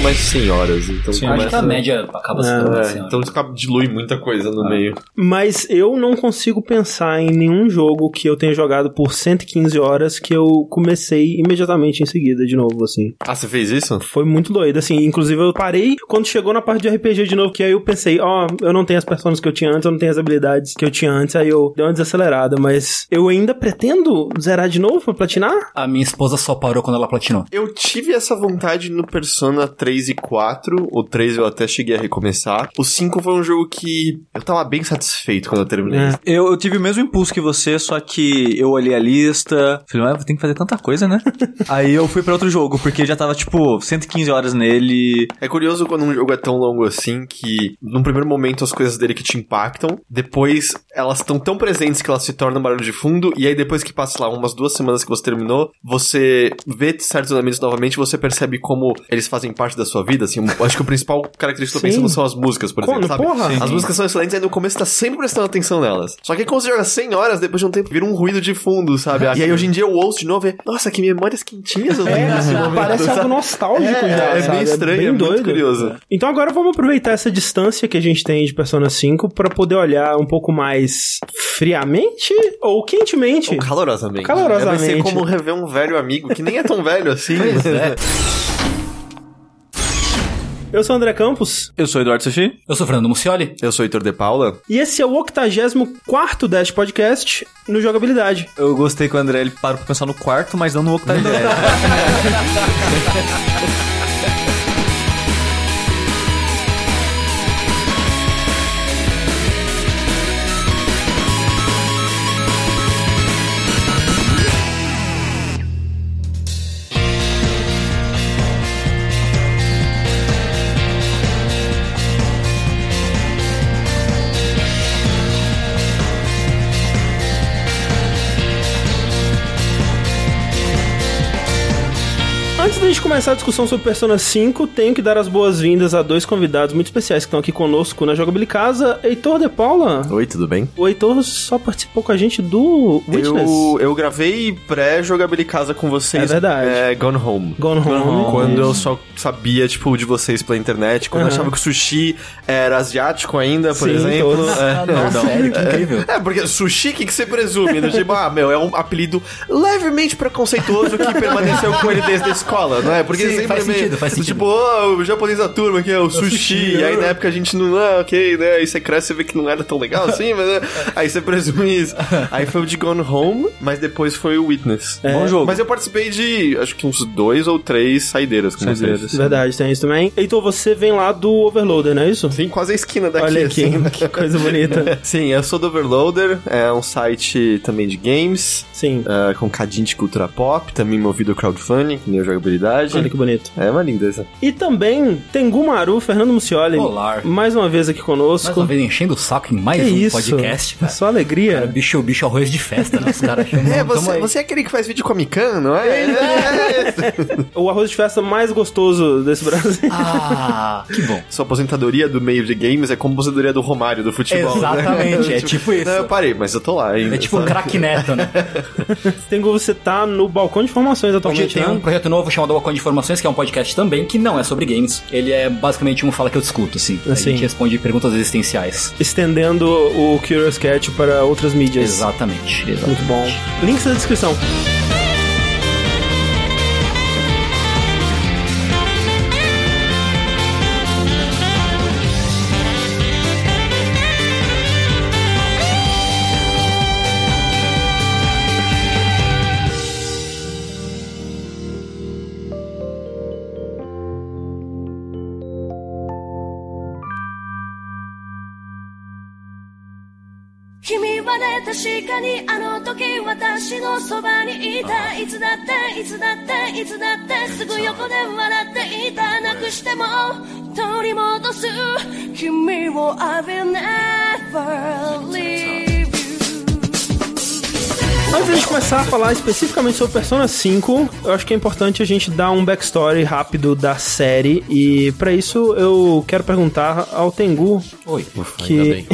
mais de 100 horas. Então sim, acho que a média acaba sendo assim. Então dilui muita coisa no meio. Mas eu não consigo pensar em nenhum jogo que eu tenha jogado por 115 horas que eu comecei imediatamente em seguida de novo, assim. Ah, você fez isso? Foi muito doido, assim. Inclusive eu parei quando chegou na parte de RPG de novo, que aí eu pensei, eu não tenho as personas que eu tinha antes, eu não tenho as habilidades que eu tinha antes, aí eu dei uma desacelerada, mas eu ainda pretendo zerar de novo pra platinar? A minha esposa só parou quando ela platinou. Eu tive essa vontade no Persona 3 e 4, o 3 eu até cheguei a recomeçar, o 5 foi um jogo que eu tava bem satisfeito quando eu terminei. Eu tive o mesmo impulso que você, só que eu olhei a lista, falei, vou ter que fazer tanta coisa, né? Aí eu fui pra outro jogo, porque já tava, 115 horas nele. É curioso quando um jogo é tão longo assim, que num primeiro momento as coisas dele que te impactam, depois elas estão tão presentes que elas se tornam barulho de fundo, e aí depois que passa lá umas 2 semanas que você terminou, você vê certos elementos novamente, você percebe como eles fazem parte da sua vida, assim, acho que o principal característica que eu tô pensando são as músicas, por exemplo, sabe? As músicas são excelentes, aí no começo tá sempre prestando atenção nelas. Só que quando você joga 100 horas, depois de um tempo, vira um ruído de fundo, sabe? E aí hoje em dia eu ouço de novo e, nossa, que memórias quentinhas eu tenho nesse momento. Parece algo nostálgico já, é bem estranho, é muito curioso. Então agora vamos aproveitar essa distância que a gente tem de Persona 5 pra poder olhar um pouco mais friamente ou quentemente. Ou calorosamente. Calorosamente. Vai ser como rever um velho amigo, que nem é tão velho assim. Pois é. Eu sou o André Campos. Eu sou o Eduardo Sushi. Eu sou o Fernando Muccioli. Eu sou o Heitor de Paula. E esse é o 84º Dash Podcast no Jogabilidade. Eu gostei que o André ele parou pra pensar no quarto, mas não no 80º. Antes da gente começar a discussão sobre Persona 5, tenho que dar as boas-vindas a 2 convidados muito especiais que estão aqui conosco na Jogabilicasa. Heitor de Paula. Oi, tudo bem? O Heitor só participou com a gente do Witness. Eu gravei pré-Jogabilicasa com vocês. É verdade. Gone Home. Gone Home. Quando eu só sabia, de vocês pela internet. Quando eu achava que o sushi era asiático ainda, por exemplo. Sério, que incrível. Porque sushi, o que você presume? É um apelido levemente preconceituoso que permaneceu com ele desde a escola, não é? Porque sim, sempre faz sentido. O japonês da turma que é o sushi. E aí na época a gente não, ok, né? Aí você cresce e vê que não era tão legal assim, mas aí você presume isso. Aí foi o de Gone Home, mas depois foi o Witness. Bom jogo. Mas eu participei de, acho que uns 2 ou 3 saideiras com vocês. Verdade, tem isso também. Heitor, você vem lá do Overloader, não é isso? Sim, quase a esquina daqui. Olha aqui, assim. que coisa bonita. Sim, eu sou do Overloader, é um site também de games. Sim. Com cadinho de cultura pop, também movido ao crowdfunding, que nem a jogabilidade. Olha que bonito. É uma lindeza. E também Tengu Maru, Fernando Muccioli. Olá. Mais uma vez aqui conosco. Mais uma vez enchendo o saco em mais podcast. Cara. Só alegria. Cara, bicho arroz de festa, né? Os caras chamam. Você é aquele que faz vídeo com a Mikan, não é? O arroz de festa mais gostoso desse Brasil. Ah, que bom. Sua aposentadoria do meio de games é como a aposentadoria do Romário do futebol. Exatamente, né? é tipo isso. Não, eu parei, mas eu tô lá ainda. É tipo o craque Neto, né? Tengu, você tá no Balcão de Informações atualmente, Hoje tem um projeto novo chamado Balcão de Informações, que é um podcast também, que não é sobre games. Ele é basicamente um fala que eu discuto, assim. A gente responde perguntas existenciais. Estendendo o Curious Cat para outras mídias. Exatamente. Muito bom. Links na descrição. Antes da gente começar a falar especificamente sobre Persona 5, eu acho que é importante a gente dar um backstory rápido da série, e pra isso eu quero perguntar ao Tengu. Oi. Ufa, ainda bem.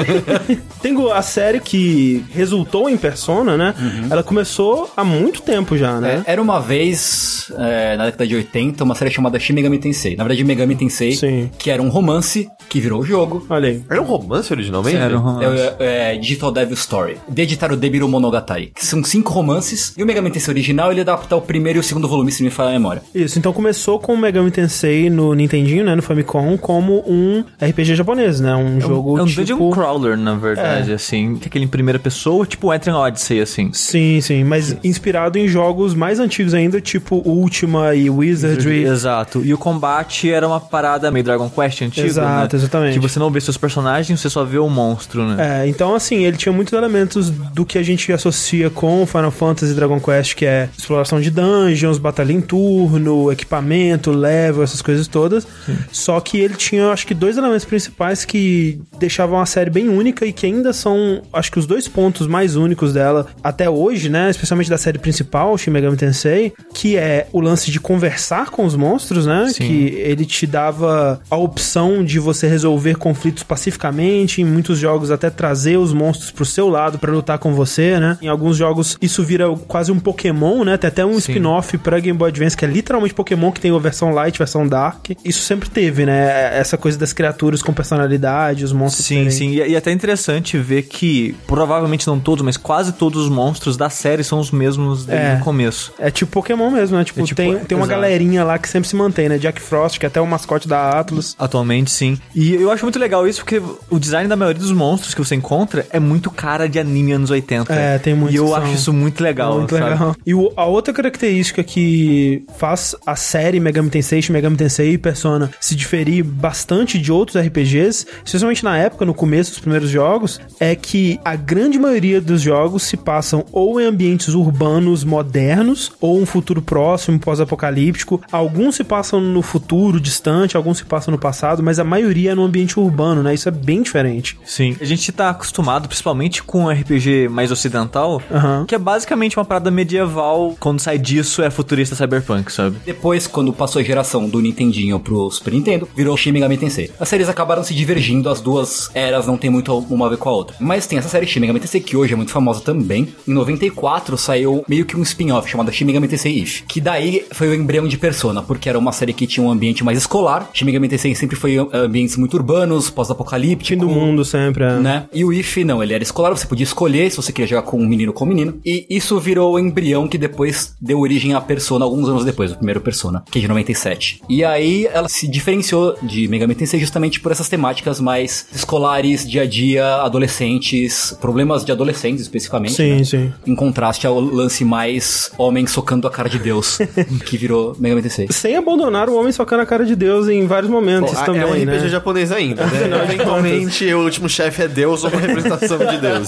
Tengu, a série que resultou em Persona, né? Ela começou há muito tempo já, né? Era uma vez, na década de 80, uma série chamada Shin Megami Tensei. Na verdade, Megami Tensei, Sim. que era um romance que virou o jogo. Olha aí. Era um romance originalmente? Era um romance. Digital Devil Story. De editar o Debiru Monogatari. Que são 5 romances. E o Megami Tensei original, ele adapta o primeiro e o segundo volume, se me falha a memória. Isso, então começou com o Megami Tensei no Nintendinho, né? No Famicom, como um RPG japonês, né? Um jogo É um tipo... dungeon crawler, na verdade, assim. Que é aquele em primeira pessoa, tipo Entering Odyssey, assim. Sim, mas inspirado em jogos mais antigos ainda, tipo Ultima e Wizardry. Exato. E o combate era uma parada meio Dragon Quest antigo, Exato, né? exatamente. Que você não vê seus personagens, você só vê o monstro, né? Então assim, ele tinha muitos elementos do que a gente associa com Final Fantasy e Dragon Quest, que é exploração de dungeons, batalha em turno, equipamento, level, essas coisas todas. Sim. Só que ele tinha, acho que, 2 elementos principais que deixavam a série bem única e que ainda são, acho que, os 2 pontos mais únicos dela até hoje, né? Especialmente da série principal, Shin Megami Tensei, que é o lance de conversar com os monstros, né? Sim. Que ele te dava a opção de você resolver conflitos pacificamente, em muitos jogos até trazer os monstros pro seu lado pra lutar com você, né? Em alguns jogos isso vira quase um Pokémon, né? Tem até um spin-off pra Game Boy Advance que é literalmente Pokémon, que tem a versão Light, versão Dark. Isso sempre teve, né? Essa coisa das criaturas com personalidade, os monstros. Sim. E até interessante ver que, provavelmente não todos, mas quase todos os monstros da série são os mesmos desde o começo. É tipo Pokémon mesmo, né? Tipo, tem uma galerinha lá que sempre se mantém, né? Jack Frost, que é até o mascote da Atlus. Atualmente, sim. E eu acho muito legal isso, porque o design da maioria dos monstros que você encontra é muito cara de anime anos 80. Tem muito. E eu acho isso muito legal, muito sabe? Legal. E a outra característica que faz a série Megami Tensei, Shin Megami Tensei e Persona se diferir bastante de outros RPGs, especialmente na época, no começo dos primeiros jogos, é que a grande maioria dos jogos se passam ou em ambientes urbanos modernos, ou um futuro próximo, pós-apocalíptico. Alguns se passam no futuro distante, alguns se passam no passado, mas a maioria é no ambiente urbano, né? Isso é bem diferente. Sim. A gente tá acostumado, principalmente com RPG mais ocidental, que é basicamente uma parada medieval. Quando sai disso, é futurista cyberpunk, sabe? Depois, quando passou a geração do Nintendinho pro Super Nintendo, virou Shin Megami Tensei. As séries acabaram se divergindo, as duas eras não tem muito uma a ver com a outra. Mas tem essa série Shin Megami Tensei, que hoje é muito famosa também. Em 94 saiu meio que um spin-off chamado Shin Megami Tensei If, que daí foi o embrião de Persona, porque era uma série que tinha um ambiente mais escolar. Shin Megami Tensei sempre foi ambientes muito urbanos, pós-apocalíptico. Fim do mundo sempre, né? E o If não, ele era escolar, você podia escolher se você queria jogar com um menino ou com um menino. E isso virou o embrião que depois deu origem à Persona, alguns anos depois, o primeiro Persona, que é de 97. E aí ela se diferenciou de Megami Tensei justamente por essas temáticas mais escolares, dia a dia, adolescentes, problemas de adolescentes especificamente. Sim, né? sim. Em contraste ao lance mais homem socando a cara de Deus, que virou Megami Tensei. Sem abandonar o homem socando a cara de Deus em vários momentos também, é um RPG né? japonês ainda, né? Eventualmente o último chefe é Deus ou uma representação de Deus.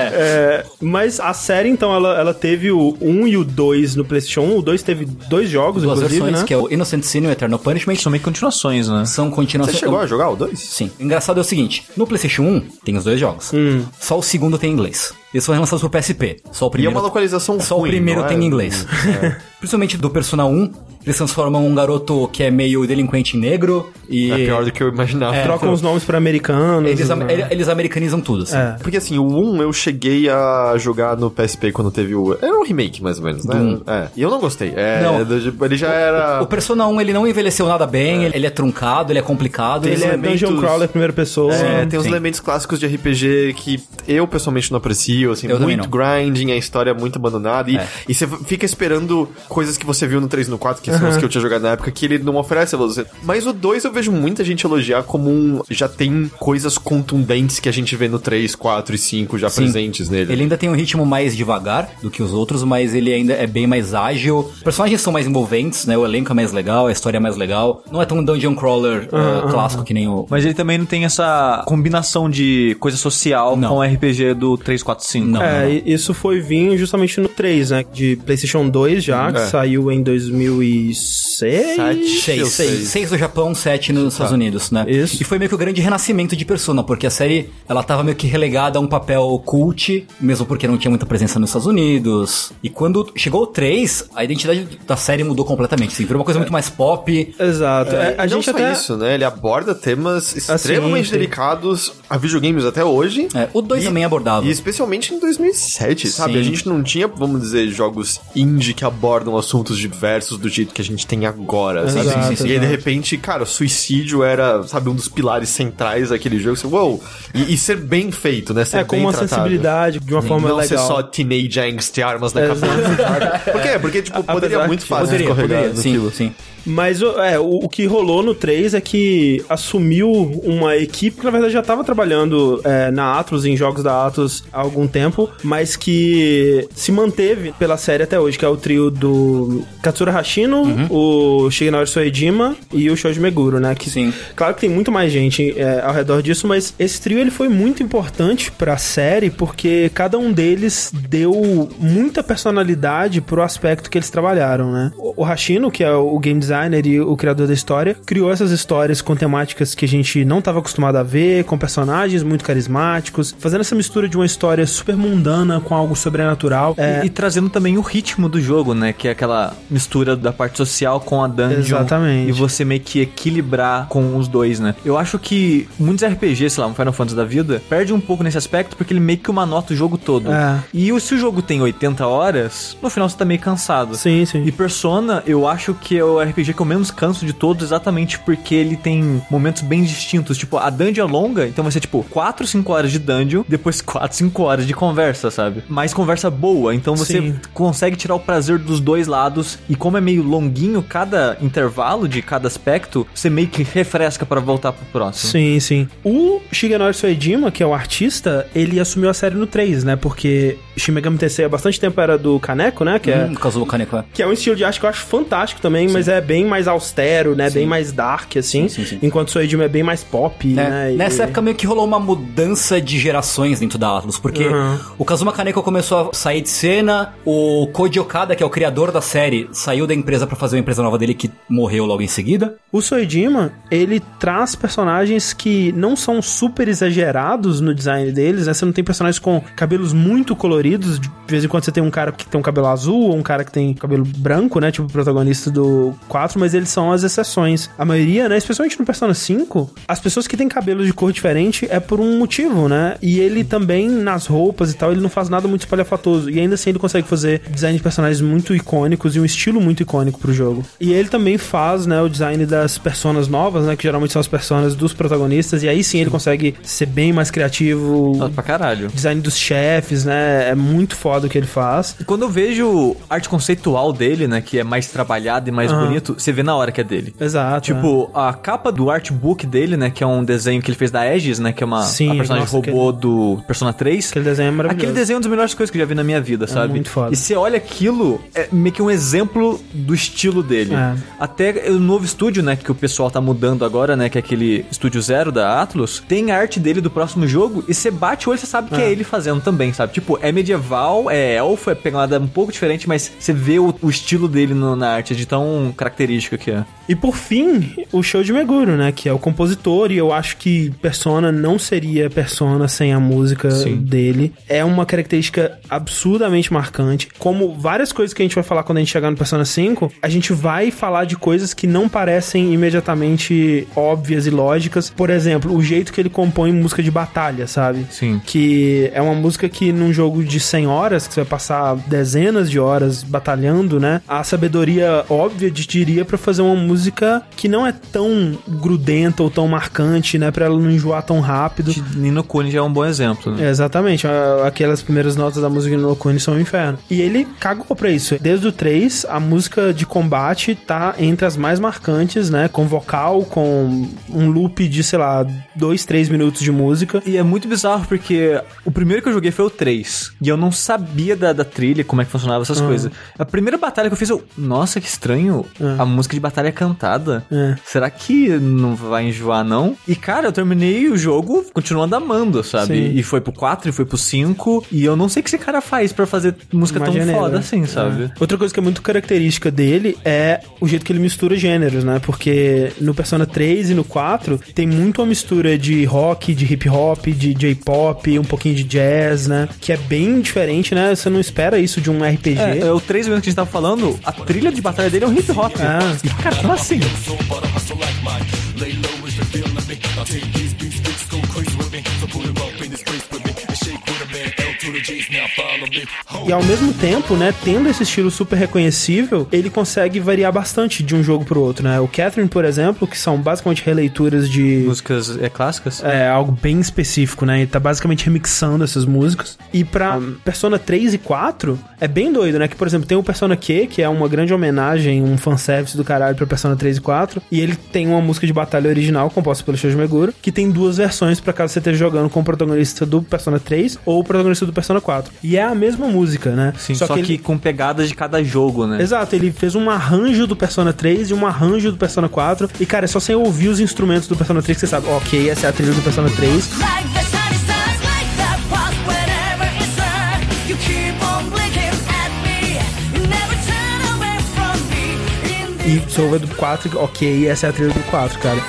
Mas a série, então, ela teve o 1 e o 2 no PlayStation 1. O 2 teve 2 jogos, duas inclusive, versões, né? que é o Innocent Sin e o Eternal Punishment. São meio continuações, né? São continuações. Você chegou a jogar o 2? Sim. O engraçado é o seguinte, no PlayStation 1 tem os 2 jogos. Só o segundo tem em inglês. Eles foram lançados pro PSP. Só o primeiro. E é uma localização Só ruim, o primeiro não tem em inglês. Principalmente do Persona 1, eles transformam um garoto que é meio delinquente em negro e... É pior do que eu imaginava. Trocam os nomes pra americanos. Eles americanizam tudo, assim. Porque assim, o 1 eu cheguei a jogar no PSP quando teve o... Era um remake, mais ou menos, né? E eu não gostei. Não. Ele já era... O Persona 1, ele não envelheceu nada bem, ele é truncado, ele é complicado. Ele é dungeon crawler primeira pessoa. Tem uns elementos clássicos de RPG que eu pessoalmente não aprecio, assim, muito grinding, a história é muito abandonada e você fica esperando coisas que você viu no 3 e no 4, que são os que eu tinha jogado na época, que ele não oferece a você. Mas o 2 eu vejo muita gente elogiar como já tem coisas contundentes que a gente vê no 3, 4 e 5 já presentes nele. Ele ainda tem um ritmo mais devagar do que os outros, mas ele ainda é bem mais ágil. Os personagens são mais envolventes, né? O elenco é mais legal, a história é mais legal. Não é tão dungeon crawler clássico que nem o... Mas ele também não tem essa combinação de coisa social com o RPG do 3, 4, 5. Não. Isso foi vir justamente no 3, né? De PlayStation 2 já, que saiu em 2006. 6 do Japão, 7 nos Estados Unidos, né? Isso. E foi meio que o grande renascimento de Persona, porque a série, ela tava meio que relegada a um papel cult, mesmo porque não tinha muita presença nos Estados Unidos. E quando chegou o 3, a identidade da série mudou completamente, assim, virou uma coisa muito mais pop. Exato. A gente não só isso, né? Ele aborda temas extremamente delicados a videogames até hoje. O 2 também abordava. E especialmente em 2007, sabe? A gente não tinha, vamos dizer, jogos indie que abordam assuntos diversos do jeito que a gente tem agora, sabe? Exato, E aí, de repente, cara, o suicídio era, sabe, um dos pilares centrais daquele jogo. Você, uou! E ser bem feito, né? Ser com bem uma tratado. sensibilidade, de uma forma não legal. Não ser só teenage angst e armas na cabeça. Por quê? Porque, tipo, poderia muito fácil escorregar naquilo. Sim. Mas o que rolou no 3 é que assumiu uma equipe que na verdade já estava trabalhando na Atlus, em jogos da Atlus há algum tempo, mas que se manteve pela série até hoje, que é o trio do Katsura Hashino, o Shigenori Soejima e o Shoji Meguro, né? Que, sim. Claro que tem muito mais gente ao redor disso, mas esse trio ele foi muito importante pra série porque cada um deles deu muita personalidade pro aspecto que eles trabalharam, né? O Hashino, que é o game designer e o criador da história, criou essas histórias com temáticas que a gente não estava acostumado a ver, com personagens muito carismáticos, fazendo essa mistura de uma história super mundana com algo sobrenatural. E trazendo também o ritmo do jogo, né? Que é aquela mistura da parte social com a dungeon. Exatamente. E você meio que equilibrar com os dois, né? Eu acho que muitos RPGs, sei lá, um Final Fantasy da vida, perde um pouco nesse aspecto porque ele meio que manota o jogo todo. E se o jogo tem 80 horas, no final você tá meio cansado. Sim, sim. E Persona, eu acho que é o RPG que eu menos canso de todos, exatamente porque ele tem momentos bem distintos. Tipo, a dungeon é longa, então vai ser tipo 4, 5 horas de dungeon, depois 4, 5 horas de conversa, sabe? Mas conversa boa, então você consegue tirar o prazer dos dois lados. E como é meio longuinho cada intervalo de cada aspecto, você meio que refresca pra voltar pro próximo. Sim, sim. O Shigenori Soejima, que é o artista, ele assumiu a série no 3, né? Porque Shin Megami Tensei há bastante tempo era do Kaneko, né? Que Kazuo Kaneko. Que é um estilo de arte que eu acho fantástico também, mas é bem mais austero, né? Bem mais dark, assim. Sim. Enquanto o Soejima é bem mais pop, né? Nessa época meio que rolou uma mudança de gerações dentro da Atlus, porque o Kazuma Kaneko começou a sair de cena, o Koji Okada, que é o criador da série, saiu da empresa pra fazer uma empresa nova dele que morreu logo em seguida. O Soejima, ele traz personagens que não são super exagerados no design deles, né? Você não tem personagens com cabelos muito coloridos, de vez em quando você tem um cara que tem um cabelo azul, ou um cara que tem cabelo branco, né? Tipo o protagonista do 4, mas eles são as exceções. A maioria, né? Especialmente no Persona 5, as pessoas que têm cabelo de cor diferente é por um motivo, né? E ele também, nas roupas e tal, ele não faz nada muito espalhafatoso. E ainda assim ele consegue fazer design de personagens muito icônicos e um estilo muito icônico pro jogo. E ele também faz, né, o design das personas novas, né? Que geralmente são as personas dos protagonistas. E aí sim ele consegue ser bem mais criativo. Nossa, pra caralho. Design dos chefes, né? É muito foda o que ele faz. E quando eu vejo arte conceitual dele, né? Que é mais trabalhado e mais bonito, você vê na hora que é dele. Exato. Tipo, a capa do artbook dele, né? Que é um desenho que ele fez da Aegis, né? Que é uma a personagem robô do Persona 3. Aquele desenho é maravilhoso. Aquele desenho é uma das melhores coisas que eu já vi na minha vida, sabe? Muito foda. E você olha aquilo, é meio que um exemplo do estilo dele. Até o novo estúdio, né? Que o pessoal tá mudando agora, né? Que é aquele Estúdio Zero da Atlus. Tem a arte dele do próximo jogo e você bate o olho e você sabe que é ele fazendo também, sabe? Tipo, é medieval, é elfo, é pegada um pouco diferente, mas você vê o estilo dele na arte, de tão característica que é. E por fim, o Shoji Meguro, né? Que é o compositor, e eu acho que Persona não seria Persona sem a música dele. É uma característica absurdamente marcante. Como várias coisas que a gente vai falar quando a gente chegar no Persona 5, a gente vai falar de coisas que não parecem imediatamente óbvias e lógicas. Por exemplo, o jeito que ele compõe música de batalha, sabe? Sim. Que é uma música que num jogo de 100 horas, que você vai passar dezenas de horas batalhando, né? A sabedoria óbvia diria pra fazer uma música que não é tão grudenta ou tão marcante, né? Pra ela não enjoar tão rápido. Ni no Kuni já é um bom exemplo, né? Exatamente. Aquelas primeiras notas da música de Ni no Kuni são um inferno. E ele cagou pra isso. Desde o 3, a música de combate tá entre as mais marcantes, né? Com vocal, com um loop de, sei lá, 2, 3 minutos de música. E é muito bizarro porque o primeiro que eu joguei foi o 3. E eu não sabia sabia da trilha, como é que funcionava essas coisas. A primeira batalha que eu fiz, nossa, que estranho, a música de batalha é cantada. Será que não vai enjoar, não? E, cara, eu terminei o jogo continuando amando, sabe? Sim. E foi pro 4, e foi pro 5, e eu não sei o que esse cara faz pra fazer música tão foda assim, sabe? Outra coisa que é muito característica dele é o jeito que ele mistura gêneros, né? Porque no Persona 3 e no 4 tem muito uma mistura de rock, de hip hop, de J-pop, um pouquinho de jazz, né? Que é bem diferente, né? Você não espera isso de um RPG. O 3 mesmo que a gente tava falando, a trilha de batalha dele é um hip hop. E, cara, como assim? E ao mesmo tempo, né, tendo esse estilo super reconhecível, ele consegue variar bastante de um jogo pro outro, né? O Catherine, por exemplo, que são basicamente releituras de... músicas clássicas? É, algo bem específico, né? Ele tá basicamente remixando essas músicas. E pra Persona 3 e 4, é bem doido, né? Que, por exemplo, tem o Persona Q, que é uma grande homenagem, um fanservice do caralho pra Persona 3 e 4, e ele tem uma música de batalha original, composta pelo Shoji Meguro, que tem duas versões pra caso você esteja jogando com o protagonista do Persona 3 ou o protagonista do Persona 4. E é a mesma música, né? Sim, só que ele... com pegadas de cada jogo, né? Exato, ele fez um arranjo do Persona 3 e um arranjo do Persona 4. E, cara, é só você ouvir os instrumentos do Persona 3 que você sabe, ok, essa é a trilha do Persona 3. E você ouve do 4, ok, essa é a trilha do 4, cara.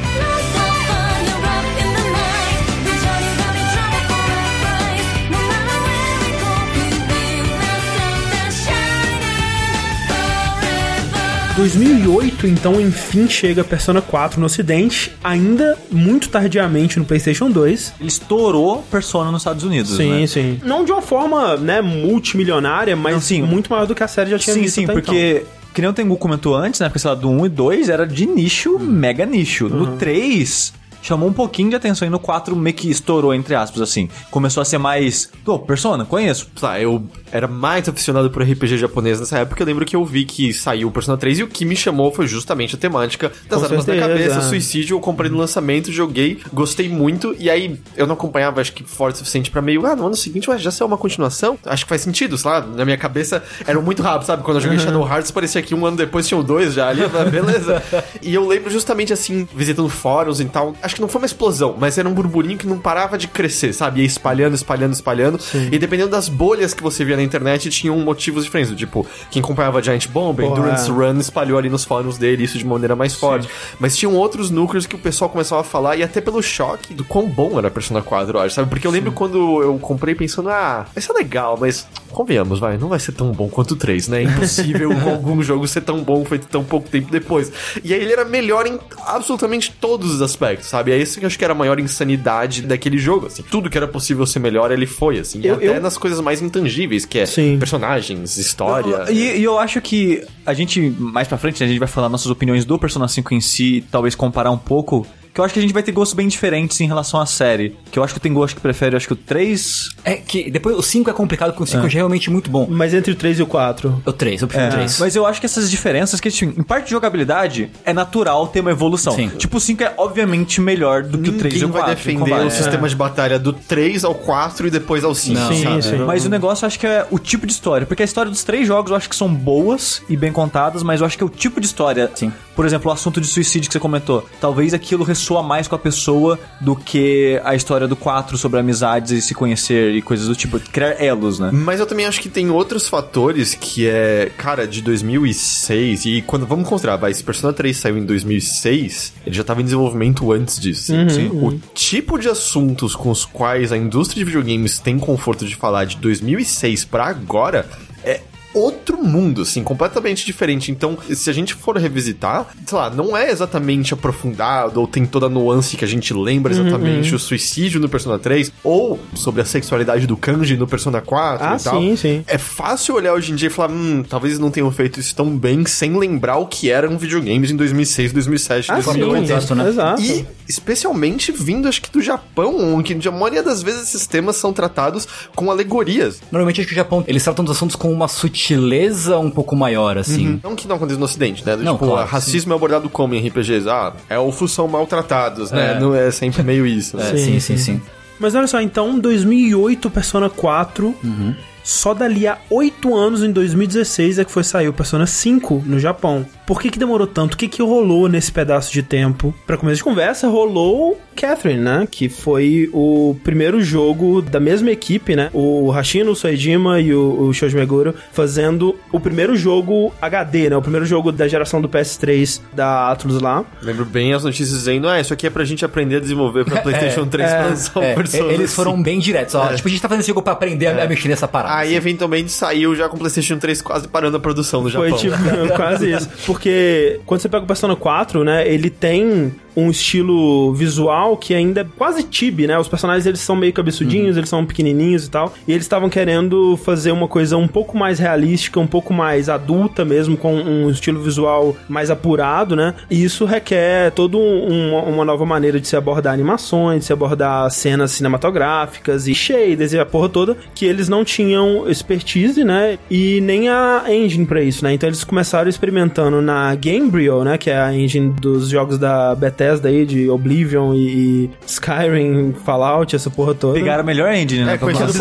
2008, então, enfim, chega Persona 4 no ocidente, ainda muito tardiamente no PlayStation 2. Ele estourou Persona nos Estados Unidos, sim, né? Sim. Não de uma forma, né, multimilionária, mas não, sim, muito maior do que a série já tinha visto sim, até porque... então. Que nem o Tengu comentou antes, né? Porque, sei lá, do 1 e 2 era de nicho, mega nicho. No 3... chamou um pouquinho de atenção e no 4 meio que estourou, entre aspas, assim. Começou a ser mais... Pô, Persona, conheço. Eu era mais aficionado por RPG japonês nessa época. Eu lembro que eu vi que saiu o Persona 3 e o que me chamou foi justamente a temática das armas na cabeça, suicídio. Eu comprei no lançamento, joguei, gostei muito. E aí eu não acompanhava, acho que forte o suficiente pra meio... no ano seguinte já saiu uma continuação. Acho que faz sentido, sei lá. Na minha cabeça era muito rápido, sabe? Quando eu joguei Shadow Hearts, parecia que um ano depois tinham 2 já ali. Beleza. E eu lembro justamente assim, visitando fóruns e tal... Acho que não foi uma explosão, mas era um burburinho que não parava de crescer, sabe? Ia espalhando. Sim. E dependendo das bolhas que você via na internet, tinham motivos diferentes. Tipo, quem acompanhava Giant Bomb, Endurance Run, espalhou ali nos fóruns dele isso de maneira mais forte. Mas tinham outros núcleos que o pessoal começava a falar, e até pelo choque do quão bom era Persona 4, eu acho, sabe? Porque eu lembro quando eu comprei pensando, vai ser legal, mas convenhamos, não vai ser tão bom quanto o 3, né? É impossível algum jogo ser tão bom feito tão pouco tempo depois. E aí ele era melhor em absolutamente todos os aspectos, sabe? É isso que eu acho que era a maior insanidade daquele jogo, assim. Tudo que era possível ser melhor, ele foi, assim. Até nas coisas mais intangíveis, que é personagens, história. E eu acho que a gente, mais pra frente, né, a gente vai falar nossas opiniões do Persona 5 em si, talvez comparar um pouco... Que eu acho que a gente vai ter gostos bem diferentes em relação à série. Que eu acho que o Tengu acho que prefere, acho que o 3... É que depois o 5 é complicado, porque o 5 é realmente muito bom. Mas entre o 3 e o 4? O 3, eu prefiro o 3. Mas eu acho que essas diferenças, que em parte de jogabilidade, é natural ter uma evolução. Sim. Tipo, o 5 é obviamente melhor do que o 3 e o 4. Ninguém vai defender o sistema de batalha do 3 ao 4 e depois ao 5, Sim. Mas o negócio, eu acho que é o tipo de história. Porque a história dos 3 jogos, eu acho que são boas e bem contadas, mas eu acho que é o tipo de história... Sim. Por exemplo, o assunto de suicídio que você comentou. Talvez aquilo ressoa mais com a pessoa do que a história do 4 sobre amizades e se conhecer e coisas do tipo, criar elos, né? Mas eu também acho que tem outros fatores que é, cara, de 2006 e quando, vamos considerar, esse Persona 3 saiu em 2006, ele já estava em desenvolvimento antes disso. O tipo de assuntos com os quais a indústria de videogames tem conforto de falar de 2006 pra agora é outro mundo, assim, completamente diferente. Então, se a gente for revisitar, sei lá, não é exatamente aprofundado ou tem toda a nuance que a gente lembra exatamente o suicídio no Persona 3 ou sobre a sexualidade do Kanji no Persona 4 e tal. Sim. É fácil olhar hoje em dia e falar, talvez não tenham feito isso tão bem sem lembrar o que eram videogames em 2006, 2007, 2008. Exato. E especialmente vindo, acho que do Japão, onde a maioria das vezes esses temas são tratados com alegorias. Normalmente acho que o Japão, eles tratam dos assuntos com uma sutileza um pouco maior, assim. Não que não aconteça no Ocidente, né? Não, tipo, claro, racismo é abordado como em RPGs? Elfos são maltratados, né? Não é sempre meio isso, né? Sim. Mas olha só, então, 2008, Persona 4, Só dali a 8 anos, em 2016, é que foi sair o Persona 5 no Japão. Por que demorou tanto? O que rolou nesse pedaço de tempo? Pra começo de conversa, rolou Catherine, né? Que foi o primeiro jogo da mesma equipe, né? O Hashino, o Soejima e o Shoji Meguro fazendo o primeiro jogo HD, né? O primeiro jogo da geração do PS3 da Atlus lá. Lembro bem as notícias dizendo, isso aqui é pra gente aprender a desenvolver pra PlayStation 3 pra lançar o Persona. Eles foram bem diretos, ó. Tipo, a gente tá fazendo esse jogo pra aprender a mexer nessa parada. Aí, eventualmente, saiu já com o PlayStation 3 quase parando a produção no Japão. Foi tipo, quase isso. Porque quando você pega o Persona 4, né, ele tem um estilo visual que ainda é quase chibi, né? Os personagens, eles são meio cabeçudinhos, eles são pequenininhos e tal. E eles estavam querendo fazer uma coisa um pouco mais realística, um pouco mais adulta mesmo, com um estilo visual mais apurado, né? E isso requer toda uma nova maneira de se abordar animações, de se abordar cenas cinematográficas e shaders e a porra toda, que eles não tinham expertise, né? E nem a engine pra isso, né? Então eles começaram experimentando na Gamebryo, né? Que é a engine dos jogos da Bethesda aí, de Oblivion e Skyrim, Fallout, essa porra toda. Pegaram a melhor engine, né? Com esses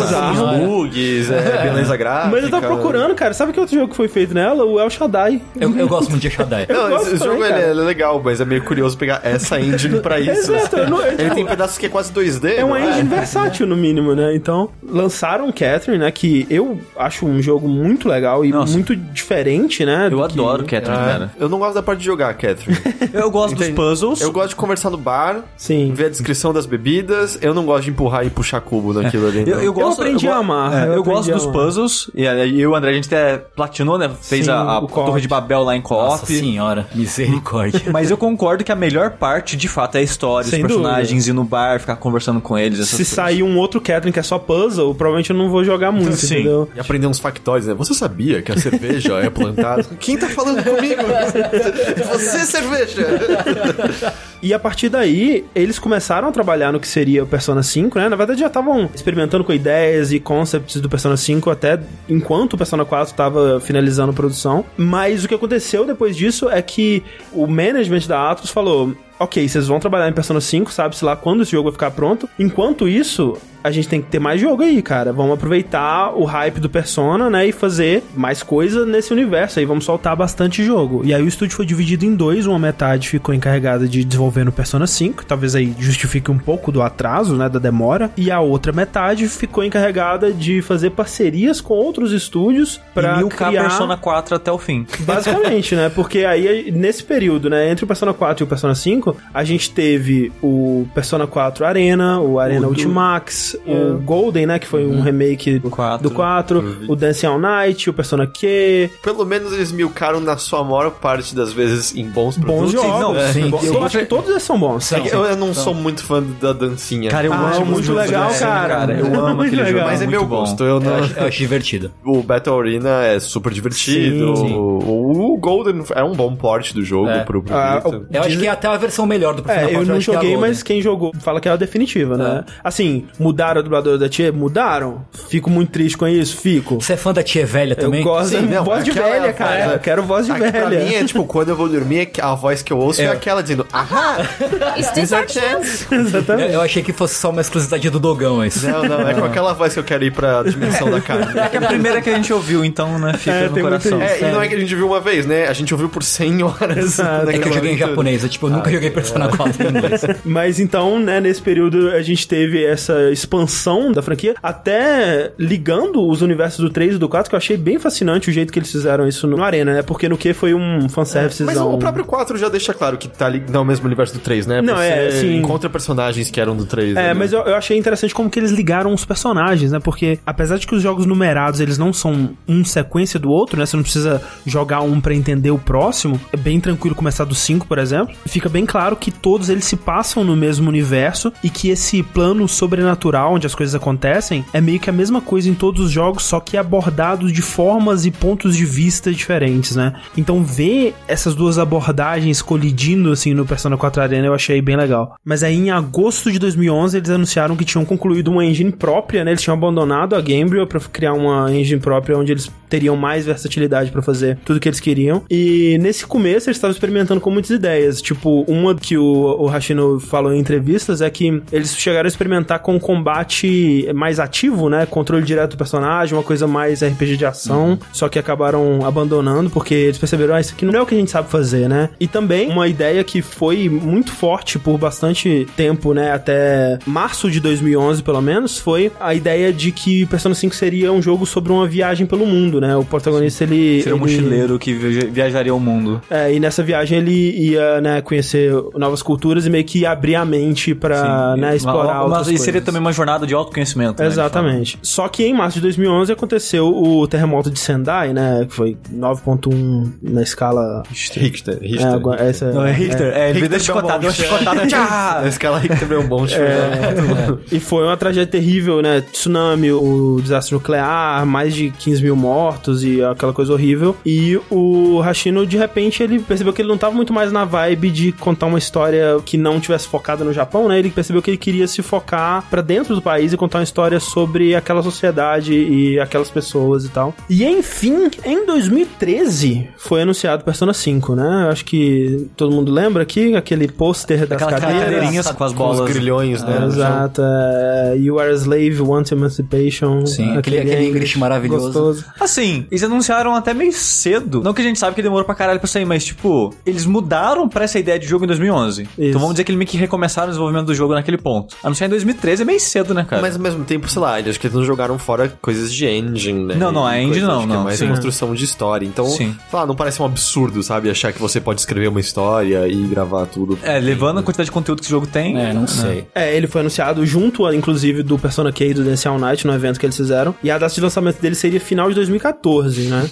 bugs, beleza gráfica. Mas eu tava procurando, cara. Sabe que outro jogo que foi feito nela? O El Shaddai. Eu gosto muito de El Shaddai. Não, esse jogo é legal, mas é meio curioso pegar essa engine pra isso. Exato. Ele tem pedaços que é quase 2D. É uma engine versátil, no mínimo, né? Então, lançaram Catherine, né? Que eu acho um jogo muito legal e muito diferente, né? Eu adoro Catherine, cara. Eu não gosto da parte de jogar Catherine. Eu gosto dos puzzles. Eu gosto de conversar no bar, Sim. ver a descrição das bebidas. Eu não gosto de empurrar e puxar cubo naquilo ali. Eu aprendi a amar. Eu gosto dos puzzles. E eu e o André, a gente até platinou, né? Fez a Torre de Babel lá em co-op. Nossa senhora, misericórdia. Mas eu concordo que a melhor parte, de fato, é a história, Sem os personagens, dúvida. ir no bar, ficar conversando com eles. Essas Se coisas. sair um outro Catherine que é só puzzle, provavelmente eu não vou jogar muito, Sim. entendeu? E aprender uns factóides, né? Você sabia que a cerveja é plantada? Quem tá falando comigo? Você, cerveja! E a partir daí, eles começaram a trabalhar no que seria o Persona 5, né? Na verdade, já estavam experimentando com ideias e concepts do Persona 5 até enquanto o Persona 4 estava finalizando a produção. Mas o que aconteceu depois disso é que o management da Atlus falou: ok, vocês vão trabalhar em Persona 5, sabe-se lá quando esse jogo vai ficar pronto. Enquanto isso, a gente tem que ter mais jogo aí, cara. Vamos aproveitar o hype do Persona, né, e fazer mais coisa nesse universo aí. Vamos soltar bastante jogo. E aí o estúdio foi dividido em dois. Uma metade ficou encarregada de desenvolver no Persona 5. Talvez aí justifique um pouco do atraso, né, da demora. E a outra metade ficou encarregada de fazer parcerias com outros estúdios pra criar Persona 4 até o fim. Basicamente, né? Porque aí, nesse período, né, entre o Persona 4 e o Persona 5, a gente teve o Persona 4 Arena, o Arena Ultimax, o Golden, né, que foi um remake do 4, o Dancing All Night, o Persona Q. Pelo menos eles milcaram na sua maior parte das vezes em bons produtos. Bons jogos. Não, sim. Eu acho que todos eles são bons. Eu não sou muito fã da dancinha. Cara, eu é amo muito legal, cara. Eu amo Muito aquele legal. jogo. Mas é muito meu bom. gosto. Eu acho divertido. O Battle Arena é super divertido. Sim. O Golden é um bom port do jogo pro Vita. Eu acho que é até a versão melhor do Persona 4. Eu não acho que é a joguei, Golden. mas quem jogou fala que é a definitiva, né? Assim, mudaram a dubladora da Tia? Mudaram. Fico muito triste com isso, fico. Você é fã da Tia Velha também? Eu gosto Sim, não, voz de aquela velha, é a cara. voz, Eu quero voz de Aqui velha. pra mim é tipo, quando eu vou dormir, a voz que eu ouço é aquela dizendo, ahá, is this our chance? Exatamente. Eu achei que fosse só uma exclusividade do Dogão esse. Não, é com aquela voz que eu quero ir pra dimensão da carne. É a primeira que a gente ouviu, então, né? Fica no tem coração. muito isso. E não é que a gente viu uma vez, né? A gente ouviu por 100 horas. Exato. É que eu joguei em japonês, eu nunca joguei Persona 4 em inglês. Mas então, né, nesse período a gente teve essa expansão da franquia, até ligando os universos do 3 e do 4, que eu achei bem fascinante o jeito que eles fizeram isso no Arena, né? Porque no Q foi um fanservice. Mas o próprio 4 já deixa claro que tá ali no mesmo universo do 3, né? Não, Você sim. encontra personagens que eram do 3. né? Mas eu achei interessante como que eles ligaram os personagens, né? Porque apesar de que os jogos numerados, eles não são um sequência do outro, né? Você não precisa jogar um pra entender o próximo. É bem tranquilo começar do 5, por exemplo. Fica bem claro que todos eles se passam no mesmo universo e que esse plano sobrenatural onde as coisas acontecem é meio que a mesma coisa em todos os jogos, só que abordado de formas e pontos de vista diferentes, né? Então ver essas duas abordagens colidindo assim no Persona 4 Arena eu achei bem legal. Mas aí em agosto de 2011 eles anunciaram que tinham concluído uma engine própria, né? Eles tinham abandonado a Gamebryo pra criar uma engine própria onde eles teriam mais versatilidade pra fazer tudo que eles queriam. queriam. E nesse começo eles estavam experimentando com muitas ideias. Tipo, uma que o Hashino falou em entrevistas é que eles chegaram a experimentar com combate mais ativo, né? Controle direto do personagem, uma coisa mais RPG de ação. Só que acabaram abandonando porque eles perceberam, isso aqui não é o que a gente sabe fazer, né? E também uma ideia que foi muito forte por bastante tempo, né? Até março de 2011, pelo menos, foi a ideia de que Persona 5 seria um jogo sobre uma viagem pelo mundo, né? O protagonista, Seria um mochileiro que viajaria o mundo. E nessa viagem ele ia, né, conhecer novas culturas e meio que abrir a mente pra, né, explorar outras coisas. E seria também uma jornada de autoconhecimento, né? Exatamente. Só que em março de 2011 aconteceu o terremoto de Sendai, né? Que foi 9.1 na escala... Richter. Não, é Richter. Ele deu chicotada, A escala Richter é um bom E foi uma tragédia terrível, né? Tsunami, o desastre nuclear, mais de 15 mil mortos e aquela coisa horrível. E o Hashino, de repente, ele percebeu que ele não tava muito mais na vibe de contar uma história que não tivesse focada no Japão, né? Ele percebeu que ele queria se focar pra dentro do país e contar uma história sobre aquela sociedade e aquelas pessoas e tal. E enfim, em 2013 foi anunciado Persona 5, né? Eu acho que todo mundo lembra aqui, aquele pôster das cadeirinhas com as bolas. Com os grilhões, né? Exato. You are a slave, want emancipation. Sim, aquele English maravilhoso. Gostoso. Assim, eles anunciaram até meio cedo. Não que a gente sabe que demorou pra caralho pra sair, mas tipo, eles mudaram pra essa ideia de jogo em 2011. Isso. Então vamos dizer que eles meio que recomeçaram o desenvolvimento do jogo naquele ponto. Anunciar em 2013 é meio cedo, né, cara? Mas ao mesmo tempo, sei lá, acho que eles não jogaram fora coisas de engine, né? Não, a engine não, É mais construção de história. Então, sei lá, não parece um absurdo, sabe? Achar que você pode escrever uma história e gravar tudo. Levando a quantidade de conteúdo que esse jogo tem. Não sei. Ele foi anunciado junto, inclusive, do Persona K e do Dance All Night, no evento que eles fizeram. E a data de lançamento dele seria final de 2014, né?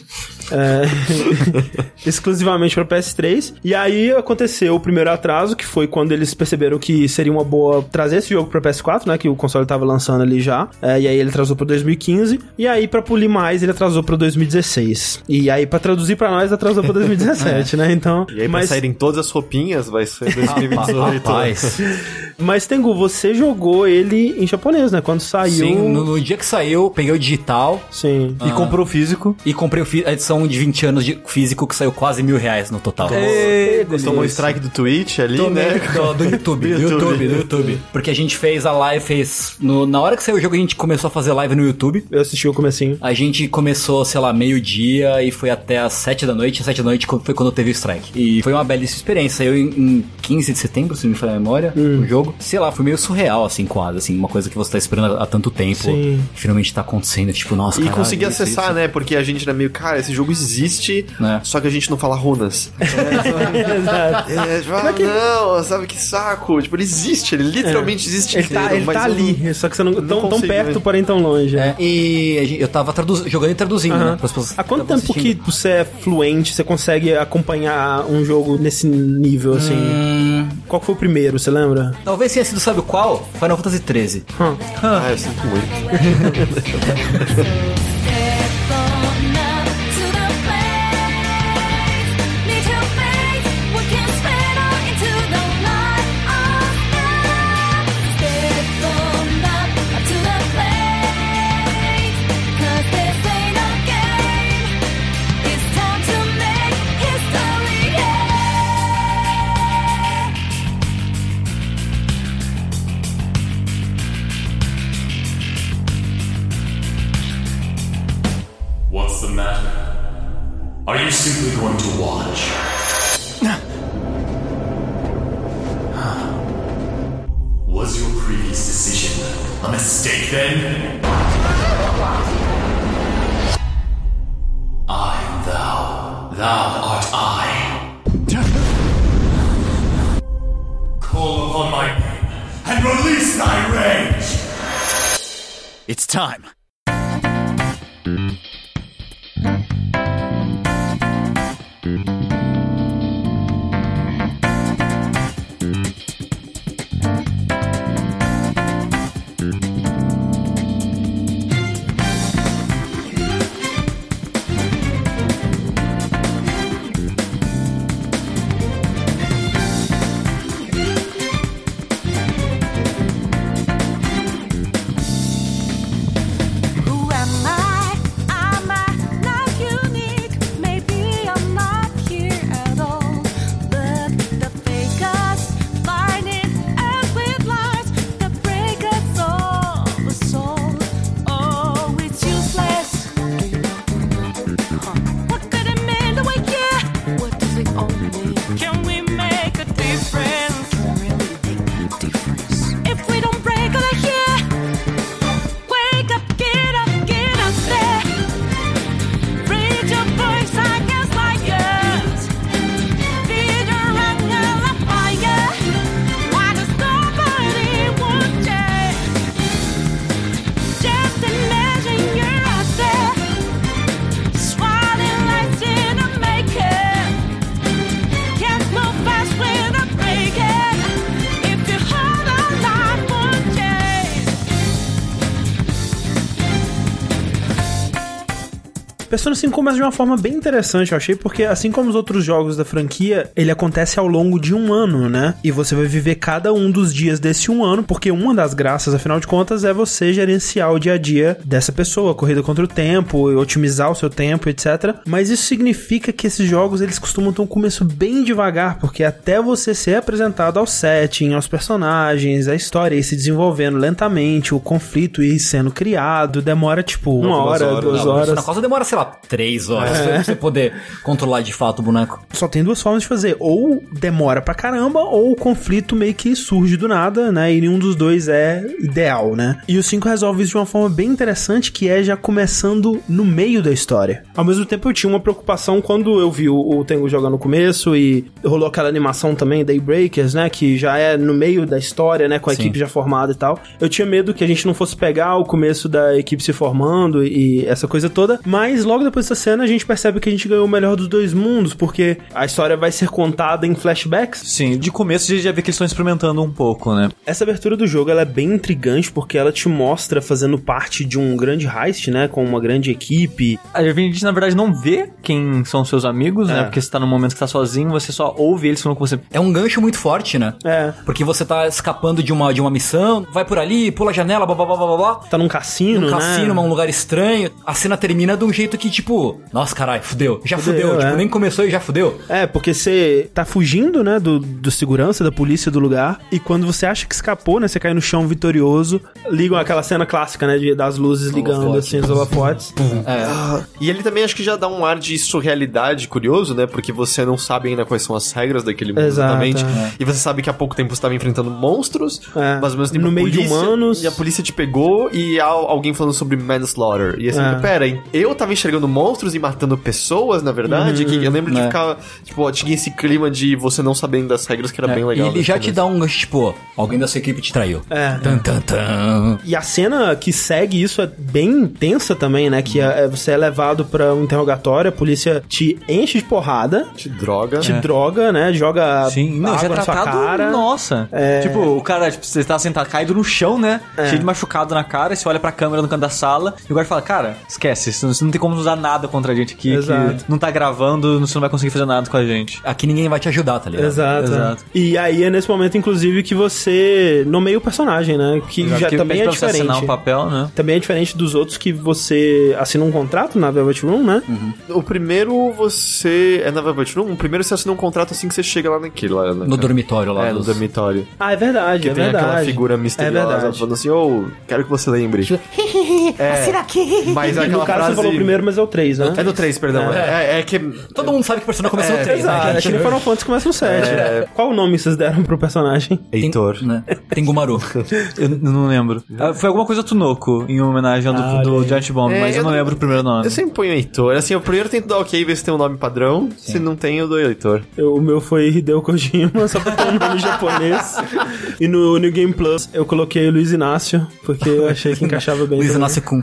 Exclusivamente para PS3. E aí aconteceu o primeiro atraso, que foi quando eles perceberam que seria uma boa trazer esse jogo para PS4, né? Que o console tava lançando ali já. E aí ele atrasou para 2015. E aí, para polir mais, ele atrasou para 2016. E aí, para traduzir para nós, atrasou para 2017, né? Então. E aí, pra saírem todas as roupinhas, vai ser 2018. Rapaz. Mas, Tengu, você jogou ele em japonês, né? Quando saiu... Sim, no dia que saiu, peguei o digital. Sim. E comprou o físico. E comprei a edição de 20 anos de físico, que saiu quase R$1.000 no total. Tomou o strike do Twitch ali, né? Do YouTube. Porque a gente fez a live, na hora que saiu o jogo, a gente começou a fazer live no YouTube. Eu assisti o comecinho. A gente começou, sei lá, meio-dia e foi até as 7 da noite. Às 7 da noite foi quando teve o strike. E foi uma belíssima experiência. Saiu em 15 de setembro, se não me falha a memória, o jogo. Sei lá, foi meio surreal, assim, quase, assim, uma coisa que você tá esperando há tanto tempo. Sim. Finalmente tá acontecendo, tipo, nossa, E conseguir acessar, né? Porque a gente era meio, cara, esse jogo existe, só que a gente não fala runas. Exato. Não, sabe que saco. Tipo, ele existe, ele literalmente existe. Ele tá ali, só que você não tão perto, porém tão longe. E eu tava jogando e traduzindo, né? Há quanto tempo que você é fluente, você consegue acompanhar um jogo nesse nível, assim? Qual foi o primeiro, você lembra? Talvez tenha sido, sabe qual? Final Fantasy XIII. Eu sinto muito. What's the matter? Are you simply going to watch? Was your previous decision a mistake then? I am thou. Thou art I. Call upon my name and release thy rage! It's time. Who am I? Am I like you? Persona 5 começa de uma forma bem interessante, eu achei, porque assim como os outros jogos da franquia, ele acontece ao longo de um ano, né? E você vai viver cada um dos dias desse um ano, porque uma das graças, afinal de contas, é você gerenciar o dia a dia dessa pessoa, corrida contra o tempo, otimizar o seu tempo, etc. Mas isso significa que esses jogos, eles costumam ter um começo bem devagar, porque até você ser apresentado ao setting, aos personagens, a história ir se desenvolvendo lentamente, o conflito ir sendo criado, demora tipo uma hora, 2 horas. Na coisa demora, sei lá, 3 horas pra você poder controlar de fato o boneco. Só tem 2 formas de fazer, ou demora pra caramba, ou o conflito meio que surge do nada, né, e nenhum dos dois é ideal, né. E o 5 resolve isso de uma forma bem interessante, que é já começando no meio da história. Ao mesmo tempo eu tinha uma preocupação quando eu vi o Tengu jogar no começo e rolou aquela animação também, Daybreakers, né, que já é no meio da história, né, com a equipe já formada e tal. Eu tinha medo que a gente não fosse pegar o começo da equipe se formando e essa coisa toda, mas logo depois dessa cena a gente percebe que a gente ganhou o melhor dos dois mundos, porque a história vai ser contada em flashbacks. Sim, de começo a gente já vê que eles estão experimentando um pouco, né? Essa abertura do jogo, ela é bem intrigante, porque ela te mostra fazendo parte de um grande heist, né, com uma grande equipe. A gente, na verdade, não vê quem são seus amigos, né, porque você tá num momento que tá sozinho, você só ouve eles falando com você. É um gancho muito forte, né? É. Porque você tá escapando de uma missão, vai por ali, pula a janela, blá blá blá blá blá. Tá num cassino, Num cassino, né? um lugar estranho. A cena termina de um jeito que, tipo, nossa, caralho, fudeu. Já fudeu. Tipo, nem começou e já fudeu. É, porque você tá fugindo, né, do segurança, da polícia do lugar, e quando você acha que escapou, né, você cai no chão vitorioso, ligam aquela cena clássica, né, das luzes ligando, assim, os holofotes. E ele também acho que já dá um ar de surrealidade curioso, né, porque você não sabe ainda quais são as regras daquele mundo exatamente, e você sabe que há pouco tempo você estava enfrentando monstros, mas ao mesmo tempo no meio de humanos, e a polícia te pegou, e há alguém falando sobre manslaughter, e assim, pera, eu tava enxergando monstros e matando pessoas, na verdade, que eu lembro de ficar, tipo, tinha esse clima de você não sabendo das regras, que era bem legal. E ele já te dá um, tipo, alguém da sua equipe te traiu. E a cena que segue isso é bem tensa também, né, que você é levado pra um interrogatório, a polícia te enche de porrada, te droga, né, joga água na sua cara. Nossa. Tipo, o cara, tipo, você tá sentado, caído no chão, né, cheio de machucado na cara, e você olha pra câmera no canto da sala, e o guarda fala, cara, esquece, você não tem como usar nada contra a gente aqui, que não tá gravando, você não vai conseguir fazer nada com a gente. Aqui ninguém vai te ajudar, tá ligado? Exato. E aí é nesse momento, inclusive, que você nomeia o personagem, né, que já também é diferente. Assinar um papel, né? Também é diferente dos outros que você assina um contrato na Velvet Room, né? O primeiro você... É na Velvet Room? O primeiro você assina um contrato assim que você chega lá naquele lá, né? No dormitório lá. No dormitório. Ah, é verdade, que tem aquela figura misteriosa falando assim, quero que você lembre. Assina aqui! Mas aquela frase... você falou primeiro, mas é o 3, né? É no 3, perdão. É que... Todo mundo sabe que o personagem começa no 3, exato, né? É que no Final Fantasy começa no 7. Qual o nome vocês deram pro personagem? Heitor. Né? Tem Gumaru. Eu não lembro. Foi alguma coisa Tunoko, em homenagem ao do Giant Bomb, mas eu não lembro o primeiro nome. Eu sempre ponho Heitor. Assim, eu primeiro tento dar ok, ver se tem um nome padrão. Sim. Se não tem, eu dou Heitor. O meu foi Hideo Kojima, só pra ter um nome japonês. E no New Game Plus, eu coloquei Luiz Inácio, porque eu achei que encaixava bem. Luiz Inácio Kun.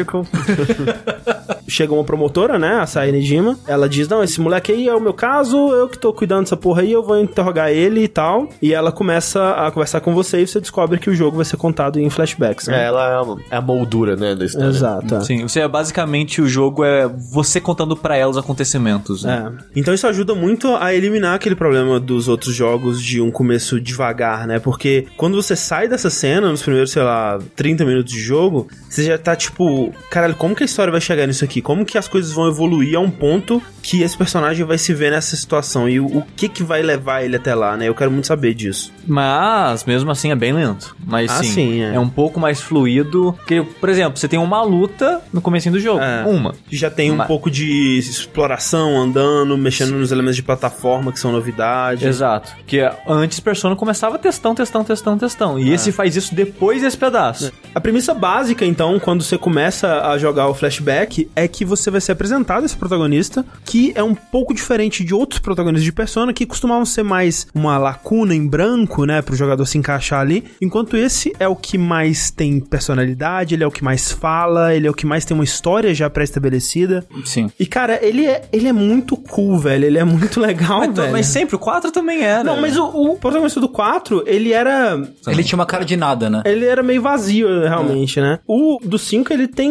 Chega uma promotora, né, a Sae Nijima. Ela diz, não, esse moleque aí é o meu caso, eu que tô cuidando dessa porra aí, eu vou interrogar ele e tal. E ela começa a conversar com você e você descobre que o jogo vai ser contado em flashbacks, né? Ela é a moldura, né, da história. Exato. Sim, você basicamente o jogo é você contando pra ela os acontecimentos. Né? Então isso ajuda muito a eliminar aquele problema dos outros jogos de um começo devagar, né? Porque quando você sai dessa cena, nos primeiros, sei lá, 30 minutos de jogo, você já tá tipo, caralho, como que a história vai chegar nisso aqui? Como que as coisas vão evoluir a um ponto que esse personagem vai se ver nessa situação? E o que vai levar ele até lá, né? Eu quero muito saber disso. Mas, mesmo assim, é bem lento. Mas sim, é um pouco mais fluido. Porque, por exemplo, você tem uma luta no comecinho do jogo. Já tem um pouco de exploração, andando, mexendo nos elementos de plataforma que são novidade. Exato. Porque antes Persona começava testão. E esse faz isso depois desse pedaço. A premissa básica, então, quando você começa a jogar o flashback, é que você vai ser apresentado esse protagonista, que é um pouco diferente de outros protagonistas de Persona, que costumavam ser mais uma lacuna em branco, né, pro jogador se encaixar ali, enquanto esse é o que mais tem personalidade, ele é o que mais fala, ele é o que mais tem uma história já pré-estabelecida. Sim. E, cara, ele é muito cool, velho, ele é muito legal, velho. Mas sempre, o 4 também era. Não, mas o protagonista do 4, ele era... Ele tinha uma cara de nada, né? Ele era meio vazio, realmente, né? O do 5, ele tem...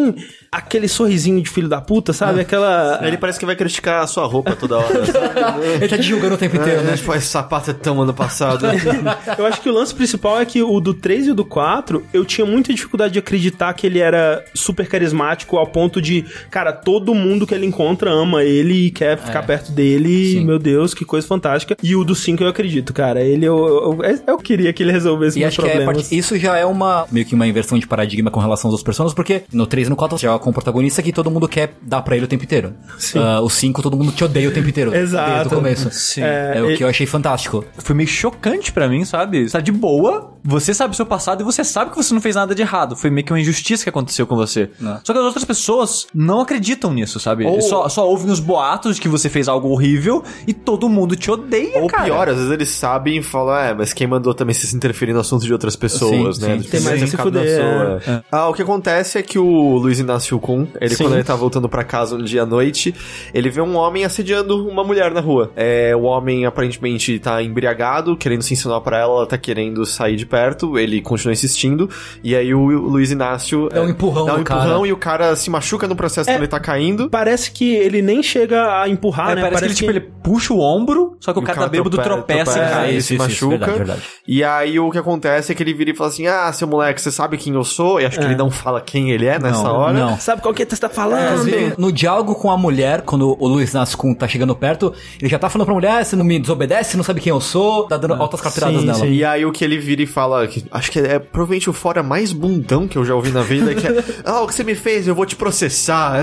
aquele sorrisinho de filho da puta, sabe? Aquela... Ele parece que vai criticar a sua roupa toda hora. Ele tá te julgando o tempo inteiro, né? Tipo, esse sapato é tão ano passado. Eu acho que o lance principal é que o do 3 e o do 4, eu tinha muita dificuldade de acreditar que ele era super carismático ao ponto de, cara, todo mundo que ele encontra ama ele e quer ficar perto dele. Sim. Meu Deus, que coisa fantástica. E o do 5 eu acredito, cara. Ele, eu queria que ele resolvesse E meus acho que problemas. isso já é meio que uma inversão de paradigma com relação aos outros personagens, porque no 3 e no 4 você joga com o protagonista que todo mundo quer dar pra ele o tempo inteiro. Sim. O 5 todo mundo te odeia o tempo inteiro. Exato. Desde o começo. Sim. É o que eu achei fantástico. Foi meio chocante pra mim, sabe? Você tá de boa, você sabe o seu passado e você sabe que você não fez nada de errado. Foi meio que uma injustiça que aconteceu com você. Não. Só que as outras pessoas não acreditam nisso, sabe? Só ouvem os boatos de que você fez algo horrível e todo mundo te odeia, Ou cara. pior, às vezes eles sabem e falam, mas quem mandou também se interferir no assunto de outras pessoas, Sim, né? sim. Tem mais que se fuder, O que acontece é que o Luiz Inácio Kun, Sim. quando ele tá voltando pra casa um dia à noite, ele vê um homem assediando uma mulher na rua. O homem aparentemente tá embriagado, querendo se ensinar pra ela tá querendo sair de perto, ele continua insistindo, e aí o Luiz Inácio Dá um empurrão dá um no empurrão cara. e o cara se machuca no processo quando ele tá caindo. Parece que ele nem chega a empurrar, né? Parece que ele puxa o ombro, só que o E cara tá bêbado tropeça e cai. e se machuca. Verdade. E aí o que acontece é que ele vira e fala assim, seu moleque, você sabe quem eu sou? E acho que ele não fala quem ele é nessa hora. Não. Sabe qual que você tá falando? Inclusive, no diálogo com a mulher, quando o Luiz Nascun tá chegando perto, ele já tá falando pra mulher, você não me desobedece, você não sabe quem eu sou, tá dando altas carteiradas sim, nela. sim. E aí o que ele vira e fala, que acho que é provavelmente o fora mais bundão que eu já ouvi na vida, que é, o que você me fez, eu vou te processar.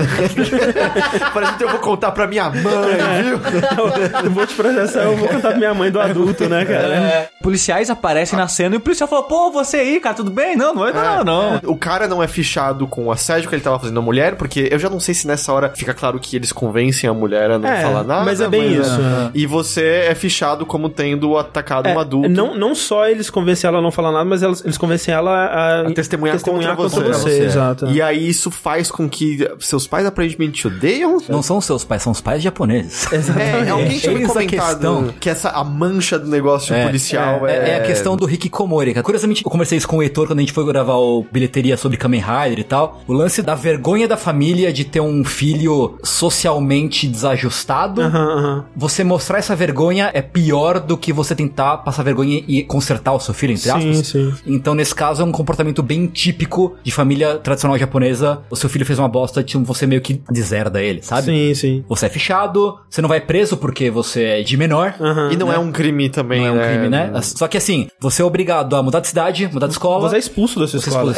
Parece que eu vou contar pra minha mãe, viu? Eu vou te processar, eu vou contar pra minha mãe do adulto, né, cara? Policiais aparecem na cena e o policial fala, pô, você aí, cara, tudo bem? Não é nada, não. O cara não é fichado com o assédio que ele tava fazendo a mulher, porque eu já não sei se nessa hora fica claro que eles convencem a mulher a não falar nada. Mas é bem isso. E você é fichado como tendo atacado um adulto. Não só eles convencem ela a não falar nada, mas eles convencem ela a testemunhar contra você. Exato. E aí isso faz com que seus pais aparentemente te odeiam. Não são seus pais, são os pais japoneses. Alguém tinha me Eis a comentado questão. que a mancha do negócio policial É a questão do Hikikomori, cara. Curiosamente, eu conversei isso com o Heitor quando a gente foi gravar o Bilheteria sobre Kamen Rider e tal. O lance da vergonha da família de ter um filho socialmente desajustado. Você mostrar essa vergonha é pior do que você tentar passar vergonha e consertar o seu filho, entre aspas. Sim. Então, nesse caso, é um comportamento bem típico de família tradicional japonesa. O seu filho fez uma bosta, você meio que deserda ele, sabe? Sim. Você é fichado, você não vai preso porque você é de menor. E não é um crime também, Não é um crime, né? Só que assim, você é obrigado a mudar de cidade, mudar de escola. Você é expulso dessa escola.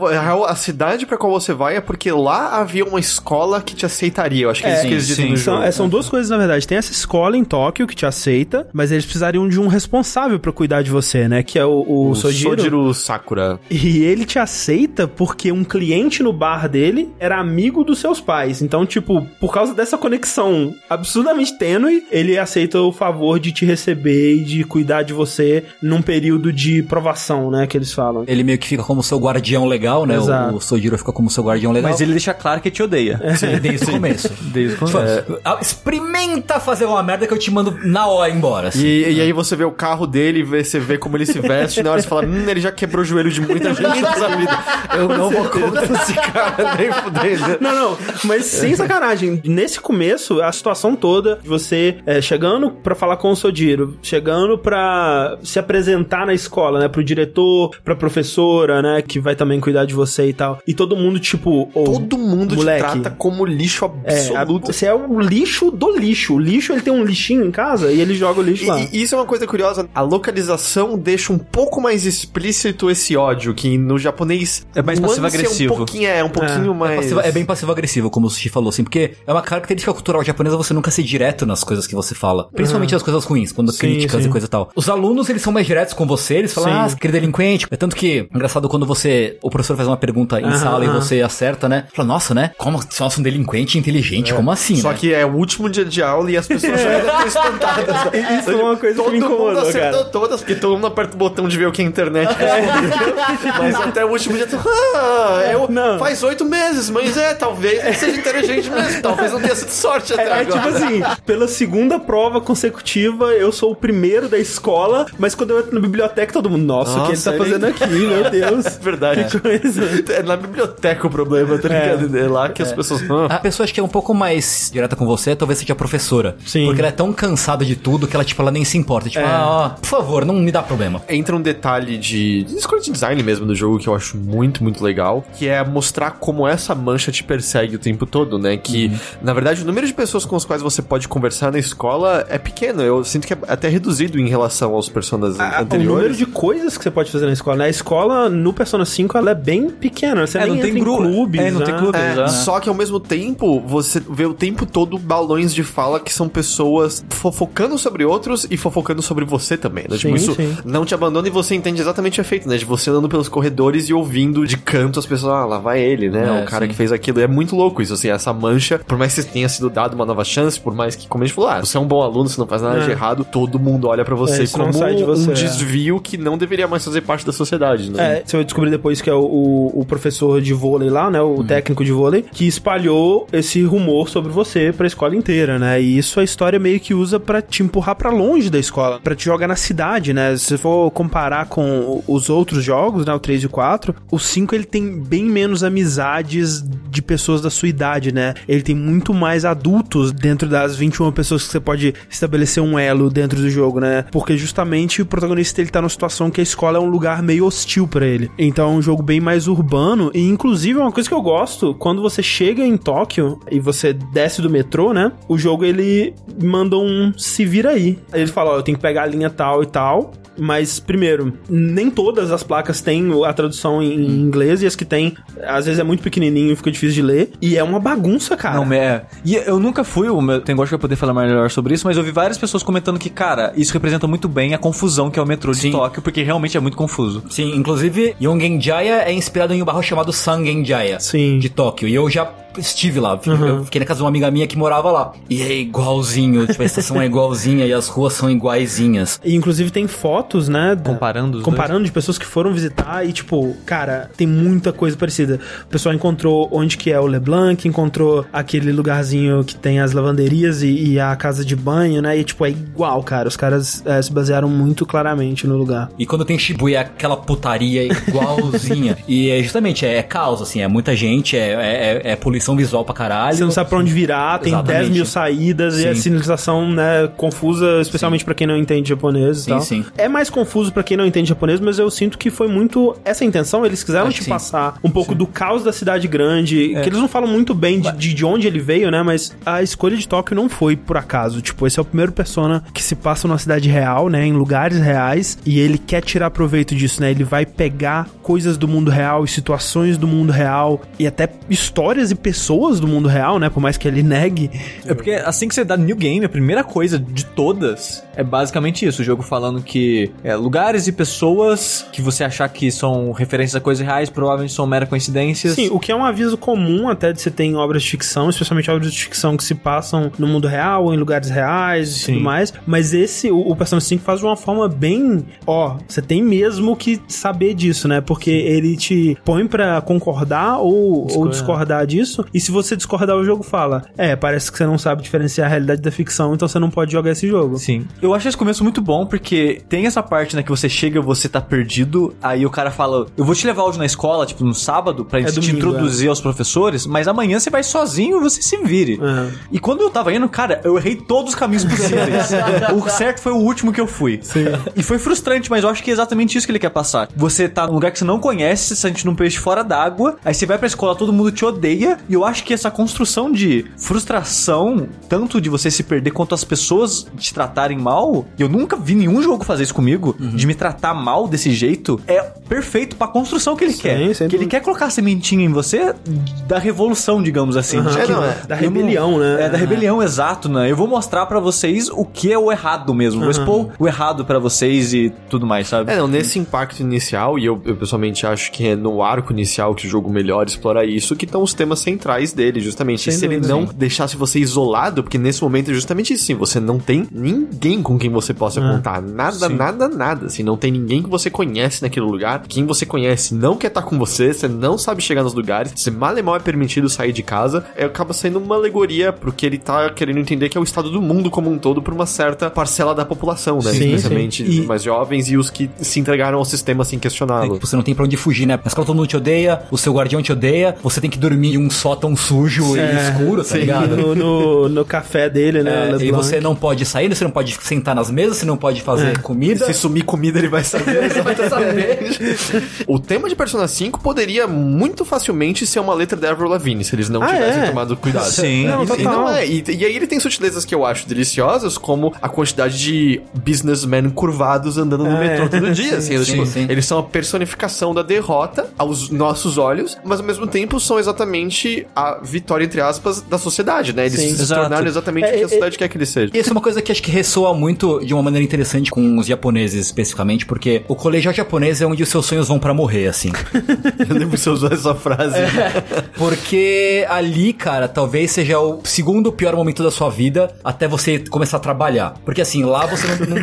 A cidade pra qual você vai é porque lá havia uma escola que te aceitaria. Eu acho que é isso que eles dizem no jogo. São duas coisas, na verdade. Tem essa escola em Tóquio que te aceita, mas eles precisariam de um responsável pra cuidar de você, né? Que é o Sojiro Sakura. E ele te aceita porque um cliente no bar dele era amigo dos seus pais. Então, tipo, por causa dessa conexão absurdamente tênue, ele aceita o favor de te receber e de cuidar de você num período de provação, né? Que eles falam. Ele meio que fica como seu guardião legal, né? Exato. O Sojiro fica como seu guardião legal. Mas ele deixa claro que te odeia. Sim, desde o começo. Desde o começo. Experimenta fazer uma merda que eu te mando na hora embora. Assim. E aí você vê o carro dele, você vê como ele se veste, e na hora você fala, ele já quebrou o joelho de muita gente nessa vida. Eu não vou contra esse cara, nem fudendo. Não, mas sem sacanagem. Nesse começo, a situação toda, você chegando pra falar com o Sojiro, chegando pra se apresentar na escola, né? Pro diretor, pra professora, né? Que vai também cuidar de você e tal. E todo mundo, tipo... Todo mundo moleque, te trata como lixo absoluto. Você é o lixo do lixo. O lixo, ele tem um lixinho em casa e ele joga o lixo lá. E isso é uma coisa curiosa. A localização deixa um pouco mais explícito esse ódio, que no japonês... É mais passivo-agressivo. Um pouquinho mais... É bem passivo-agressivo, como o Sushi falou, assim, porque é uma característica cultural japonesa você nunca ser direto nas coisas que você fala. Principalmente as coisas ruins, quando críticas e coisa e tal. Os alunos, eles são mais diretos com você, eles falam, aquele delinquente. É tanto que, engraçado, quando o professor faz uma pergunta em sala e você acerta, né? Fala, nossa, né? Como você é um delinquente inteligente, como assim, Só né? que é o último dia de aula e as pessoas já estão espantadas. Isso é uma coisa que me incomodou, Todo mundo acertou cara. todas, porque todo mundo aperta o botão de ver o que a internet mas até o último dia faz 8 meses, mas talvez ele seja inteligente mesmo, talvez não tenha sido sorte até agora. Tipo assim, pela segunda prova consecutiva, eu sou o primeiro da escola, mas quando eu entro na biblioteca, todo mundo, nossa, o que ele tá fazendo aqui, meu Deus. Verdade. Que coisa. É na biblioteca o problema tá ligado? É lá que as pessoas... A pessoa acho que é um pouco mais direta com você, talvez seja a professora. Sim. Porque ela é tão cansada de tudo que ela, tipo, ela nem se importa. Tipo, por favor, não me dá problema. Entra um detalhe de escolha de design mesmo do jogo que eu acho muito, muito legal, que é mostrar como essa mancha te persegue o tempo todo, né? Que, na verdade, o número de pessoas com as quais você pode conversar na escola é pequeno. Eu sinto que é até reduzido em relação aos personagens anteriores. O número de coisas que você pode fazer na escola, né? A escola, no Persona 5, ela é bem pequena. Você nem não entra tem em clubes. não tem clubes, Só que ao mesmo tempo, você vê o tempo todo balões de fala que são pessoas fofocando sobre outros e fofocando sobre você também, né? Tipo, isso não te abandona e você entende exatamente o efeito, né? De você andando pelos corredores e ouvindo de canto as pessoas, lá vai ele, né? O cara que fez aquilo. E é muito louco isso, assim, essa mancha, por mais que você tenha sido dado uma nova chance, por mais que, como a gente falou, você é um bom aluno, você não faz nada de errado, todo mundo olha pra você isso como não sai de você, um desvio que não deveria mais fazer parte da sociedade, né? Você vai descobrir depois que é o professor de vôlei lá, né? O técnico de vôlei, que espalhou esse rumor sobre você pra escola inteira, né? E isso a história meio que usa pra te empurrar pra longe da escola, pra te jogar na cidade, né? Se você for comparar com os outros jogos, né? O 3 e o 4, o 5 ele tem bem menos amizades de pessoas da sua idade, né? Ele tem muito mais adultos dentro das 21 pessoas que você pode estabelecer um elo dentro do jogo, né? Porque justamente o protagonista ele tá numa situação que a escola é um lugar meio hostil pra ele. Então é um jogo bem mais urbano e inclusive uma coisa que eu gosto, quando você chega em Tóquio e você desce do metrô, né? O jogo ele manda um se vira aí. Ele fala, eu tenho que pegar a linha tal e tal. Mas, primeiro, nem todas as placas têm a tradução em inglês, e as que tem, às vezes é muito pequenininho e fica difícil de ler, e é uma bagunça, cara. Não, E eu nunca fui, tem gosto que eu poder falar melhor sobre isso, mas eu vi várias pessoas comentando que, cara, isso representa muito bem a confusão que é o metrô de Tóquio, porque realmente é muito confuso. Sim, inclusive, Yongen-jaya é inspirado em um bairro chamado Sangen-jaya, de Tóquio, e eu já estive lá, eu fiquei na casa de uma amiga minha que morava lá, e é igualzinho, tipo, a estação é igualzinha e as ruas são iguaizinhas. E inclusive tem fotos, né, comparando de pessoas que foram visitar e tipo, cara, tem muita coisa parecida. O pessoal encontrou onde que é o Leblanc, encontrou aquele lugarzinho que tem as lavanderias e a casa de banho, né, e tipo, é igual, cara, os caras se basearam muito claramente no lugar. E quando tem Shibuya, é aquela putaria igualzinha, e justamente é caos, assim, é muita gente, é poluição visual pra caralho. Você não sabe pra onde virar, tem 10 mil saídas e a sinalização, né, confusa, especialmente pra quem não entende japonês e tal. É mais confuso pra quem não entende japonês, mas eu sinto que foi muito essa intenção, eles quiseram te passar um pouco do caos da cidade grande, que eles não falam muito bem de onde ele veio, né, mas a escolha de Tóquio não foi por acaso, tipo, esse é o primeiro Persona que se passa numa cidade real, né, em lugares reais, e ele quer tirar proveito disso, né, ele vai pegar coisas do mundo real e situações do mundo real, e até histórias e pessoas do mundo real, né? Por mais que ele negue. É porque assim que você dá New Game, a primeira coisa de todas é basicamente isso. O jogo falando que lugares e pessoas que você achar que são referências a coisas reais provavelmente são mera coincidências. Sim, o que é um aviso comum até de você ter em obras de ficção, especialmente obras de ficção que se passam no mundo real ou em lugares reais e tudo mais. Mas o Persona 5 faz de uma forma bem... você tem mesmo que saber disso, né? Porque ele te põe pra concordar ou discordar disso. E se você discordar, o jogo fala, parece que você não sabe diferenciar a realidade da ficção, então você não pode jogar esse jogo. Sim. Eu acho esse começo muito bom, porque tem essa parte, né, que você chega e você tá perdido, aí o cara fala, eu vou te levar hoje na escola, tipo, no sábado, pra te introduzir aos professores, mas amanhã você vai sozinho e você se vire. E quando eu tava indo, cara, eu errei todos os caminhos possíveis. O certo foi o último que eu fui. Sim. E foi frustrante, mas eu acho que é exatamente isso que ele quer passar. Você tá num lugar que você não conhece, você sente num peixe fora d'água, aí você vai pra escola, todo mundo te odeia, e eu acho que essa construção de frustração, tanto de você se perder quanto as pessoas te tratarem mal, eu nunca vi nenhum jogo fazer isso comigo, de me tratar mal desse jeito, é perfeito pra construção que ele quer. Que ele quer colocar a sementinha em você da revolução, digamos assim. Da rebelião, né? Da rebelião, exato, né? Eu vou mostrar pra vocês o que é o errado mesmo. Vou expor o errado pra vocês e tudo mais, sabe? Nesse impacto inicial, e eu pessoalmente acho que é no arco inicial que o jogo melhor explora isso, que estão os temas centrais dele, justamente. Se ele não deixasse você isolado, porque nesse momento momento é justamente isso, assim, você não tem ninguém com quem você possa contar, nada, assim, não tem ninguém que você conhece naquele lugar, quem você conhece não quer estar com você não sabe chegar nos lugares, você mal e mal é permitido sair de casa, acaba sendo uma alegoria pro que ele tá querendo entender, que é o estado do mundo como um todo, por uma certa parcela da população, né, especialmente os mais jovens e os que se entregaram ao sistema sem questioná-lo. Você não tem pra onde fugir, né? Na escola todo mundo te odeia, o seu guardião te odeia, você tem que dormir em um sótão sujo e escuro, tá ligado? No café dele, né? E você não pode sair, você não pode sentar nas mesas, você não pode fazer comida. Se sumir comida, ele vai saber. O tema de Persona 5 poderia muito facilmente ser uma letra da Avril Lavigne, se eles não tivessem tomado cuidado. Sim. E aí ele tem sutilezas que eu acho deliciosas, como a quantidade de businessmen curvados andando no metrô todo dia. Assim, eles são a personificação da derrota aos nossos olhos, mas ao mesmo tempo são exatamente a vitória, entre aspas, da sociedade, né? Eles se tornaram exatamente o que a sociedade quer que eles sejam. Isso é uma coisa que acho que ressoa muito de uma maneira interessante com os japoneses, especificamente, porque o colegial japonês é onde os seus sonhos vão pra morrer, assim. Eu lembro que você usou essa frase. Porque ali, cara, talvez seja o segundo pior momento da sua vida até você começar a trabalhar. Porque assim, lá você não...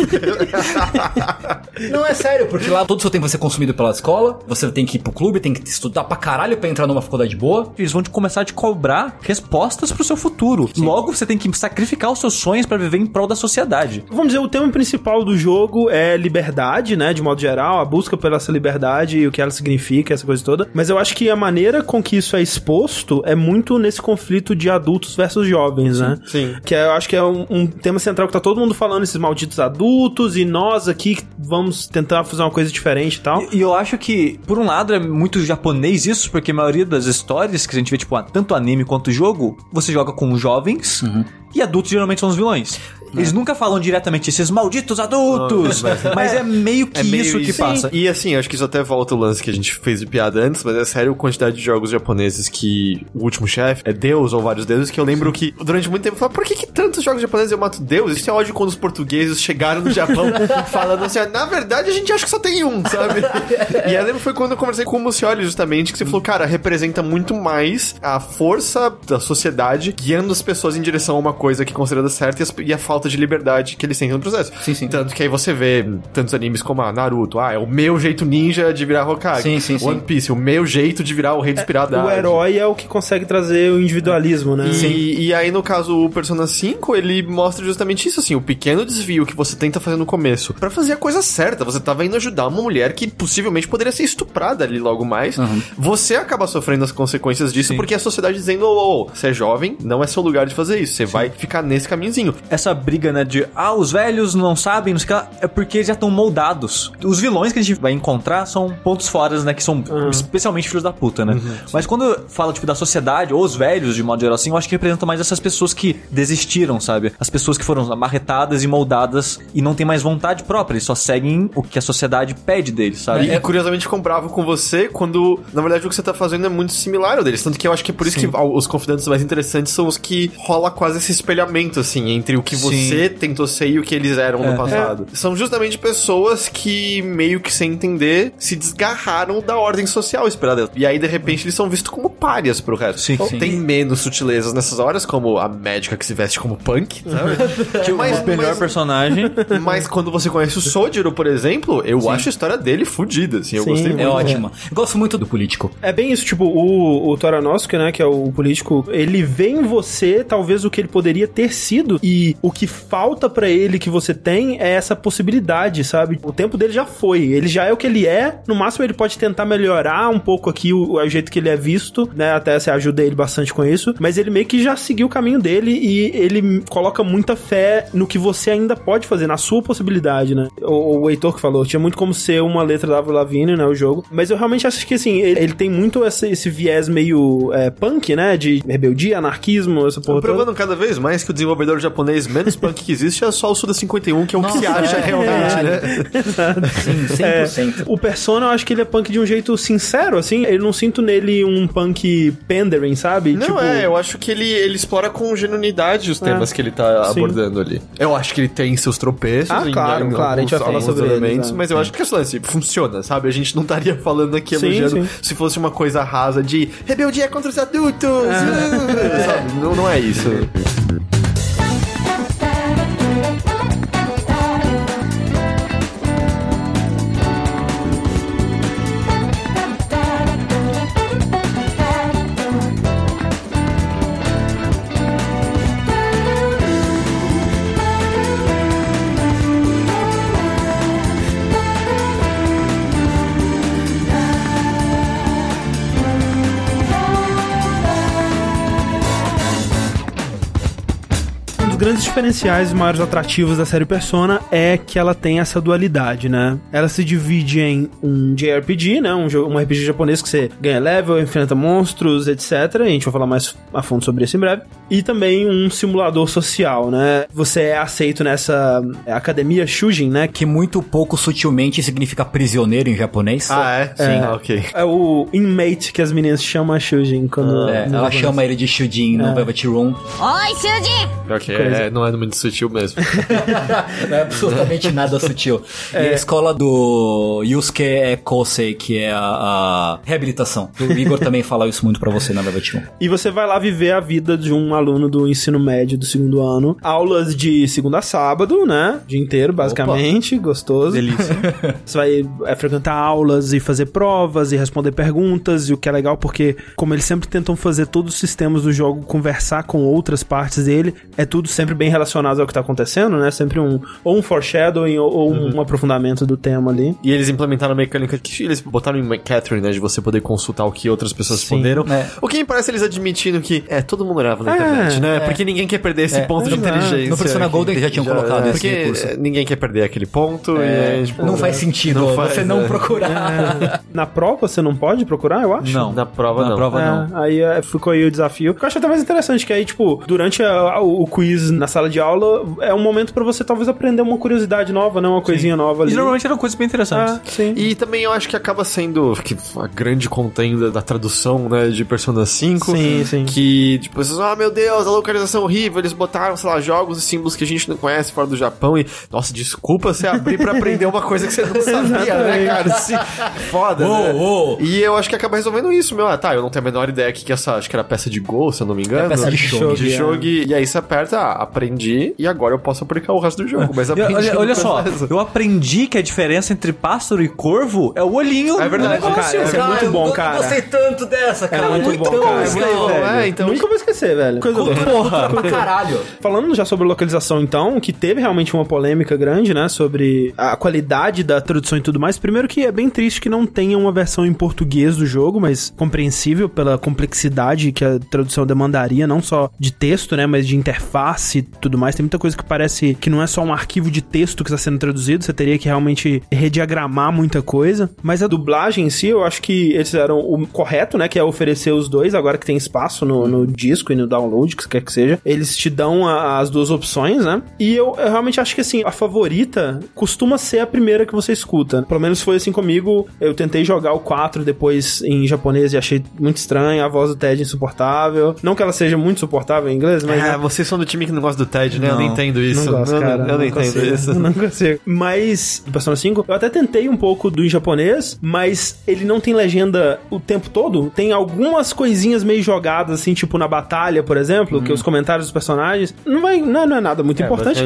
Não, é sério, porque lá todo o seu tempo vai ser consumido pela escola, você tem que ir pro clube, tem que estudar pra caralho pra entrar numa faculdade boa. Eles vão começar a te cobrar respostas pro seu futuro. Logo, você tem que sacrificar os seus sonhos pra viver em prol da sociedade. Vamos dizer, o tema principal do jogo é liberdade, né, de modo geral, a busca pela essa liberdade e o que ela significa, essa coisa toda. Mas eu acho que a maneira com que isso é exposto é muito nesse conflito de adultos versus jovens, né? Sim. Que eu acho que é um tema central que tá todo mundo falando, esses malditos adultos, e nós aqui vamos tentar fazer uma coisa diferente e tal. E eu acho que, por um lado, é muito japonês isso, porque a maioria das histórias que a gente vê, tipo, tanto anime quanto jogo, você joga com jovens e adultos geralmente são os vilões. Eles nunca falam diretamente esses malditos adultos, mas é meio que isso que passa. E assim, acho que isso até volta o lance que a gente fez de piada antes, mas é sério a quantidade de jogos japoneses que o último chefe é Deus ou vários deuses, que eu lembro que durante muito tempo eu falava, por que tantos jogos japoneses eu mato Deus? Isso é ódio quando os portugueses chegaram no Japão falando assim, na verdade a gente acha que só tem um, sabe? E eu lembro foi quando eu conversei com o Mucioli justamente, que você falou, cara, representa muito mais a força da sociedade guiando as pessoas em direção a uma coisa que é considerada certa e a falta de liberdade que eles têm no processo. Sim. Tanto que aí você vê tantos animes como Naruto, é o meu jeito ninja de virar Hokage. Sim. One Piece, o meu jeito de virar o rei dos piratas. O herói é o que consegue trazer o individualismo, né? E aí, no caso, o Persona 5, ele mostra justamente isso, assim, o pequeno desvio que você tenta fazer no começo pra fazer a coisa certa. Você tava indo ajudar uma mulher que possivelmente poderia ser estuprada ali logo mais. Você acaba sofrendo as consequências disso porque a sociedade dizendo, você é jovem, não é seu lugar de fazer isso. Você vai ficar nesse caminhozinho. Essa briga, né, de os velhos não sabem, não sei o que lá, é porque eles já estão moldados. Os vilões que a gente vai encontrar são pontos fora, né, que são especialmente filhos da puta, né? Mas quando fala, tipo, da sociedade, ou os velhos, de modo geral, assim, eu acho que representam mais essas pessoas que desistiram, sabe? As pessoas que foram amarretadas e moldadas e não têm mais vontade própria, eles só seguem o que a sociedade pede deles, sabe? E curiosamente comparava com você quando, na verdade, o que você tá fazendo é muito similar ao deles. Tanto que eu acho que é por isso que os confidentes mais interessantes são os que rola quase esse espelhamento, assim, entre o que você tentou ser e o que eles eram no passado. São justamente pessoas que, meio que sem entender, se desgarraram da ordem social esperada. E aí, de repente, eles são vistos como párias pro resto. Sim. Tem menos sutilezas nessas horas, como a médica que se veste como punk, sabe? O melhor personagem. Mas quando você conhece o Sojiro, por exemplo, eu acho a história dele fodida, assim. Eu gostei muito. É ótima. Eu gosto muito do político. É bem isso, tipo, o Toranosuke, né, que é o político, ele vê em você, talvez, o que ele poderia ter sido, e o que falta pra ele que você tem é essa possibilidade, sabe? O tempo dele já foi, ele já é o que ele é, no máximo ele pode tentar melhorar um pouco aqui o jeito que ele é visto, né, até você ajuda ele bastante com isso, mas ele meio que já seguiu o caminho dele e ele coloca muita fé no que você ainda pode fazer, na sua possibilidade, né? O Heitor que falou, tinha muito como ser uma letra da Avril Lavigne, né, o jogo, mas eu realmente acho que, assim, ele tem muito esse viés meio punk, né, de rebeldia, anarquismo, essa porra toda. Provando cada vez mais que o desenvolvedor japonês menos punk que existe é só o Suda 51, que é o que se acha realmente, né? Sim, 100%. O Persona, eu acho que ele é punk de um jeito sincero, assim, eu não sinto nele um punk pandering, sabe? Não, tipo... eu acho que ele explora com genuinidade os temas que ele tá abordando ali. Eu acho que ele tem seus tropeços. Claro, a gente vai falar sobre elementos, mas eu acho que esse lance funciona, sabe? A gente não estaria falando aqui elogiando se fosse uma coisa rasa de rebeldia contra os adultos, sabe? Não é isso. grandes diferenciais e maiores atrativos da série Persona é que ela tem essa dualidade, né? Ela se divide em um JRPG, né? Um RPG japonês que você ganha level, enfrenta monstros, etc. E a gente vai falar mais a fundo sobre isso em breve. E também um simulador social, né? Você é aceito nessa academia Shujin, né? Que muito pouco sutilmente significa prisioneiro em japonês. Ah, é? Sim, ok. É o inmate que as meninas chamam a Shujin quando... ela chama ele de Shujin no Velvet Room. Oi, Shujin! Ok, não é muito sutil mesmo. Não é absolutamente nada sutil. E a escola do Yusuke Kosei, que é a reabilitação. O Igor também fala isso muito pra você na Velvet Room. E você vai lá viver a vida de um aluno do ensino médio do 2º ano. Aulas de segunda a sábado, né? O dia inteiro, basicamente. Opa. Gostoso. Delícia. Você vai frequentar aulas e fazer provas e responder perguntas. E o que é legal porque, como eles sempre tentam fazer todos os sistemas do jogo conversar com outras partes dele, é tudo sempre bem relacionado ao que tá acontecendo, né? Sempre um foreshadowing ou um aprofundamento do tema ali. E eles implementaram a mecânica que eles botaram em Catherine, né? De você poder consultar o que outras pessoas responderam. O que me parece eles admitindo que todo mundo olhava na internet, né? Porque ninguém quer perder esse ponto de inteligência. No Persona Golden eles já tinham colocado esse recurso. Porque ninguém quer perder aquele ponto e tipo, não faz sentido você não procurar. Na prova você não pode procurar, eu acho? Não. Na prova não. Aí ficou aí o desafio. Eu acho até mais interessante que aí, tipo, durante o quiz na sala de aula, é um momento pra você talvez aprender uma curiosidade nova, né? Uma coisinha nova ali. E normalmente eram coisas bem interessantes. Sim. E também eu acho que acaba sendo a grande contenda da tradução, né, de Persona 5. Sim. Que, tipo, vocês, meu Deus, a localização horrível, eles botaram, sei lá, jogos e símbolos que a gente não conhece fora do Japão e, nossa, desculpa você abrir pra aprender uma coisa que você não sabia, né, cara? Assim, foda, né? E eu acho que acaba resolvendo isso, meu. Eu não tenho a menor ideia que essa, acho que era peça de Go, se eu não me engano. Peça de shogi. E aí você aperta, aprendi, e agora eu posso aplicar o resto do jogo, mas aprendi. Olha só, eu aprendi que a diferença entre pássaro e corvo é o olhinho. É verdade, cara. Isso é muito bom, cara. Eu gostei tanto dessa, cara. É muito bom, cara. Então... Nunca vou esquecer, velho. Porra, pra caralho. Falando já sobre localização, então, que teve realmente uma polêmica grande, né, sobre a qualidade da tradução e tudo mais. Primeiro que é bem triste que não tenha uma versão em português do jogo, mas compreensível pela complexidade que a tradução demandaria, não só de texto, né, mas de interface e tudo mais. Tem muita coisa que parece que não é só um arquivo de texto que está sendo traduzido, você teria que realmente rediagramar muita coisa. Mas a dublagem em si, eu acho que eles fizeram o correto, né, que é oferecer os dois, agora que tem espaço no disco e no download, que quer que seja. Eles te dão as duas opções, né? E eu realmente acho que, assim, a favorita costuma ser a primeira que você escuta. Pelo menos foi assim comigo. Eu tentei jogar o 4 depois em japonês e achei muito estranho. A voz do Ted insuportável. Não que ela seja muito suportável em inglês, mas... vocês são do time que não gosta do Ted, né? Eu não entendo isso. Não gosto, cara. Eu não entendo isso. Não consigo. Mas, no Persona 5, eu até tentei um pouco do em japonês, mas ele não tem legenda o tempo todo. Tem algumas coisinhas meio jogadas, assim, tipo na batalha, por exemplo, que os comentários dos personagens não é nada muito importante.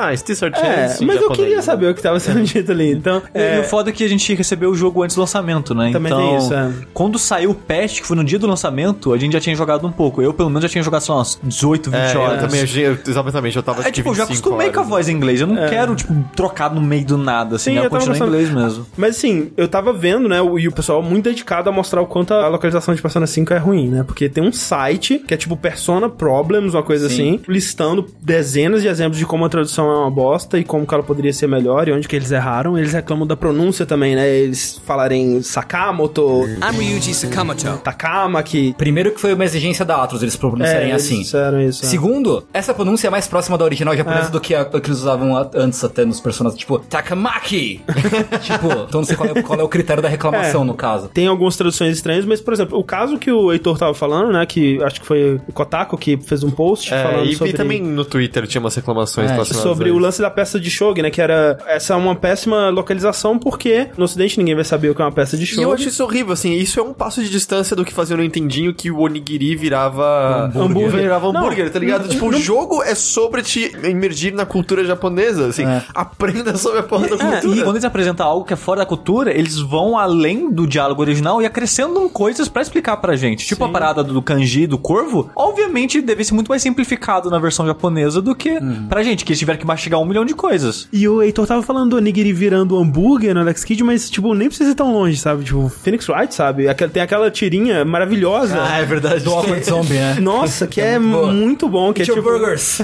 Mas eu queria saber o que estava sendo dito ali. Então, E o foda é que a gente recebeu o jogo antes do lançamento, né? Também então, tem isso, quando saiu o patch, que foi no dia do lançamento, a gente já tinha jogado um pouco. Eu, pelo menos, já tinha jogado, sei lá, umas 18, 20 horas. Eu também, exatamente, eu tava tipo, eu já acostumei com a voz em inglês. Eu não quero, tipo, trocar no meio do nada, assim. Sim, eu continuo em inglês mesmo. Mas, assim, eu tava vendo, né, e o pessoal muito dedicado a mostrar o quanto a localização de Persona 5 é ruim, né? Porque tem um site que é tipo Persona Problems, uma coisa assim, listando dezenas de exemplos de como a tradução é uma bosta e como que ela poderia ser melhor e onde que eles erraram. Eles reclamam da pronúncia também, né? Eles falarem Sakamoto, I'm Ryuji Sakamoto, Takama, que... Primeiro que foi uma exigência da Atlus, eles pronunciarem eles assim. Disseram isso. Segundo, essa pronúncia é mais próxima da original japonesa do que a que eles usavam antes até nos personagens, tipo, Takamaki! Tipo, então não sei qual é o critério da reclamação no caso. Tem algumas traduções estranhas, mas, por exemplo, o caso que o Heitor tava falando, né, que acho que foi o Kotaku que fez um post falando sobre... E também no Twitter tinha umas reclamações sobre o lance da peça de shogi, né, que era essa é uma péssima localização porque no ocidente ninguém vai saber o que é uma peça de shogi. E eu acho isso horrível, assim, isso é um passo de distância do que fazia no Nintendinho que o onigiri virava hambúrguer, tá ligado? Tipo, o jogo é sobre te imergir na cultura japonesa, assim, aprenda sobre a porra da cultura. E quando eles apresentam algo que é fora da cultura, eles vão além do diálogo original e acrescentam coisas pra explicar pra gente. Tipo a parada do kanji, do corvo, obviamente deve ser muito mais simplificado na versão japonesa do que pra gente, que eles tiveram que mastigar 1 milhão de coisas. E o Heitor tava falando do onigiri virando hambúrguer no Alex Kidd, mas, tipo, nem precisa ir tão longe, sabe? Tipo, Phoenix Wright, sabe? Tem aquela tirinha maravilhosa. É verdade. Do Awkward Zombie, né? Nossa, que é muito bom. Que é tipo... Reverse!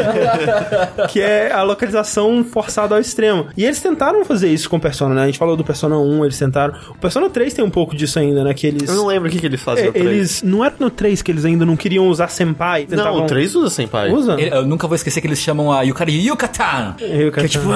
Que é a localização forçada ao extremo. E eles tentaram fazer isso com o Persona, né? A gente falou do Persona 1, eles tentaram. O Persona 3 tem um pouco disso ainda, né? Que eles... Eu não lembro o que eles fazem no 3. Eles... Não era no 3 que eles ainda não queriam usar Senpai. Tentavam... Não, o 3 usa Senpai. Usa? Eu nunca vou esquecer que eles chamam a Yukari Yukatan! Que é tipo...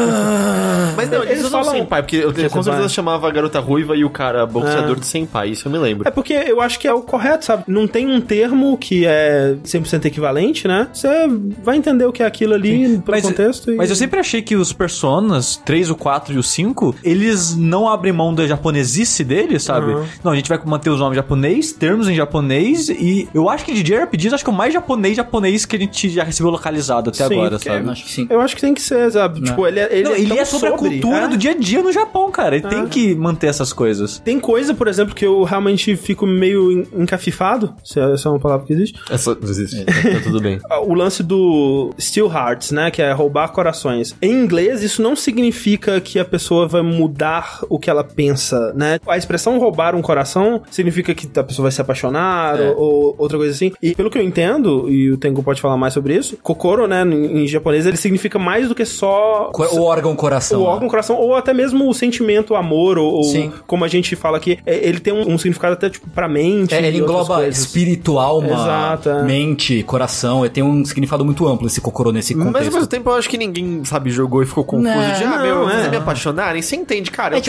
Mas não, eles usam Senpai, porque eu com certeza chamava a garota ruiva e o cara boxeador de Senpai, isso eu me lembro. É porque eu acho que é o correto, sabe? Não tem um termo que é 100% equivalente, né? Você vai entender o que é aquilo ali pelo contexto. Mas eu sempre achei que os Personas 3, o 4 e o 5, eles não abrem mão da japonesice deles, sabe? Não, a gente vai manter os nomes japonês, termos em japonês, e eu acho que de JRPGs, acho que é o mais japonês que a gente já recebeu localizado até agora, sabe? Acho que sim. Eu acho que tem que ser, sabe? Tipo, ele é sobre a cultura do dia a dia no Japão, cara. Ele tem que manter essas coisas. Tem coisa, por exemplo, que eu realmente fico meio encafifado, se essa é uma palavra que existe. Essa não existe. Tá tudo bem. O lance do Steal Hearts, né? Que é roubar corações. Em inglês, isso não significa que a pessoa vai mudar o que ela pensa, né? A expressão roubar um coração significa que a pessoa vai se apaixonar ou outra coisa assim. E pelo que eu entendo, e o Tengu pode falar mais sobre isso, kokoro, né? Em japonês, ele significa mais do que só... O órgão coração. O órgão coração, ou até mesmo o sentimento, o amor, ou como a gente fala aqui, ele tem um significado até, tipo, pra mente. Ele engloba espírito, alma, mente, coração. Ele tem um significado muito amplo, esse kokoro, nesse contexto. Mas ao mesmo tempo, eu acho que ninguém, sabe, jogou e ficou confuso vocês me apaixonarem. Você entende, cara?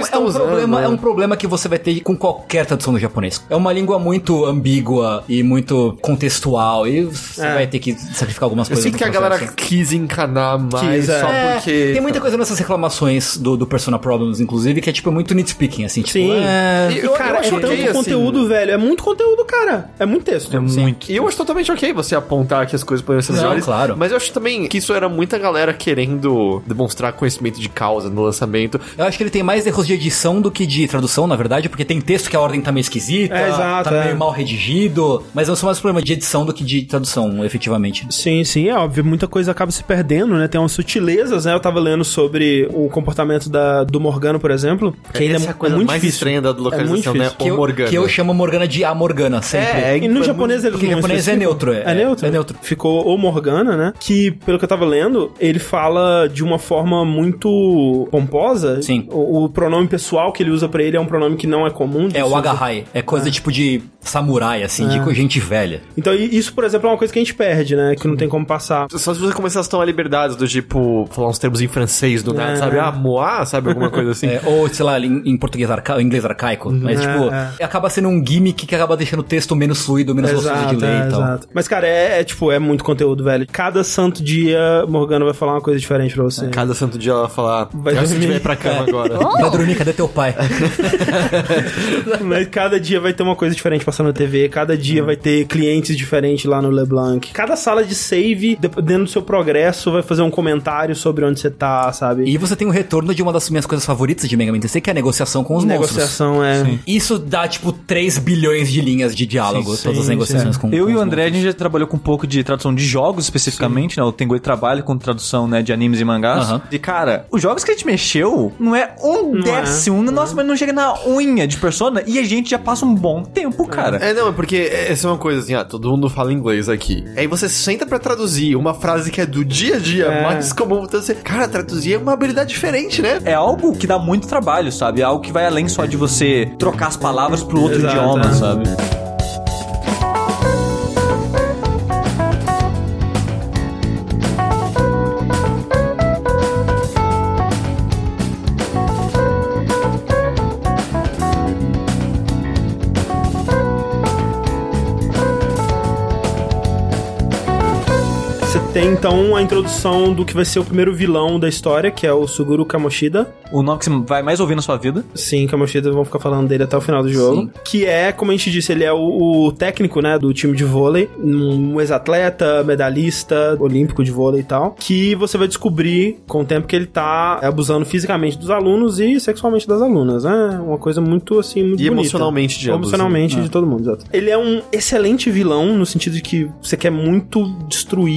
É um problema que você vai ter com qualquer tradução do japonês. É uma língua muito ambígua e muito contextual, e você vai ter que sacrificar algumas coisas. Eu sinto que a galera quis encanar mais só porque... Tem muita coisa nessas reclamações do Persona Problems, inclusive, que é tipo muito nitpicking, assim, tipo... Cara, é tanto conteúdo, velho. É muito conteúdo, cara. É muito texto. É muito. E eu acho totalmente ok você apontar que as coisas poderiam ser melhores. Claro. Mas eu acho também que isso era muita galera querendo demonstrar conhecimento de causa no lançamento. Eu acho que ele tem mais erros de edição do que de tradução, na verdade, porque tem texto que a ordem tá meio esquisita, tá meio mal redigido, mas não são mais problema de edição do que de tradução, efetivamente. Sim, é óbvio. Muita coisa acaba se perdendo, né? Tem umas sutilezas, né? Eu tava lendo sobre o comportamento do Morgana, por exemplo, que ainda essa é a coisa muito mais difícil. estranha da localização, né? Que eu chamo Morgana de A Morgana, sempre. E no japonês ele Porque em japonês é neutro. É neutro. Ficou o Morgana, né? Que, pelo que eu tava lendo, ele fala de uma forma muito pomposa. Sim. O pronome pessoal que ele usa pra ele é um pronome que não é comum. É o agahai. É coisa tipo de samurai, assim, de gente velha. Então, isso, por exemplo, é uma coisa que a gente perde, né? Que não tem como passar. Só se você começar a tomar liberdades do tipo, falar uns termos em francês do nada, sabe? Moá, sabe? Alguma coisa assim. Ou, sei lá, em português inglês arcaico. Mas, tipo, acaba sendo um gimmick que acaba deixando o texto menos fluido, menos gostoso de ler e tal. Exato. Mas, cara, é muito conteúdo, velho. Cada santo dia, Morgana vai falar uma coisa diferente pra você. Cada santo dia ela vai falar, vai se tiver pra cama agora. Vai dormir, cadê teu pai? Mas cada dia vai ter uma coisa diferente passando na TV, cada dia vai ter clientes diferentes lá no LeBlanc. Cada sala de save, dependendo do seu progresso, vai fazer um comentário sobre onde você tá, sabe? E você tem o retorno de uma das minhas coisas favoritas de Mega Man TC, que é a negociação com os monstros. Negociação, Sim. Isso dá, tipo, 3 bilhões de linhas de diálogo, todas as negociações com Eu com e o os André, a monstros. gente já trabalhou com um pouco de tradução de jogos, especificamente, né? O Tengu trabalha com tradução, né, de animes e mangás. E, cara, os jogos que a gente mexeu não é décimo. Nossa, mas não chega na unha de Persona e a gente já passa um bom tempo, cara. Não, é porque essa é uma coisa assim, todo mundo fala inglês aqui. Aí você senta pra traduzir uma frase que é do dia a dia, mais comum. Então você, cara, traduzir é uma habilidade diferente, né? É algo que dá muito trabalho, sabe? É algo que vai além só de você trocar as palavras pro outro idioma, sabe? Tem então a introdução do que vai ser o primeiro vilão da história, que é o Suguru Kamoshida. O nome que você vai mais ouvir na sua vida. Sim, Kamoshida, vamos ficar falando dele até o final do jogo. Sim. Que é, como a gente disse, ele é o técnico, né, do time de vôlei, um ex-atleta, medalhista olímpico de vôlei e tal, que você vai descobrir com o tempo que ele tá abusando fisicamente dos alunos e sexualmente das alunas, né? Uma coisa muito, assim, muito e bonita. emocionalmente de ambos. Emocionalmente de todo mundo, exato. Ele é um excelente vilão, no sentido de que você quer muito destruir ele,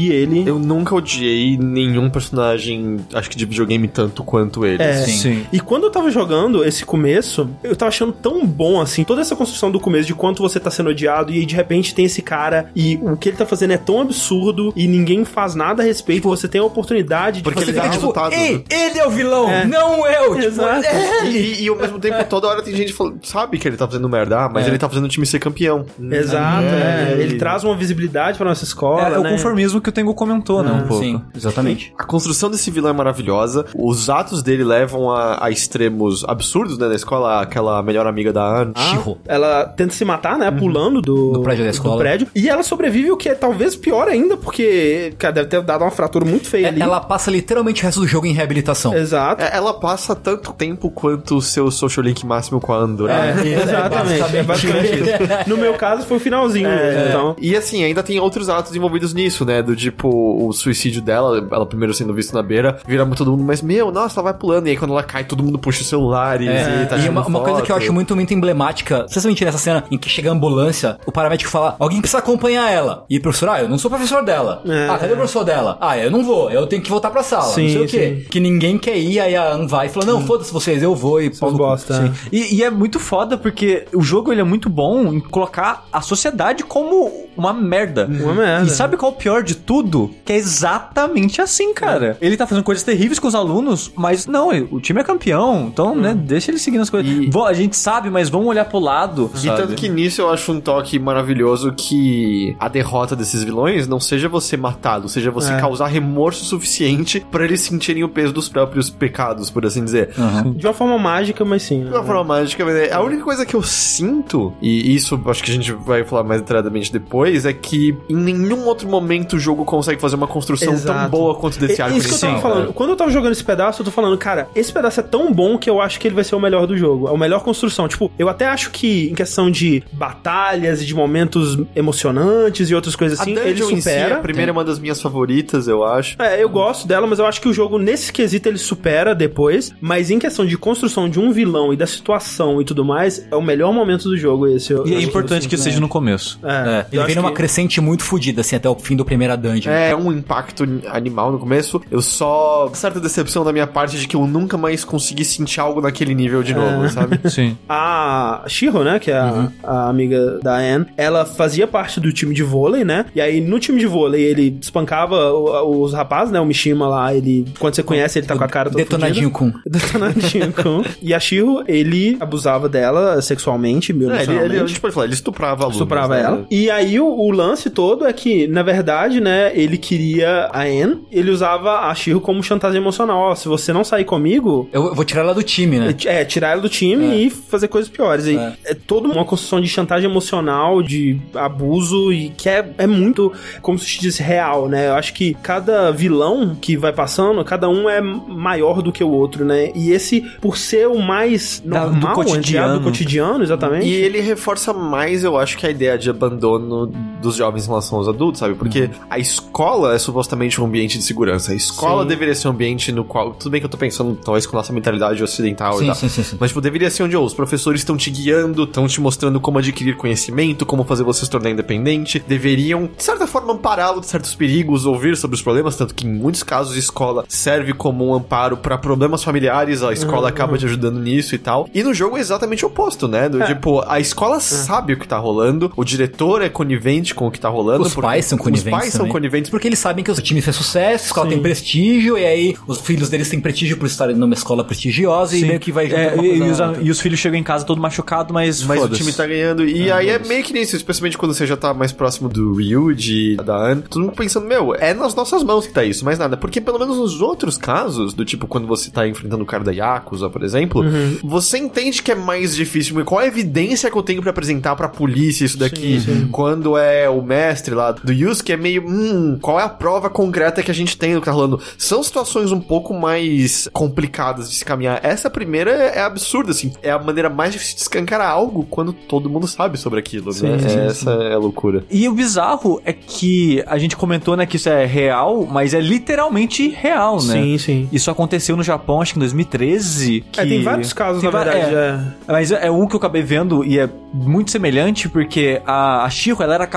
Eu nunca odiei nenhum personagem, acho que de videogame tanto quanto ele. Sim. E quando eu tava jogando esse começo, eu tava achando tão bom, assim, toda essa construção do começo de quanto você tá sendo odiado, e aí de repente tem esse cara, e o que ele tá fazendo é tão absurdo, e ninguém faz nada a respeito, você tem a oportunidade de Porque fazer ele algo. resultado. Ei, ele é o vilão, não eu! Tipo, Exato. E ao mesmo tempo, toda hora tem gente falando, sabe que ele tá fazendo merda, mas ele tá fazendo o time ser campeão. Exato, ele traz uma visibilidade pra nossa escola, É né? o conformismo que o Tengu comentou, né, um pouco. Sim, exatamente. A construção desse vilão é maravilhosa. Os atos dele levam a extremos absurdos, né? Na escola, aquela melhor amiga da Anne. Shiro. Ela tenta se matar, né? Pulando do prédio da escola. do prédio. E ela sobrevive, o que é talvez pior ainda, porque, cara, deve ter dado uma fratura muito feia ali. Ela passa literalmente o resto do jogo em reabilitação. Exato. Ela passa tanto tempo quanto o seu social link máximo com a Andorra. Exatamente. É basicamente isso. No meu caso, foi o finalzinho mesmo, então. E assim, ainda tem outros atos envolvidos nisso, né? Do tipo, o suicídio dela, ela primeiro sendo vista na beira, vira todo mundo, mas nossa, ela vai pulando, e aí quando ela cai, todo mundo puxa o celular e tá E tirando uma coisa que eu foto. acho muito emblemática, especialmente nessa cena em que chega a ambulância, o paramédico fala, alguém precisa acompanhar ela. E o professor, eu não sou professor dela. Cadê o professor dela? Eu não vou, eu tenho que voltar pra sala, Sim, não sei o quê. sim. Que ninguém quer ir, aí a Anne vai e fala, não, foda-se vocês, eu vou e São bosta. E é muito foda porque o jogo ele é muito bom em colocar a sociedade como uma merda. Uma merda. E sabe qual é o pior de tudo? Que é exatamente assim, cara. Ele tá fazendo coisas terríveis com os alunos, mas não, o time é campeão, então, né, deixa ele seguindo as coisas. A gente sabe, mas vamos olhar pro lado, E sabe? tanto que nisso eu acho um toque maravilhoso que a derrota desses vilões não seja você matá-lo, seja você causar remorso suficiente pra eles sentirem o peso dos próprios pecados, por assim dizer. De uma forma mágica, mas sim. De uma forma mágica, mas a única coisa que eu sinto, e isso acho que a gente vai falar mais detalhadamente depois, é que em nenhum outro momento o jogo consegue fazer uma construção tão Exato. boa quanto desse arco Isso que eu tava inicial. falando. Quando eu tava jogando esse pedaço, eu tô falando, cara, esse pedaço é tão bom que eu acho que ele vai ser o melhor do jogo. É a melhor construção. Tipo, eu até acho que em questão de batalhas e de momentos emocionantes e outras coisas assim, A ele dungeon em si, supera. a primeira é uma das minhas favoritas, eu acho. Eu gosto dela, mas eu acho que o jogo, nesse quesito, ele supera depois. Mas em questão de construção de um vilão e da situação e tudo mais, é o melhor momento do jogo esse. E é importante que seja no começo. Ele vem numa crescente muito fodida, assim, até o fim do primeira dungeon. É um impacto animal no começo. Eu só... Certa decepção da minha parte de que eu nunca mais consegui sentir algo naquele nível de novo, sabe? Sim. A Shiro, né, que é a amiga da Anne, ela fazia parte do time de vôlei, né? E aí, no time de vôlei, ele espancava os rapazes, né? O Mishima lá, quando você conhece, ele tá com a cara toda Detonadinho com. Detonadinho com. E a Shiro, ele abusava dela sexualmente, A gente pode falar, ele estuprava alunos. Estuprava né? ela. E aí o lance todo é que, na verdade, né, ele queria a Anne, ele usava a Shiro como chantagem emocional. Ó, se você não sair comigo... Eu vou tirar ela do time, né? tirar ela do time e fazer coisas piores. E é toda uma construção de chantagem emocional, de abuso, e que é muito, como se diz, real, né? Eu acho que cada vilão que vai passando, cada um é maior do que o outro, né? E esse, por ser o mais normal, do cotidiano, exatamente. E ele reforça mais, eu acho, que a ideia de abandono dos jovens em relação aos adultos, sabe? Porque a escola é supostamente um ambiente de segurança. A escola deveria ser um ambiente no qual... Tudo bem que eu tô pensando, talvez, com nossa mentalidade ocidental e tal. Sim. Mas, tipo, deveria ser onde os professores estão te guiando, estão te mostrando como adquirir conhecimento, como fazer você se tornar independente. Deveriam, de certa forma, ampará-lo de certos perigos, ouvir sobre os problemas, tanto que, em muitos casos, a escola serve como um amparo pra problemas familiares, a escola acaba te ajudando nisso e tal. E no jogo é exatamente o oposto, né? Tipo, a escola sabe o que tá rolando, o diretor é conivente com o que tá rolando. Os pais são coniventes. Os pais são coniventes. Porque eles sabem que o time fez sucesso, a escola tem prestígio, e aí os filhos deles têm prestígio por estarem numa escola prestigiosa e meio que vai junto E os filhos chegam em casa todo machucado, mas o time tá ganhando. E aí é meio que nisso, especialmente quando você já tá mais próximo do Ryu, da Anne, todo mundo pensando, é nas nossas mãos que tá isso, mais nada. Porque pelo menos nos outros casos, do tipo quando você tá enfrentando o cara da Yakuza, por exemplo, você entende que é mais difícil. Qual é a evidência que eu tenho pra apresentar pra polícia isso daqui? Quando é o mestre lá do Yusuke, é meio, qual é a prova concreta que a gente tem do que tá rolando? São situações um pouco mais complicadas de se caminhar. Essa primeira é absurda, assim. É a maneira mais difícil de escancarar algo quando todo mundo sabe sobre aquilo, né? Essa é a loucura. E o bizarro é que a gente comentou, né, que isso é real, mas é literalmente real, né? Sim. Isso aconteceu no Japão, acho que em 2013. Tem vários casos, na verdade. Mas é um que eu acabei vendo e é muito semelhante, porque a Shiro, ela era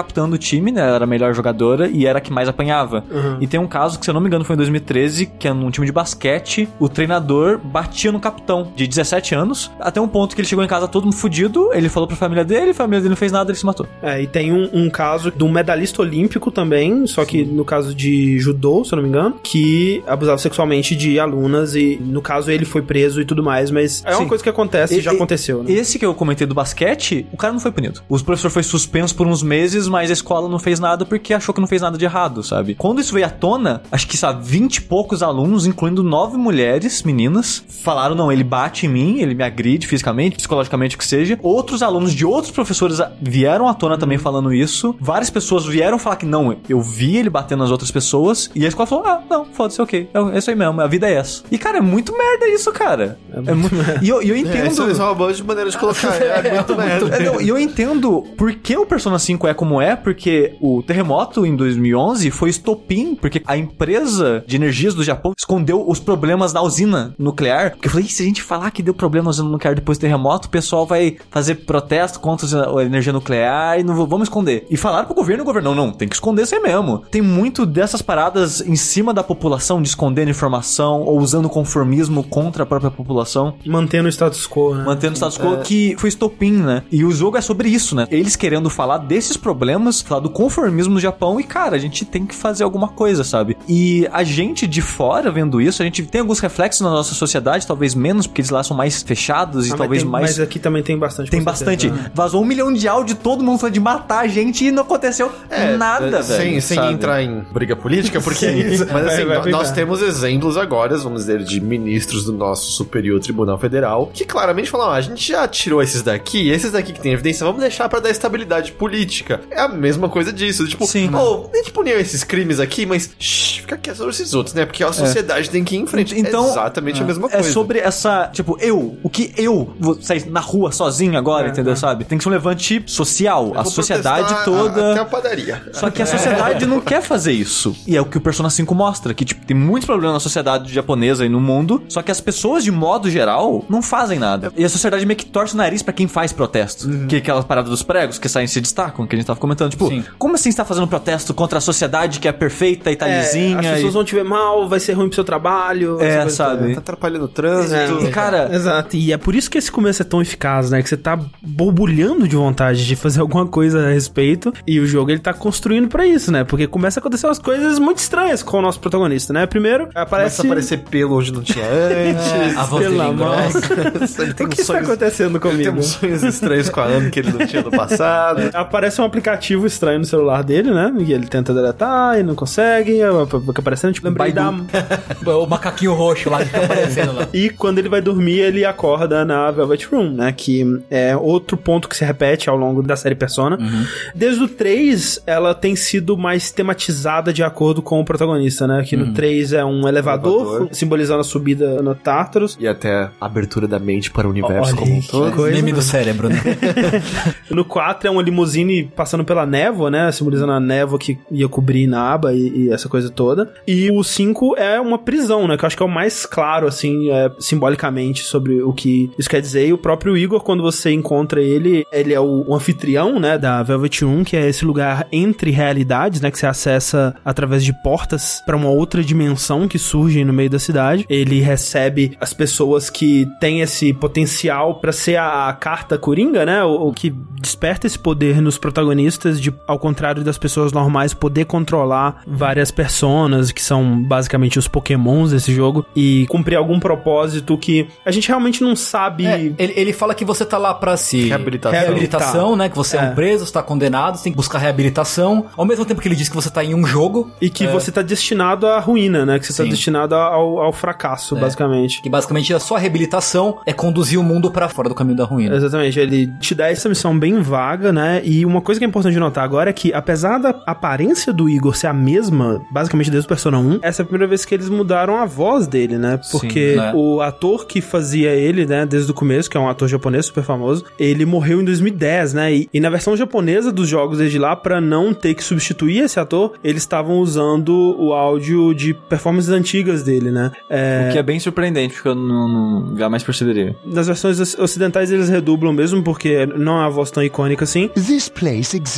capitã do time, né? Ela era a melhor jogadora e era a que mais apanhava. E tem um caso que, se eu não me engano, foi em 2013, que é num time de basquete, o treinador batia no capitão de 17 anos, até um ponto que ele chegou em casa todo fudido, ele falou pra família dele, a família dele não fez nada, ele se matou. E tem um caso de um medalhista olímpico também, só que no caso de judô, se eu não me engano, que abusava sexualmente de alunas e, no caso, ele foi preso e tudo mais, mas é uma coisa que acontece e já aconteceu, né? Esse que eu comentei do basquete, o cara não foi punido. O professor foi suspenso por uns meses, mas a escola não fez nada porque achou que não fez nada de errado, sabe? Quando isso veio à tona, acho que, 20 e poucos alunos, incluindo 9 mulheres, meninas, falaram, não, ele bate em mim, ele me agride fisicamente, psicologicamente, o que seja. Outros alunos de outros professores vieram à tona também falando isso. Várias pessoas vieram falar que não, eu vi ele batendo nas outras pessoas, e a escola falou, não, foda-se, ok, é isso aí mesmo, a vida é essa. E, cara, é muito merda isso, cara. É muito merda. E eu entendo... Isso é uma boa maneira de colocar, é muito merda. E eu entendo por que o Persona 5 é como é, porque o terremoto em 2011 foi estopim, porque a empresa de energias do Japão escondeu os problemas da usina nuclear. Porque eu falei, se a gente falar que deu problema na usina nuclear depois do terremoto, o pessoal vai fazer protesto contra a energia nuclear e não vamos esconder. E falaram pro governo, e o governo, não, tem que esconder isso aí mesmo. Tem muito dessas paradas em cima da população, de esconder informação, ou usando conformismo contra a própria população. Mantendo o status quo, né? Mantendo o status quo, que foi estopim, né? E o jogo é sobre isso, né? Eles querendo falar desses problemas, falar do conformismo no Japão, e, cara, a gente tem que fazer alguma coisa, sabe? E a gente de fora vendo isso, a gente tem alguns reflexos na nossa sociedade, talvez menos, porque eles lá são mais fechados e talvez mais... Mas aqui também tem bastante. Tem bastante. Vazou 1 milhão de áudio, todo mundo falando de matar a gente e não aconteceu nada, velho. Sem entrar em briga política, porque... Mas assim, nós temos exemplos agora, vamos dizer, de ministros do nosso Superior Tribunal Federal, que claramente falam, a gente já tirou esses daqui que tem evidência, vamos deixar pra dar estabilidade política. É a mesma coisa disso, tipo, a gente puniu esses crimes aqui, mas fica quieto sobre esses outros, né? Porque a sociedade tem que ir em frente. Então, é exatamente a mesma coisa. É sobre essa, tipo, o que eu vou sair na rua sozinho agora, entendeu, sabe? Tem que ser um levante social, a sociedade toda... Até a padaria. Só que a sociedade não quer fazer isso. E é o que o Persona 5 mostra, que, tipo, tem muitos problemas na sociedade japonesa e no mundo, só que as pessoas, de modo geral, não fazem nada. E a sociedade meio que torce o nariz pra quem faz protesto. Que é aquela parada dos pregos que saem e se destacam, que a gente tava comentando. Tipo, como assim você tá fazendo protesto contra a sociedade que é perfeita e tá lisinha? As pessoas vão te ver mal, vai ser ruim pro seu trabalho. Sabe? Tá atrapalhando o trânsito. E, cara... Exato. E é por isso que esse começo é tão eficaz, né? Que você tá borbulhando de vontade de fazer alguma coisa a respeito. E o jogo, ele tá construindo pra isso, né? Porque começa a acontecer umas coisas muito estranhas com o nosso protagonista, né? Primeiro, começa a aparecer pelo onde não tinha antes. A voz dele grossa. O que está acontecendo comigo? Tem uns sonhos estranhos com a Ana que ele não tinha no passado. Aparece um aplicativo estranho no celular dele, né? E ele tenta deletar e não consegue. Fica aparecendo, tipo, lembrei da... O macaquinho roxo lá que tá aparecendo lá. E quando ele vai dormir, ele acorda na Velvet Room, né? Que é outro ponto que se repete ao longo da série Persona. Desde o 3, ela tem sido mais tematizada de acordo com o protagonista, né? Que no 3 é um elevador, simbolizando a subida no Tartarus. E até a abertura da mente para o universo como um todo. Meme do cérebro, né? No 4 é uma limusine passando pela névoa, né? Simbolizando a névoa que ia cobrir Naba e essa coisa toda. E o 5 é uma prisão, né? Que eu acho que é o mais claro, assim, simbolicamente sobre o que isso quer dizer. E o próprio Igor, quando você encontra ele é o anfitrião, né? Da Velvet Room, que é esse lugar entre realidades, né? Que você acessa através de portas para uma outra dimensão que surge no meio da cidade. Ele recebe as pessoas que têm esse potencial para ser a carta coringa, né? O que desperta esse poder nos protagonistas de, ao contrário das pessoas normais, poder controlar várias personas, que são basicamente os pokémons desse jogo, e cumprir algum propósito que a gente realmente não sabe... Ele fala que você tá lá pra se... Reabilitação, né? Que você é um preso, você tá condenado, você tem que buscar reabilitação, ao mesmo tempo que ele diz que você tá em um jogo. E que você tá destinado à ruína, né? Que você tá destinado ao fracasso, basicamente. Que basicamente a sua reabilitação é conduzir o mundo pra fora do caminho da ruína. Exatamente. Ele te dá essa missão bem vaga, né? E uma coisa que é importante notar agora é que, apesar da aparência do Igor ser a mesma, basicamente desde o Persona 1, essa é a primeira vez que eles mudaram a voz dele, né? Porque o ator que fazia ele, né, desde o começo, que é um ator japonês super famoso, ele morreu em 2010, né? E na versão japonesa dos jogos desde lá, pra não ter que substituir esse ator, eles estavam usando o áudio de performances antigas dele, né? O que é bem surpreendente, porque eu não jamais Nas versões ocidentais eles redublam mesmo, porque não é uma voz tão icônica assim. This place exists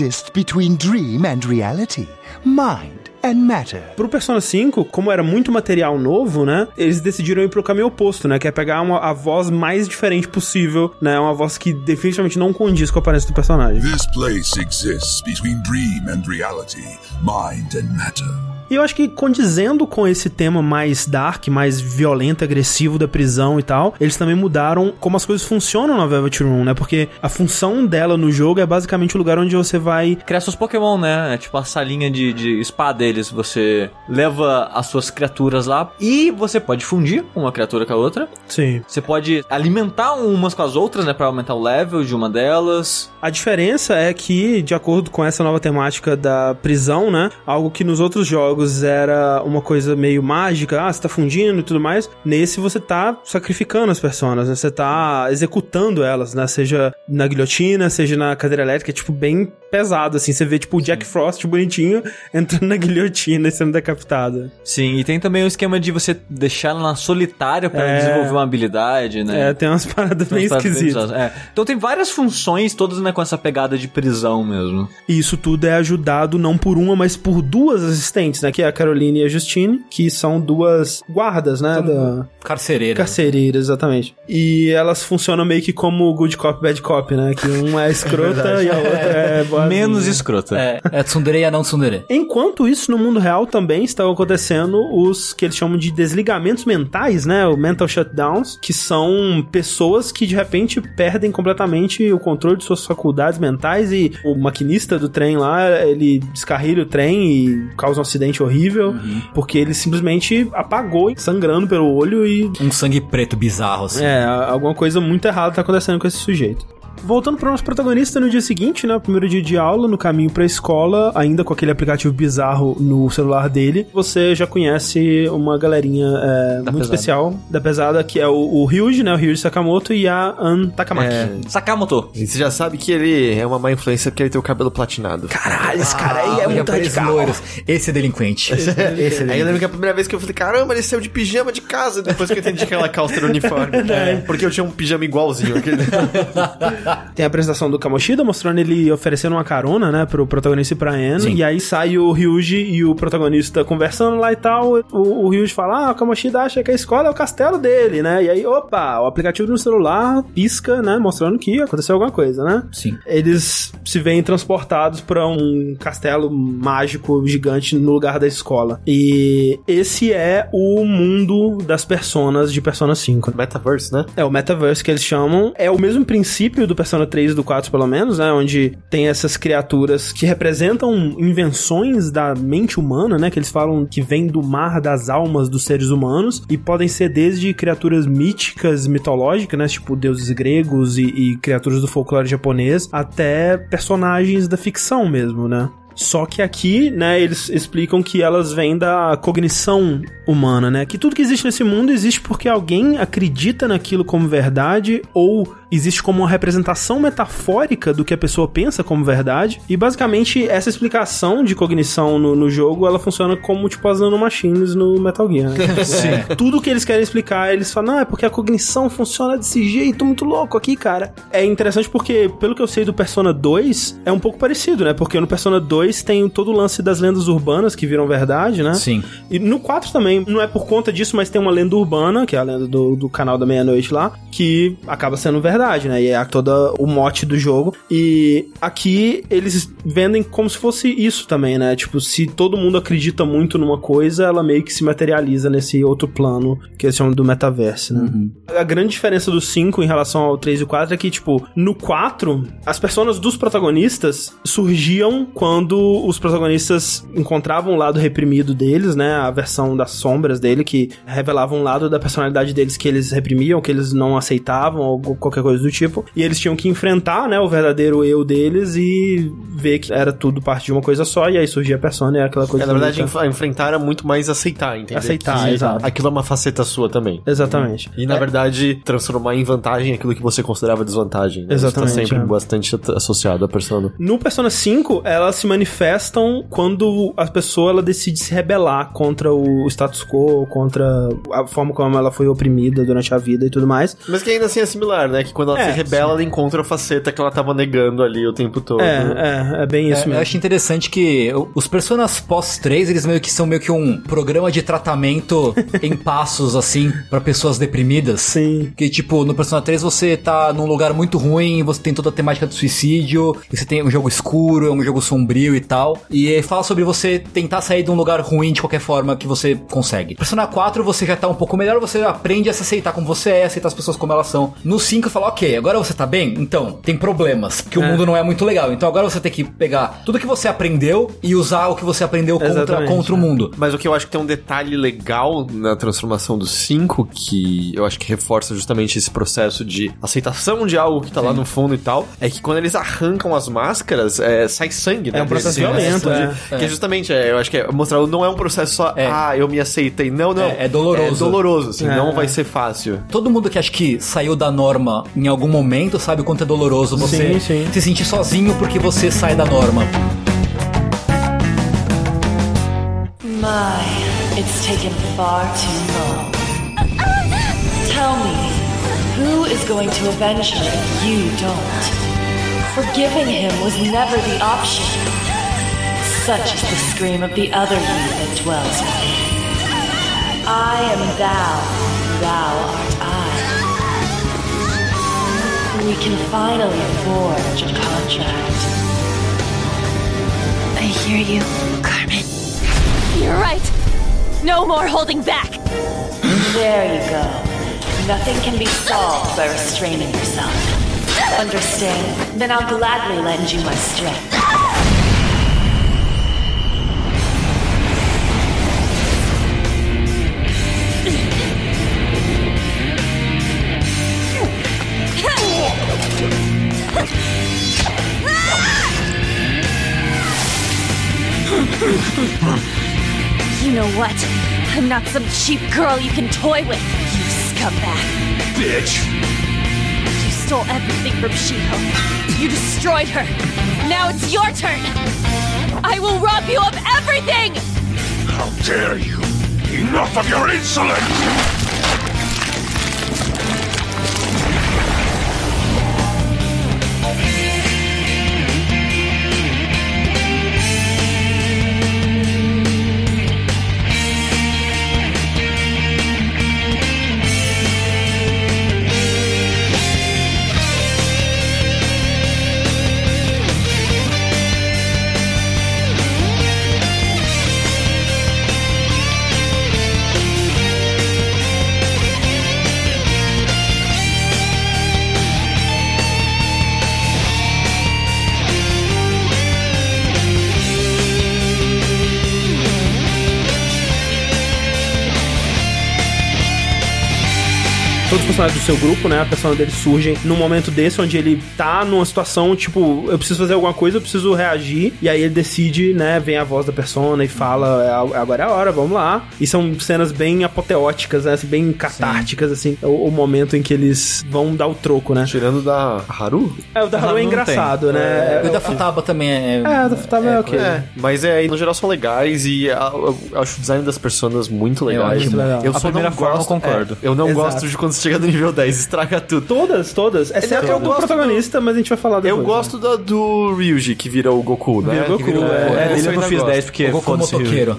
exists between dream and reality, mind and matter. Pro Persona 5, como era muito material novo, né, eles decidiram ir pro caminho oposto, né, que é pegar a voz mais diferente possível, né, uma voz que definitivamente não condiz com a aparência do personagem. This place exists between dream and reality, mind and matter. E eu acho que condizendo com esse tema mais dark, mais violento, agressivo da prisão e tal, eles também mudaram como as coisas funcionam na Velvet Room, né? Porque a função dela no jogo é basicamente o lugar onde você vai... criar seus Pokémon, né? É tipo a salinha de spa deles. Você leva as suas criaturas lá e você pode fundir uma criatura com a outra. Sim. Você pode alimentar umas com as outras, né? Pra aumentar o level de uma delas. A diferença é que, de acordo com essa nova temática da prisão, né? Algo que nos outros jogos era uma coisa meio mágica, você tá fundindo e tudo mais, nesse você tá sacrificando as personas, né? Você tá executando elas, né? Seja na guilhotina, seja na cadeira elétrica, é tipo bem pesado, assim, você vê tipo o Jack Frost bonitinho entrando na guilhotina e sendo decapitado. Sim, e tem também o esquema de você deixar ela na solitária pra ela desenvolver uma habilidade, né? É, tem umas paradas bem esquisitas. Então tem várias funções, todas, né, com essa pegada de prisão mesmo. E isso tudo é ajudado não por uma, mas por duas assistentes, né? Que é a Caroline e a Justine, que são duas guardas, né? Carcereiras. Carcereiras, exatamente. E elas funcionam meio que como good cop, bad cop, né? Que uma é escrota e a outra é boazinha. Menos escrota. É tsundere e a não tsundere. Enquanto isso, no mundo real também estão acontecendo os que eles chamam de desligamentos mentais, né? O mental shutdowns, que são pessoas que de repente perdem completamente o controle de suas faculdades mentais e o maquinista do trem lá, ele descarrilha o trem e causa um acidente horrível, porque ele simplesmente apagou, sangrando pelo olho e... um sangue preto bizarro, assim. Alguma coisa muito errada tá acontecendo com esse sujeito. Voltando para o nosso protagonista no dia seguinte, né, o primeiro dia de aula, no caminho para a escola, ainda com aquele aplicativo bizarro no celular dele, você já conhece uma galerinha muito especial da pesada, que é o Ryuji, né, o Ryuji Sakamoto e a An Takamaki. Sakamoto. E você já sabe que ele é uma má influência porque ele tem o cabelo platinado. Caralho, esse cara aí é muito radical. Esse é delinquente. Aí eu lembro que a primeira vez que eu falei, caramba, ele saiu de pijama de casa, depois que eu entendi que aquela calça era uniforme. Porque eu tinha um pijama igualzinho aquele. Tem a apresentação do Kamoshida, mostrando ele oferecendo uma carona, né, pro protagonista e pra Anne. Sim. E aí sai o Ryuji e o protagonista conversando lá e tal. O Ryuji fala, o Kamoshida acha que a escola é o castelo dele, né? E aí, opa, o aplicativo no celular pisca, né, mostrando que aconteceu alguma coisa, né? Sim. Eles se veem transportados pra um castelo mágico gigante no lugar da escola. E esse é o mundo das personas de Persona 5. Metaverse, né? É o Metaverse que eles chamam. É o mesmo princípio do Persona 3 e do 4, pelo menos, né? Onde tem essas criaturas que representam invenções da mente humana, né? Que eles falam que vem do mar das almas dos seres humanos e podem ser desde criaturas míticas, mitológicas, né? Tipo deuses gregos e criaturas do folclore japonês, até personagens da ficção mesmo, né? Só que aqui, né, eles explicam que elas vêm da cognição humana, né? Que tudo que existe nesse mundo existe porque alguém acredita naquilo como verdade ou existe como uma representação metafórica do que a pessoa pensa como verdade. E basicamente essa explicação de cognição no jogo, ela funciona como tipo as nanomachines no Metal Gear, né? Sim. Tudo que eles querem explicar, eles falam, não, é porque a cognição funciona desse jeito muito louco aqui, cara. É interessante porque, pelo que eu sei do Persona 2, é um pouco parecido, né? Porque no Persona 2 tem todo o lance das lendas urbanas que viram verdade, né? Sim. E no 4 também, não é por conta disso, mas tem uma lenda urbana, que é a lenda do canal da meia-noite lá, que acaba sendo verdade, né? E é todo o mote do jogo. E aqui eles vendem como se fosse isso também, né? Tipo, se todo mundo acredita muito numa coisa, ela meio que se materializa nesse outro plano que eles chamam do metaverso, né? A grande diferença do 5 em relação ao 3 e 4 é que, tipo, no 4, as personas dos protagonistas surgiam quando os protagonistas encontravam o lado reprimido deles, né? A versão das sombras dele, que revelava um lado da personalidade deles que eles reprimiam, que eles não aceitavam, ou qualquer coisa do tipo. E eles tinham que enfrentar, né, o verdadeiro eu deles e ver que era tudo parte de uma coisa só, e aí surgia a persona e era aquela coisa... na verdade, enfrentar era muito mais aceitar, entendeu? Aceitar, que exato. Aquilo é uma faceta sua também. Exatamente. E, na verdade, transformar em vantagem aquilo que você considerava desvantagem. Né? Exatamente. Isso tá sempre bastante associado à persona. No Persona 5, ela se manifesta manifestam quando a pessoa ela decide se rebelar contra o status quo, contra a forma como ela foi oprimida durante a vida e tudo mais. Mas que ainda assim é similar, né? Que quando ela se rebela, ela encontra a faceta que ela tava negando ali o tempo todo. É bem isso mesmo. Eu acho interessante que os Personas pós-3, eles são meio que um programa de tratamento em passos, assim, pra pessoas deprimidas. Sim. Que, tipo, no Persona 3 você tá num lugar muito ruim, você tem toda a temática do suicídio, você tem um jogo escuro, é um jogo sombrio e tal. E fala sobre você tentar sair de um lugar ruim de qualquer forma que você consegue. Persona 4 você já tá um pouco melhor, você aprende a se aceitar como você é, aceitar as pessoas como elas são. No 5 fala, ok, agora você tá bem? Então, tem problemas, porque o mundo não é muito legal. Então agora você tem que pegar tudo que você aprendeu e usar o que você aprendeu contra o mundo. Mas o que eu acho que tem um detalhe legal na transformação do 5, que eu acho que reforça justamente esse processo de aceitação de algo que tá lá no fundo e tal, é que quando eles arrancam as máscaras, sai sangue, né? É um processo violento, Que justamente, eu acho que mostrar, não é um processo só, eu me aceitei. Não. É doloroso. É doloroso, assim, não vai ser fácil. Todo mundo que acha que saiu da norma em algum momento sabe o quanto é doloroso você se sentir sozinho porque você sai da norma. It's taken far too long. Tell me, who is going to avenge her if you don't? Forgiving him was never the option. Such is the scream of the other you that dwells within. I am thou, thou art I. We can finally forge a contract. I hear you, Carmen. You're right. No more holding back. There you go. Nothing can be solved by restraining yourself. Understand? Then I'll gladly lend you my strength. You know what? I'm not some cheap girl you can toy with, you scumbag. Bitch! You stole everything from Shiho. You destroyed her. Now it's your turn. I will rob you of everything! How dare you! Enough of your insolence! Todos os personagens do seu grupo, né, a persona deles surgem num momento desse, onde ele tá numa situação, tipo, eu preciso fazer alguma coisa, eu preciso reagir, e aí ele decide, né, vem a voz da persona e fala, agora é a hora, vamos lá. E são cenas bem apoteóticas, né, assim, bem catárticas, assim, o momento em que eles vão dar o troco, né. Tirando da Haru? O da Haru é engraçado, né. O da Futaba também é... o da Futaba é ok. Mas no geral são legais e eu acho o design das personas muito legais. Muito legal. Eu só primeira não forma gosto, eu concordo. Eu não Exato. gosto de quando chega no nível 10, estraga tudo. Todas. Exceto Eu o do gosto protagonista, mas a gente vai falar depois. Eu gosto do Ryuji, que vira o Goku, né? Vira o Goku, Que vira o Ele eu não fiz 10 porque O Goku foda-se. motoqueiro.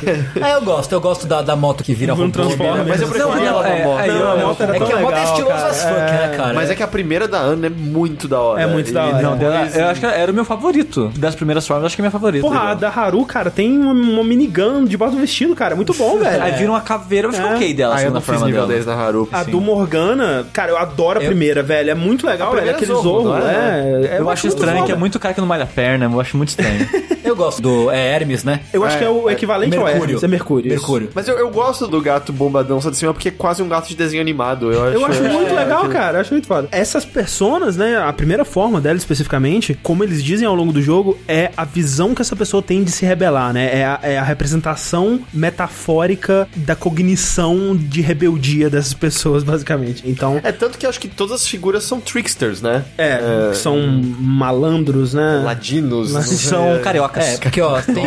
eu gosto da moto que vira Um Transformers. Mas eu preferia ela da moto. Não, a moto era É tão que a moto é legal, estilosa cara. as fuck, né, cara? Mas é que a primeira da Ana é muito da hora. É muito da hora. E Não, depois- eu acho que era o meu favorito. Das primeiras formas, eu acho que é a minha favorita. Porra, a da Haru, cara, tem uma minigun debaixo do vestido, cara. Muito bom, velho. Aí vira uma caveira, mas fica ok dela, eu segunda não fiz forma nível dela. 10 na Haru. A do Morgana, cara, eu adoro a primeira, velho. É muito legal, velho. primeira é Aquele Zorro, Zorro, não é? Eu acho muito estranho foda. que é muito cara que não malha a perna, eu acho muito estranho. Eu gosto do Hermes, né? Eu acho que é o equivalente ao Mercúrio. Hermes. É Mercúrio. isso. Mercúrio. Mas eu gosto do gato bombadão só de cima porque é quase um gato de desenho animado. Eu acho muito legal, cara. Eu acho muito foda. Essas personas, né? A primeira forma dela especificamente, como eles dizem ao longo do jogo, é a visão que essa pessoa tem de se rebelar, né? É a representação metafórica da cognição de rebeldia dessas pessoas, basicamente. Então, É tanto que eu acho que todas as figuras são tricksters, né? são malandros, né? Ladinos. São carioca. Porque ó, tem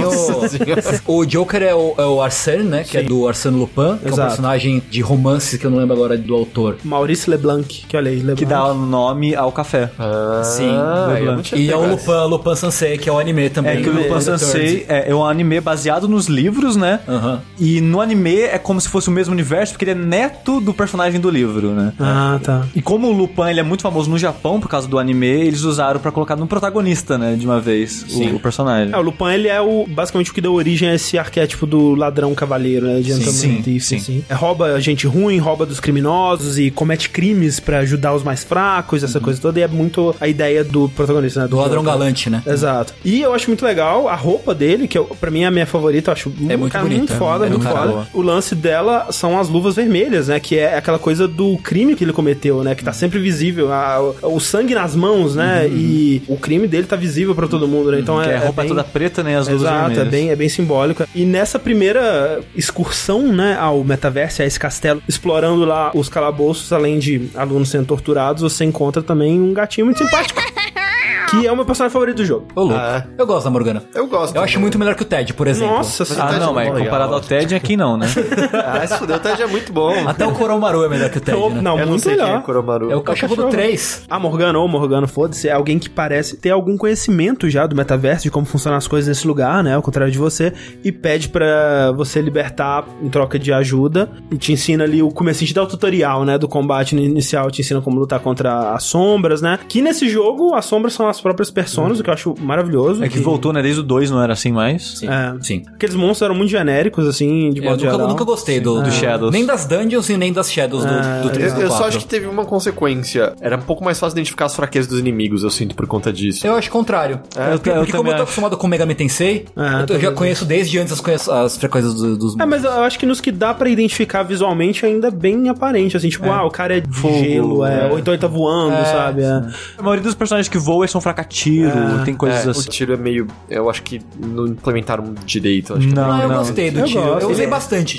o Joker é o Arsène, né? Que é do Arsène Lupin, que é um personagem de romance que eu não lembro agora do autor. Maurice Leblanc, que olha aí, Leblanc. Que dá o nome ao café. Sim. E é o Lupin Sansei, que é o anime também. É que o Lupin Sansei é um anime baseado nos livros, né? E no anime é como se fosse o mesmo universo, porque ele é neto do personagem do livro, né? Ah, tá. E como o Lupin ele é muito famoso no Japão por causa do anime, eles usaram pra colocar no protagonista, né? De uma vez, o personagem. O Lupin, ele é basicamente o que deu origem a esse arquétipo do ladrão cavaleiro, né? Sim. Rouba gente ruim, rouba dos criminosos e comete crimes pra ajudar os mais fracos, essa coisa toda. E é muito a ideia do protagonista, né? Do ladrão galante, né? Exato. E eu acho muito legal a roupa dele, que pra mim é a minha favorita. Eu acho muito bonita. Muito foda, muito foda. Boa. O lance dela são as luvas vermelhas, né? Que é aquela coisa do crime que ele cometeu, né? Que tá sempre visível. O sangue nas mãos, né? E o crime dele tá visível pra todo mundo, né? Então a roupa é toda preta, né? As luvas vermelhas. É bem simbólica. E nessa primeira excursão, né? Ao metaverso, a esse castelo, explorando lá os calabouços, além de alunos sendo torturados, você encontra também um gatinho muito simpático. Que é o meu personagem favorito do jogo. Ô, louco. Eu gosto da Morgana. Eu gosto. Eu acho muito melhor que o Ted, por exemplo. Nossa senhora. Mas comparado ao Ted, aqui não, né? Se fudeu, o Ted é muito bom. Até o Koromaru é melhor que o Ted, né? Não, eu muito não sei melhor. quem é Koromaru. É o cachorro do 3. A Morgana, foda-se, é alguém que parece ter algum conhecimento já do metaverso, de como funcionam as coisas nesse lugar, né? Ao contrário de você, e pede pra você libertar em troca de ajuda, e te ensina ali o comecinho, te dá o tutorial, né? Do combate inicial, te ensina como lutar contra as sombras, né? Que nesse jogo, as sombras são as próprias personas, o que eu acho maravilhoso. É que voltou, né? Desde o 2 não era assim mais. Sim. Aqueles monstros eram muito genéricos, assim, de modo geral. Eu nunca gostei do Shadows. Nem das dungeons e nem das Shadows do 3 e do 4. Eu só acho que teve uma consequência. Era um pouco mais fácil identificar as fraquezas dos inimigos, eu sinto, por conta disso. Eu acho o contrário. Porque como eu tô acostumado com o Megami Tensei, eu já conheço desde antes as frequências dos... Mas eu acho que nos que dá pra identificar visualmente ainda é bem aparente, assim, tipo, o cara é de gelo, ou então ele tá voando, sabe? A maioria dos personagens que voam são fracatiro, tem coisas assim. O tiro é meio... Eu acho que não implementaram direito. Acho eu gostei do tiro. Eu usei bastante.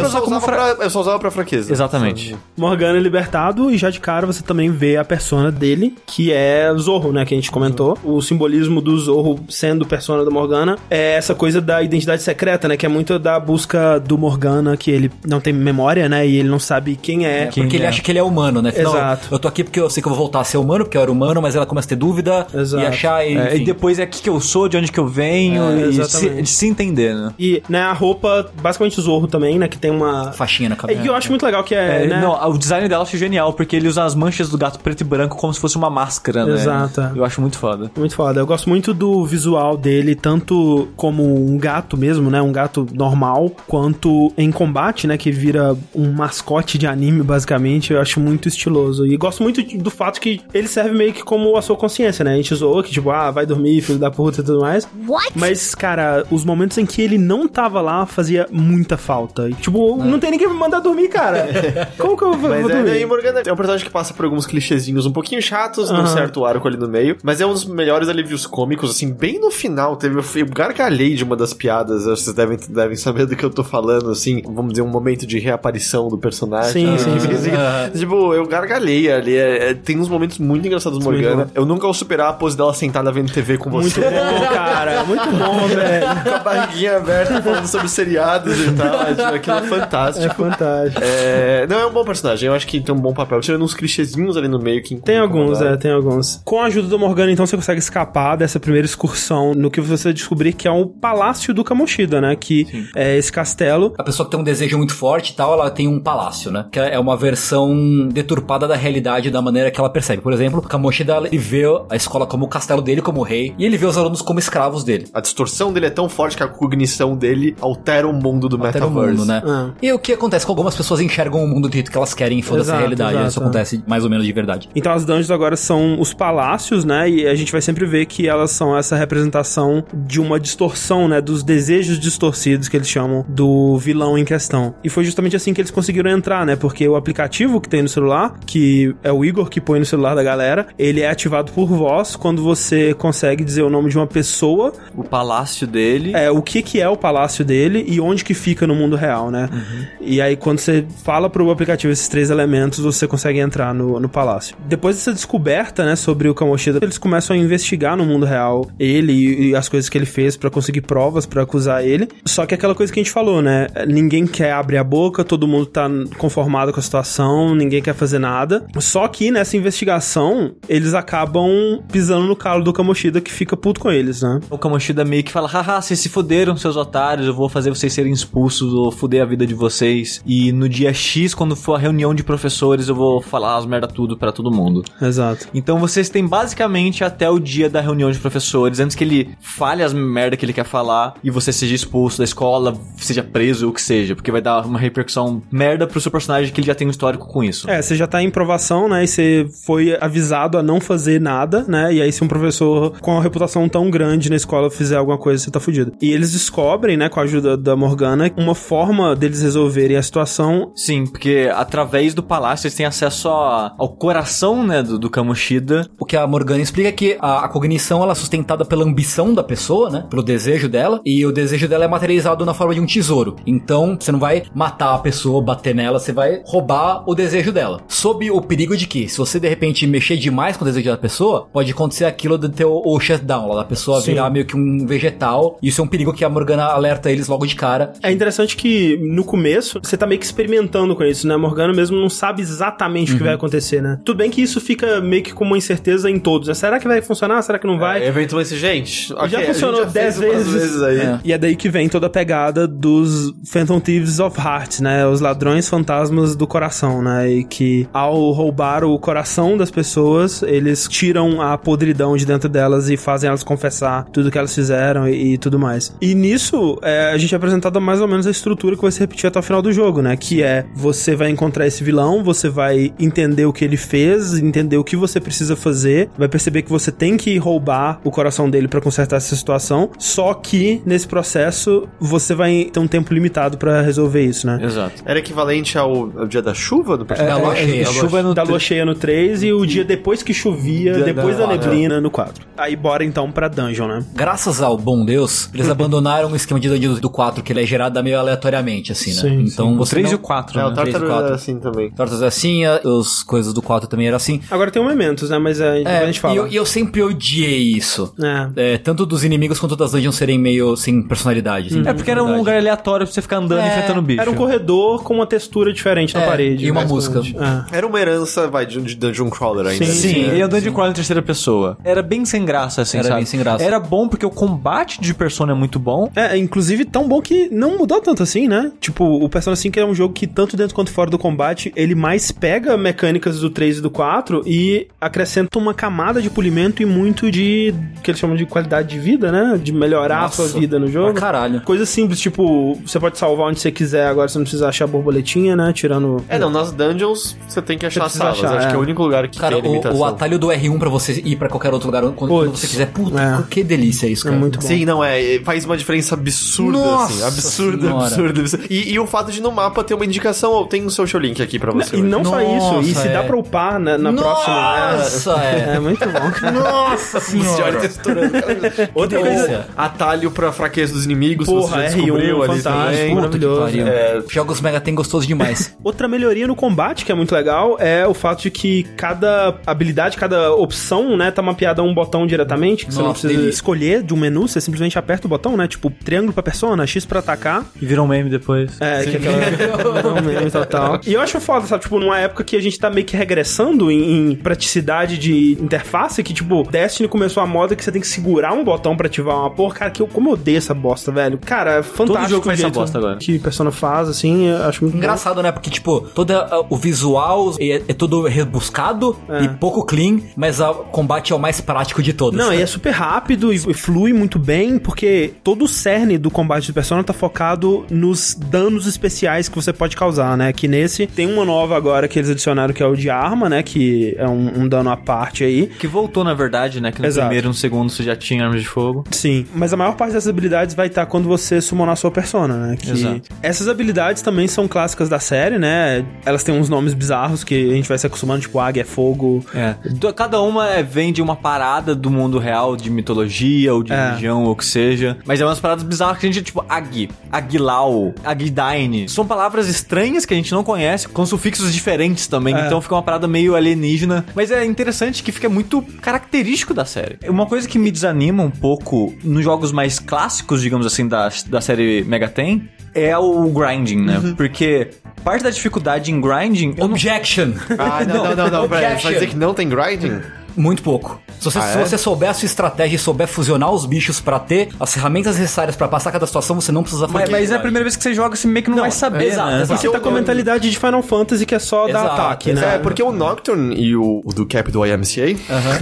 Eu só usava pra fraqueza. Exatamente. Morgana é libertado e já de cara você também vê a persona dele, que é Zorro, né, que a gente comentou. O simbolismo do Zorro sendo persona da Morgana é essa coisa da identidade secreta, né, que é muito da busca do Morgana, que ele não tem memória, né, e ele não sabe quem é. Porque ele acha que ele é humano, né? Exato. Eu tô aqui porque eu sei que eu vou voltar a ser humano, porque eu era humano, mas ela começa a ter dúvida e achar... E depois é aqui que eu sou, de onde que eu venho, e de se entender, né? E, né, a roupa, basicamente o Zorro também, né, que tem uma... faixinha na cabeça. E eu acho muito legal que né? Não, o design dela eu acho genial, porque ele usa as manchas do gato preto e branco como se fosse uma máscara, né? Exato. Eu acho muito foda. Muito foda. Eu gosto muito do visual dele, tanto como um gato mesmo, né, um gato normal, quanto em combate, né, que vira um mascote de anime, basicamente. Eu acho muito estiloso. E gosto muito do fato que ele serve meio que como a sua consciência, né? A gente zoou que, tipo, vai dormir, filho da puta e tudo mais. What? Mas, cara, os momentos em que ele não tava lá fazia muita falta. E, tipo, não tem ninguém pra me mandar dormir, cara. Como que eu vou dormir? E Morgana é um personagem que passa por alguns clichêzinhos um pouquinho chatos, num certo arco ali no meio, mas é um dos melhores alívios cômicos, assim, bem no final. Eu gargalhei de uma das piadas, vocês devem saber do que eu tô falando, assim, vamos dizer, um momento de reaparição do personagem. Sim. Tipo, eu gargalhei ali, tem uns momentos muito engraçados do Morgana. Eu nunca vou superar a pose dela sentada vendo TV com você. Muito bom, cara. Muito bom, velho. Com a barriguinha aberta falando sobre seriados e tal. Aquilo é fantástico. É fantástico. Não, é um bom personagem. Eu acho que tem um bom papel. Tirando uns clichêzinhos ali no meio que... Tem alguns. Com a ajuda do Morgana, então, você consegue escapar dessa primeira excursão no que você descobrir que é o Palácio do Kamoshida, né? Que é esse castelo. A pessoa que tem um desejo muito forte e tal, ela tem um palácio, né? Que é uma versão deturpada da realidade da maneira que ela percebe. Por exemplo, Kamoshida, ele vê a escola como o castelo dele, como rei, e ele vê os alunos como escravos dele. A distorção dele é tão forte que a cognição dele altera o mundo do metaverse. Mundo, né? E o que acontece com algumas pessoas enxergam o mundo do jeito que elas querem e foda-se a realidade. Isso acontece mais ou menos de verdade. Então as dungeons agora são os palácios, né? E a gente vai sempre ver que elas são essa representação de uma distorção, né? Dos desejos distorcidos que eles chamam do vilão em questão. E foi justamente assim que eles conseguiram entrar, né? Porque o aplicativo que tem no celular, que é o Igor que põe no celular da galera, ele é ativado por voz boss quando você consegue dizer o nome de uma pessoa, O palácio dele. o que é o palácio dele e onde que fica no mundo real, né? E aí quando você fala pro aplicativo esses 3 elementos, você consegue entrar no palácio. Depois dessa descoberta, né, sobre o Kamoshida, eles começam a investigar no mundo real ele e as coisas que ele fez pra conseguir provas pra acusar ele. Só que aquela coisa que a gente falou, né? Ninguém quer abrir a boca, todo mundo tá conformado com a situação, ninguém quer fazer nada. Só que nessa investigação, eles acabam pisando no calo do Kamoshida, que fica puto com eles, né? O Kamoshida meio que fala, haha, vocês se fuderam, seus otários, eu vou fazer vocês serem expulsos, vou fuder a vida de vocês. E no dia X, quando for a reunião de professores, eu vou falar as merda tudo pra todo mundo. Exato. Então vocês têm basicamente até o dia da reunião de professores, antes que ele fale as merda que ele quer falar e você seja expulso da escola, seja preso ou o que seja, porque vai dar uma repercussão merda pro seu personagem que ele já tem um histórico com isso. Você já tá em provação, né, e você foi avisado a não fazer nada, né, e aí se um professor com uma reputação tão grande na escola fizer alguma coisa, você tá fudido. E eles descobrem, né, com a ajuda da Morgana, uma forma deles resolverem a situação. Sim, porque através do palácio eles têm acesso ao coração, né, do Kamoshida. O que a Morgana explica é que a cognição ela é sustentada pela ambição da pessoa, né? Pelo desejo dela. E o desejo dela é materializado na forma de um tesouro. Então, você não vai matar a pessoa, bater nela, você vai roubar o desejo dela. Sob o perigo de que, se você de repente mexer demais com o desejo da pessoa, pode acontecer aquilo de ter o shutdown lá, da pessoa virar meio que um vegetal. E isso é um perigo que a Morgana alerta eles logo de cara. É interessante que no começo, você tá meio que experimentando com isso, né? A Morgana mesmo não sabe exatamente o que vai acontecer, né? Tudo bem que isso fica meio que com uma incerteza em todos, né? Será que vai funcionar? Será que não vai? Eventualmente, gente, já funcionou 10 vezes aí. E é daí que vem toda a pegada dos Phantom Thieves of Heart, né? Os ladrões fantasmas do coração, né? E que ao roubar o coração das pessoas, eles tiram a podridão de dentro delas e fazem elas confessar tudo que elas fizeram e tudo mais. E nisso, a gente é apresentado mais ou menos a estrutura que vai se repetir até o final do jogo, né? Que é, você vai encontrar esse vilão, você vai entender o que ele fez, entender o que você precisa fazer, vai perceber que você tem que roubar o coração dele pra consertar essa situação, só que nesse processo você vai ter um tempo limitado pra resolver isso, né? Exato. Era equivalente ao dia da chuva do personagem? Da lua cheia. Da lua cheia no 3 e o dia depois que chovia, depois da neblina no 4. Aí bora então pra dungeon, né? Graças ao bom Deus, eles abandonaram o esquema de dungeon do 4, que ele é gerado meio aleatoriamente, assim, né? Sim, então O você 3 não... e o 4, O né? Tartarus era assim também. Tartarus é assim, as coisas do 4 também eram assim. Agora tem um Mementos, né? Mas a gente fala. E eu sempre odiei isso. Tanto dos inimigos quanto das dungeons serem meio sem personalidade. Assim, É porque era um lugar aleatório pra você ficar andando e enfrentando bicho. Era um corredor com uma textura diferente na parede. e uma música. Era uma herança, de Dungeon Crawler ainda. Sim, ele é o Dungeon Crawler em terceira pessoa. Era bem sem graça, assim, Era sabe? bem sem graça. Era bom porque o combate de Persona é muito bom. Inclusive tão bom que não mudou tanto assim, né? Tipo, o Persona 5 é um jogo que tanto dentro quanto fora do combate, ele mais pega mecânicas do 3 e do 4 e acrescenta uma camada de polimento e muito de, que eles chamam de qualidade de vida, né? De melhorar a sua vida no jogo. Pra caralho. Coisa simples, tipo, você pode salvar onde você quiser, agora você não precisa achar borboletinha, né? Tirando... Nas dungeons você tem que achar precisa salas. achar, Acho que é o único lugar que Cara, tem limitação. o atalho do R1 pra você ir pra qualquer outro lugar quando você quiser. Puta, que delícia isso, cara. É muito bom. Sim, não, faz uma diferença absurda, Nossa assim. Senhora. Absurda. E o fato de no mapa ter uma indicação, tem um social link aqui pra você. E não só Nossa, isso, e se dá pra upar na próxima... Nossa, É muito bom, cara. Nossa senhora. Outra coisa... Atalho pra fraqueza dos inimigos, Porra, você já descobriu R1, ali fantástico, também. maravilhoso. Jogos Mega tem gostoso demais. Outra melhoria no combate que é muito legal é o fato de que cada habilidade, cada opção, né, tá mapeada a um botão diretamente, que você não precisa escolher de um menu, você simplesmente aperta o botão, né, tipo triângulo pra persona, X pra atacar. E virou um meme depois. Que é aquela... um meme total. E eu acho foda, sabe, tipo, numa época que a gente tá meio que regressando em praticidade de interface, que tipo, Destiny começou a moda que você tem que segurar um botão pra ativar uma porra, cara, como eu odeio essa bosta, velho. Cara, é fantástico. Todo jogo faz o essa jeito bosta agora. que Persona faz, assim, eu acho muito Engraçado, né? Porque, tipo, todo o visual é todo rebuscado e pouco clean, mas o combate é o mais prático de todos. Não, e é super rápido e flui muito bem, porque todo o cerne do combate de Persona tá focado nos danos especiais que você pode causar, né? Que nesse tem uma nova agora que eles adicionaram, que é o de arma, né? Que é um dano à parte aí. Que voltou, na verdade, né? Que no primeiro e no segundo você já tinha armas de fogo. Sim, mas a maior parte dessas habilidades vai estar quando você summonar sua persona, né? Que essas habilidades também são clássicas da série, né? Elas têm uns nomes bizarros que a gente vai se acostumando, tipo águia, fogo. Cada uma vem de uma parada do mundo real, de mitologia, ou de religião, ou o que seja. Mas é umas paradas bizarras que a gente, tipo, Agilau, Agdain. São palavras estranhas que a gente não conhece, com sufixos diferentes também. Então fica uma parada meio alienígena. Mas é interessante que fica muito característico da série. Uma coisa que me desanima um pouco nos jogos mais clássicos, digamos assim, da série Mega Ten, é o grinding, né? Porque parte da dificuldade em grinding... Objection! Não, vai dizer que não tem grinding? Muito pouco. Se você souber a sua estratégia e souber fusionar os bichos pra ter as ferramentas necessárias pra passar cada situação, você não precisa fazer. Mas é a primeira vez que você joga, você meio que não vai saber, exato, né? Você tá com a mentalidade de Final Fantasy que é só dar ataque, né? Porque o Nocturne e o do Cap do IMCA,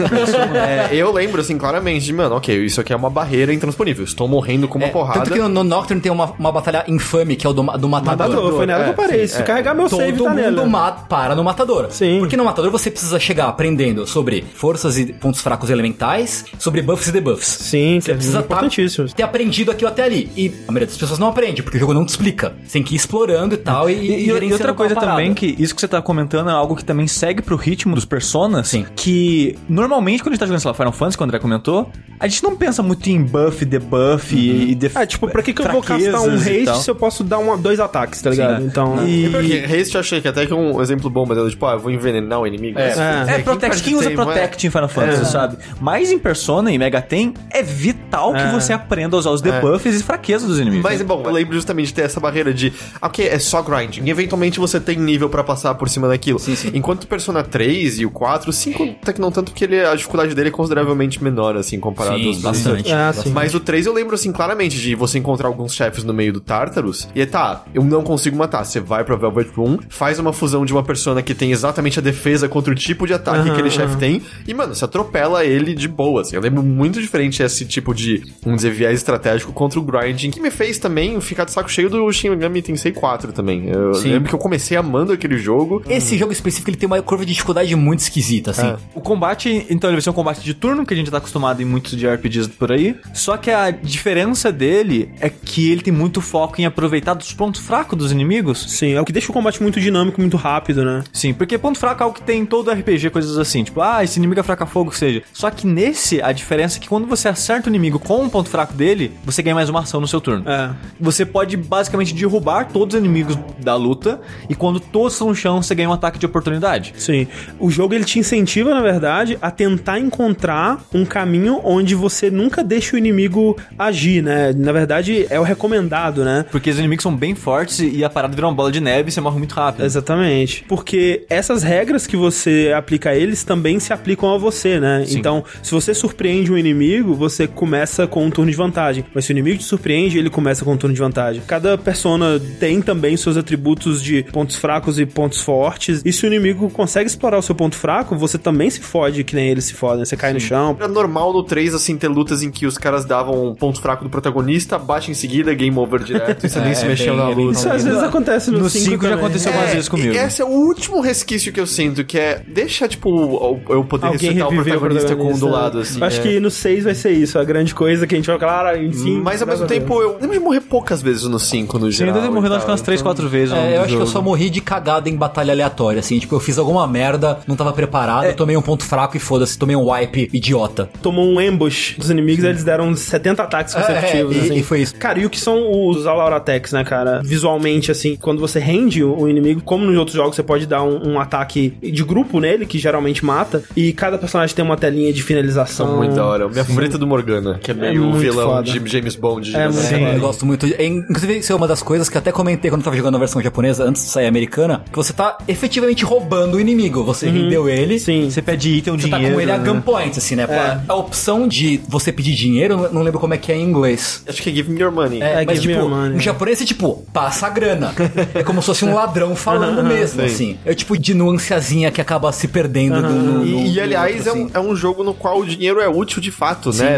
eu lembro, assim, claramente de, mano, ok, isso aqui é uma barreira intransponível. Estou morrendo com uma porrada. Tanto que no Nocturne tem uma batalha infame, que é o do Matador. Foi nela que eu parei. Se carregar meu save, tá nela. Todo mundo para no Matador. Sim. Porque no Matador você precisa chegar aprendendo sobre forças e pontos fracos elementais, sobre buffs e debuffs. Sim, você precisa importantíssimo. ter aprendido aquilo até ali. E a maioria das pessoas não aprende, porque o jogo não te explica. Você tem que ir explorando e tal. E outra coisa também, que isso que você tá comentando é algo que também segue pro ritmo dos personas. Sim. Que normalmente quando a gente tá jogando, sei lá, Final Fantasy, quando o André comentou, a gente não pensa muito em buff, debuff e tipo, pra que eu vou castar um haste se eu posso dar 2 ataques, tá ligado? Sim, então... Porque haste eu achei que até que é um exemplo bom, mas eu tipo, eu vou envenenar o inimigo. Protect. Quem usa Protect em Final Fantasy, sabe? Mas em Persona, em Mega Ten, é vital que você aprenda a usar os debuffs e fraquezas dos inimigos. Mas, bom, eu lembro justamente de ter essa barreira de, ok, é só grinding. E eventualmente você tem nível pra passar por cima daquilo. Sim. Enquanto o Persona 3 e o 4, o 5 até que não tanto, porque a dificuldade dele é consideravelmente menor, assim, comparado aos bastante. Mas o 3 eu lembro, assim, claramente de você encontrar alguns chefes no meio do Tartarus e eu não consigo matar. Você vai pra Velvet Room, faz uma fusão de uma persona que tem exatamente a defesa contra o tipo de ataque que aquele chefe tem e, mano, você atropela ele de boa, assim. Eu lembro muito diferente esse tipo de, vamos dizer, viés estratégico contra o grinding, que me fez também ficar de saco cheio do Shin Megami Tensei 4 também. Eu lembro que eu comecei amando aquele jogo. Esse jogo específico, ele tem uma curva de dificuldade muito esquisita, assim. O combate, então, ele vai ser um combate de turno, que a gente tá acostumado em muitos de RPGs por aí, só que a diferença dele é que ele tem muito foco em aproveitar dos pontos fracos dos inimigos. Sim, é o que deixa o combate muito dinâmico, muito rápido, né? Sim, porque ponto fraco é algo que tem em todo RPG, coisas assim, tipo, esse inimigo é fraco a fogo, que seja. Só que nesse, a diferença é que quando você acerta o inimigo com um ponto fraco dele, você ganha mais uma ação no seu turno. Você pode basicamente derrubar todos os inimigos da luta, e quando todos estão no chão, você ganha um ataque de oportunidade. Sim. O jogo, ele te incentiva, na verdade, a tentar encontrar um caminho onde você nunca deixa o inimigo agir, né? Na verdade, é o recomendado, né? Porque os inimigos são bem fortes e a parada vira uma bola de neve e você morre muito rápido. Exatamente. Porque essas regras que você aplica a eles também se aplicam a você, né? Sim. Então, se você surpreende um inimigo, você começa com um turno de vantagem. Mas se o inimigo te surpreende, ele começa com um turno de vantagem. Cada persona tem também seus atributos de pontos fracos e pontos fortes. E se o inimigo consegue explorar o seu ponto fraco, você também se fode que nem ele se fode, né? Você cai no chão. Era normal no 3, assim, ter lutas em que os caras davam um ponto fraco do protagonista, bate em seguida, game over direto, e você nem se mexeu na luta. Isso às vezes acontece no 5 já aconteceu algumas vezes comigo. E esse é o último resquício que eu sinto, que é, deixa, tipo, eu poder ressuscitar o protagonista com um do lado, assim. Acho que no 6 vai ser isso, a grande coisa que a gente vai falar, enfim. Mas ao mesmo tempo, eu lembro de morrer poucas vezes no 5, no geral. Sim, eu devo morrer, acho que umas 3, 4 vezes. Eu acho que eu só morri de cagada em batalha aleatória, assim, tipo, eu fiz alguma merda, não tava preparado, tomei um ponto fraco e foda-se, tomei um wipe idiota. Tomou um ambush dos inimigos, eles deram 70 ataques consecutivos, assim. E foi isso. Cara, e o que são os all-out attacks, né, cara? Visualmente, assim, quando você rende o inimigo, como nos outros jogos, você pode dar um ataque de grupo nele, que geralmente mata, e cada personagem tem uma telinha de finalização. São muito da hora. Minha favorita do Morgana, que é meio muito vilão foda. de James Bond. Eu gosto muito. Inclusive, isso é uma das coisas que eu até comentei quando eu tava jogando a versão japonesa, antes de sair a americana, que você tá efetivamente roubando o inimigo. Você rendeu ele. Sim. Você pede item, você dinheiro. Tá com ele a gunpoint, assim, né? A opção de você pedir dinheiro, eu não lembro como é que é em inglês. Acho que é Give Me Your Money. Mas Give me your money. em japonês é tipo, passa a grana. É como se fosse um ladrão falando mesmo, assim. É o tipo de nuanceazinha que acaba se perdendo E aliás, outro, assim. é um jogo no qual o dinheiro é útil de fato, né? Assim, é muito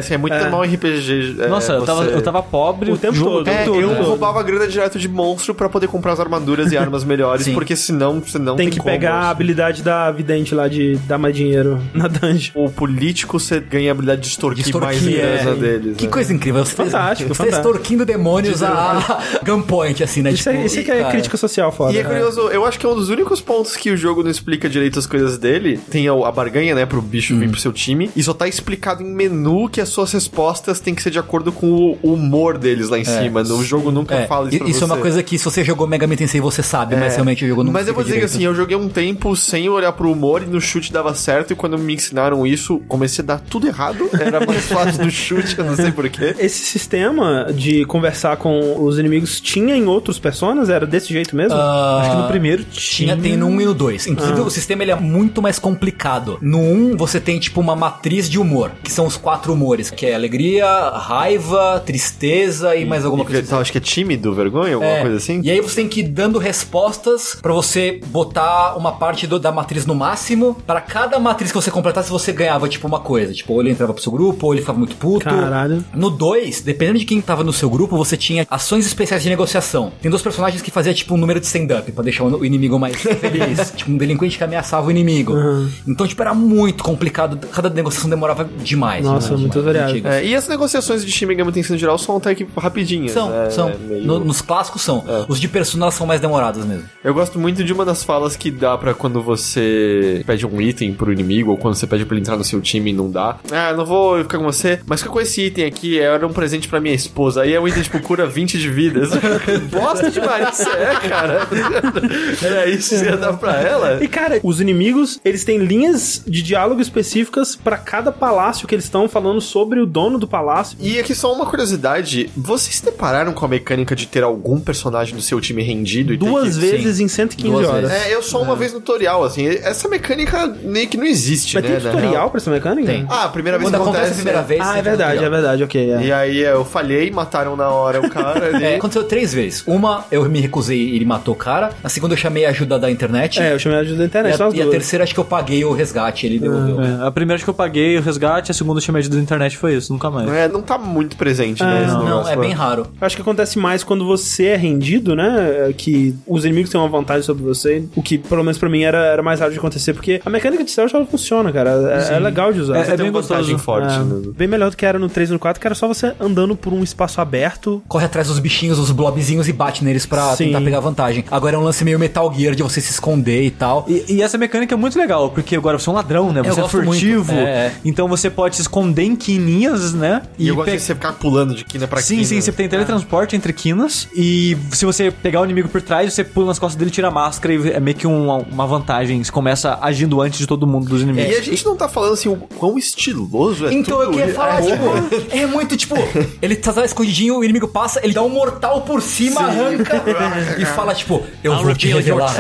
mal RPG. Nossa, eu tava pobre o tempo todo. Eu roubava grana direto de monstro pra poder comprar as armaduras e armas melhores, porque senão você não tem que pegar a habilidade da vidente lá de dar mais dinheiro na dungeon. O político, você ganha a habilidade de extorquir mais grana deles. Que coisa incrível. Fantástico. Você extorquindo demônios a gunpoint, assim, né? Isso aqui é crítica social foda. E é curioso, eu acho que é um dos únicos pontos que o jogo não explica direito as coisas dele. Tem a barganha, né, pro bicho vir pro seu time, e só tá explicado em menu que as suas respostas têm que ser de acordo com o humor deles lá em cima. No jogo nunca fala isso pra você. Isso é uma coisa que se você jogou Mega Man Tensei você sabe, mas realmente o jogo não. Mas eu vou dizer que assim, eu joguei um tempo sem olhar pro humor e no chute dava certo, e quando me ensinaram isso, comecei a dar tudo errado. Era mais fácil do chute, eu não sei porquê. Esse sistema de conversar com os inimigos tinha em outros personas? Era desse jeito mesmo? Acho que no primeiro tinha. Tem no 1 e no 2. Inclusive o sistema ele é muito mais complicado. No 1 você tem tipo uma matriz de humor, que são os 4 humores, que é alegria, raiva, tristeza e mais alguma coisa. Acho que é tímido, vergonha, alguma coisa assim. E aí você tem que ir dando respostas pra você botar uma parte da matriz no máximo. Pra cada matriz que você completasse, você ganhava tipo uma coisa. Tipo, ou ele entrava pro seu grupo, ou ele ficava muito puto. Caralho. No 2, dependendo de quem tava no seu grupo, você tinha ações especiais de negociação. Tem 2 personagens que faziam tipo um número de stand-up pra deixar o inimigo mais feliz. Tipo, um delinquente que ameaçava o inimigo. Então, tipo, era muito complicado. Cada negociação demorava demais. Nossa, muito variado. E as negociações de Shin Megami Tensei no geral são até que rapidinhas. São. Nos clássicos são. Os de Persona são mais demorados mesmo. Eu gosto muito de uma das falas que dá pra quando você pede um item pro inimigo, ou quando você pede pra ele entrar no seu time e não dá. Não vou ficar com você, mas fica com esse item aqui, era um presente pra minha esposa. Aí é um item, tipo, cura 20 de vidas. Bosta demais, cara. Era isso que você ia dar pra ela. E, cara, os inimigos, eles têm linhas de diálogo específicas pra cada palácio que eles estão falando sobre o dono do palácio. E aqui só uma curiosidade, vocês se depararam com a mecânica de ter algum personagem do seu time rendido? E 2 vezes em 115 horas. Eu só uma vez no tutorial, assim. Essa mecânica meio que não existe, Mas tem tutorial pra essa mecânica? Tem. A primeira vez quando que acontece a primeira vez. É verdade, ok. E aí eu falhei, mataram na hora o cara. Aconteceu 3 vezes. Uma, eu me recusei e ele matou o cara. A segunda, eu chamei a ajuda da internet. Eu chamei a ajuda da internet. E a terceira, acho que eu paguei o resgate, ele devolveu. A primeira, acho que eu paguei o resgate. A segunda, eu chamei a ajuda da internet, foi isso. Nunca mais. Não tá muito presente, né? Não, é bem raro. Acho que acontece mais quando você é rendido, né? Que os inimigos têm uma vantagem sobre você. O que, pelo menos pra mim, era mais raro de acontecer. Porque a mecânica de stealth, ela funciona, cara. É legal de usar. É bem gostoso. Forte, bem melhor do que era no 3 e no 4, que era só você andando por um espaço aberto. Corre atrás dos bichinhos, os blobzinhos e bate neles pra tentar pegar vantagem. Agora é um lance meio Metal Gear de você se esconder e tal. E essa mecânica é muito legal, porque agora você é um ladrão, né? Você é furtivo. Então você pode se esconder em quininhas, né? E eu gosto de você ficar pulando de quina pra quina. Sim, você tem teletransporte entre quinas. E se você pegar o inimigo por trás, você pula nas costas dele, tira a máscara e é meio que uma vantagem. Você começa agindo antes de todo mundo dos inimigos. E a gente não tá falando assim o quão estiloso é então tudo. Eu queria falar, é muito tipo, ele tá escondidinho, o inimigo passa, ele dá um mortal por cima, arranca e fala tipo, eu vou te revelar.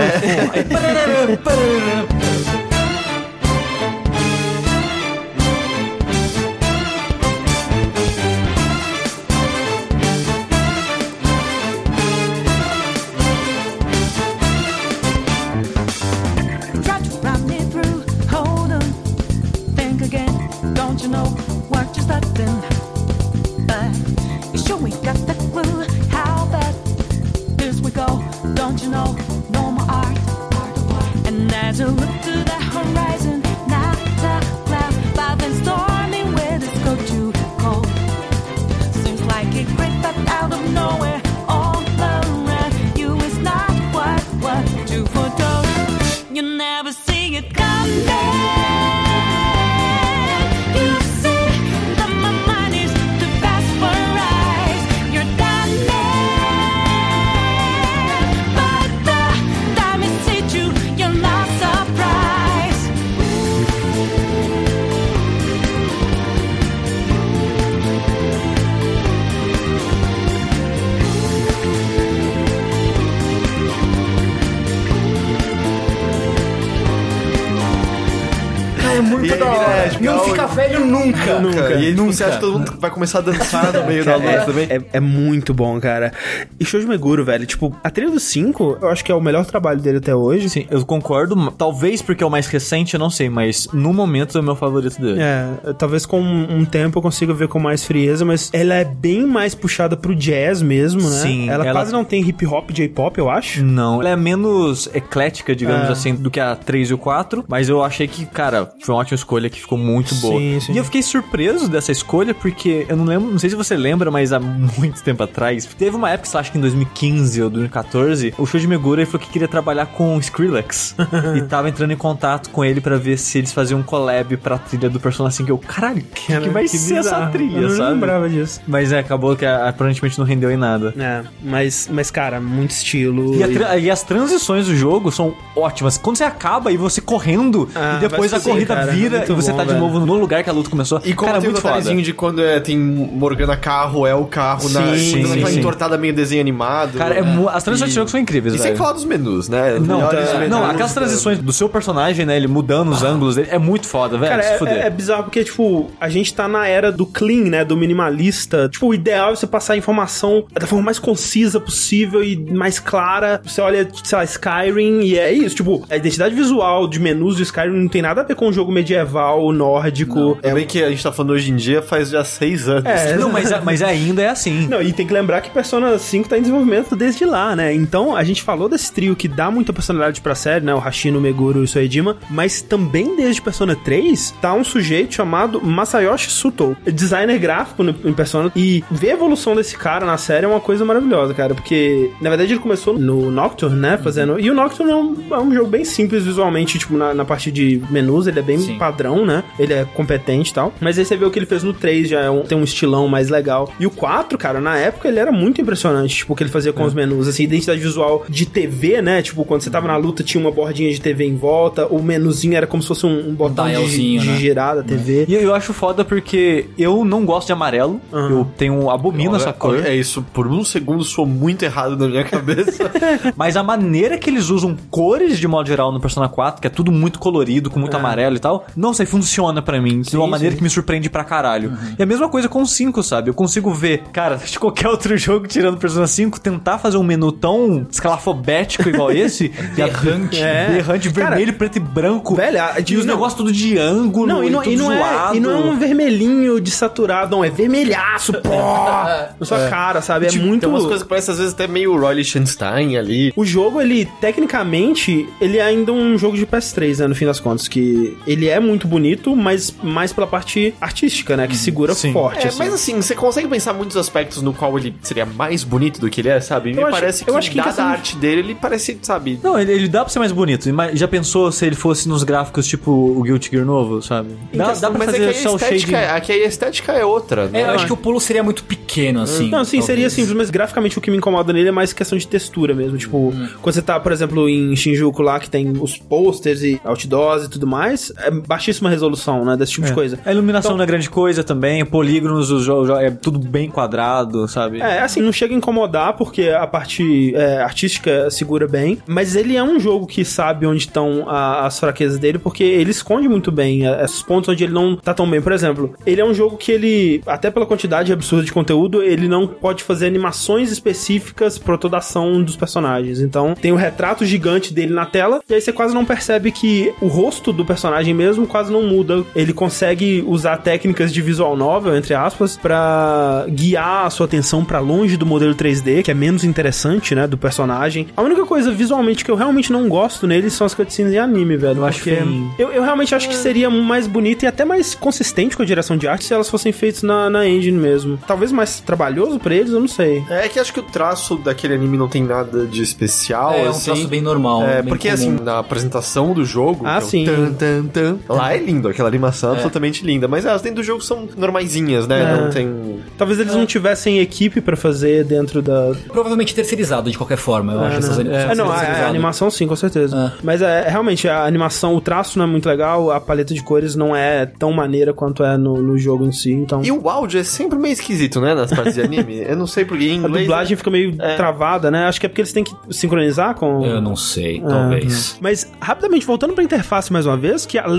muito da hora. Não fica velho nunca. E aí você acha que todo mundo vai começar a dançar no meio da luta também? É muito bom, cara. E Shoji Meguro, velho, tipo, a trilha do 5, eu acho que é o melhor trabalho dele até hoje. Sim, eu concordo. Talvez porque é o mais recente, eu não sei, mas no momento é o meu favorito dele. Talvez com um tempo eu consiga ver com mais frieza, mas ela é bem mais puxada pro jazz mesmo, né? Sim. Ela quase não tem hip hop, J-pop, eu acho. Não, ela é menos eclética, digamos assim, do que a 3 e o 4, mas eu achei que, cara, foi uma ótima escolha que ficou muito boa. Sim. E eu fiquei surpreso dessa escolha, porque eu não lembro, não sei se você lembra, mas há muito tempo atrás, teve uma época, acho que em 2015 ou 2014, o Shoji Meguro falou que queria trabalhar com Skrillex e tava entrando em contato com ele pra ver se eles faziam um collab pra trilha do Persona 5. Eu, caralho, que vai ser bizarro. essa trilha, eu sabe? não lembrava disso. Mas acabou que aparentemente não rendeu em nada. Mas cara, muito estilo. E as transições do jogo são ótimas. Quando você acaba e você correndo, e depois a corrida vira e você tá de novo no lugar que a luta começou. E como cara, tem muito o detalhezinho de quando tem Morgana carro, é o carro naquela entortada meio desenho animado. Cara, as transições do jogo são incríveis, velho. E sem falar dos menus, né? Não, aquelas transições do seu personagem, né, ele mudando os ângulos dele, é muito foda, velho. Cara, é bizarro porque, tipo, a gente tá na era do clean, né, do minimalista. Tipo, o ideal é você passar a informação da forma mais concisa possível e mais clara. Você olha, sei lá, Skyrim e é isso. Tipo, a identidade visual de menus do Skyrim não tem nada a ver com o jogo medieval, nórdico. É bem que a gente tá falando hoje em dia faz já 6 anos. Não, mas ainda é assim. Não, e tem que lembrar que Persona 5 tá em desenvolvimento desde lá, né? Então, a gente falou desse trio que dá muita personalidade pra série, né? O Hashino, o Meguro e o Soejima, mas também desde Persona 3 tá um sujeito chamado Masayoshi Suto, designer gráfico em Persona, e ver a evolução desse cara na série é uma coisa maravilhosa, cara, porque, na verdade, ele começou no Nocturne, né, fazendo... E o Nocturne é um jogo bem simples visualmente, tipo, na parte de menus, ele é bem padrão, né? Ele é competente e tal, mas aí você vê o que ele fez no 3, já tem um estilão mais legal. E o 4, cara, na época ele era muito impressionante, tipo, o que ele fazia com os menus, assim, identidade visual de TV, né? Tipo, quando você tava na luta tinha uma bordinha de TV em volta, o menuzinho era como se fosse um botão de girar da TV. E eu acho foda porque eu não gosto de amarelo, eu abomino essa cor. É isso, por um segundo soou muito errado na minha cabeça. Mas a maneira que eles usam cores de modo geral no Persona 4, que é tudo muito colorido, com muito amarelo e tal, não sei, funciona pra mim, de uma maneira que me surpreende pra caralho. E a mesma coisa com o 5, sabe? Eu consigo ver, cara, de qualquer outro jogo tirando Persona 5, tentar fazer um menu tão escalafobético igual esse, berrante, vermelho, preto e branco, velho, e os negócios tudo de ângulo, tudo zoado. E não é um vermelhinho desaturado, não, é vermelhaço, na sua cara, sabe? É tipo, muito... Tem umas coisas que parecem às vezes até meio Roy Lichtenstein ali. O jogo, ele, tecnicamente, ele é ainda um jogo de PS3, né, no fim das contas, que ele é muito bonito, mas mais pela parte artística, né, que segura forte. Assim. Mas assim, você consegue pensar muitos aspectos no qual ele seria mais bonito do que ele é, sabe? Me parece que dada a arte dele, ele parece, sabe? Não, ele dá pra ser mais bonito. Já pensou se ele fosse nos gráficos tipo o Guilty Gear novo, sabe? Dá pra fazer cel shading. Aqui a estética é outra, né? Eu acho que o pulo seria muito pequeno, assim. Não, sim, seria simples, mas graficamente o que me incomoda nele é mais questão de textura mesmo. Tipo, quando você tá, por exemplo, em Shinjuku lá, que tem os posters e outdoors e tudo mais, é baixíssima resolução, né? Desse tipo de coisa. A iluminação não é grande coisa também, polígonos, é tudo bem quadrado, sabe? Assim, não chega a incomodar, porque a parte artística segura bem, mas ele é um jogo que sabe onde estão as fraquezas dele, porque ele esconde muito bem esses pontos onde ele não tá tão bem. Por exemplo, ele é um jogo que ele, até pela quantidade absurda de conteúdo, ele não pode fazer animações específicas pra toda a ação dos personagens. Então, tem o retrato gigante dele na tela, e aí você quase não percebe que o rosto do personagem mesmo quase não muda. Ele consegue usar técnicas de visual novel, entre aspas, pra guiar a sua atenção pra longe do modelo 3D, que é menos interessante, né, do personagem. A única coisa visualmente que eu realmente não gosto nele são as cutscenes em anime, velho. Eu acho que eu realmente acho que seria mais bonito e até mais consistente com a direção de arte se elas fossem feitas na engine mesmo. Talvez mais trabalhoso pra eles, eu não sei. É que acho que o traço daquele anime não tem nada de especial, é assim. Um traço bem normal. Bem porque, comum. Assim, na apresentação do jogo, sim. Lá é lindo, aquela animação absolutamente linda. Mas as dentro do jogo são normaisinhas, né? Não tem... Talvez eles não tivessem equipe pra fazer dentro da... Provavelmente terceirizado, de qualquer forma, eu acho. Essas a animação sim, com certeza. Mas realmente, a animação, o traço não é muito legal, a paleta de cores não é tão maneira quanto é no jogo em si, então... E o áudio é sempre meio esquisito, né, nas partes de anime. Eu não sei porque em inglês... A dublagem fica meio travada, né? Acho que é porque eles têm que sincronizar com... Eu não sei, talvez. Mas, rapidamente, voltando pra interface mais uma vez, que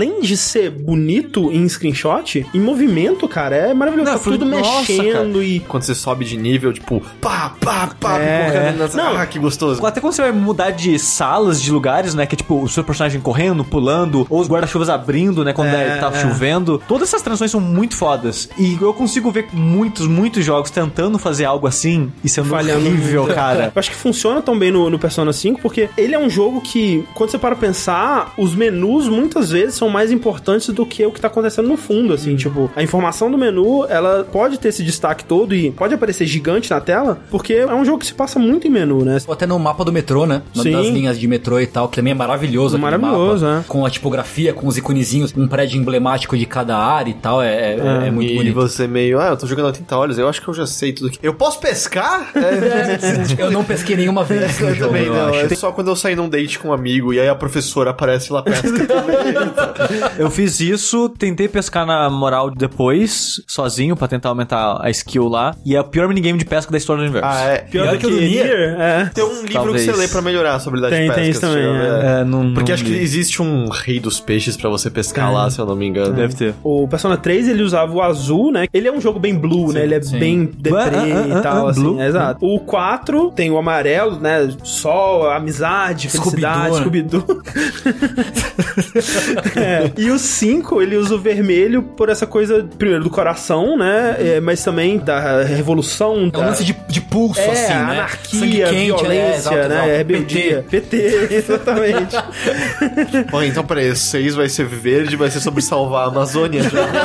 além de ser bonito em screenshot, em movimento, cara, é maravilhoso. Não, Tá tudo mexendo e... Quando você sobe de nível, tipo, pá, que gostoso. Até quando você vai mudar de salas, de lugares, né? Que é tipo o seu personagem correndo, pulando, ou os guarda-chuvas abrindo, né? Quando tá chovendo. Todas essas transições são muito fodas. E eu consigo ver muitos jogos tentando fazer algo assim e sendo horrível, cara. Eu acho que funciona tão bem no Persona 5, porque ele é um jogo que, quando você para pensar, os menus muitas vezes são mais importantes do que o que tá acontecendo no fundo, assim, tipo, a informação do menu, ela pode ter esse destaque todo e pode aparecer gigante na tela, porque é um jogo que se passa muito em menu, né? Ou até no mapa do metrô, né? Sim. Das linhas de metrô e tal, que também é maravilhoso. Maravilhoso, mapa, com a tipografia, com os iconezinhos, um prédio emblemático de cada área e tal, é muito bonito. E você meio, eu tô jogando há 30 horas, eu acho que eu já sei tudo aqui. Eu posso pescar? Eu não pesquei nenhuma vez no jogo, também não. acho. É só quando eu saí num date com um amigo e aí a professora aparece lá pesca também. Eu fiz isso, tentei pescar na moral depois, sozinho, pra tentar aumentar a skill lá. E é o pior minigame de pesca da história do universo. Pior do que o Nier? Tem um livro que você lê pra melhorar sobre habilidade de pesca. Tem isso também, Porque acho que existe um rei dos peixes pra você pescar lá, se eu não me engano. Deve ter. O Persona 3, ele usava o azul, né? Ele é um jogo bem blue, né? Ele é bem deprê e tal, assim. Blue. Exato. O 4 tem o amarelo, né? Sol, amizade, felicidade, Scooby-Doo. E o 5, ele usa o vermelho por essa coisa, primeiro, do coração, né? Mas também da revolução. É um lance de pulso, assim, né? Anarquia, violência, né? Rebeldia. PT, exatamente. Bom, então peraí, 6 vai ser verde, vai ser sobre salvar a Amazônia.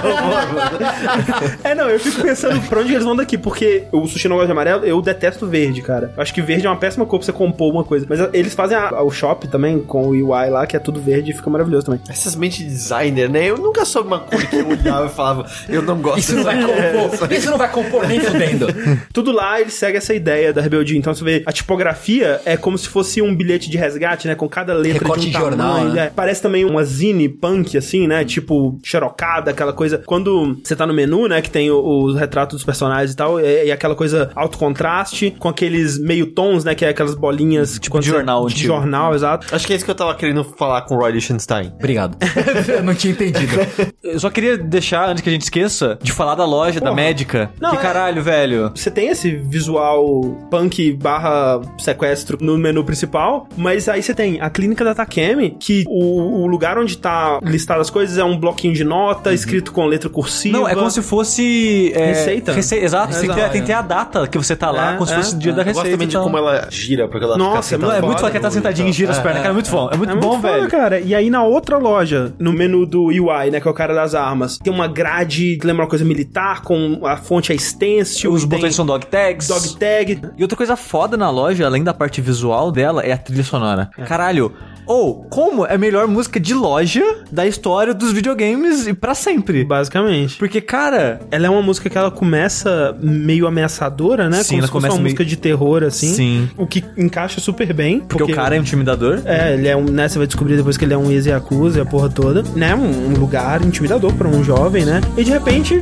Não, eu fico pensando pra onde eles vão daqui, porque o Sushi não gosta de amarelo, eu detesto verde, cara. Eu acho que verde é uma péssima cor pra você compor uma coisa. Mas eles fazem o shop também, com o UI lá, que é tudo verde e fica maravilhoso também. Essas mentes de designer, né? Eu nunca soube uma cor que eu olhava e falava, eu não gosto Isso não vai compor, isso não vai compor nem fudendo. Tudo lá, ele segue essa ideia da rebeldia. Então você vê, a tipografia é como se fosse um bilhete de resgate, né? Com cada letra recorte de um jornal, tamanho. né? Parece também uma zine punk, assim, né? Tipo, xerocada, aquela coisa. Quando você tá no menu, né? Que tem os retratos dos personagens e tal, e aquela coisa alto contraste, com aqueles meio tons, né? Que é aquelas bolinhas... Tipo de jornal. De jornal, exato. Acho que é isso que eu tava querendo falar com o Roy Lichtenstein. Obrigado. Eu não tinha entendido. Eu só queria deixar, antes que a gente esqueça, de falar da loja, da médica. Não, que caralho, velho. Você tem esse visual punk / sequestro no menu principal, mas aí você tem a clínica da Takemi, que o lugar onde tá listado as coisas é um bloquinho de nota, escrito com letra cursiva. Não, é como se fosse... Receita. Exato, você tem que ter a data que você tá lá, como se fosse o dia da receita. Eu gosto também de como ela gira, porque ela fica sentada. É muito foda que ela tá sentadinha e gira as pernas, cara, é muito bom. É muito bom, velho. Cara. E aí na outra loja, no menu do UI, né, que é o cara das armas, tem uma grade que lembra uma coisa militar, com a fonte é stencil. Os botões são dog tags. Dog tag. E outra coisa foda na loja, além da parte visual dela, é a trilha sonora. Caralho. Como é a melhor música de loja da história dos videogames e pra sempre. Basicamente. Porque, cara... Ela é uma música que ela começa meio ameaçadora, né? Sim, como ela se fosse começa uma música de terror, assim. Sim. O que encaixa super bem. Porque o cara é intimidador. Ele é né? Você vai descobrir depois que ele é um ex-yakuza e a porra toda. Né? Um lugar intimidador pra um jovem, né? E de repente...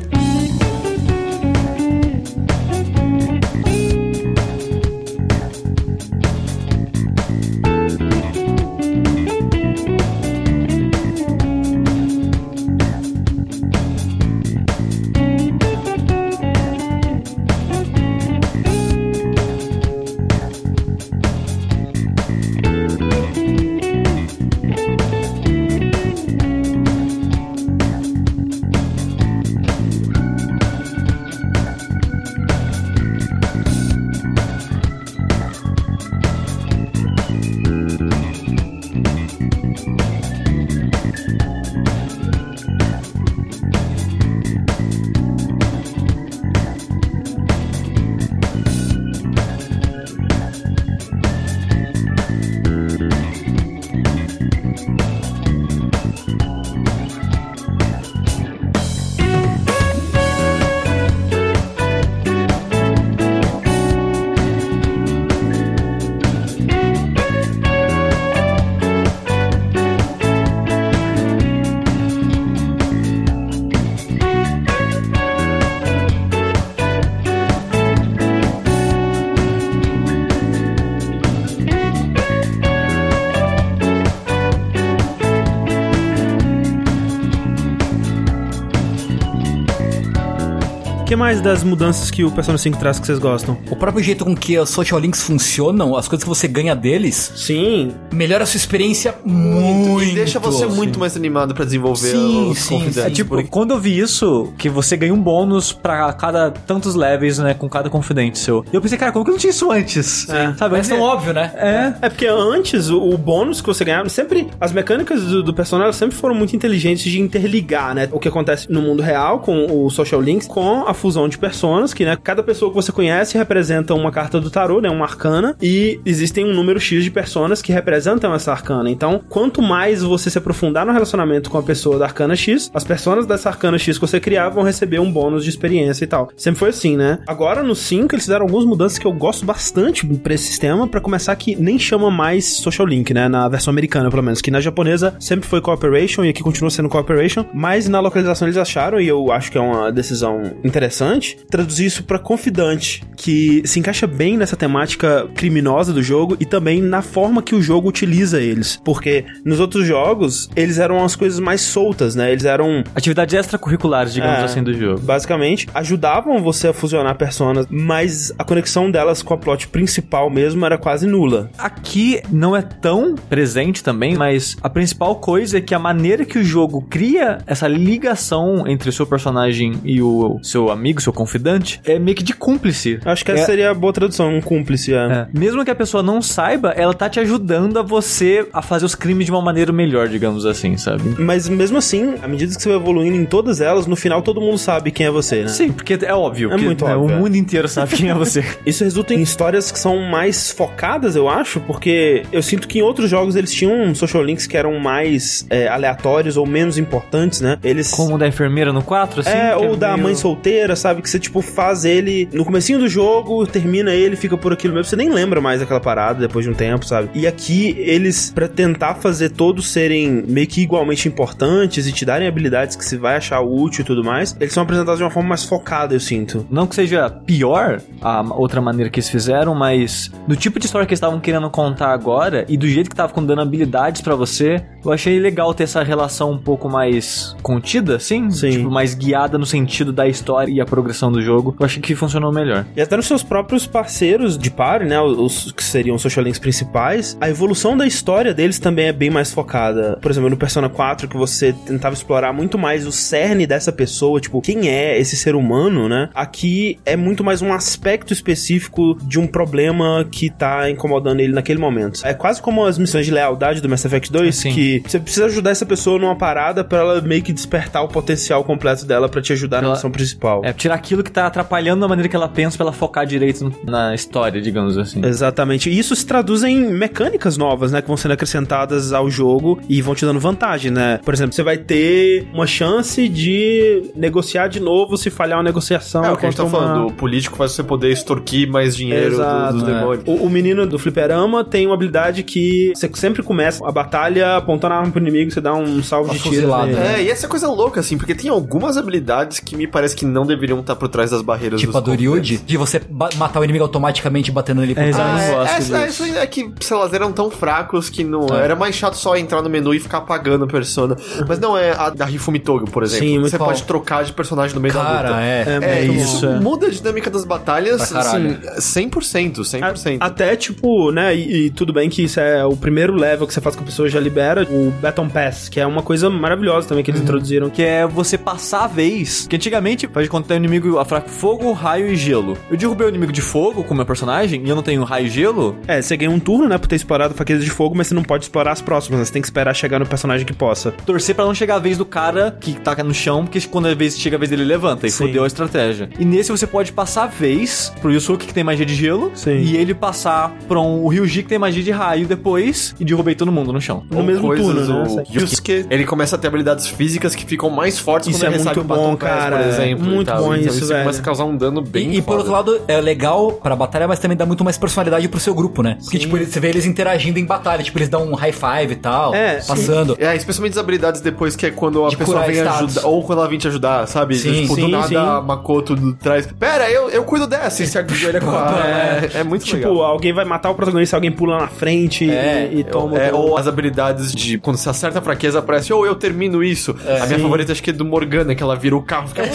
que mais das mudanças que o Persona 5 traz que vocês gostam? O próprio jeito com que os social links funcionam, as coisas que você ganha deles, Sim. melhora a sua experiência muito. E deixa você muito mais animado pra desenvolver os confidentes. É tipo, quando eu vi isso, que você ganha um bônus pra cada tantos levels, né, com cada confidente seu. E eu pensei, cara, como que eu não tinha isso antes? Sabe? Mas é tão óbvio, né? É porque antes, o bônus que você ganhava, sempre, as mecânicas do personagem sempre foram muito inteligentes de interligar, né? O que acontece no mundo real com o social links, com a fusão de personas, que, né, cada pessoa que você conhece representa uma carta do tarô, né, uma arcana, e existem um número X de personas que representam essa arcana. Então, quanto mais você se aprofundar no relacionamento com a pessoa da arcana X, as personas dessa arcana X que você criar vão receber um bônus de experiência e tal. Sempre foi assim, né? Agora, no 5, eles fizeram algumas mudanças que eu gosto bastante pra esse sistema, pra começar que nem chama mais social link, né? Na versão americana, pelo menos. Que na japonesa sempre foi cooperation e aqui continua sendo cooperation, mas na localização eles acharam, e eu acho que é uma decisão interessante, traduzir isso pra confidante, que se encaixa bem nessa temática criminosa do jogo e também na forma que o jogo utiliza eles. Porque nos outros jogos, eles eram as coisas mais soltas, né? Eles eram... atividades extracurriculares, digamos assim, do jogo. Basicamente, ajudavam você a fusionar personas, mas a conexão delas com a plot principal mesmo era quase nula. Aqui não é tão presente também, mas a principal coisa é que a maneira que o jogo cria essa ligação entre o seu personagem e o seu amigo, seu confidente, é meio que de cúmplice. Acho que essa seria a boa tradução, um cúmplice. Mesmo que a pessoa não saiba, ela tá te ajudando a você a fazer os crimes de uma maneira melhor, digamos assim, sabe? Mas mesmo assim, à medida que você vai evoluindo em todas elas, no final todo mundo sabe quem é você, né? Sim, porque é óbvio. É muito óbvio. O mundo inteiro sabe quem é você. Isso resulta em histórias que são mais focadas, eu acho, porque eu sinto que em outros jogos eles tinham social links que eram mais aleatórios ou menos importantes, né? Eles... como o da enfermeira no 4, assim? Ou da mãe solteira, sabe? Que você, tipo, faz ele no comecinho do jogo, termina ele, fica por aquilo mesmo. Você nem lembra mais daquela parada depois de um tempo, sabe? E aqui, eles, pra tentar fazer todos serem meio que igualmente importantes e te darem habilidades que você vai achar útil e tudo mais, eles são apresentados de uma forma mais focada, eu sinto. Não que seja pior a outra maneira que eles fizeram, mas do tipo de história que eles estavam querendo contar agora e do jeito que estavam dando habilidades pra você, eu achei legal ter essa relação um pouco mais contida, assim? Sim. Tipo, mais guiada no sentido da história e a progressão do jogo. Eu achei que funcionou melhor. E até nos seus próprios parceiros de party, né? Os que seriam os social links principais, a evolução da história deles também é bem mais focada. Por exemplo, no Persona 4, que você tentava explorar muito mais o cerne dessa pessoa, tipo, quem é esse ser humano, né? Aqui é muito mais um aspecto específico de um problema que tá incomodando ele naquele momento. É quase como as missões de lealdade do Mass Effect 2, que você precisa ajudar essa pessoa numa parada pra ela meio que despertar o potencial completo dela pra te ajudar na missão principal. Tirar aquilo que tá atrapalhando a maneira que ela pensa pra ela focar direito na história, digamos assim. Exatamente. E isso se traduz em mecânicas novas, né? Que vão sendo acrescentadas ao jogo e vão te dando vantagem, né? Por exemplo, você vai ter uma chance de negociar de novo se falhar uma negociação. É o que a gente tá falando. O político faz você poder extorquir mais dinheiro dos demônios. O menino do fliperama tem uma habilidade que você sempre começa a batalha apontando a arma pro inimigo, você dá um salve de tiro. E essa coisa louca, assim, porque tem algumas habilidades que me parece que não deveriam estar por trás das barreiras tipo dos a do Ryuji, de você matar o inimigo automaticamente batendo nele por trás. Isso é que, sei lá, eram tão fracos que não... Era mais chato só entrar no menu e ficar apagando a persona. Mas não é a da Rifumi Togo, por exemplo. Sim, você pode trocar de personagem no meio da luta. Isso. Muda a dinâmica das batalhas, assim, 100%. Até, tipo, né, e tudo bem que isso é o primeiro level que você faz com a pessoa, já libera o Baton Pass, que é uma coisa maravilhosa também que eles introduziram. Que é você passar a vez, que antigamente pode contar o inimigo a fraco fogo, raio e gelo. Eu derrubei o inimigo de fogo com o meu personagem e eu não tenho raio e gelo. Você ganha um turno, né, por ter explorado fraqueza de fogo, mas você não pode explorar as próximas, né? Você tem que esperar chegar no personagem que possa. Torcer pra não chegar a vez do cara que tá no chão, porque quando chega a vez dele levanta e fodeu a estratégia. E nesse você pode passar a vez pro Yusuke, que tem magia de gelo, e ele passar pra o Ryuji, que tem magia de raio depois, e derrubei todo mundo no chão. No mesmo turno, né? O Yusuke, ele começa a ter habilidades físicas que ficam mais fortes isso quando ele recebe o Baton Pass, por exemplo. Muito bom então isso, velho. Começa a causar um dano bem E por outro lado, é legal pra batalha, mas também dá muito mais personalidade pro seu grupo, né? Porque, tipo, você vê eles interagindo em batalha, tipo, eles dão um high five e tal, passando. Especialmente as habilidades depois, que é quando a de pessoa vem ajudar, ou quando ela vem te ajudar, sabe? Do nada, a Makoto traz, pera, eu cuido dessa, e certo joelho é muito legal. Tipo, alguém vai matar o protagonista, alguém pula na frente e toma... Ou as habilidades de quando você acerta a fraqueza, aparece, eu termino isso. A minha favorita acho que é do Morgana, que ela vira o carro, fica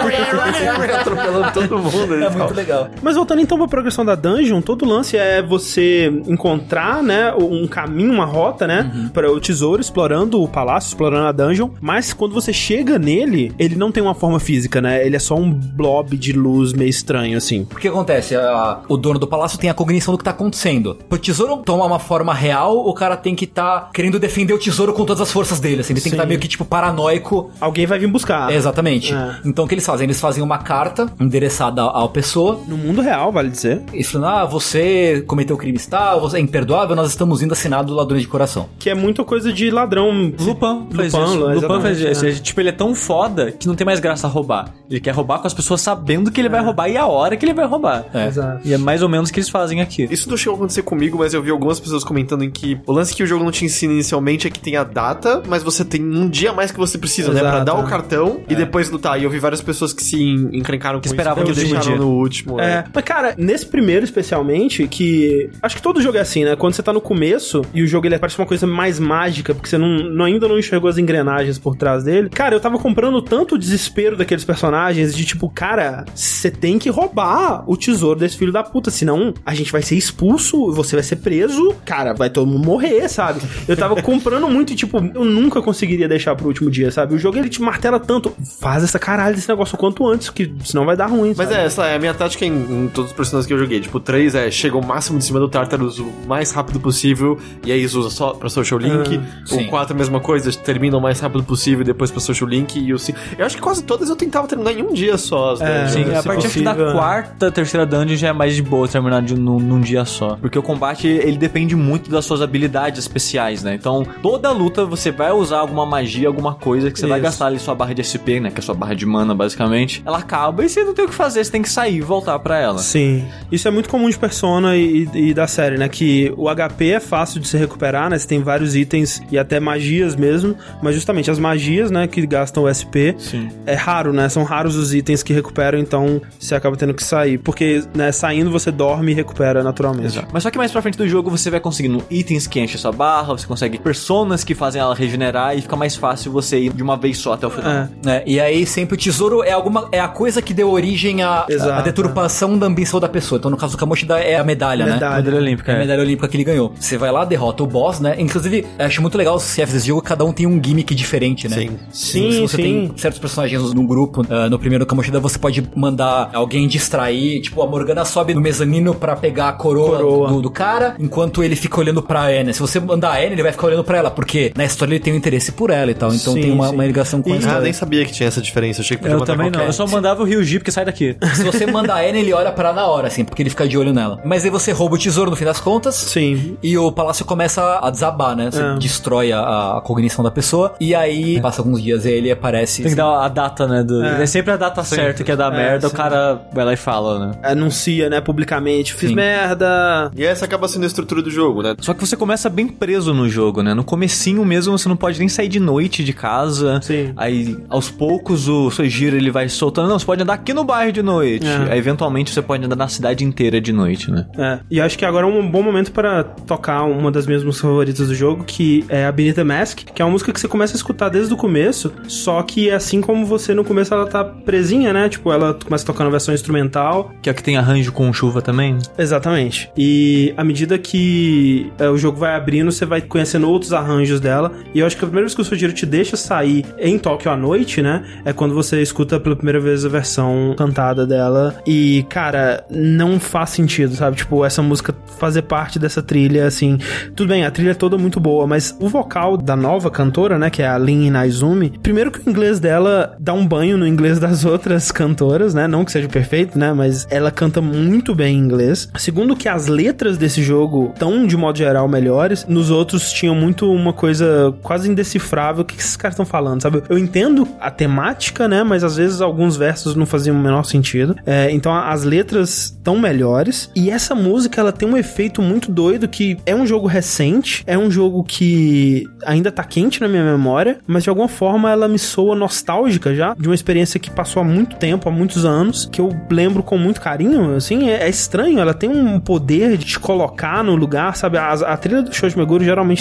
atropelando todo mundo. É muito legal. Mas voltando então pra progressão da dungeon, todo o lance é você encontrar, né, um caminho, uma rota, né, para o tesouro, explorando o palácio, explorando a dungeon, mas quando você chega nele, ele não tem uma forma física, né, ele é só um blob de luz meio estranho, assim. O que acontece? O dono do palácio tem a cognição do que tá acontecendo. Pro tesouro tomar uma forma real, o cara tem que estar querendo defender o tesouro com todas as forças dele, assim, ele tem que estar meio que, tipo, paranoico. Alguém vai vir buscar. Exatamente. Então o que eles fazem? Eles fazem uma carta endereçada à pessoa. No mundo real, vale dizer. Eles falam, você cometeu crimes tal, você é imperdoável, nós estamos indo assinado ladrões de coração. Que é muita coisa de ladrão. Lupin faz isso. Lupin faz isso. Tipo, ele é tão foda que não tem mais graça roubar. Ele quer roubar com as pessoas sabendo que ele vai roubar e a hora que ele vai roubar. Exato. E é mais ou menos o que eles fazem aqui. Isso não chegou a acontecer comigo, mas eu vi algumas pessoas comentando em que o lance que o jogo não te ensina inicialmente é que tem a data, mas você tem um dia a mais que você precisa, né? Pra dar o cartão e depois lutar. E eu vi várias pessoas que se encrencaram com esperavam isso, que deixaram no último. Mas cara, nesse primeiro especialmente, que acho que todo jogo é assim, né? Quando você tá no começo e o jogo ele parece uma coisa mais mágica, porque você ainda não enxergou as engrenagens por trás dele. Cara, eu tava comprando tanto o desespero daqueles personagens de tipo, cara, você tem que roubar o tesouro desse filho da puta, senão a gente vai ser expulso, você vai ser preso, cara, vai todo mundo morrer, sabe? Eu tava comprando muito e tipo, eu nunca conseguiria deixar pro último dia, sabe? O jogo ele te martela tanto, faz essa caralho desse negócio o quanto antes, que senão vai dar ruim, mas sabe? Essa é a minha tática em todos os personagens que eu joguei. Tipo, 3 chega o máximo de cima do Tartarus o mais rápido possível, e aí usa só pra Social Link. O 4 a mesma coisa, termina o mais rápido possível, depois pra Social Link. E o 5... Eu acho que quase todas eu tentava terminar em um dia só. Sim, a partir da quarta, terceira dungeon já é mais de boa terminar num dia só. Porque o combate, ele depende muito das suas habilidades especiais, né? Então, toda luta você vai usar alguma magia, alguma coisa que você vai gastar ali sua barra de SP, né? Que é a sua barra de mana, basicamente. Ela acaba e você não tem o que fazer, você tem que sair e voltar pra ela. Sim. Isso é muito comum de Persona e da série, né? Que o HP é fácil de se recuperar, né? Você tem vários itens e até magias mesmo, mas justamente as magias, né? Que gastam o SP, é raro, né? São raros os itens que recuperam, então você acaba tendo que sair. Porque, né? Saindo você dorme e recupera naturalmente. Exato. Mas só que mais pra frente do jogo você vai conseguindo itens que enchem sua barra, você consegue personas que fazem ela regenerar e fica mais fácil você ir de uma vez só até o final. E aí sempre o tesouro é a coisa que deu origem à deturpação da ambição da pessoa. Então no caso do Kamoshida é a medalha, né? Medalha olímpica. É a medalha olímpica que ele ganhou. Você vai lá, derrota o boss, né? Inclusive, acho muito legal os CFs desse jogo, cada um tem um gimmick diferente, né? Sim. Se você tem certos personagens no grupo, no primeiro Kamoshida, você pode mandar alguém distrair, tipo, a Morgana sobe no mezanino pra pegar a coroa. Do cara, enquanto ele fica olhando pra Anne. Se você mandar a Anne, ele vai ficar olhando pra ela, porque na história ele tem um interesse por ela e tal, então tem uma ligação com a história. Eu nem sabia que tinha essa diferença, eu achei que podia mandar também não, eu só mandava o Ryuji, porque sai daqui. Se você manda a Anne, ele olha pra ela na hora, assim, porque ele fica de olho nela. Mas aí você rouba o tesouro no fim das contas. Sim. E o palácio começa a desabar, né? Você destrói a cognição da pessoa. E aí, passa alguns dias e ele aparece. Tem que dar a data, né? É sempre a data certa que é da merda, o cara vai lá e fala, né? Anuncia, né? Publicamente. Fiz merda. E essa acaba sendo a estrutura do jogo, né? Só que você começa bem preso no jogo, né? No comecinho mesmo, você não pode nem sair de noite de casa. Sim. Aí, aos poucos, o Sojiro, ele vai soltando. Não, você pode andar aqui no bairro de noite. Aí, eventualmente, você pode andar na cidade inteira de noite, né? E acho que agora é um bom momento para tocar uma das minhas músicas favoritas do jogo, que é a Beneath the Mask, que é uma música que você começa a escutar desde o começo, só que assim como você no começo ela tá presinha, né? Tipo, ela começa a tocar na versão instrumental. Que é o que tem arranjo com chuva também? Exatamente. E à medida que o jogo vai abrindo, você vai conhecendo outros arranjos dela. E eu acho que a primeira vez que o Sojiro te deixa sair em Tóquio à noite, né? É quando você escuta pela primeira vez a versão cantada dela. E, cara, não faz sentido, sabe? Tipo, essa música fazer parte dessa trilha, assim... Tudo bem, a trilha é toda muito boa, mas o vocal da nova cantora, né? Que é a Lin Inaizumi, primeiro que o inglês dela dá um banho no inglês das outras cantoras, né? Não que seja perfeito, né? Mas ela canta muito bem em inglês. Segundo que as letras desse jogo estão, de modo geral, melhores. Nos outros tinham muito uma coisa quase indecifrável. O que esses caras estão falando, sabe? Eu entendo a temática, né? Mas às vezes alguns versos não faziam o menor sentido. Então as letras estão melhores. E essa música, ela tem um efeito muito doido, que é um jogo recente, é um jogo que ainda tá quente na minha memória, mas de alguma forma ela me soa nostálgica já, de uma experiência que passou há muito tempo, há muitos anos, que eu lembro com muito carinho, assim, é estranho, ela tem um poder de te colocar no lugar, sabe? A trilha do Shoji Meguro geralmente tem esse poder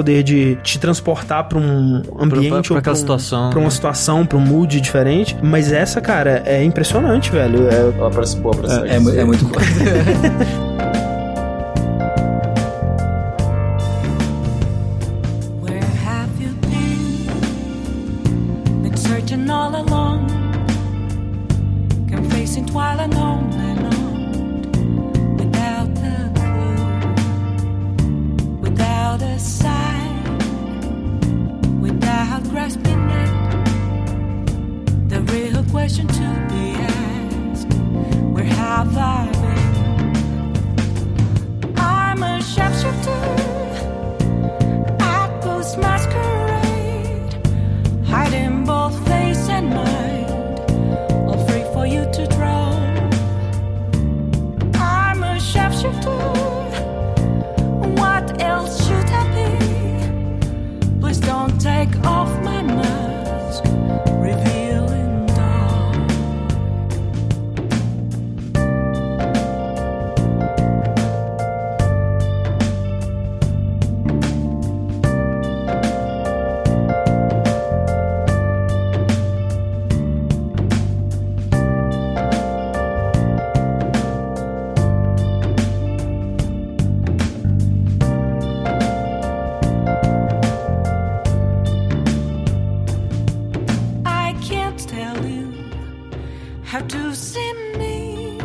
poder de te transportar pra um ambiente ou aquela situação, pra uma situação, pra um mood diferente. Mas essa, cara, é impressionante, velho. Ela parece boa pra sair. É muito boa. All along, confessing while alone and on, without the clue, without a sign, without grasping it. The real question to be asked: where have I been? I'm a sharpshooter at Ghost Masquerade, hiding both face and mind, all free for you to draw. I'm a sharpshooter. What else should I be? Please don't take off my mask, revealing dark. How to see me,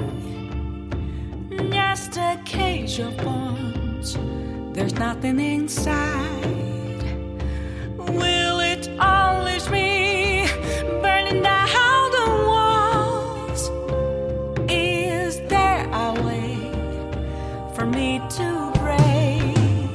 just a cage of bones. There's nothing inside. Will it unleash me, burning down the walls? Is there a way for me to break?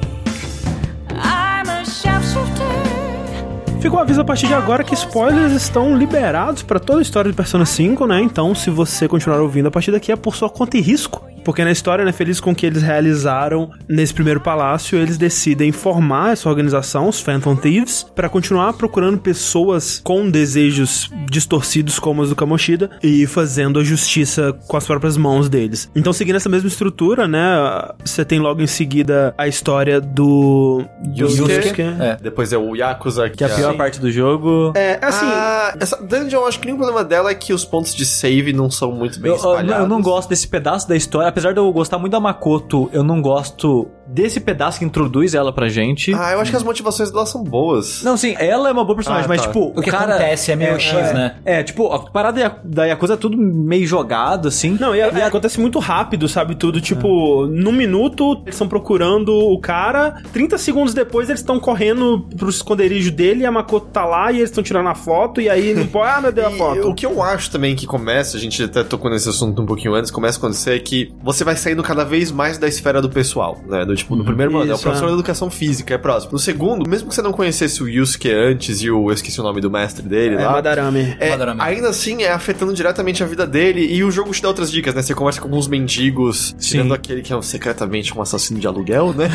I'm a sharpshooter. Fica um aviso a partir de agora que spoilers estão liberados pra toda a história de Persona 5, né? Então, se você continuar ouvindo a partir daqui, é por sua conta e risco. Porque na história, né, feliz com o que eles realizaram nesse primeiro palácio, eles decidem formar essa organização, os Phantom Thieves, pra continuar procurando pessoas com desejos distorcidos como os do Kamoshida e fazendo a justiça com as próprias mãos deles. Então, seguindo essa mesma estrutura, né, você tem logo em seguida a história do Yusuke. Depois é o Yakuza, que é a pior parte do jogo. Essa dungeon, eu acho que nem o problema dela é que os pontos de save não são muito bem espalhados. Eu não gosto desse pedaço da história. Apesar de eu gostar muito da Makoto, eu não gosto desse pedaço que introduz ela pra gente. Eu acho que as motivações dela são boas. Não, sim, ela é uma boa personagem, mas tipo... O que acontece é meio X, né? Tipo, a parada da Yakuza é tudo meio jogado, assim. Não, e acontece muito rápido, sabe? Tudo, tipo, num minuto, eles estão procurando o cara, 30 segundos depois eles estão correndo pro esconderijo dele e a Makoto tá lá e eles estão tirando a foto e aí não pode... meu Deus, a foto. O que eu acho também que começa, a gente até tocou nesse assunto um pouquinho antes, começa a acontecer que você vai saindo cada vez mais da esfera do pessoal, né? No primeiro ano, é o professor de educação física, é próximo. No segundo, mesmo que você não conhecesse o Yusuke antes e eu esqueci o nome do mestre dele lá. Madarame. Ainda assim, é afetando diretamente a vida dele e o jogo te dá outras dicas, né? Você conversa com alguns mendigos, tirando aquele que é secretamente um assassino de aluguel, né?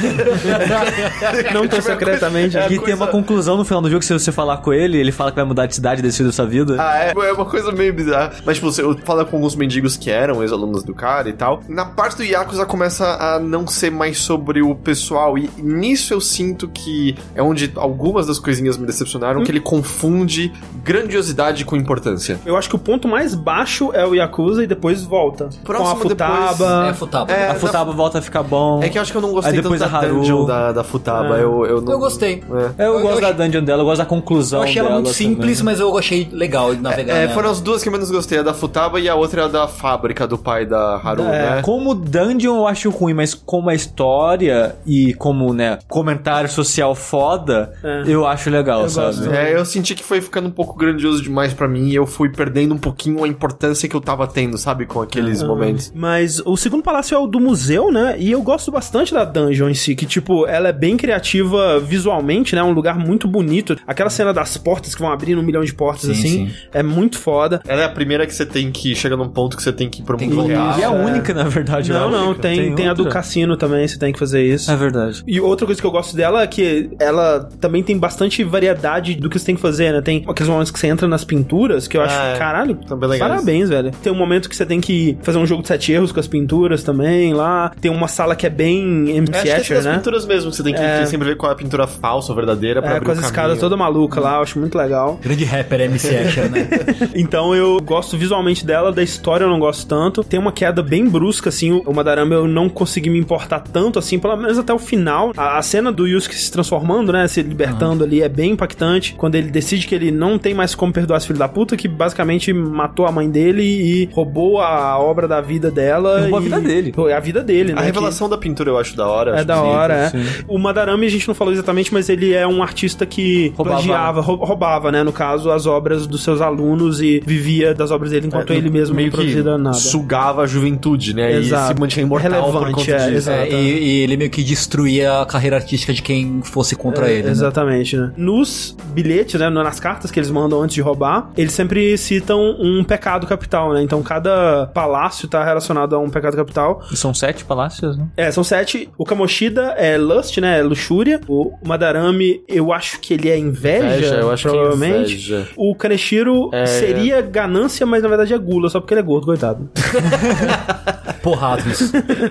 Não tão secretamente. E tem uma conclusão no final do jogo que se você falar com ele, ele fala que vai mudar de cidade e decidir sua vida. É uma coisa meio bizarra. Mas, tipo, você fala com alguns mendigos que eram ex-alunos do cara e tal. Na parte do Yakuza começa a não ser mais sobre o pessoal. E nisso eu sinto que é onde algumas das coisinhas me decepcionaram, que ele confunde grandiosidade com importância. Eu acho que o ponto mais baixo é o Yakuza e depois volta. Próximo com a Futaba. A Futaba. A Futaba volta a ficar bom. É que eu acho que eu não gostei depois tanto a da Haru. dungeon da Futaba. Eu gostei. Eu gosto da dungeon dela, eu gosto da conclusão dela. Eu achei ela muito simples, também. mas eu achei legal de navegar nela. Foram as duas que eu menos gostei, a da Futaba e a outra é a da fábrica do pai da Haru, né? Como dungeon eu acho ruim, mas como a história e como, né, comentário social foda, eu acho legal, sabe? Eu senti que foi ficando um pouco grandioso demais pra mim e eu fui perdendo um pouquinho a importância que eu tava tendo, sabe? Com aqueles momentos. Mas o segundo palácio é o do museu, né? E eu gosto bastante da dungeon em si, que, tipo, ela é bem criativa visualmente, né? Um lugar muito bonito. Aquela cena das portas que vão abrindo 1 milhão de portas, assim, é muito foda. Ela é a primeira que você tem que... Chega num ponto que você tem que ir pra um E é a única, na verdade. Não, tem a do cassino também, você tem que fazer isso. É verdade. E outra coisa que eu gosto dela é que ela também tem bastante variedade do que você tem que fazer, né? Tem aqueles momentos que você entra nas pinturas, que eu acho, caralho, parabéns, velho. Tem um momento que você tem que fazer um jogo de 7 erros com as pinturas também, lá. Tem uma sala que é bem MC Escher, né? As pinturas mesmo, você tem que sempre ver qual é a pintura falsa ou verdadeira pra abrir com as escadas toda maluca lá, eu acho muito legal. Grande rapper MC Escher, né? Então eu gosto visualmente dela, da história eu não gosto tanto. Tem uma queda bem brusca, assim, o Madarame eu não consegui me importar tanto, assim, pelo menos até o final. A cena do Yusuke se transformando, né, se libertando ali, é bem impactante. Quando ele decide que ele não tem mais como perdoar esse filho da puta, que basicamente matou a mãe dele e roubou a obra da vida dela. Roubou a vida dele. A vida dele, né? A revelação da pintura eu acho da hora. É da hora, O Madarame a gente não falou exatamente, mas ele é um artista que roubava, né, no caso, as obras dos seus alunos e vivia das obras dele enquanto ele mesmo não produzia nada. Sugava a juventude, né? Exato. E se mantinha imortal por conta disso. E ele meio que destruía a carreira artística de quem fosse contra ele. Exatamente, né? Nos bilhetes, né, nas cartas que eles mandam antes de roubar, eles sempre citam um pecado capital, né? Então cada palácio tá relacionado a um pecado capital. E são 7 palácios, né? São 7. O Kamoshida é lust, né? É luxúria. O Madarame, eu acho que ele é inveja, eu acho provavelmente. Que é inveja. O Kaneshiro seria ganância, mas na verdade é gula, só porque ele é gordo, coitado. Porrados.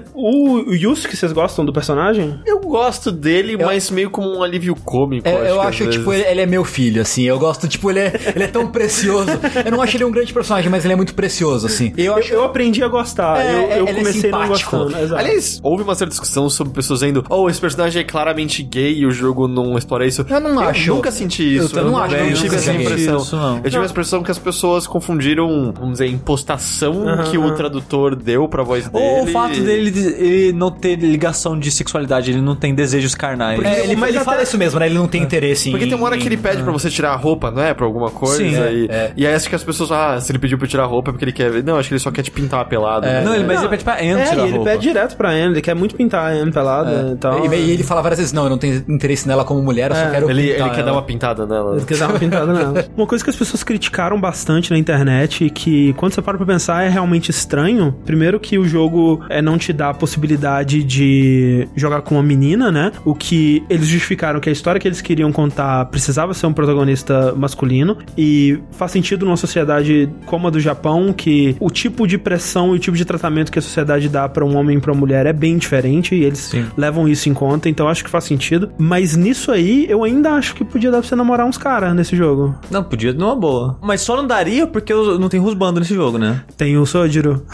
O Yusuke, vocês gostam do personagem? Eu gosto dele, mas meio como um alívio cômico. Eu acho tipo, ele é meu filho, assim. Eu gosto, tipo, ele é tão precioso. Eu não acho ele um grande personagem, mas ele é muito precioso, assim. Eu aprendi a gostar. Eu comecei não gostando. Exato. Aliás, houve uma certa discussão sobre pessoas dizendo, esse personagem é claramente gay e o jogo não explora isso. Eu não acho. Eu nunca senti isso. Eu não acho. Eu tive essa impressão. Eu tive a impressão que as pessoas confundiram, vamos dizer, a impostação que o tradutor deu pra voz dele. Ou o fato dele ele não ter ligação de sexualidade, ele não tem desejos carnais. Ele fala isso mesmo, né? Ele não tem interesse em... Porque tem uma hora que ele pede pra você tirar a roupa, não é? Pra alguma coisa. Sim, e aí acho que as pessoas, se ele pediu pra eu tirar a roupa é porque ele quer... Não, acho que ele só quer te pintar pelado. Não, ele pede pra Anne tirar a roupa. Ele pede direto pra Anne, ele quer muito pintar a Anne pelada e tal. E ele fala várias vezes, não, eu não tenho interesse nela como mulher, eu só quero pintar ele quer dar uma pintada nela. Ele quer dar uma pintada nela. Uma coisa que as pessoas criticaram bastante na internet e que, quando você para pra pensar, é realmente estranho. Primeiro que o jogo não te dá a possibilidade de jogar com uma menina, né? O que eles justificaram que a história que eles queriam contar precisava ser um protagonista masculino, e faz sentido numa sociedade como a do Japão, que o tipo de pressão e o tipo de tratamento que a sociedade dá pra um homem e pra uma mulher é bem diferente, e eles levam isso em conta, então acho que faz sentido. Mas nisso aí, eu ainda acho que podia dar pra você namorar uns caras nesse jogo. Não, podia numa boa. Mas só não daria porque não tem husbando nesse jogo, né? Tem o Sojiro.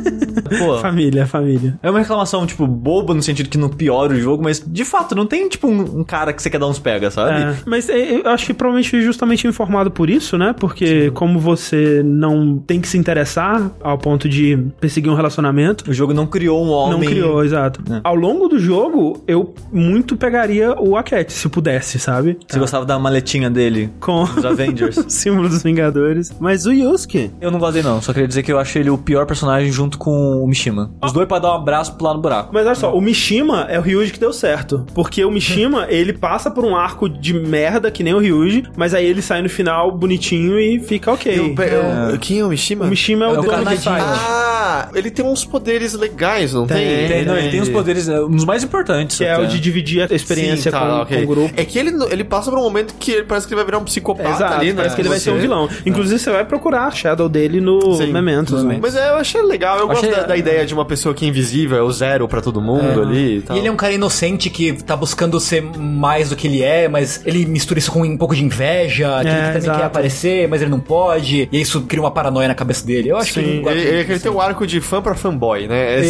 Pô, família. É uma reclamação, tipo, boba no sentido que não piora o jogo, mas de fato, não tem, tipo, um cara que você quer dar uns pega, sabe? Mas eu acho que provavelmente justamente informado por isso, né? Porque como você não tem que se interessar ao ponto de perseguir um relacionamento... O jogo não criou um homem... Não criou, exato. Ao longo do jogo, eu muito pegaria o Akechi, se pudesse, sabe? Você gostava da maletinha dele com os Avengers. Símbolo dos Vingadores. Mas o Yusuke... Eu não gostei, não. Só queria dizer que eu achei ele o pior personagem junto com o Mishima. Os dois pra dar um abraço e pular no buraco. Mas olha só, o Mishima é o Ryuji que deu certo. Porque o Mishima, ele passa por um arco de merda, que nem o Ryuji, mas aí ele sai no final bonitinho e fica ok. Quem é o Mishima? O Mishima é o dono do site. Ele tem uns poderes legais, não tem? Ele tem uns poderes, uns mais importantes. Que é o de dividir a experiência com o grupo. É que ele passa por um momento que parece que ele vai virar um psicopata ali, né? Parece que ele vai ser um vilão. Inclusive, você vai procurar a Shadow dele no Mementos. Mas eu achei legal. Eu gosto da ideia de uma pessoa que é invisível, é o zero pra todo mundo ali e tal. E ele é um cara inocente que tá buscando ser mais do que ele é, mas ele mistura isso com um pouco de inveja, que ele também quer aparecer, mas ele não pode, e isso cria uma paranoia na cabeça dele. Eu acho que ele tem um arco de fã pra fanboy, né?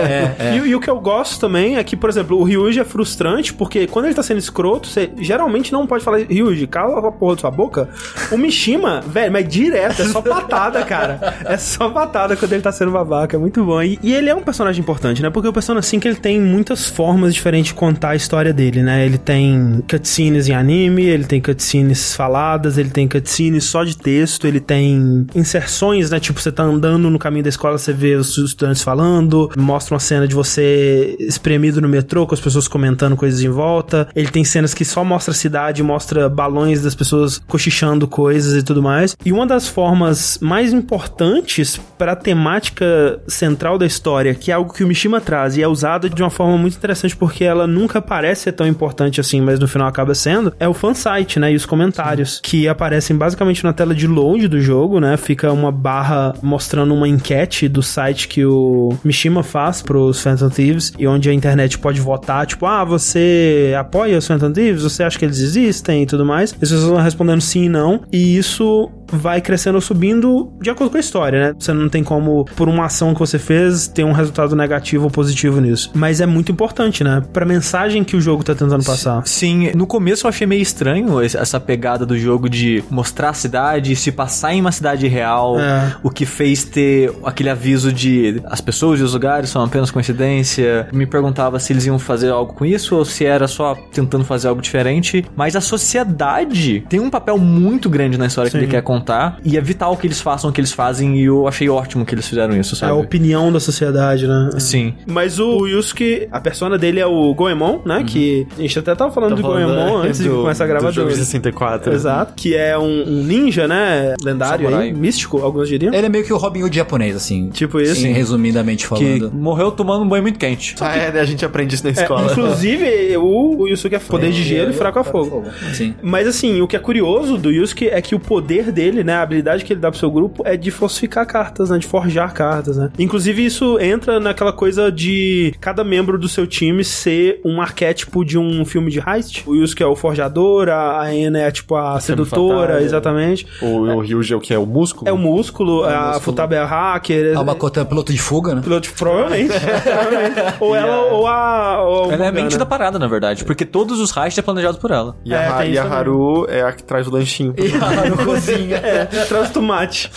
E o que eu gosto também é que, por exemplo, o Ryuji é frustrante, porque quando ele tá sendo escroto, você geralmente não pode falar, Ryuji, cala a porra da sua boca. O Mishima, velho, mas direto, é só patada, cara. É só patada quando ele tá sendo babaca, é muito bom. E ele é um personagem importante, né? Porque o Persona 5, ele tem muitas formas diferentes de contar a história dele, né? Ele tem cutscenes em anime, ele tem cutscenes faladas, ele tem cutscenes só de texto, ele tem inserções, né? Tipo, você tá andando no caminho da escola, você vê vê os estudantes falando, mostra uma cena de você espremido no metrô, com as pessoas comentando coisas em volta. Ele tem cenas que só mostra a cidade, mostra balões das pessoas cochichando coisas e tudo mais. E uma das formas mais importantes para a temática central da história, que é algo que o Mishima traz e é usado de uma forma muito interessante porque ela nunca parece ser tão importante assim, mas no final acaba sendo, é o fansite, né? E os comentários, que aparecem basicamente na tela de load do jogo, né? Fica uma barra mostrando uma enquete do site que o Mishima faz pros Phantom Thieves, e onde a internet pode votar, tipo, você apoia os Phantom Thieves? Você acha que eles existem e tudo mais? As pessoas vão respondendo sim e não, e isso vai crescendo ou subindo de acordo com a história, né? Você não tem como, por uma ação que você fez, ter um resultado negativo ou positivo nisso. Mas é muito importante, né? Pra mensagem que o jogo tá tentando passar. Sim, no começo eu achei meio estranho essa pegada do jogo de mostrar a cidade, se passar em uma cidade real, o que fez ter aquele aviso de as pessoas e os lugares são apenas coincidência. Me perguntava se eles iam fazer algo com isso ou se era só tentando fazer algo diferente. Mas a sociedade tem um papel muito grande na história que ele quer contar, e é vital que eles façam o que eles fazem, e eu achei ótimo que eles fizeram isso, sabe? É a opinião da sociedade, né? Sim. Mas o Yusuke, a persona dele é o Goemon, né? Que a gente até tava falando do Goemon antes de começar a gravar. Do jogo de 64. Exato. Que é um ninja, né? Lendário aí, místico, alguns diriam. Ele é meio que o Robin Hood japonês, assim. Tipo isso. Sim, resumidamente falando. Que morreu tomando um banho muito quente. Né? A gente aprende isso na escola. Inclusive, o Yusuke é poder de gelo e fraco a fogo. Sim. Mas assim, o que é curioso do Yusuke é que o poder dele, né? A habilidade que ele dá pro seu grupo é de falsificar cartas, né? De forjar cartas, né? Inclusive, isso entra naquela coisa de cada membro do seu time ser um arquétipo de um filme de heist. O Yusuke é o forjador, a Ana é tipo a sedutora, fatal, exatamente. O Ryuji é o que? É o músculo? É o músculo, a Futaba é a hacker. A Makoto é piloto de fuga, né? Provavelmente. Ou ela ou a ela é a mente da parada, na verdade, porque todos os heists é planejado por ela. E a Haru é a que traz o lanchinho. E a Haru cozinha. Traz tomate.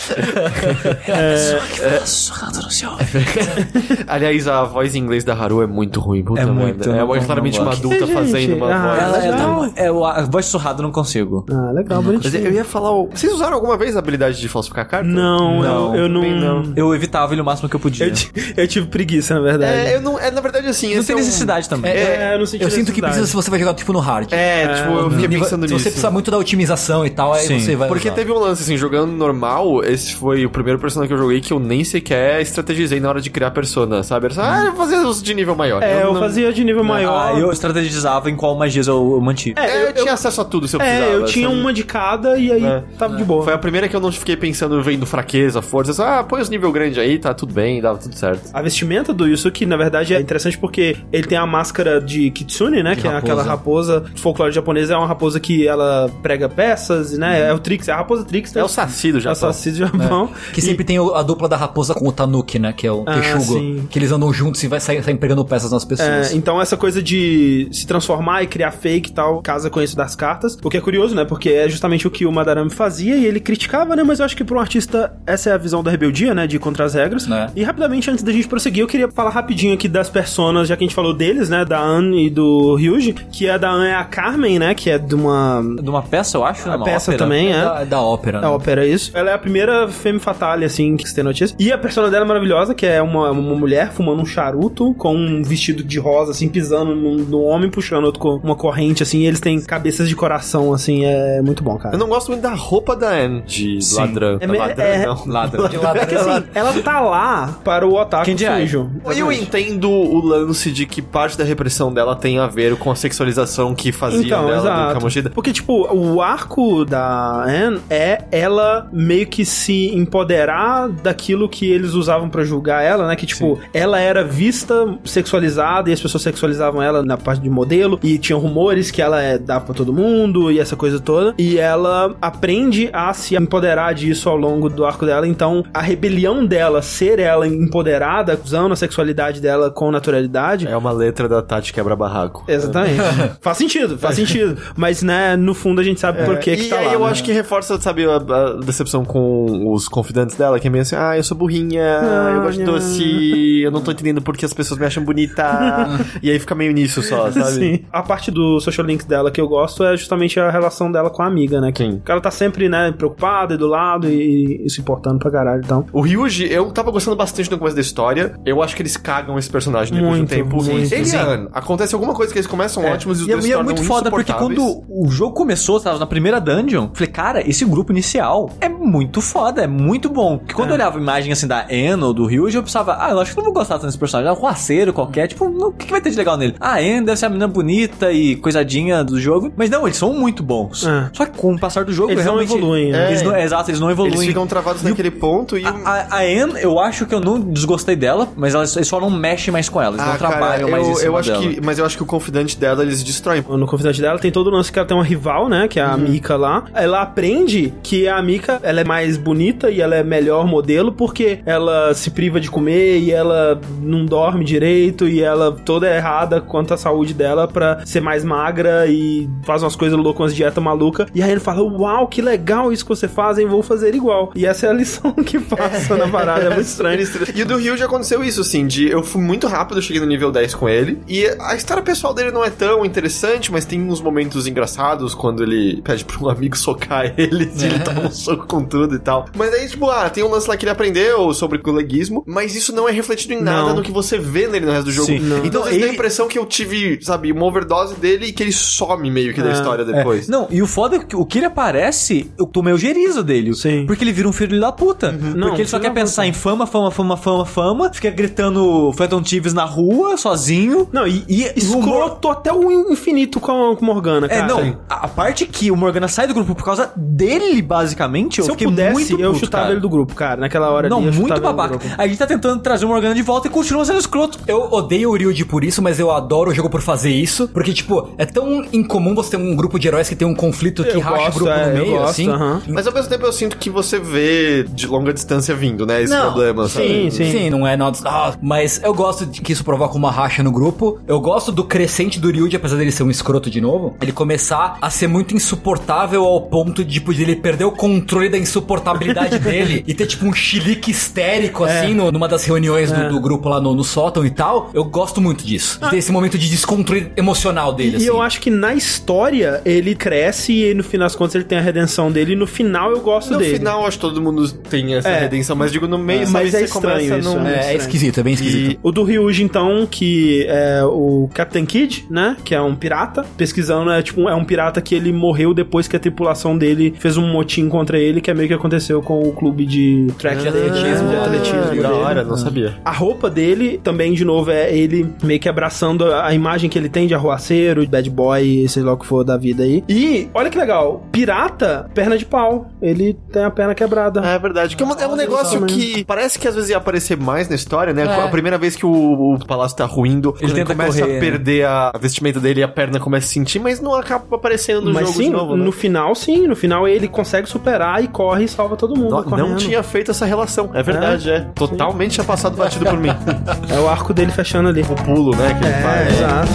Aliás, a voz em inglês da Haru é muito ruim. Puta muito. É claramente uma adulta fazendo uma voz. A voz sussurrada eu não consigo. Ah, legal, bonitinho. Mas eu ia falar... Vocês usaram alguma vez a habilidade de falsificar carta? Não, eu não. Eu evitava ele o máximo que eu podia. Eu tive preguiça, na verdade. Na verdade, assim... Não tem necessidade também. Eu sinto que precisa se você vai jogar tipo no hard. Eu fiquei pensando nisso. Se você precisar muito da otimização e tal, aí você vai Porque teve um lance, assim, jogando normal, esse foi o primeiro persona que eu joguei que eu nem sequer estrategizei na hora de criar persona, sabe? Era só, eu vou fazer os de nível maior. Eu fazia de nível maior. Eu estrategizava em qual magias eu mantive. Eu tinha acesso a tudo se eu precisava. Eu tinha uma de cada e aí tava de boa. Foi a primeira que eu não fiquei pensando, vendo fraqueza, força. Põe os nível grande aí, tá tudo bem, dava tudo certo. A vestimenta do Yusuke, na verdade, é interessante porque ele tem a máscara de Kitsune, né? Que é aquela raposa folclore japonesa, é uma raposa que ela prega peças, né? É o Trix, é a raposa Trix. É o Saci do Japão. É o Saci do Japão. Que sempre tem a dupla da raposa com o Tanuki, né? Que é o Texugo. Que eles andam juntos e vai sair pegando peças nas pessoas. Então essa coisa de se transformar e criar fake e tal, casa com isso das cartas. O que é curioso, né? Porque é justamente o que o Madarame fazia e ele criticava, né? Mas eu acho que para um artista essa é a visão da rebeldia, né? De ir contra as regras. E rapidamente, antes da gente prosseguir, eu queria falar rapidinho aqui das personas, já que a gente falou deles, né? Da Anne e do Ryuji. Que a da Anne é a Carmen, né? Que é de uma peça, eu acho. A peça ópera. Também, Da ópera. Da ópera, isso. Ela é a primeira femme fatale, assim, que se tem notícia. E a persona dela é maravilhosa, que é uma mulher fumando um charuto com um vestido de rosa, assim, pisando no homem, puxando outro com uma corrente, assim, e eles têm cabeças de coração, assim, é muito bom, cara. Eu não gosto muito da roupa da Anne, de ladrão. Ladrão. É que assim, ela tá lá para o otaku sujo. Eu entendo o lance de que parte da repressão dela tem a ver com a sexualização que fazia dela do Kamoshida. Porque, tipo, o arco da Anne é ela meio que se empoderar daquilo que eles usavam pra julgar ela, né? Que, tipo, ela era vista sexualizada e as pessoas sexualizavam ela na parte de modelo e tinham rumores que ela dava pra todo mundo e essa coisa toda. E ela aprende a se empoderar disso ao longo do arco dela. Então, a rebelião dela, ser ela empoderada, usando a sexualidade dela com naturalidade... É uma letra da Tati Quebra-Barraco. Exatamente. Faz sentido. Mas, né, no fundo a gente sabe por que tá lá. E aí eu acho que reforça, sabe, a decepção com os confidantes dela, que é meio assim, eu sou burrinha, eu gosto de doce, eu não tô entendendo porque as pessoas me acham bonita. E aí fica meio nisso só, sabe? Sim. A parte do social links dela que eu gosto é justamente a relação dela com a amiga, né? Sim. Que ela tá sempre, né, preocupada e do lado e se importando pra caralho, então. O Ryuji, eu tava gostando bastante no começo da história. Eu acho que eles cagam esse personagem depois de um tempo. Elian, acontece alguma coisa que eles começam ótimos e os dois se tornam muito foda, porque quando o jogo começou, tava na primeira dungeon, falei, cara, esse grupo inicial é muito foda, é muito bom. Porque quando eu olhava a imagem assim da Anne ou do Ryuji, eu pensava, eu acho que não vou gostar tanto desse personagem. É um roaceiro qualquer, tipo, o que vai ter de legal nele? A Anne deve ser a menina bonita e coisadinha do jogo. Mas não, eles são muito bons. Só que com o passar do jogo, eles realmente não evoluem. Exato, eles não evoluem. Eles ficam travados naquele ponto e... A Anne, eu acho que eu não desgostei dela, mas eles só não mexem mais com ela. Eles não trabalham mais em cima dela. Mas eu acho que o confidante dela, eles destroem. No confidante dela tem todo o lance que ela tem uma rival, né? Que é a Mika lá. Ela aprende que a Mika, ela é mais bonita e ela é melhor modelo porque ela se priva de comer e ela não dorme direito e ela toda é errada quanto à saúde dela pra ser mais magra e faz umas coisas loucas, umas dietas malucas. E aí ele fala, uau, que legal isso que você faz, hein? Vou fazer igual. E essa é a lição que passa na parada, é muito estranho. E o do Ryu já aconteceu isso, assim, eu fui muito rápido, eu cheguei no nível 10 com ele, e a história pessoal dele não é tão interessante, mas tem uns momentos engraçados quando ele pede pra um amigo socar ele, e ele toma um soco com tudo e tal. Mas aí, tipo, tem um lance lá que ele aprendeu sobre coleguismo, mas isso não é refletido em nada no que você vê nele no resto do jogo. Sim, então, às vezes dá a impressão que eu tive, sabe, uma overdose dele e que ele some meio que da história depois. Não, e o foda é que o que ele aparece, eu tomei o gerizo dele. Sim. Porque ele vira um filho da puta. Porque ele só quer pensar em fama, fica gritando Phantom Thieves na rua, sozinho. Não, e escroto até o infinito com o Morgana, cara. A parte que o Morgana sai do grupo por causa dele, basicamente, se eu pudesse, eu chutava ele do grupo, cara. Naquela hora ali, muito babaca. A gente tá tentando trazer o Morgana de volta e continua sendo escroto. Eu odeio o Ryuji por isso, mas eu adoro o jogo por fazer isso, porque, tipo, é tão incomum você ter um grupo de heróis que tem um conflito que racha o grupo no meio, assim. Mas ao mesmo tempo eu sinto que você vê de longa distância vindo, né, esse problema, sabe? Sim, não é nada... mas eu gosto de que isso provoca uma racha no grupo. Eu gosto do crescente do Ryuji, apesar dele ser um escroto de novo, ele começar a ser muito insuportável ao ponto de, tipo, de ele perder o controle da insuportabilidade dele e ter, tipo, um chilique histérico, assim, numa das reuniões do grupo lá no sótão e tal. Eu gosto muito disso. De ter esse momento de descontrole emocional dele, assim. E eu acho que na história ele cresce e no final das contas ele tem a redenção dele e no final eu gosto dele. No final acho que todo mundo tem essa redenção, mas digo no meio, mas é estranho isso. É esquisito, é bem esquisito. O do Ryuji, então, que é o Captain Kid, né? Que é um pirata. Pesquisando, é um pirata que ele morreu depois que a tripulação dele fez um motim contra ele, que é meio que aconteceu com o clube de track de atletismo. Da hora, não sabia. A roupa dele também, de novo, é ele meio que abraçando a imagem que ele tem de arruaceiro, de bad boy, sei lá o que for da vida aí. E, olha que legal, pirata, perna de pau. Ele tem a perna quebrada. É verdade. Que é um negócio que parece que às vezes ia aparecer mais na história, né? A primeira vez que o palácio tá ruindo, ele começa a perder a vestimenta dele e a perna começa a sentir, mas não acaba aparecendo no jogo de novo, né? No final ele consegue superar e corre e salva todo mundo. Não tinha feito essa relação. É verdade, Totalmente tinha passado batido por mim. É o arco dele fechando ali. O pulo, né? Que ele faz. Exato.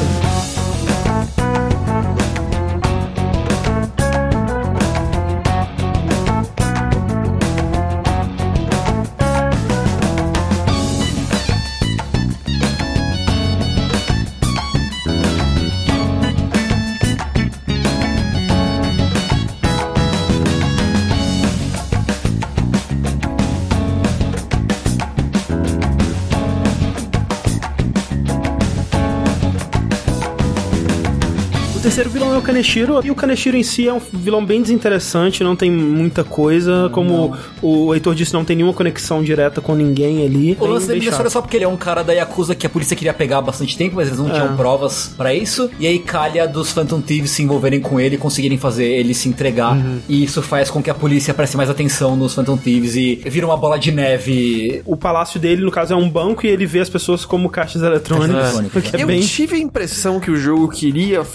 O terceiro vilão é o Kaneshiro, e o Kaneshiro em si é um vilão bem desinteressante, não tem muita coisa, como o Heitor disse, não tem nenhuma conexão direta com ninguém ali. O lance dele é só porque ele é um cara da Yakuza que a polícia queria pegar há bastante tempo, mas eles não tinham provas pra isso, e aí calha dos Phantom Thieves se envolverem com ele e conseguirem fazer ele se entregar, e isso faz com que a polícia preste mais atenção nos Phantom Thieves e vira uma bola de neve. O palácio dele, no caso, é um banco e ele vê as pessoas como caixas eletrônicas. Eu tive a impressão que o jogo queria fazer algo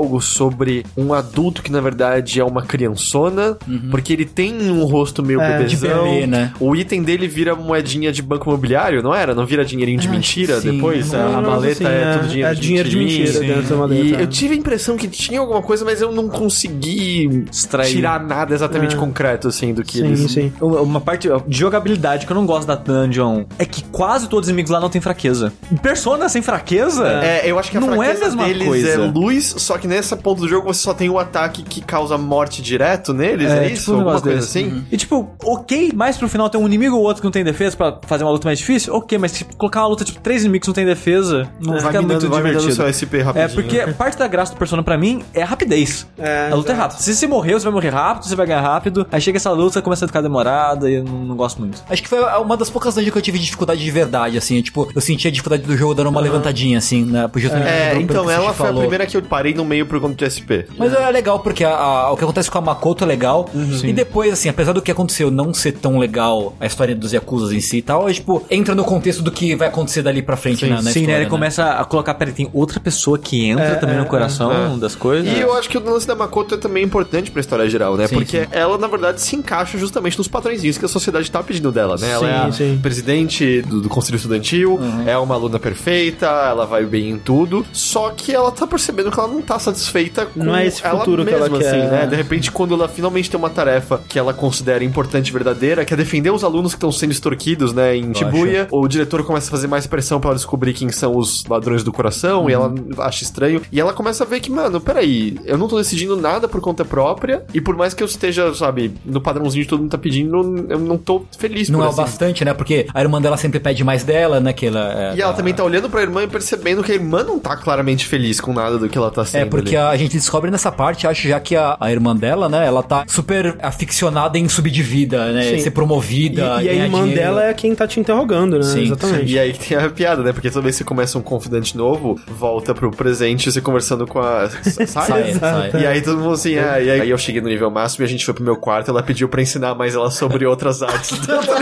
algo sobre um adulto que na verdade é uma criançona, porque ele tem um rosto meio bebezão. de bebê, né? O item dele vira moedinha de banco imobiliário, não era? Não vira dinheirinho de mentira sim, depois? não, A maleta é tudo dinheiro de dinheiro de mentira mentirinha. dentro da maleta. E eu tive a impressão que tinha alguma coisa, mas eu não consegui tirar nada exatamente concreto, assim, do que eles... Sim. Uma parte de jogabilidade que eu não gosto da dungeon é que quase todos os inimigos lá não tem fraqueza. Persona sem fraqueza? Eu acho que a não fraqueza é a mesma deles coisa. é luz, só que nessa ponto do jogo você só tem o ataque que causa morte direto neles, é isso? Tipo um Alguma negócio coisa desse. assim? E tipo, ok, mais pro final tem um inimigo ou outro que não tem defesa pra fazer uma luta mais difícil, ok, mas tipo, colocar uma luta tipo 3 inimigos que não tem defesa, não fica muito vai minando divertido. o seu SP rapidinho. Porque parte da graça do Persona pra mim é a rapidez. A luta é rápida. Se você morrer, você vai morrer rápido, você vai ganhar rápido. Aí chega essa luta, começa a ficar demorada e eu não gosto muito. Acho que foi uma das poucas dungeons que eu tive dificuldade de verdade, assim. Tipo, eu sentia a dificuldade do jogo dando uma levantadinha, assim, né? Então ela foi a primeira que eu parei no meio por conta de SP. Mas é legal, porque o que acontece com a Makoto é legal. E depois, assim, apesar do que aconteceu não ser tão legal, a história dos Yakuzas em si e tal, tipo, entra no contexto do que vai acontecer dali pra frente na Sim, história, né? Ele começa a colocar, peraí, tem outra pessoa que entra também no coração das coisas. E eu acho que o lance da Makoto é também importante pra história geral, né? Sim, porque ela, na verdade, se encaixa justamente nos padrõezinhos que a sociedade tá pedindo dela, né? Ela é a presidente do conselho estudantil, é uma aluna perfeita, ela vai bem em tudo, só que ela tá percebendo que ela não tá satisfeita com não é esse ela futuro mesma, que ela assim, quer. né? De repente, quando ela finalmente tem uma tarefa que ela considera importante e verdadeira, que é defender os alunos que estão sendo extorquidos, né, em Shibuya, o diretor começa a fazer mais pressão pra ela descobrir quem são os ladrões do coração, e ela acha estranho, e ela começa a ver que, mano, peraí, eu não tô decidindo nada por conta própria, e por mais que eu esteja, sabe, no padrãozinho de todo mundo tá pedindo, eu não tô feliz Não por é o assim. bastante, né? Porque a irmã dela sempre pede mais dela, né? Que ela, E ela também tá olhando pra irmã e percebendo que a irmã não tá claramente feliz com nada do que ela tá sendo. porque a gente descobre nessa parte, acho já que a irmã dela, né? Ela tá super aficionada em subir de vida, né? Ser promovida. E a irmã dela é quem tá te interrogando, né? Sim, exatamente. E aí tem a piada, né? Porque toda vez que você começa um confidente novo, volta pro presente, você conversando com a Saia. E aí todo mundo assim, e aí eu cheguei no nível máximo e a gente foi pro meu quarto, ela pediu pra ensinar mais ela sobre outras artes.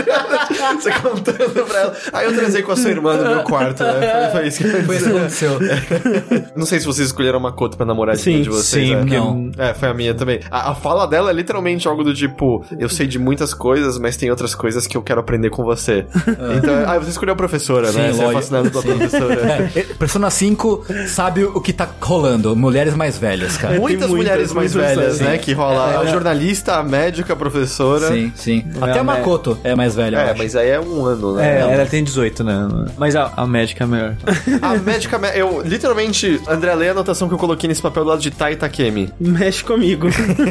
Você contando pra ela. Aí eu trazei com a sua irmã no meu quarto, né? Foi isso que aconteceu. Não sei se vocês escolheram uma Makoto pra namoradinha de vocês. Sim, porque, não. Foi a minha também. A fala dela é literalmente algo do tipo, eu sei de muitas coisas, mas tem outras coisas que eu quero aprender com você. Então, você escolheu a professora, né? Você é fascinado pela professora. Persona 5 sabe o que tá rolando. Mulheres mais velhas, cara. Muitas mulheres mais velhas, né? Que rola a jornalista, a médica, a professora. Sim. Até a Makoto é mais velha. eu acho. Mas aí é um ano, né? Ela tem 18, né? Mas a médica é melhor. A médica, eu literalmente, André, lê a anotação que eu coloquei nesse papel do lado de Tai Takemi. Mexe comigo.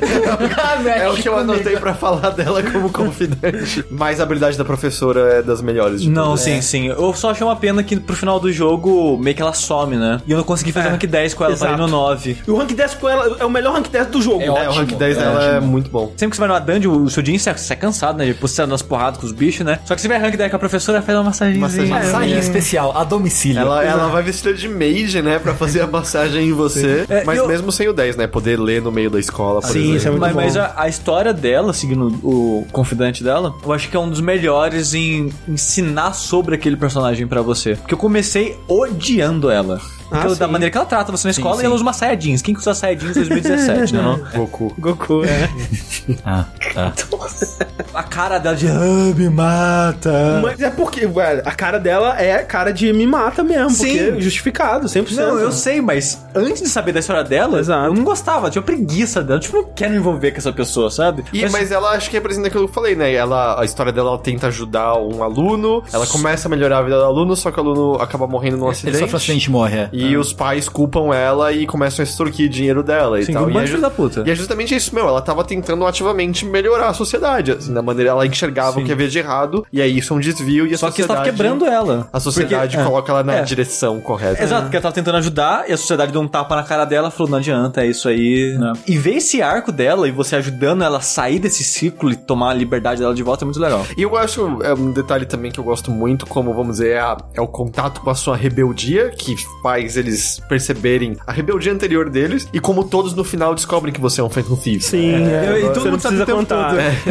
É o que eu anotei pra falar dela como confidente. Mas a habilidade da professora é das melhores de Não, todas. sim. Eu só achei uma pena que pro final do jogo meio que ela some, né? E eu não consegui fazer rank 10 com ela, parei no 9. E o rank 10 com ela é o melhor rank 10 do jogo. O rank 10 dela é muito bom. Sempre que você vai numa dungeon, o seu dia você é cansado, né? Tipo, você nas porradas com os bichos, né? Só que você vai rank 10 com a professora, ela faz uma massagenzinha. Massagem especial, a domicílio. Ela vai vestida de mage, né? Pra fazer a massagem em você. Mas mesmo sem o 10, né? Poder ler no meio da escola, por exemplo. Isso é muito bom. Mas a história dela, seguindo o confidente dela, eu acho que é um dos melhores em ensinar sobre aquele personagem pra você. Porque eu comecei odiando ela. Porque da maneira que ela trata você na escola, e ela usa uma saia jeans. Quem que usa saia jeans em 2017, né? Não? Goku, Tá. A cara dela de me mata. Mas é porque, velho, a cara dela é cara de me mata mesmo. Sim. Porque justificado, 100%. Não, eu sei, mas antes de saber da história dela, eu não gostava, eu tinha preguiça dela. Tipo, não quero me envolver com essa pessoa, sabe? Mas ela acho que representa aquilo que eu falei, né? A história dela, ela tenta ajudar um aluno, ela começa a melhorar a vida do aluno, só que o aluno acaba morrendo num acidente. Ele sofre um acidente e morre, E os pais culpam ela e começam a extorquir dinheiro dela e tal. Um filho da puta. E é justamente isso, ela tava tentando ativamente melhorar a sociedade, assim, da maneira ela enxergava o que havia de errado, e aí isso é um desvio e a Só sociedade... que estava quebrando ela. A sociedade coloca ela na direção correta. Exato, porque ela tava tentando ajudar e a sociedade deu um tapa na cara dela, falou, não adianta, é isso aí. E ver esse arco dela e você ajudando ela a sair desse ciclo e tomar a liberdade dela de volta é muito legal. E eu acho, um detalhe também que eu gosto muito, como, vamos dizer, é o contato com a sua rebeldia, que faz eles perceberem a rebeldia anterior deles, e como todos no final descobrem que você é um Phantom Thief. Sim, e todo mundo sabe o tempo todo.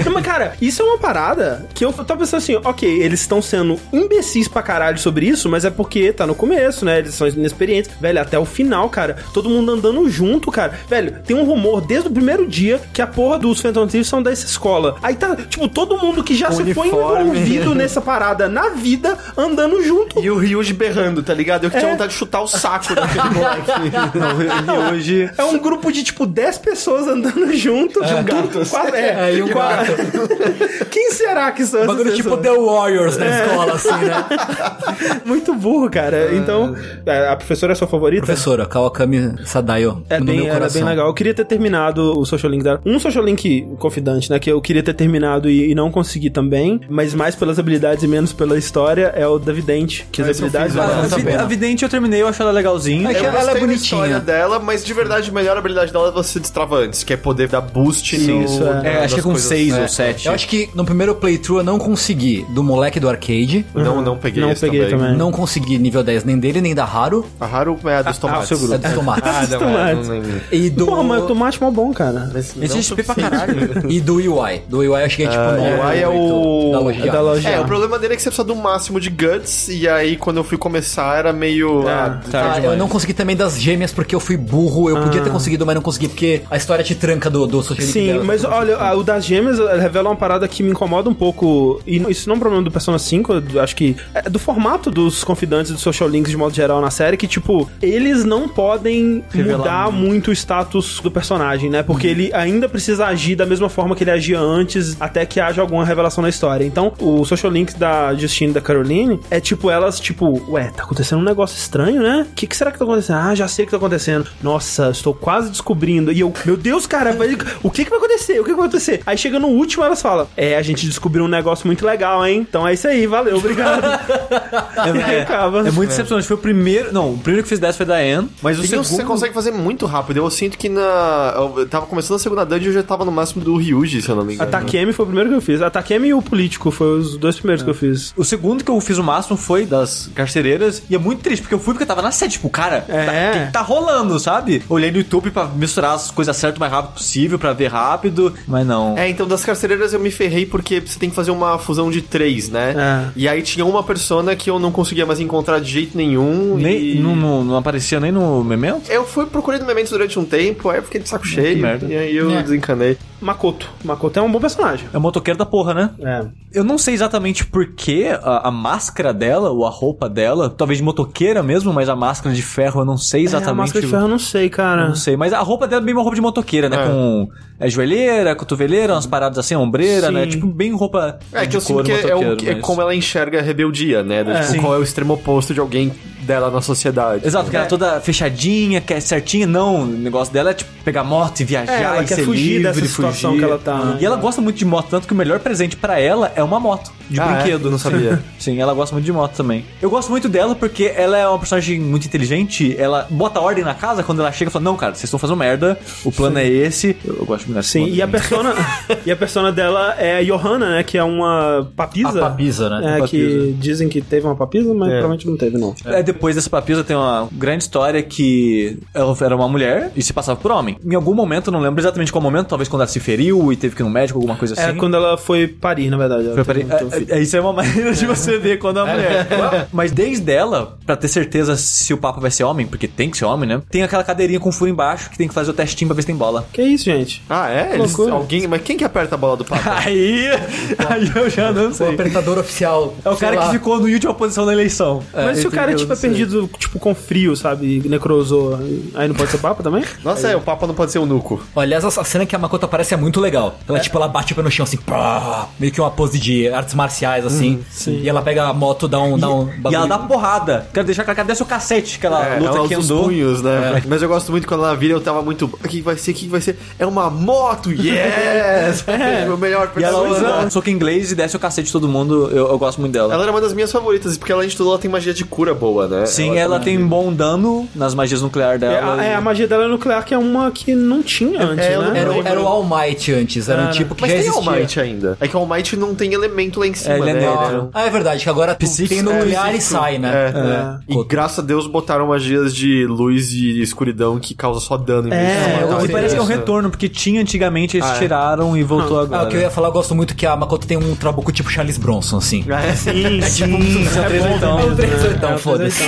Não, mas, cara, isso é uma parada que eu tava pensando assim, ok, eles estão sendo imbecis pra caralho sobre isso, mas é porque tá no começo, né? Eles são inexperientes. Velho, até o final, cara, todo mundo andando junto, cara. Velho, tem um rumor desde o primeiro dia que a porra dos Phantom Thieves são dessa escola. Aí tá, tipo, todo mundo que já se foi envolvido nessa parada na vida, andando junto. E o Ryuji berrando, tá ligado? Eu que tinha vontade de chutar o saco daquele moleque. Não, o Ryuji... É um grupo de, tipo, 10 pessoas andando junto. De um gato. E um gato. Quem será que são essas bagulho pessoas? tipo The Warriors na escola, assim, né? Muito burro, cara. Então, a professora é sua favorita? Professora, Kawakami Sadayo. Ela é bem legal. Eu queria ter terminado o Social Link dela. Um Social Link confidante, né? Que eu queria ter terminado e não consegui também, mas mais pelas habilidades e menos pela história, é o da Vidente. Que as habilidades... A Vidente eu terminei, eu acho ela legalzinha. Ela é bonitinha dela, mas de verdade a melhor habilidade dela é você destrava antes, que é poder dar boost no... Acho que é com 6 ou 7. Eu acho que no primeiro playthrough eu não consegui do moleque do arcade. Não peguei esse também. Não consegui nível 10 nem dele, nem da Haru. A Haru é a dos tomates. É dos tomates. E do... Porra, mas o tomate é mó bom, cara. Esse XP pra caralho. E do UI. Do UI eu acho que é tipo... O UI é o... Da loja. O problema dele é que você precisa do máximo de guts, e aí quando eu fui começar era meio... eu não consegui também das gêmeas porque eu fui burro. Eu podia ter conseguido, mas não consegui porque a história te tranca do social link dela. Sim, mas olha, o das gêmeas revela uma parada que me incomoda um pouco, e isso não é um problema do Persona 5, eu acho que é do formato dos confidantes do social links de modo geral na série, que tipo, eles não podem mudar muito o status do personagem, né? Porque ele ainda precisa agir da mesma forma que ele agia antes, até que haja alguma revelação na história. Então, o social links da Justine e da Caroline é tipo, elas tipo, ué, tá acontecendo um negócio estranho, né? O que será que tá acontecendo? Ah, já sei o que tá acontecendo. Nossa, estou quase descobrindo. E eu, meu Deus, cara, o que vai acontecer? O que vai acontecer? Aí chega no último, elas falam, a gente descobriu um negócio muito legal, hein? Então é isso aí, valeu, obrigado. É muito decepcionante. Foi o primeiro... Não, o primeiro que fiz 10 foi da Anne, mas o segundo... Você consegue fazer muito rápido. Eu sinto que eu tava começando a segunda dungeon e eu já tava no máximo do Ryuji, se eu não me engano. A Takemi foi o primeiro que eu fiz. A Takemi e o Político foi os dois primeiros que eu fiz. O segundo que eu fiz o máximo foi das carcereiras, e é muito triste, porque eu fui porque eu tava na sede, tipo, cara, o que tá rolando, sabe? Olhei no YouTube pra misturar as coisas certas o mais rápido possível, pra ver rápido, mas não. Então das carcereiras eu me ferrei porque você tem que fazer uma fusão de 3, né? E aí tinha uma persona que eu não conseguia mais encontrar de jeito nenhum. Não aparecia nem no Memento? Eu fui procurando Memento durante um tempo, aí eu fiquei de saco cheio. Que merda. E aí eu desencanei. Makoto é um bom personagem. É o motoqueiro da porra, né? Eu não sei exatamente por que a máscara dela, ou a roupa dela, talvez de motoqueira mesmo, mas a máscara de ferro eu não sei exatamente. A máscara de ferro eu não sei, cara. Eu não sei, mas a roupa dela é bem uma roupa de motoqueira, né? Com joelheira, cotoveleira, umas paradas assim, ombreira, né? Tipo, bem roupa que eu sinto que é como ela enxerga a rebeldia, né? Tipo, qual é o extremo oposto de alguém dela na sociedade. Exato, que ela é toda fechadinha, que é certinha. Não, o negócio dela é tipo pegar moto e viajar, ela e quer ser fugir livre, dessa situação que ela tá. E ela gosta muito de moto, tanto que o melhor presente pra ela é uma moto de brinquedo. Não sabia. Sim, ela gosta muito de moto também. Eu gosto muito dela porque ela é uma personagem muito inteligente. Ela bota ordem na casa quando ela chega e fala, não, cara, vocês estão fazendo merda, o plano é esse. Eu gosto muito dessa. Sim, e a persona dela é a Johanna, né, que é uma papisa. A papisa, né? Que dizem que teve uma papisa, mas provavelmente não teve, não. Depois dessa papisa tem uma grande história que ela era uma mulher e se passava por homem. Em algum momento, não lembro exatamente qual momento, talvez quando ela se feriu e teve que ir no médico, alguma coisa assim. Quando ela foi parir, na verdade. Foi parir. Isso é uma maneira de você ver quando é uma mulher. Mas desde ela, pra ter certeza se o Papa vai ser homem, porque tem que ser homem, né? Tem aquela cadeirinha com furo embaixo que tem que fazer o testinho pra ver se tem bola. Que isso, gente? Mas quem que aperta a bola do Papa? Aí eu já não sei. O apertador oficial. É o cara que ficou no última posição na eleição. Mas se o cara é perdido, tipo, com frio, sabe? Necrosou, aí não pode ser Papa também? Nossa, o Papa não pode ser eunuco. Aliás, a cena que a Makoto aparece é muito legal. Ela, ela bate o pé no chão, assim, pá, meio que uma pose de artes marciais, assim. E ela pega a moto, dá um e ela dá porrada. Quero deixar que ela cadê seu cacete, que ela luta que andou. Punhos, né? Mas eu gosto muito quando ela vira, eu tava muito... O que vai ser? É uma moto, yes! O melhor personagem. E ela usa um soco inglês e desce o cacete de todo mundo. Eu gosto muito dela. Ela era uma das minhas favoritas, porque além de tudo, ela tem magia de cura boa, né? né? Sim, ela tem bom dano nas magias nucleares dela. A magia dela nuclear, que é uma que não tinha antes, né? Era o All Might antes, era um tipo que Mas já tem existia. All Might ainda. É que o All Might não tem elemento lá em cima, ele é né? neutro. É verdade, que agora tem nuclear e sai, né? E graças a Deus botaram magias de luz e escuridão que causa só dano. E parece que é um retorno, porque tinha antigamente, eles tiraram e voltou agora. O que eu ia falar, eu gosto muito que a Makoto tem um trabuco tipo Charles Bronson, assim. Sim, sim. É um 3/8, foda-se.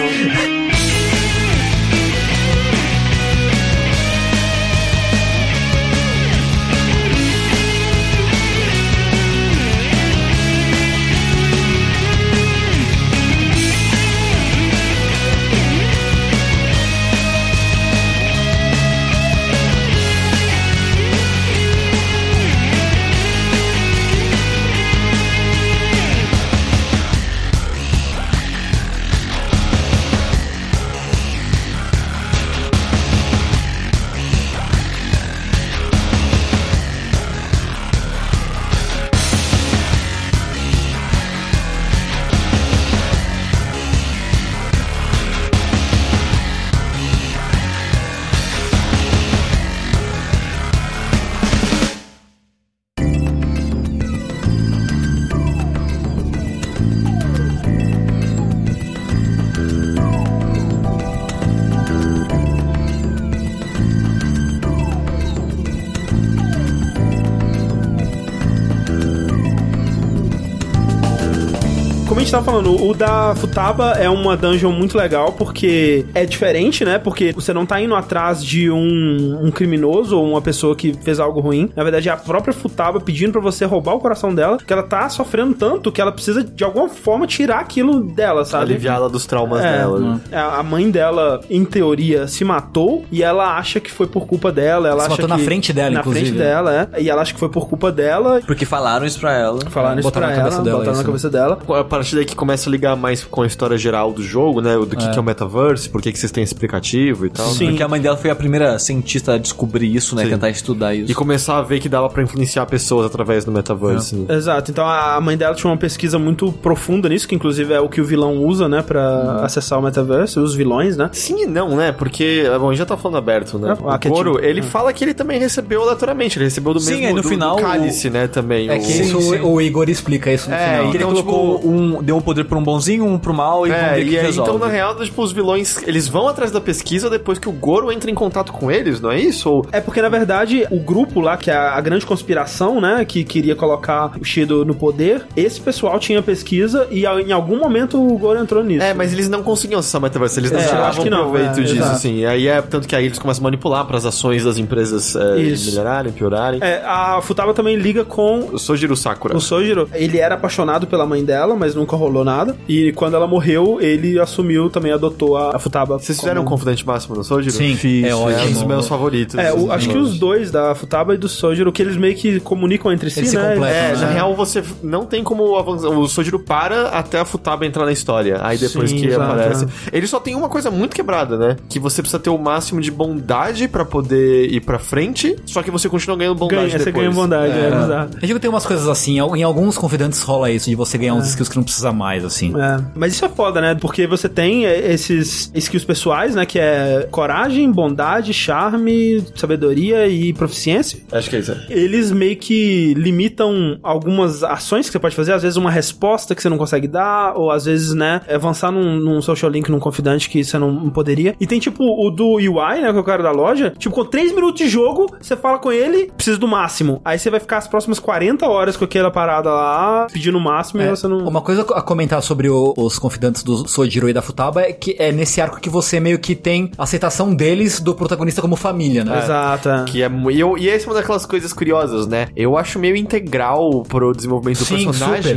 Como a gente tava falando, o da Futaba é uma dungeon muito legal, porque é diferente, né? Porque você não tá indo atrás de um criminoso ou uma pessoa que fez algo ruim. Na verdade, é a própria Futaba pedindo pra você roubar o coração dela, que ela tá sofrendo tanto que ela precisa, de alguma forma, tirar aquilo dela, sabe? Aliviar ela dos traumas dela. Né? A mãe dela, em teoria, se matou e ela acha que foi por culpa dela. Ela acha matou que... na frente dela, inclusive. Na frente dela, E ela acha que foi por culpa dela. Porque falaram isso pra ela. Falaram isso pra ela, botaram na cabeça dela. A partir daí que começa a ligar mais com a história geral do jogo, né? Do que é o Metaverse, por que vocês têm esse aplicativo e tal. Sim, porque a mãe dela foi a primeira cientista a descobrir isso, né? Sim. Tentar estudar isso. E começar a ver que dava pra influenciar pessoas através do Metaverse. Né? Exato. Então a mãe dela tinha uma pesquisa muito profunda nisso, que inclusive é o que o vilão usa, né? Pra acessar o Metaverse, os vilões, né? Sim e não, né? Porque, bom, já tá falando aberto, né? O Goro, ele fala que ele também recebeu aleatoriamente, ele recebeu do mesmo no final, do cálice, né? Também. É que isso o Igor explica isso no final. Que ele então, colocou deu um poder pra um bonzinho, um pro mal e vamos ver que resolve. Então, na real, tipo, os vilões, eles vão atrás da pesquisa depois que o Goro entra em contato com eles, não é isso? Ou... É porque, na verdade, o grupo lá, que é a grande conspiração, né, que queria colocar o Shido no poder, esse pessoal tinha pesquisa e em algum momento o Goro entrou nisso. Mas eles não conseguiam acessar o Metaverse, eles não tiravam proveito disso, assim. Aí tanto que aí eles começam a manipular para as ações das empresas melhorarem, piorarem. A Futaba também liga com o Sojiro Sakura. O Sojiro, ele era apaixonado pela mãe dela, mas nunca rolou nada. E quando ela morreu, ele assumiu, também adotou a Futaba. Vocês fizeram um confidente máximo no Sojiro? Sim, é ótimo. É um dos meus favoritos. Acho que os dois, da Futaba e do Sojiro, que eles meio que comunicam entre si, eles né? Se completam, na real, você não tem como avançar. O Sojiro para até a Futaba entrar na história. Aí depois que aparece. Ele só tem uma coisa muito quebrada, né? Que você precisa ter o máximo de bondade pra poder ir pra frente, só que você continua ganhando bondade depois. Você ganha bondade, exato. Eu digo que tem umas coisas assim, em alguns confidentes rola isso, de você ganhar uns skills que não precisa mais, assim. Mas isso é foda, né? Porque você tem esses skills pessoais, né? Que é coragem, bondade, charme, sabedoria e proficiência. Acho que é isso. Eles meio que limitam algumas ações que você pode fazer, às vezes uma resposta que você não consegue dar, ou às vezes, né, avançar num social link, num confidante que você não poderia. E tem tipo o do UI, né, que é o cara da loja, tipo, com 3 minutos de jogo, você fala com ele, precisa do máximo. Aí você vai ficar as próximas 40 horas com aquela parada lá, pedindo o máximo e você não... Uma coisa a comentar sobre os confidantes do Sojiro e da Futaba é que é nesse arco que você meio que tem a aceitação deles do protagonista como família, né? Exato. Que e essa é uma daquelas coisas curiosas, né? Eu acho meio integral pro desenvolvimento do personagem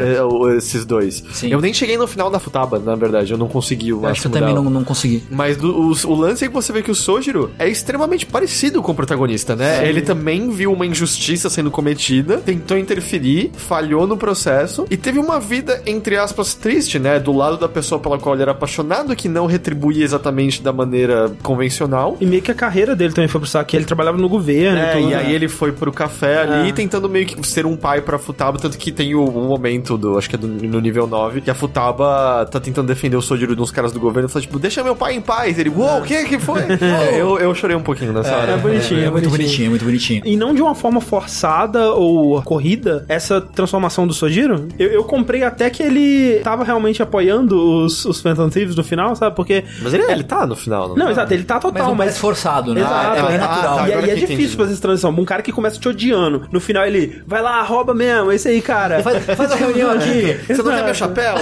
esses dois. Sim. Eu nem cheguei no final da Futaba, na verdade. Eu não consegui o máximo. Acho que eu também não consegui. Mas o lance é que você vê que o Sojiro é extremamente parecido com o protagonista, né? Sim. Ele também viu uma injustiça sendo cometida, tentou interferir, falhou no processo e teve uma vida coisa, entre aspas, triste, né? Do lado da pessoa pela qual ele era apaixonado, que não retribui exatamente da maneira convencional. E meio que a carreira dele também foi pro saco, que ele trabalhava no governo. E aí ele foi pro café ali, tentando meio que ser um pai pra Futaba, tanto que tem o momento acho que é no nível 9, que a Futaba tá tentando defender o Sojiro de uns caras do governo, e fala tipo, deixa meu pai em paz. Ele, uou, o que foi? Eu chorei um pouquinho nessa hora. É bonitinho, É muito bonitinho, muito bonitinho. E não de uma forma forçada ou corrida, essa transformação do Sojiro, eu comprei até que ele tava realmente apoiando os Phantom Thieves no final, sabe? Porque... Mas ele tá no final, não, exato, ele tá total, Mas não parece forçado, né? Exato, É bem natural. E agora aí é que difícil entendi. fazer essa transição. Um cara que começa te odiando, no final ele vai lá, rouba mesmo, é isso aí, cara. Faz a reunião aqui. Você não quer meu chapéu?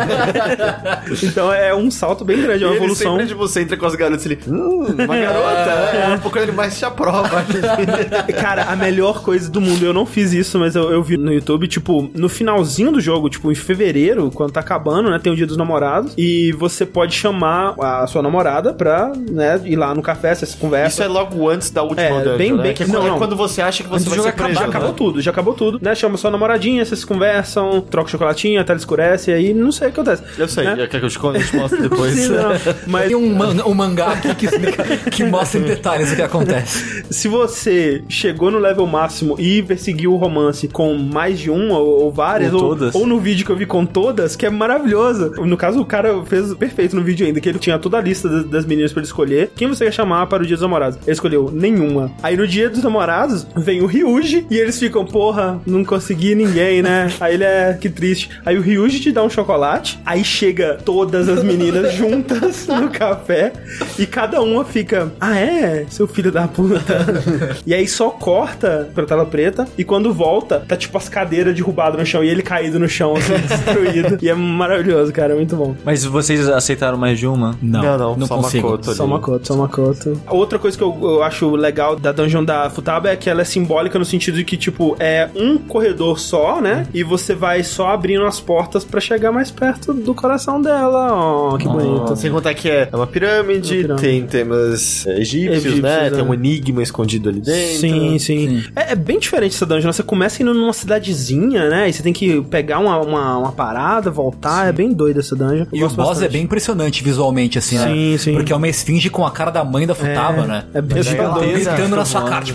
Então é um salto bem grande, é uma E ele evolução. sempre, tipo, você entra com as garotas e ele, uma garota, é um pouco ele mais te aprova. Cara, a melhor coisa do mundo, eu não fiz isso, mas eu vi no YouTube, tipo, no finalzinho do jogo, tipo, em fevereiro, quando tá acabando, né, tem o Dia dos Namorados, e você pode chamar a sua namorada pra, né, ir lá no café, você conversa. Isso é logo antes da última dungeon, bem, né? bem, Que é não, quando você acha que você vai ser preso. Já acabou tudo, né? Chama sua namoradinha, vocês conversam, troca chocolatinho, até ela escurece, e aí não sei o que acontece. Eu sei, né? quer que eu te conte? Eu te mostro depois. Sim, não, mas Tem um mangá aqui que mostra em detalhes o que acontece. se você chegou no level máximo e perseguiu o romance com mais de uma ou várias, Ou todas. ou no vídeo que eu vi com todas, que é maravilhoso. No caso, o cara fez perfeito no vídeo ainda, que ele tinha toda a lista das meninas pra ele escolher. Quem você quer chamar para o Dia dos Namorados? Ele escolheu nenhuma. Aí no Dia dos Namorados, vem o Ryuji e eles ficam, porra, não consegui ninguém, né? Aí ele que triste. Aí o Ryuji te dá um chocolate, aí chega todas as meninas juntas no café e cada uma fica, seu filho da puta. E aí só corta pra tela preta e quando volta, tá tipo as cadeiras derrubadas no chão e ele caído no chão, assim, destruído. E é maravilhoso, cara, é muito bom. Mas vocês aceitaram mais de uma? Não só consigo. Makoto ali. Só Makoto. Outra coisa que eu acho legal da dungeon da Futaba é que ela é simbólica no sentido de que, tipo, é um corredor só, né? E você vai só abrindo as portas pra chegar mais perto do coração dela. Ó, que bonito. Sem contar que é uma pirâmide, tem temas egípcios, né? Tem um enigma escondido ali dentro. Sim. É bem diferente essa dungeon. Você começa indo numa cidadezinha, né? E você tem que pegar uma parada, voltar. É bem doido essa dungeon. E o boss é bem impressionante visualmente, assim, né? Sim. Porque é uma esfinge com a cara da mãe da Futaba, né? É bem Ela assustador. gritando na sua cara, tipo...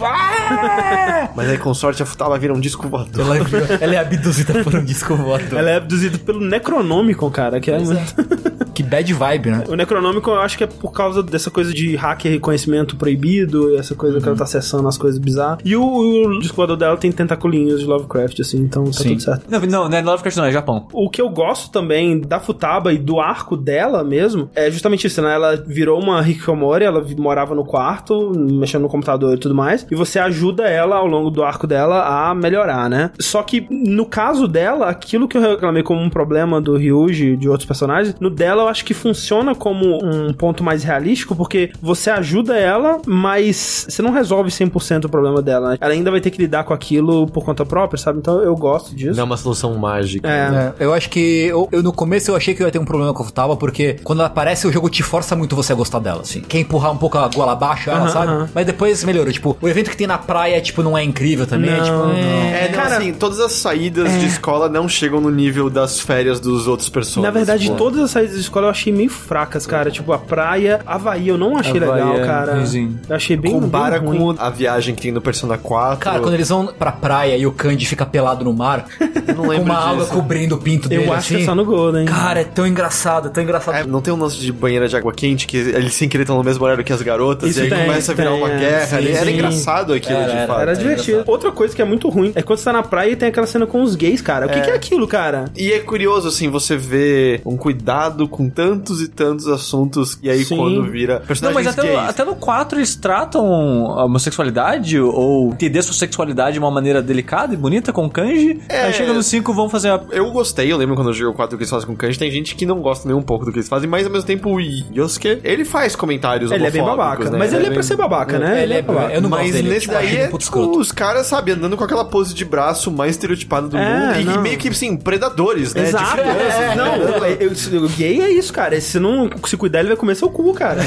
Mas aí com sorte a Futaba vira um disco voador. Ela é abduzida por um disco voador. Ela é abduzida pelo Necronômico, cara, que é muito... Que bad vibe, né? O Necronômico eu acho que é por causa dessa coisa de hacker e conhecimento proibido, essa coisa que ela tá acessando as coisas bizarras. E o disco voador dela tem tentaculinhos de Lovecraft, assim, então tá tudo certo. Não é Lovecraft, não, é Japão. O que eu gosto também da Futaba e do arco dela mesmo é justamente isso, né? Ela virou uma hikikomori, ela morava no quarto, mexendo no computador e tudo mais, e você ajuda ela ao longo do arco dela a melhorar, né? Só que no caso dela, aquilo que eu reclamei como um problema do Ryuji e de outros personagens, no dela eu acho que funciona como um ponto mais realístico, porque você ajuda ela, mas você não resolve 100% o problema dela, né? Ela ainda vai ter que lidar com aquilo por conta própria, sabe? Então eu gosto disso. Não é uma solução mágica. Eu acho que eu no começo eu achei que eu ia ter um problema com a Futaba, porque quando ela aparece o jogo te força muito você a gostar dela, assim. Quer empurrar um pouco a goela abaixo, ela, sabe? Mas depois melhorou, tipo, o evento que tem na praia, tipo, não é incrível também, Cara, assim, todas as saídas de escola não chegam no nível das férias dos outros personagens. Na verdade, tipo. todas as saídas de escola eu achei meio fracas, cara. Tipo, a praia, Havaí eu não achei legal, cara. Eu achei bem Compara bem ruim. com a viagem que tem no Persona 4. Cara, quando eles vão pra praia e o Kanji fica pelado no mar, não com lembro uma disso. água cobrindo o pinto dele, Eu acho assim. que é só no Golden. Cara, é tão engraçado, tão engraçado. Não tem um lance de banheira de água quente que eles sem querer estão no mesmo horário que as garotas Isso e aí tem, começa a virar uma guerra. sim, Era sim. engraçado aquilo, de fato. Era divertido. Outra coisa que é muito ruim é quando você tá na praia e tem aquela cena com os gays, cara. O que é aquilo, cara? E é curioso, assim, você vê um cuidado com tantos e tantos assuntos e aí quando vira Não, personagens mas gays. até no 4 eles tratam a homossexualidade ou entender sua sexualidade de uma maneira delicada e bonita com o Kanji. Aí chega no 5 vão fazer a... Eu gostei, eu lembro quando eu joguei o 4 do que eles fazem com o Kanji, tem gente que não gosta nem um pouco do que eles fazem, mas ao mesmo tempo o Yosuke, ele faz comentários Ele é bem homofóbicos, babaca. né? Mas ele é pra ser babaca, né? Ele é babaca. Eu não Mas gosto dele, nesse tipo, daí achei é um puto escroto. os caras, sabe, andando com aquela pose de braço traço mais estereotipado do mundo. E meio que, assim, predadores, né? Exato. De crianças. O gay é isso, cara. Se não se cuidar, ele vai comer seu cu, cara.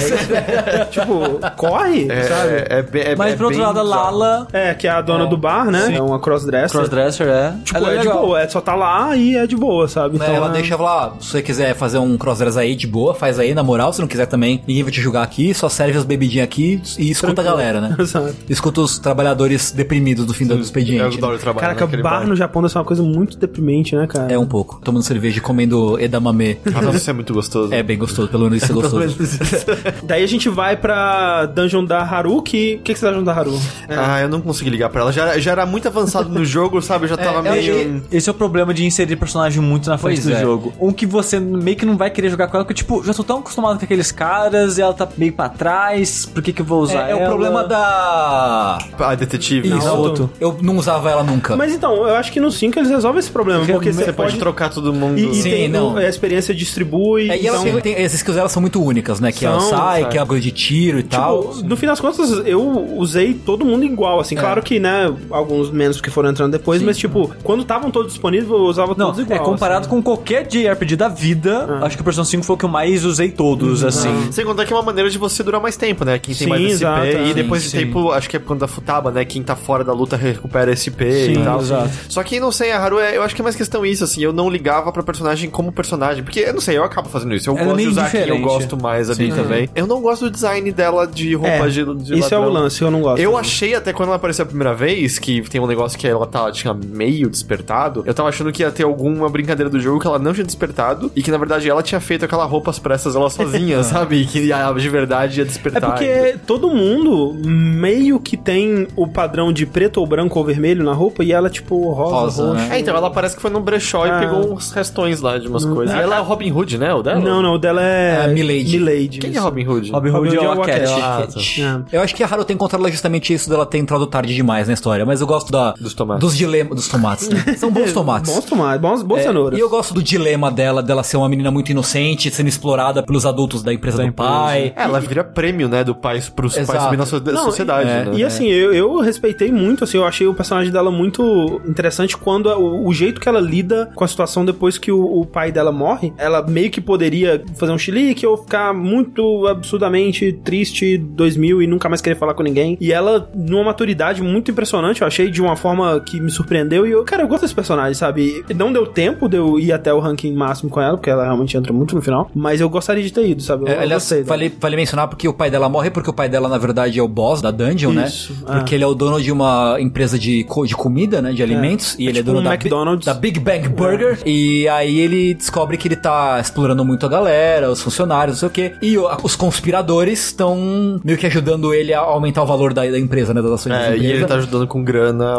Tipo, corre, sabe? Mas por outro lado, a Lala... que é a dona do bar, né? Sim. É uma crossdresser. Crossdresser, é. Tipo, ela é de boa. Só tá lá e é de boa, sabe? Então, ela deixa lá, se você quiser fazer um crossdresser aí, de boa, faz aí, na moral. Se não quiser também, ninguém vai te julgar aqui. Só serve as bebidinhas aqui e escuta a galera, né? Exato. Escuta os trabalhadores deprimidos do fim do expediente. Caraca, bar no Japão deve ser uma coisa muito deprimente, né, cara? É um pouco. Tomando cerveja e comendo edamame. Nossa, isso é muito gostoso. É bem gostoso, pelo menos isso é gostoso. Daí a gente vai pra dungeon da Haru, que... O que você tá dungeon da Haru? Eu não consegui ligar pra ela. Já era muito avançado no jogo, sabe? Eu já tava meio... Esse é o problema de inserir personagem muito na frente do jogo. Um que você meio que não vai querer jogar com ela, porque, tipo, já tô tão acostumado com aqueles caras e ela tá meio pra trás, por que eu vou usar ela? É o problema da... A detetive. Isso. Eu não usava ela nunca. Mas então, eu acho que no 5 eles resolvem esse problema, porque você pode trocar todo mundo. E tem, a experiência distribui. E ela tem, essas skills elas são muito únicas, né? Que ela sai, que é algo de tiro e tal. No fim das contas, eu usei todo mundo igual, assim. Claro que, né, alguns menos porque foram entrando depois, mas, tipo, quando estavam todos disponíveis, eu usava todos igual. Comparado com qualquer JRPG da vida, acho que o Persona 5 foi o que eu mais usei todos, assim. Sem contar que é uma maneira de você durar mais tempo, né? Quem tem mais SP, e depois de tempo, acho que é quando a Futaba, né? Quem tá fora da luta recupera SP e tal. Exato. Só que, não sei, a Haru, eu acho que é mais questão isso, assim, eu não ligava pra personagem como personagem, porque, eu não sei, eu acabo fazendo isso. Eu gosto de usar quem eu gosto mais ali também. Eu não gosto do design dela de roupa de ladrão. Isso é o lance, eu não gosto. Eu achei até quando ela apareceu a primeira vez, que tem um negócio que ela tinha meio despertado, eu tava achando que ia ter alguma brincadeira do jogo que ela não tinha despertado, e que, na verdade, ela tinha feito aquela roupa às pressas ela sozinha, sabe? E que de verdade ia despertar. É porque todo mundo meio que tem o padrão de preto ou branco ou vermelho na roupa, e ela, tipo, rosa roxo. Né? Então ela parece que foi no brechó e pegou uns restões lá de umas coisas. E ela é Robin Hood, né? O dela? Não, o dela é Milady. Quem é Robin Hood? Robin Hood é o Cat. Eu acho que a Haru tem controlado justamente isso dela ter entrado tarde demais na história, mas eu gosto dos tomates. Dos dilemas dos tomates, né? São bons tomates. Bons tomates, boas cenouras. E eu gosto do dilema dela ser uma menina muito inocente, sendo explorada pelos adultos da empresa do pai. Ela vira prêmio, né, do pai pros pais subir na sociedade, né? E assim, eu respeitei muito, assim, eu achei o personagem dela muito interessante quando o jeito que ela lida com a situação depois que o pai dela morre. Ela meio que poderia fazer um chilique ou ficar muito absurdamente triste 2000 e nunca mais querer falar com ninguém. E ela, numa maturidade muito impressionante, eu achei de uma forma que me surpreendeu. E eu gosto desse personagem, sabe? Não deu tempo de eu ir até o ranking máximo com ela, porque ela realmente entra muito no final. Mas eu gostaria de ter ido, sabe? Aliás, vale mencionar porque o pai dela morre, porque o pai dela, na verdade, é o boss da dungeon, isso, né? Porque ele é o dono de uma empresa de comida, né? De alimentos. E ele é dono da Big Bang Burger. E aí ele descobre que ele tá explorando muito a galera, os funcionários, não sei o quê. E os conspiradores estão meio que ajudando ele a aumentar o valor da empresa, né? Das ações da empresa. E ele tá ajudando com grana.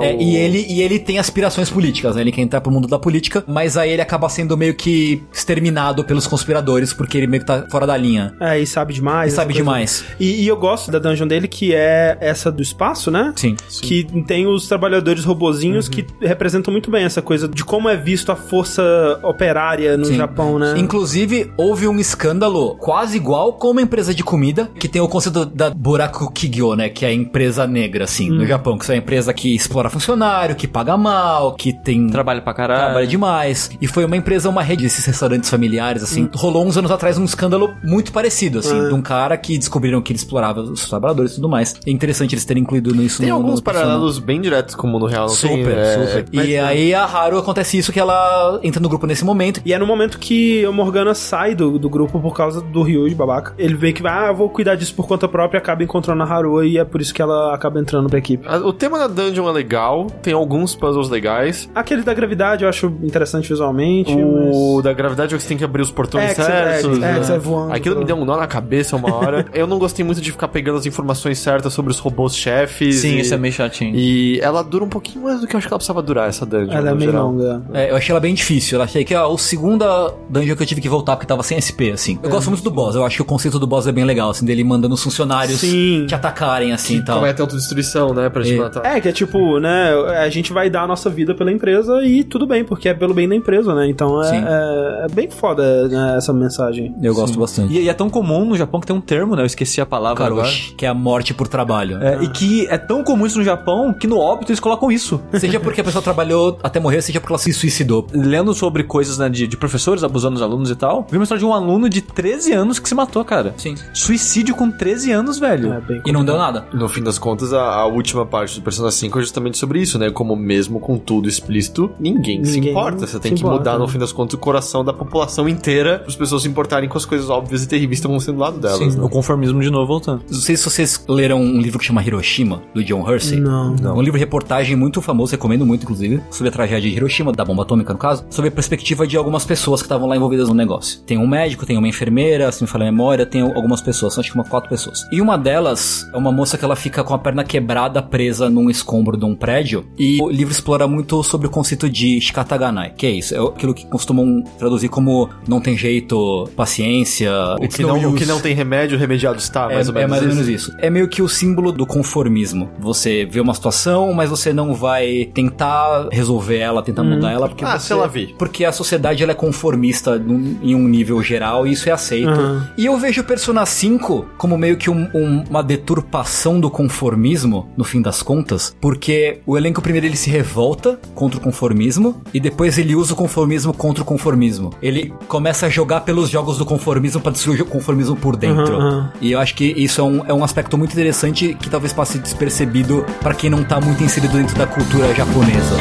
E ele tem aspirações políticas, né? Ele quer entrar pro mundo da política, mas aí ele acaba sendo meio que exterminado pelos conspiradores, porque ele meio que tá fora da linha. E sabe demais. E eu gosto da dungeon dele, que é essa do espaço, né? Sim. Que tem os trabalhadores robozinhos que representam muito bem essa coisa de como é visto a força operária no Japão, né? Inclusive, houve um escândalo quase igual com uma empresa de comida, que tem o conceito da Buraku Kigyo, né? Que é a empresa negra, assim, no Japão. Que é a empresa que explora funcionário, que paga mal, que tem... Trabalha pra caralho. Trabalha demais. E foi uma rede desses restaurantes familiares, assim. Rolou uns anos atrás um escândalo muito parecido, assim, de um cara que descobriram que ele explorava os trabalhadores e tudo mais. É interessante eles terem incluído nisso. Tem alguns paralelos bem diretos com o mundo real. Super. E aí a Haru acontece isso, que ela entra no grupo nesse momento. E é no momento que a Morgana sai do grupo por causa do Ryuji, babaca. Ele vê que eu vou cuidar disso por conta própria, acaba encontrando a Haru e é por isso que ela acaba entrando pra equipe. O tema da dungeon é legal, tem alguns puzzles legais. Aquele da gravidade eu acho interessante visualmente. O da gravidade é que você tem que abrir os portões certos. Que você voando. Aquilo me deu um nó na cabeça uma hora. Eu não gostei muito de ficar pegando as informações certas sobre os robôs chefes. Sim, isso é meio chatinho. E ela dura um pouquinho mais do que eu acho que ela precisava durar, essa dungeon. Ela é meio longa. Eu achei ela bem difícil. Eu achei que a segunda dungeon que eu tive que voltar porque tava sem SP, assim. Eu gosto muito do boss. Eu acho que o conceito do boss é bem legal, assim, dele mandando os funcionários te atacarem, assim, e tal. Comete autodestruição, né, pra te matar. Que é tipo, né, a gente vai dar a nossa vida pela empresa e tudo bem, porque é pelo bem da empresa, né? Então é bem foda, né, essa mensagem. Eu gosto bastante. E é tão comum no Japão que tem um termo, né? Eu esqueci a palavra agora. Que é a morte por trabalho. E que é tão comum isso no Japão que no óbito eles colocam isso. Seja porque a pessoa trabalhou até morrer, seja porque ela se suicidou. Lendo sobre coisas, né, de professores abusando dos alunos e tal, vi uma história de um aluno de 13 anos que se matou, cara. Sim. Suicídio com 13 anos, velho. E não deu nada. No fim das contas, a última parte do Persona 5 é justamente sobre isso, né? Como mesmo com tudo explícito, ninguém se importa. Você tem que mudar, no fim das contas, o coração da população inteira para as pessoas se importarem com as coisas óbvias e terríveis que estão sendo do lado delas. Sim, né? o conformismo de novo voltando. Não sei se vocês leram um livro que chama Hiroshima, do John Hersey. Não. Um livro de reportagem muito famoso, recomendo muito, inclusive, sobre a tragédia de Hiroshima, da bomba atômica, no caso, sobre a perspectiva de algumas pessoas que estavam lá envolvidas no negócio. Tem um médico, tem uma enfermeira, se me falha a memória, tem algumas pessoas, acho que umas 4 pessoas. E uma delas é uma moça que ela fica com a perna quebrada, presa num escombro de um prédio, e o livro explora muito sobre o conceito de shikataganai, que é isso, é aquilo que costumam traduzir como não tem jeito, paciência, o que não tem remédio, remediado está, mais ou menos. É mais ou menos isso. É meio que o símbolo do conformismo. Você vê uma situação, mas você não vai tentar resolver ela, tentar mudar ela, porque se ela vir. Porque a sociedade ela é conformista em um nível geral e isso é aceito. E eu vejo Persona 5 como meio que uma deturpação do conformismo, no fim das contas, porque o elenco primeiro ele se revolta contra o conformismo e depois ele usa o conformismo contra o conformismo. Ele começa a jogar pelos jogos do conformismo para destruir o conformismo por dentro. E eu acho que isso é um aspecto muito interessante que talvez passe despercebido para quem não tá muito inserido dentro da cultura japonesa.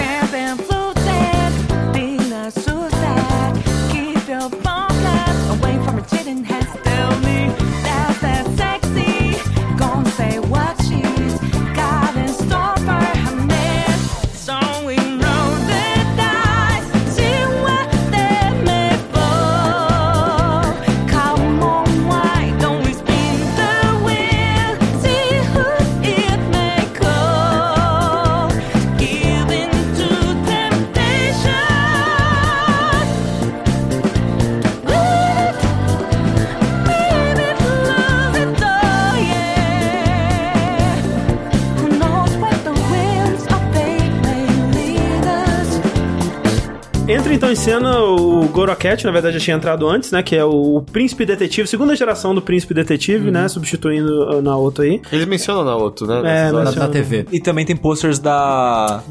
Entra então em cena o Goroket, na verdade já tinha entrado antes, né? Que é o Príncipe Detetive, segunda geração do Príncipe Detetive, né? Substituindo o Naoto aí. Eles mencionam o Naoto, né? Na TV. E também tem posters da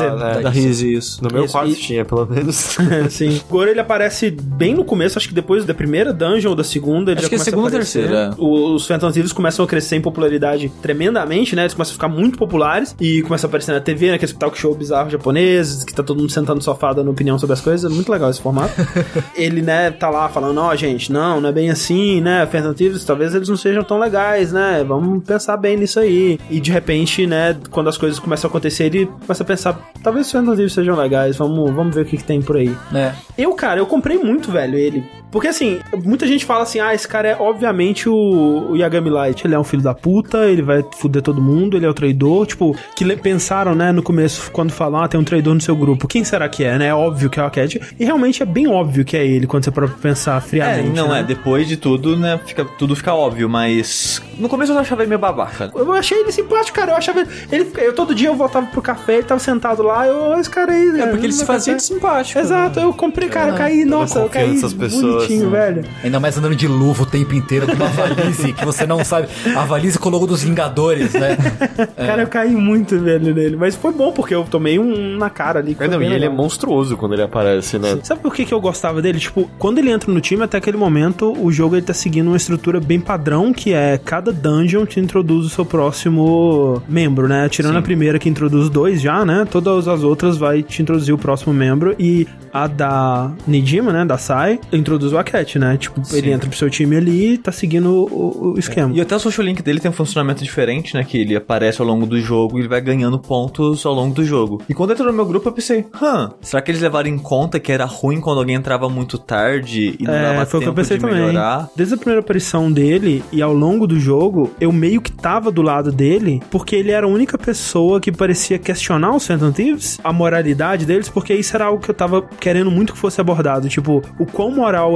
Rize, isso. No meu quarto tinha, pelo menos. Sim. O Goro, ele aparece bem no começo, acho que depois da primeira dungeon ou da segunda, ele acho já que é começa segunda a aparecer. Ou terceira. Os Phantom Thieves começam a crescer em popularidade tremendamente, né? Eles começam a ficar muito populares e começam a aparecer na TV, naquele talk show bizarro japonês, que tá todo mundo sentando no sofá dando opinião sobre as coisas. Muito legal esse formato. Ele, né, tá lá falando, gente, não é bem assim, né? Phantom Thieves, talvez eles não sejam tão legais, né? Vamos pensar bem nisso aí. E de repente, né, quando as coisas começam a acontecer, ele começa a pensar, talvez os Phantom Thieves sejam legais, vamos ver o que tem por aí. Eu comprei muito, velho, ele. Porque assim, muita gente fala assim, esse cara é obviamente o Yagami Light. Ele é um filho da puta, ele vai foder todo mundo, ele é o traidor. Tipo, que pensaram, né, no começo, quando falam, tem um traidor no seu grupo. Quem será que é, né? É óbvio que é o Cat. E realmente é bem óbvio que é ele, quando você para pensar friamente. Depois de tudo, né, tudo fica óbvio, mas no começo eu achava ele meio babaca. Eu achei ele simpático, cara. Eu achava eu todo dia eu voltava pro café, ele tava sentado lá, esse cara aí, né? Porque ele se fazia de simpático. Exato, eu comprei, cara, eu caí, eu caí nessas pessoas, bonitinho, velho. Ainda mais andando de luva o tempo inteiro com uma valise que você não sabe. A valise com o logo dos Vingadores, né? Cara, eu caí muito, velho, nele. Mas foi bom, porque eu tomei na cara ali. E ele é monstruoso quando ele aparece, né? Sabe por que eu gostava dele? Tipo, quando ele entra no time, até aquele momento, o jogo ele tá seguindo uma estrutura bem padrão, que é cada dungeon te introduz o seu próximo membro, né? Tirando a primeira que introduz 2 já, né? Todas as outras vai te introduzir o próximo membro. E a da Nijima, né? Da Sai, introduz o Aket, né? Tipo, ele entra pro seu time ali e tá seguindo o esquema. E até o social link dele tem um funcionamento diferente, né? Que ele aparece ao longo do jogo e ele vai ganhando pontos ao longo do jogo. E quando entrou no meu grupo, eu pensei, será que eles levaram em conta que era ruim quando alguém entrava muito tarde e não dava foi tempo o que eu pensei de também. melhorar? Desde a primeira aparição dele e ao longo do jogo, eu meio que tava do lado dele, porque ele era a única pessoa que parecia questionar os Phantom Thieves, a moralidade deles, porque isso era algo que eu tava querendo muito que fosse abordado. Tipo, o quão moral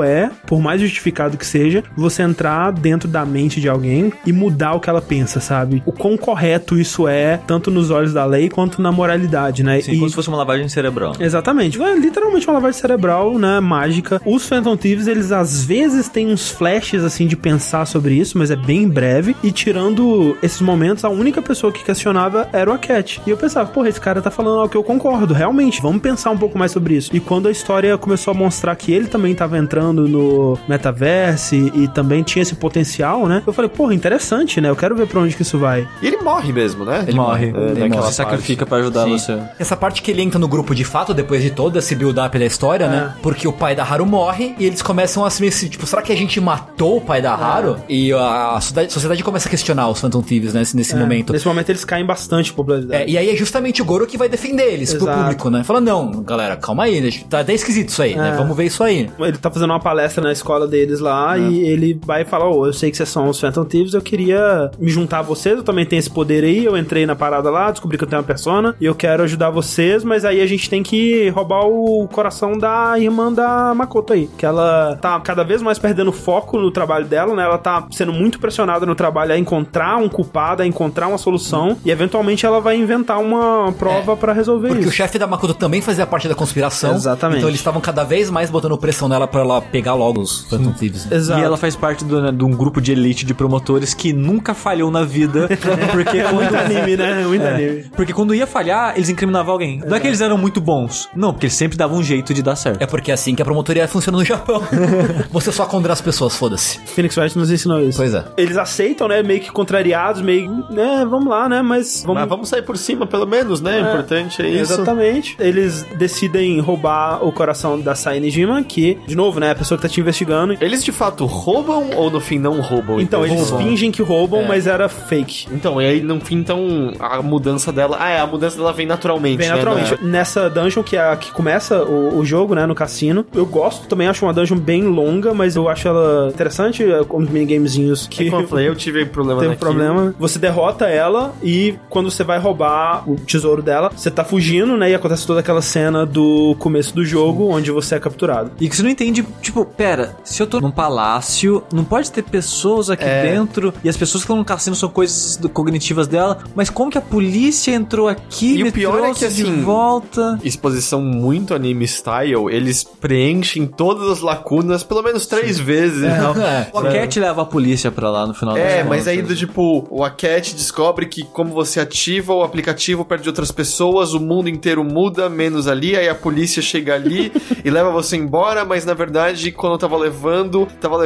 legal por mais justificado que seja, você entrar dentro da mente de alguém e mudar o que ela pensa, sabe? O quão correto isso é, tanto nos olhos da lei quanto na moralidade, né? Sim, como se fosse uma lavagem cerebral. Exatamente. É literalmente uma lavagem cerebral, né? Mágica. Os Phantom Thieves, eles às vezes têm uns flashes, assim, de pensar sobre isso, mas é bem breve. E tirando esses momentos, a única pessoa que questionava era o Aket. E eu pensava, porra, esse cara tá falando algo que eu concordo, realmente, vamos pensar um pouco mais sobre isso. E quando a história começou a mostrar que ele também tava entrando no metaverse e também tinha esse potencial, né? Eu falei, porra, interessante, né? Eu quero ver pra onde que isso vai. E ele morre mesmo, né? Ele morre. Ele morre. Se sacrifica pra ajudar você. Essa parte que ele entra no grupo de fato, depois de todo esse build-up da história, né? Porque o pai da Haru morre e eles começam a se tipo, será que a gente matou o pai da Haru? E a sociedade começa a questionar os Phantom Thieves, né? Nesse momento. Nesse momento eles caem bastante em popularidade. E aí é justamente o Goro que vai defender eles pro público, né? Fala, não, galera, calma aí, tá até esquisito isso aí, né? Vamos ver isso aí. Ele tá fazendo uma palestra na escola deles lá e ele vai falar, eu sei que vocês são os Phantom Thieves, eu queria me juntar a vocês, eu também tenho esse poder aí, eu entrei na parada lá, descobri que eu tenho uma persona e eu quero ajudar vocês, mas aí a gente tem que roubar o coração da irmã da Makoto aí, que ela tá cada vez mais perdendo foco no trabalho dela, né? Ela tá sendo muito pressionada no trabalho a encontrar um culpado, a encontrar uma solução e eventualmente ela vai inventar uma prova pra resolver porque isso. Porque o chefe da Makoto também fazia parte da conspiração. Exatamente. Então eles estavam cada vez mais botando pressão nela pra ela pegar logo os Phantom Thieves. Né? Exato. E ela faz parte de um grupo de elite de promotores que nunca falhou na vida. Porque é muito anime, né? Muito anime. Porque quando ia falhar, eles incriminavam alguém. Não é que eles eram muito bons. Não, porque eles sempre davam um jeito de dar certo. É porque é assim que a promotoria funciona no Japão. Você só condena as pessoas, foda-se. Phoenix Wright nos ensinou isso. Pois é. Eles aceitam, né? Meio que contrariados, meio... né? Vamos lá, né? Mas vamos sair por cima, pelo menos, né? O importante é isso. Exatamente. Eles decidem roubar o coração da Sae Nijima, que, de novo, né? A pessoa que tá te investigando. Eles, de fato, roubam ou no fim não roubam? Então, eles fingem que roubam, mas era fake. Então, e aí no fim, então, a mudança dela... a mudança dela vem naturalmente, Vem naturalmente. Nessa dungeon, que é a que começa o jogo, né? No cassino. Eu gosto, também acho uma dungeon bem longa, mas eu acho ela interessante, com os minigamezinhos que... Como eu falei, eu tive problema naquilo. Problema. Você derrota ela e quando você vai roubar o tesouro dela, você tá fugindo, né? E acontece toda aquela cena do começo do jogo, onde você é capturado. E que você não entende, tipo, pera, se eu tô num palácio, não pode ter pessoas aqui dentro, e as pessoas que estão no cassino são coisas cognitivas dela, mas como que a polícia entrou aqui e o pior é que, assim, de volta? Exposição muito anime style, eles preenchem todas as lacunas pelo menos 3 vezes. O Aket leva a polícia pra lá no final das contas. Mas aí, tipo, o Aket descobre que como você ativa o aplicativo perto de outras pessoas, o mundo inteiro muda, menos ali, aí a polícia chega ali e leva você embora, mas na verdade, quando tava levando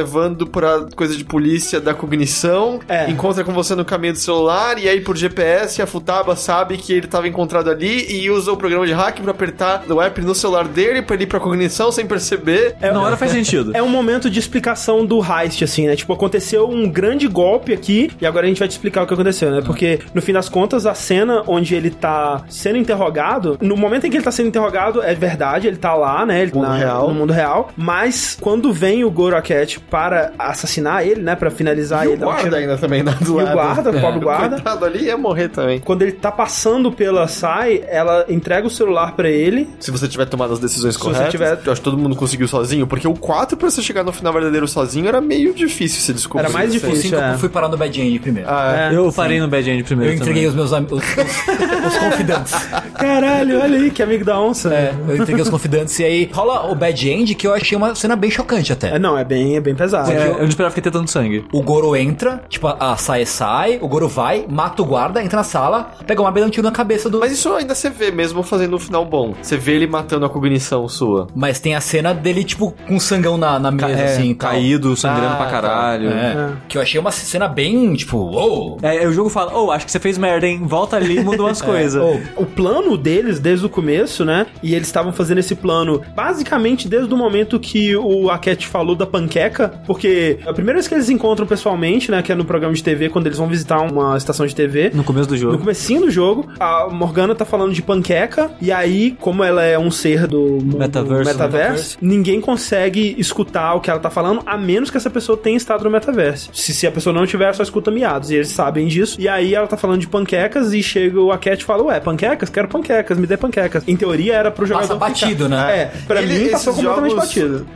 pra coisa de polícia da cognição, encontra com você no caminho do celular, e aí por GPS a Futaba sabe que ele tava encontrado ali e usa o programa de hack pra apertar o app no celular dele pra ele ir pra cognição sem perceber. Na hora faz sentido. É um momento de explicação do heist, assim, né? Tipo, aconteceu um grande golpe aqui e agora a gente vai te explicar o que aconteceu, né? Porque, no fim das contas, a cena onde ele tá sendo interrogado, no momento em que ele tá sendo interrogado, é verdade, ele tá lá, né? Ele no mundo real, mas quando vem o Goro Aket para assassinar ele, né? Pra finalizar ele. O guarda ainda também do lado. E o guarda, o pobre guarda. Coitado ali ia morrer também. Quando ele tá passando pela Sai, ela entrega o celular pra ele. Se você tiver tomado as decisões corretas, eu acho que todo mundo conseguiu sozinho, porque o 4 pra você chegar no final verdadeiro sozinho era meio difícil se descobrir. Era mais difícil, eu fui parar no Bad End primeiro. Eu parei no Bad End primeiro. Eu entreguei os meus amigos, os confidantes. Caralho, olha aí, que amigo da onça. Eu entreguei os confidantes e aí rola o Bad End, que eu achei uma cena bem chocante até. É bem pesado. Eu não esperava que ia ter tanto sangue. O Goro entra, tipo, a Sae sai, o Goro vai, mata o guarda, entra na sala, pega uma bela um tiro na cabeça do... Mas isso ainda você vê mesmo fazendo um final bom. Você vê ele matando a cognição sua. Mas tem a cena dele, tipo, com sangão na mesa, assim. Caído, sangrando pra caralho. Que eu achei uma cena bem, tipo, uou. O jogo fala, acho que você fez merda, hein? Volta ali e muda umas coisas. O plano deles, desde o começo, né? E eles estavam fazendo esse plano, basicamente, desde o momento que o Aket falou da panqueca, porque a primeira vez que eles encontram pessoalmente, né? Que é no programa de TV, quando eles vão visitar uma estação de TV. No começo do jogo. No comecinho do jogo, a Morgana tá falando de panqueca, e aí, como ela é um ser do metaverso, ninguém consegue escutar o que ela tá falando, a menos que essa pessoa tenha estado no metaverso. Se a pessoa não tiver, só escuta miados, e eles sabem disso. E aí ela tá falando de panquecas, e chega o Aket e fala, panquecas? Quero panquecas, me dê panquecas. Em teoria, era pro jogador passa batido, ficar. né? Pra mim, passou completamente batido. É um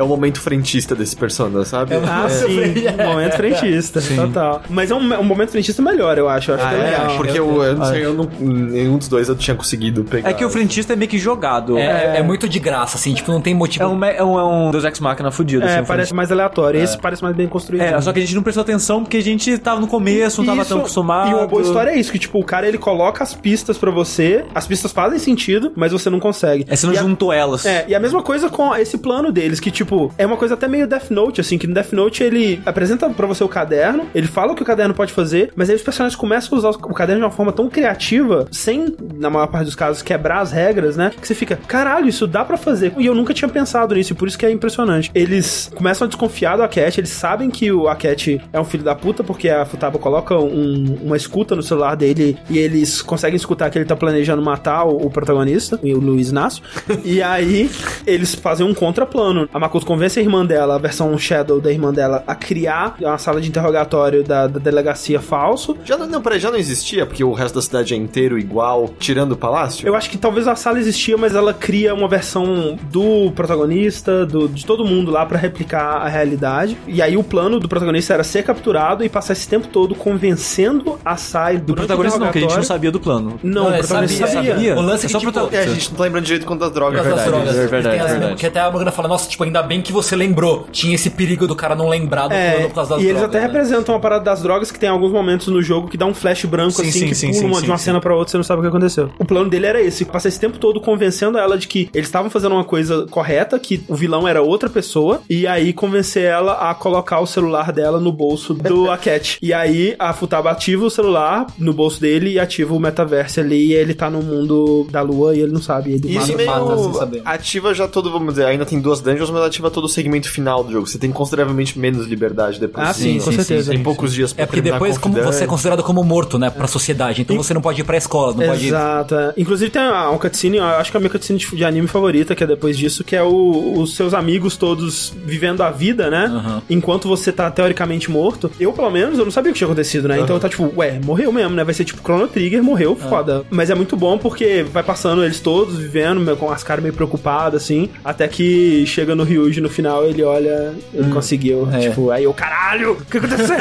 momento frentista desse Persona, sabe? Sim, momento frentista, total. Mas é um momento frentista melhor, eu acho. Que é legal. Porque eu não sei, nenhum dos dois eu tinha conseguido pegar. É que o frentista é meio que jogado. É muito de graça, assim, tipo, não tem motivo. É um Deus Ex Machina fudido. Assim, parece mais aleatório. Esse parece mais bem construído. Só que a gente não prestou atenção porque a gente tava no começo, não tava tão acostumado. E uma boa história é isso, que tipo, o cara ele coloca as pistas pra você, as pistas fazem sentido, mas você não consegue. Você não juntou elas. E a mesma coisa com esse plano deles, que tipo, é uma coisa até meio Death Note, assim, que no Death Note ele apresenta pra você o caderno, ele fala o que o caderno pode fazer, mas aí os personagens começam a usar o caderno de uma forma tão criativa, sem, na maior parte dos casos, quebrar as regras, né? Que você fica, caralho, isso dá pra fazer. E eu nunca tinha pensado nisso, e por isso que é impressionante. Eles começam a desconfiar do Akechi, eles sabem que o Akechi é um filho da puta, porque a Futaba coloca uma escuta no celular dele, e eles conseguem escutar que ele tá planejando matar o protagonista, o Luiz Inácio. E aí, eles fazem um contraplano. A Makoto convence a irmã dela, a versão Shadow da irmã dela, a criar uma sala de interrogatório da delegacia falso. Já não existia, porque o resto da cidade é inteiro igual, tirando o palácio? Eu acho que talvez a sala existia, mas ela cria uma versão do protagonista, de todo mundo lá pra replicar a realidade. E aí o plano do protagonista era ser capturado e passar esse tempo todo convencendo a Sai do protagonista não, que a gente não sabia do plano. Não, o protagonista sabia. O lance é que, tipo, a gente não tá lembrando direito quanto das drogas. É verdade. Que até a Morgana fala, nossa, tipo, ainda bem que você lembrou. Tinha esse perigo do cara não lembrar do plano por causa das drogas. E eles até representam a parada das drogas, que tem alguns momentos no jogo que dá um flash branco, pula de uma cena pra outra, você não sabe o que aconteceu. O plano dele era esse, passar esse tempo todo convencendo ela de que eles estavam fazendo uma coisa correta, que o vilão era outra pessoa, e aí convencer ela a colocar o celular dela no bolso do Akechi. E aí a Futaba ativa o celular no bolso dele e ativa o metaverso ali, e ele tá no mundo da lua e ele não sabe. Ele isso mata sem saber. Ativa já todo, vamos dizer, ainda tem 2 dungeons, mas ativa todo o segmento final do jogo. Você tem consideravelmente menos liberdade depois. Sim, com certeza. Tem poucos dias pra porque depois você é considerado como morto, né, pra sociedade. Então você não pode ir pra escola, não pode ir... Exato. Inclusive tem um cutscene, eu acho que é a minha cutscene de anime favorita, que é depois disso, que é os seus amigos todos vivendo a vida, né? Enquanto você tá teoricamente morto. Eu, pelo menos, eu não sabia o que tinha acontecido, né? Então eu tá tipo, morreu mesmo, né? Vai ser tipo Chrono Trigger, morreu, foda. Mas é muito bom porque vai passando eles todos vivendo, com as caras meio preocupadas, assim, até que chega no Ryuji no final, ele olha, ele conseguiu. Tipo, aí eu, caralho, o que aconteceu?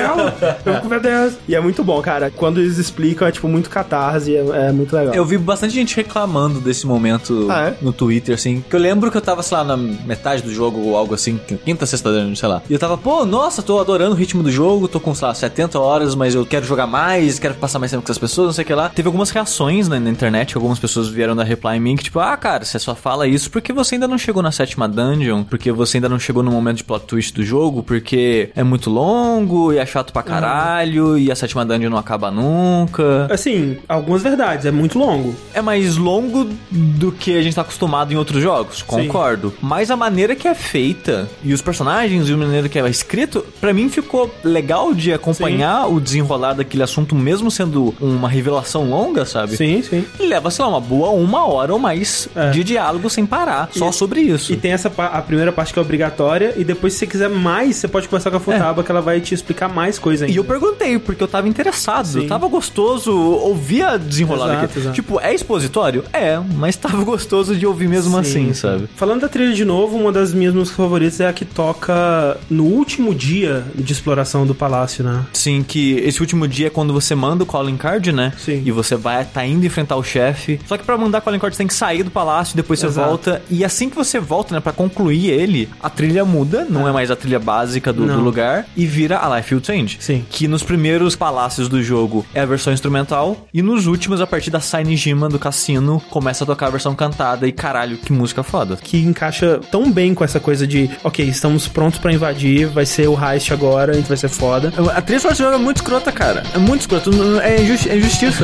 Meu Deus. E é muito bom, cara. Quando eles explicam, é tipo muito catarse, é muito legal. Eu vi bastante gente reclamando desse momento no Twitter, assim, que eu lembro que eu tava, sei lá, na metade do jogo ou algo assim, quinta, sexta, sei lá. E eu tava, pô, nossa, tô adorando o ritmo do jogo, tô com, sei lá, 70 horas, mas eu quero jogar mais, quero passar mais tempo com essas pessoas, não sei o que lá. Teve algumas reações, né, na internet, algumas pessoas vieram dar reply em mim, que tipo, cara, você só fala isso porque você ainda não chegou na 7ª dungeon, porque você ainda não chegou no momento de plot twist do jogo, porque é muito longo e é chato pra caralho, e a 7ª dungeon não acaba nunca. Assim, algumas verdades, é muito longo. É mais longo do que a gente tá acostumado em outros jogos, concordo. Mas a maneira que é feita, e os personagens, e a maneira que é escrito, pra mim ficou legal de acompanhar o desenrolar daquele assunto, mesmo sendo uma revelação longa, sabe? Sim. E leva, sei lá, uma boa 1 hora ou mais de diálogo sem parar, só sobre isso. E tem a primeira parte que é obrigatória, e depois, se você quiser mais, você pode conversar com a Futaba, que ela vai te explicar mais coisa ainda. E eu perguntei, porque eu tava interessado, tava gostoso ouvir a desenrolar daqui. Tipo, é expositório? Mas tava gostoso de ouvir mesmo assim, sabe? Falando da trilha de novo, uma das minhas músicas favoritas é a que toca no último dia de exploração do palácio, né? Sim, que esse último dia é quando você manda o calling card, né? Sim. E você tá indo enfrentar o chefe. Só que pra mandar calling card você tem que sair do palácio, depois você volta. E assim que você volta, né, pra concluir ele, a trilha muda, não é mais a trilha básica do lugar, e vira a Life Will Change. Sim. Que nos primeiros palácios do jogo é a versão instrumental, e nos últimos, a partir da Sainijima do cassino, começa a tocar a versão cantada, e caralho, que música foda. Que encaixa tão bem com essa coisa de, ok, estamos prontos pra invadir, vai ser o heist agora, a gente vai ser foda. A trilha sonora do jogo é muito escrota, cara. É muito escrota, é injustiça.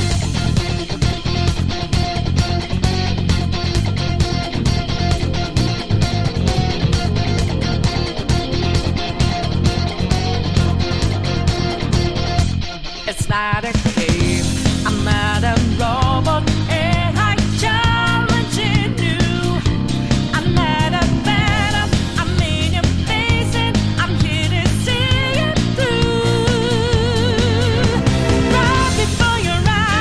It's not a game, I'm not a robot, and I challenge you. I'm not a battle, I'm in your face and I'm here to see you through. Right before your eyes.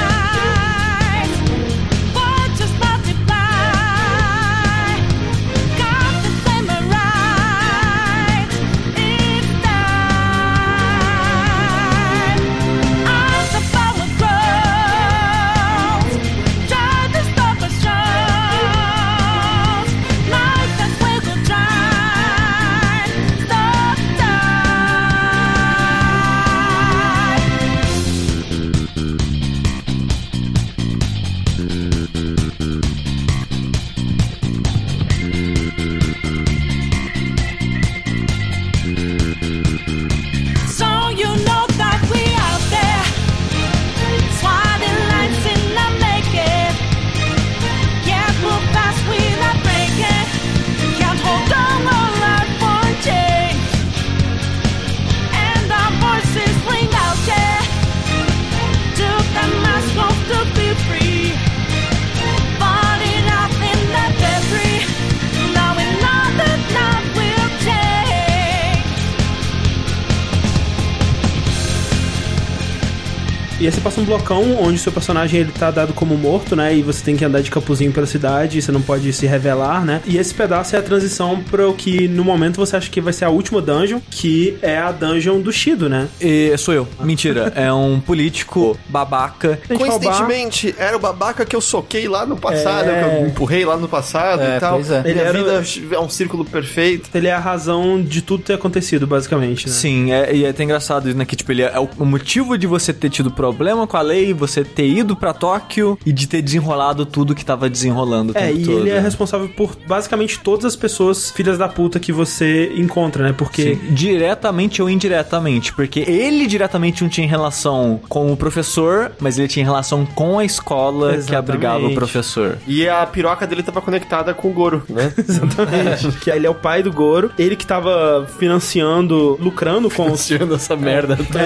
E aí você passa um blocão onde o seu personagem ele tá dado como morto, né? E você tem que andar de capuzinho pela cidade, você não pode se revelar, né? E esse pedaço é a transição pro que no momento você acha que vai ser a última dungeon, que é a dungeon do Shido, né? E sou eu. Mentira. É um político babaca. Coincidentemente, era o babaca que eu soquei lá no passado, que eu empurrei lá no passado e tal. Pois é. Minha vida é um círculo perfeito. Ele é a razão de tudo ter acontecido, basicamente, né? Sim, e é até engraçado, né? Que, tipo, ele é o motivo de você ter tido problema com a lei, você ter ido pra Tóquio e de ter desenrolado tudo que tava desenrolando o tempo todo. Ele é responsável por basicamente todas as pessoas filhas da puta que você encontra, né? Porque... Sim, diretamente ou indiretamente, porque ele diretamente não tinha relação com o professor, mas ele tinha relação com a escola. Exatamente. Que abrigava o professor. E a piroca dele tava conectada com o Goro, né? Exatamente. Que ele é o pai do Goro, ele que tava financiando, lucrando com... Financiando essa merda toda.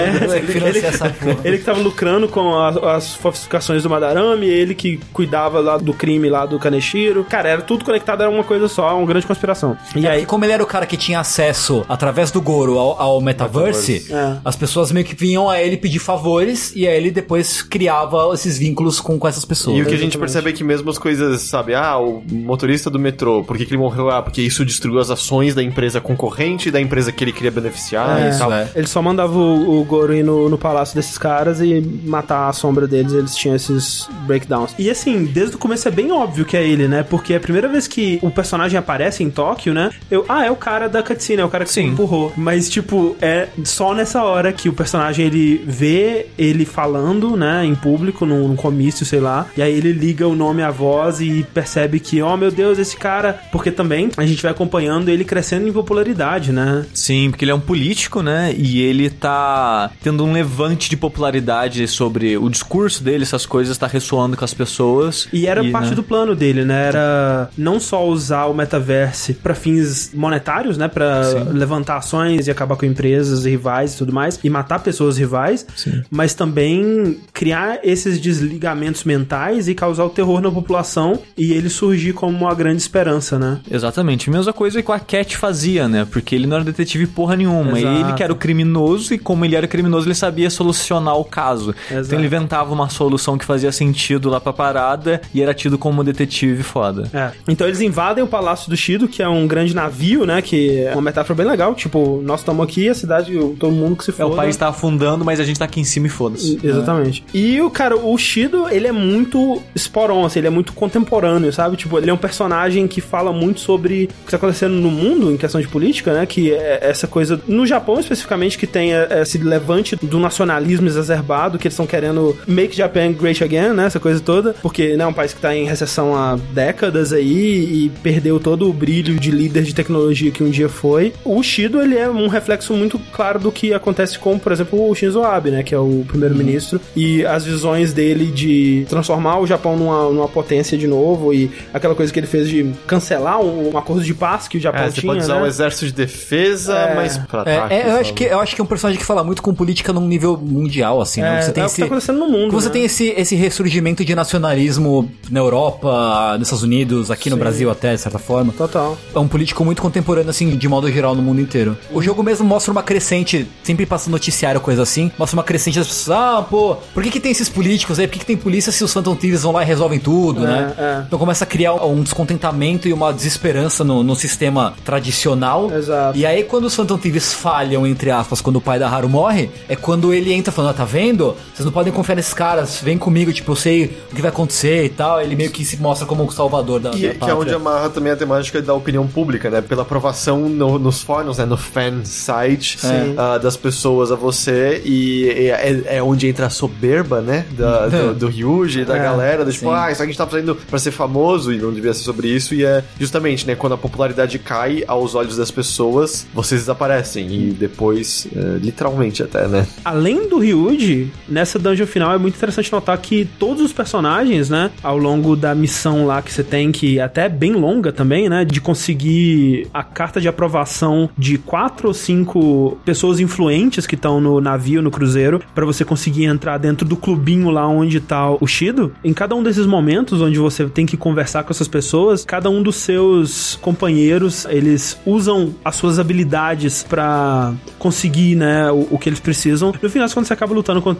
Ele que tava lucrando com as falsificações do Madarame, ele que cuidava lá do crime lá do Kaneshiro. Cara, era tudo conectado, era uma coisa só, uma grande conspiração. E aí, como ele era o cara que tinha acesso através do Goro ao Metaverse, as pessoas meio que vinham a ele pedir favores e aí ele depois criava esses vínculos com essas pessoas. E o que a gente percebe é que mesmo as coisas, sabe, o motorista do metrô, por que ele morreu? Porque isso destruiu as ações da empresa concorrente e da empresa que ele queria beneficiar e tal. Ele só mandava o Goro ir no palácio desses caras e matar a sombra deles, eles tinham esses breakdowns. E assim, desde o começo é bem óbvio que é ele, né? Porque a primeira vez que o personagem aparece em Tóquio, né? É o cara da cutscene, é o cara que se empurrou. Mas, tipo, é só nessa hora que o personagem, ele vê ele falando, né? Em público, num comício, sei lá. E aí ele liga o nome à voz e percebe que, meu Deus, esse cara... Porque também a gente vai acompanhando ele crescendo em popularidade, né? Sim, porque ele é um político, né? E ele tá tendo um levante de popularidade sobre o discurso dele, essas coisas, tá ressoando com as pessoas. E era parte do plano dele, né? Era não só usar o metaverse pra fins monetários, né? Pra levantar ações e acabar com empresas rivais e tudo mais, e matar pessoas rivais, mas também criar esses desligamentos mentais e causar o terror na população e ele surgir como uma grande esperança, né? Exatamente. Mesma coisa que a Cat fazia, né? Porque ele não era detetive porra nenhuma. Exato. Ele que era o criminoso e como ele era criminoso, ele sabia solucionar o caso. Exato. Então ele inventava uma solução que fazia sentido lá pra parada e era tido como detetive foda. Então eles invadem o Palácio do Shido, que é um grande navio, né? Que é uma metáfora bem legal. Tipo, nós estamos aqui, a cidade, todo mundo que se foda. O país tá afundando, mas a gente tá aqui em cima e foda-se. Exatamente. E o Shido, ele é muito spot-on, assim, ele é muito contemporâneo, sabe? Tipo, ele é um personagem que fala muito sobre o que tá acontecendo no mundo em questão de política, né? Que é essa coisa, no Japão especificamente, que tem esse levante do nacionalismo exacerbado, que eles estão querendo make Japan great again, né? Essa coisa toda, porque é um país que tá em recessão há décadas aí e perdeu todo o brilho de líder de tecnologia que um dia foi. O Shido, ele é um reflexo muito claro do que acontece com, por exemplo, o Shinzo Abe, né? Que é o primeiro-ministro, e as visões dele de transformar o Japão numa potência de novo, e aquela coisa que ele fez de cancelar um acordo de paz que o Japão tinha, você pode usar o exército de defesa, mas pra ataque. Eu acho que é um personagem que fala muito com política num nível mundial, assim, né? Você tem que tá acontecendo no mundo, você tem esse ressurgimento de nacionalismo na Europa, nos Estados Unidos, aqui no Brasil até, de certa forma. Total. É um político muito contemporâneo, assim, de modo geral, no mundo inteiro. O jogo mesmo mostra uma crescente, sempre passa noticiário, coisa assim, mostra uma crescente das pessoas, por que tem esses políticos aí? Por que tem polícia se os Phantom Thieves vão lá e resolvem tudo, né? Então começa a criar um descontentamento e uma desesperança no sistema tradicional. Exato. E aí quando os Phantom Thieves falham, entre aspas, quando o pai da Haru morre, é quando ele entra falando, tá vendo? Vocês não podem confiar nesses caras, vem comigo, tipo, eu sei o que vai acontecer e tal. Ele meio que se mostra como o salvador da pátria. Que é onde amarra também a temática da opinião pública, né? Pela aprovação nos fóruns, né? No fan site das pessoas a você, e é onde entra a soberba, né? Do Ryuji, da galera, tipo, isso aqui a gente tá fazendo pra ser famoso e não devia ser sobre isso, e é justamente, né? Quando a popularidade cai aos olhos das pessoas, vocês desaparecem, e depois, literalmente até, né? Além do Ryuji, nessa dungeon final é muito interessante notar que todos os personagens, né? Ao longo da missão lá que você tem, que até é bem longa também, né? De conseguir a carta de aprovação de 4 ou 5 pessoas influentes que estão no navio, no cruzeiro, pra você conseguir entrar dentro do clubinho lá onde tá o Shido. Em cada um desses momentos onde você tem que conversar com essas pessoas, cada um dos seus companheiros, eles usam as suas habilidades pra conseguir, né, o que eles precisam. No final, quando você acaba lutando contra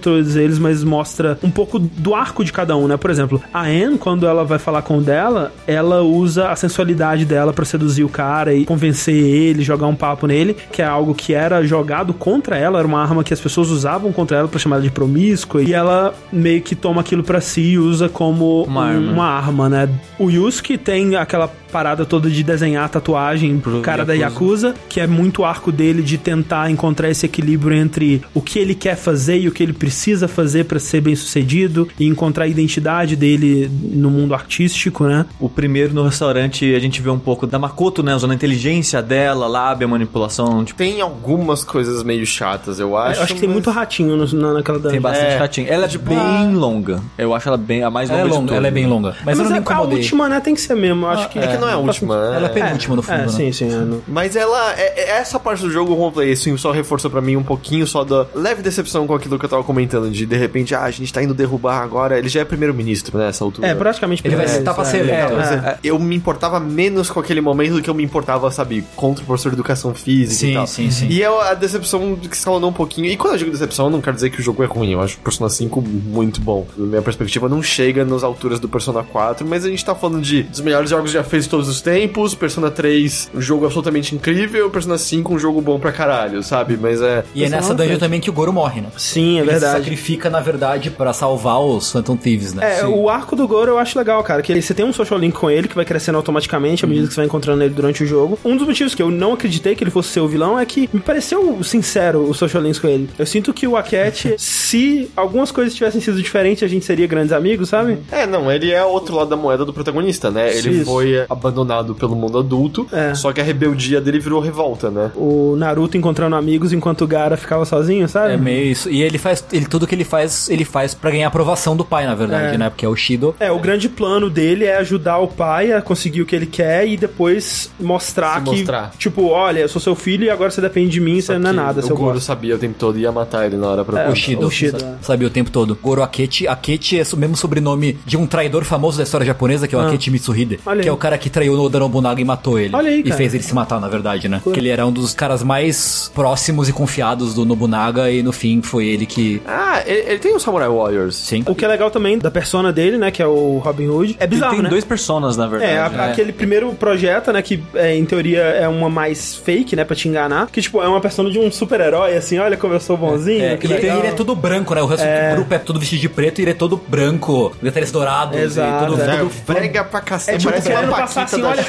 todos eles, mas mostra um pouco do arco de cada um, né? Por exemplo, a Anne, quando ela vai falar com o dela, ela usa a sensualidade dela pra seduzir o cara e convencer ele, jogar um papo nele, que é algo que era jogado contra ela, era uma arma que as pessoas usavam contra ela pra chamar ela de promíscua, e ela meio que toma aquilo pra si e usa como uma arma, né? O Yusuke tem aquela parada toda de desenhar tatuagem pro cara da Yakuza, que é muito o arco dele de tentar encontrar esse equilíbrio entre o que ele quer fazer e o que ele precisa fazer pra ser bem sucedido e encontrar a identidade dele no mundo artístico, né? O primeiro no restaurante, a gente vê um pouco da Makoto, né? Usando a inteligência dela, lábia, manipulação. Tipo... Tem algumas coisas meio chatas, eu acho. Eu acho que tem muito ratinho naquela dungeon. Tem bastante ratinho. Ela é bem longa. Eu acho ela bem a mais longa de todas. Ela é bem longa. Mas eu não me incomodei. A última, né? Tem que ser mesmo. Eu acho que... É que não é a última. Ela é penúltima no fundo, né? Sim. Mas ela... essa parte do jogo, vamos falar isso, só reforçou pra mim um pouquinho só da leve decepção com aquilo que eu tava comentando, de repente, a gente tá indo derrubar agora. Ele já é primeiro-ministro, né? Essa altura. Praticamente. Ele vai citar pra ser eleito. Eu me importava menos com aquele momento do que eu me importava, sabe, contra o professor de educação física e tal. Sim. E a decepção que escalonou um pouquinho. E quando eu digo decepção, eu não quero dizer que o jogo é ruim. Eu acho o Persona 5 muito bom. Da minha perspectiva, não chega nas alturas do Persona 4, mas a gente tá falando dos melhores jogos já feitos de todos os tempos. Persona 3, um jogo absolutamente incrível. Persona 5, um jogo bom pra caralho, sabe? Mas E é nessa dungeon também que o Goro morre, né? Sim, é ele verdade. Ele se sacrifica, na verdade, pra salvar os Phantom Thieves, né? O arco do Goro eu acho legal, cara. Que você tem um social link com ele que vai crescendo automaticamente à medida que você vai encontrando ele durante o jogo. Um dos motivos que eu não acreditei que ele fosse ser o vilão é que me pareceu sincero o social links com ele. Eu sinto que o Akechi, se algumas coisas tivessem sido diferentes, a gente seria grandes amigos, sabe? Ele é outro lado da moeda do protagonista, né? Ele foi abandonado pelo mundo adulto, só que a rebeldia dele virou revolta, né? O Naruto encontrando amigos enquanto o Gaara ficava sozinho, sabe? É meio isso. E tudo que ele faz pra ganhar a aprovação do pai, na verdade, né? Porque é o Shido. O grande plano dele é ajudar o pai a conseguir o que ele quer e depois mostrar tipo, olha, eu sou seu filho e agora você depende de mim, você não é nada. O Goro sabia o tempo todo e ia matar ele na hora pra... O Shido sabia o tempo todo. Goro Akechi. Akechi é o mesmo sobrenome de um traidor famoso da história japonesa, que é o Akechi Mitsuhide, que é o cara que traiu o Oda Nobunaga e matou ele. E fez ele se matar, na verdade, né? Porque ele era um dos caras mais próximos e confiados do Nobunaga e no fim foi ele que... ele tem o Samurai Warriors. Sim. O que é legal também da persona dele, né, que é o Robin Hood, é bizarro, ele tem dois personas, na verdade. Aquele primeiro projeto, né, que em teoria é uma mais fake, né, pra te enganar, que tipo, é uma persona de um super-herói, assim, olha como eu sou bonzinho. Ele é todo branco, né, o resto do grupo é todo vestido de preto e ele é todo branco, detalhes dourados. Exato. Tudo frega pra cacete, tipo, parece uma passar assim, olha,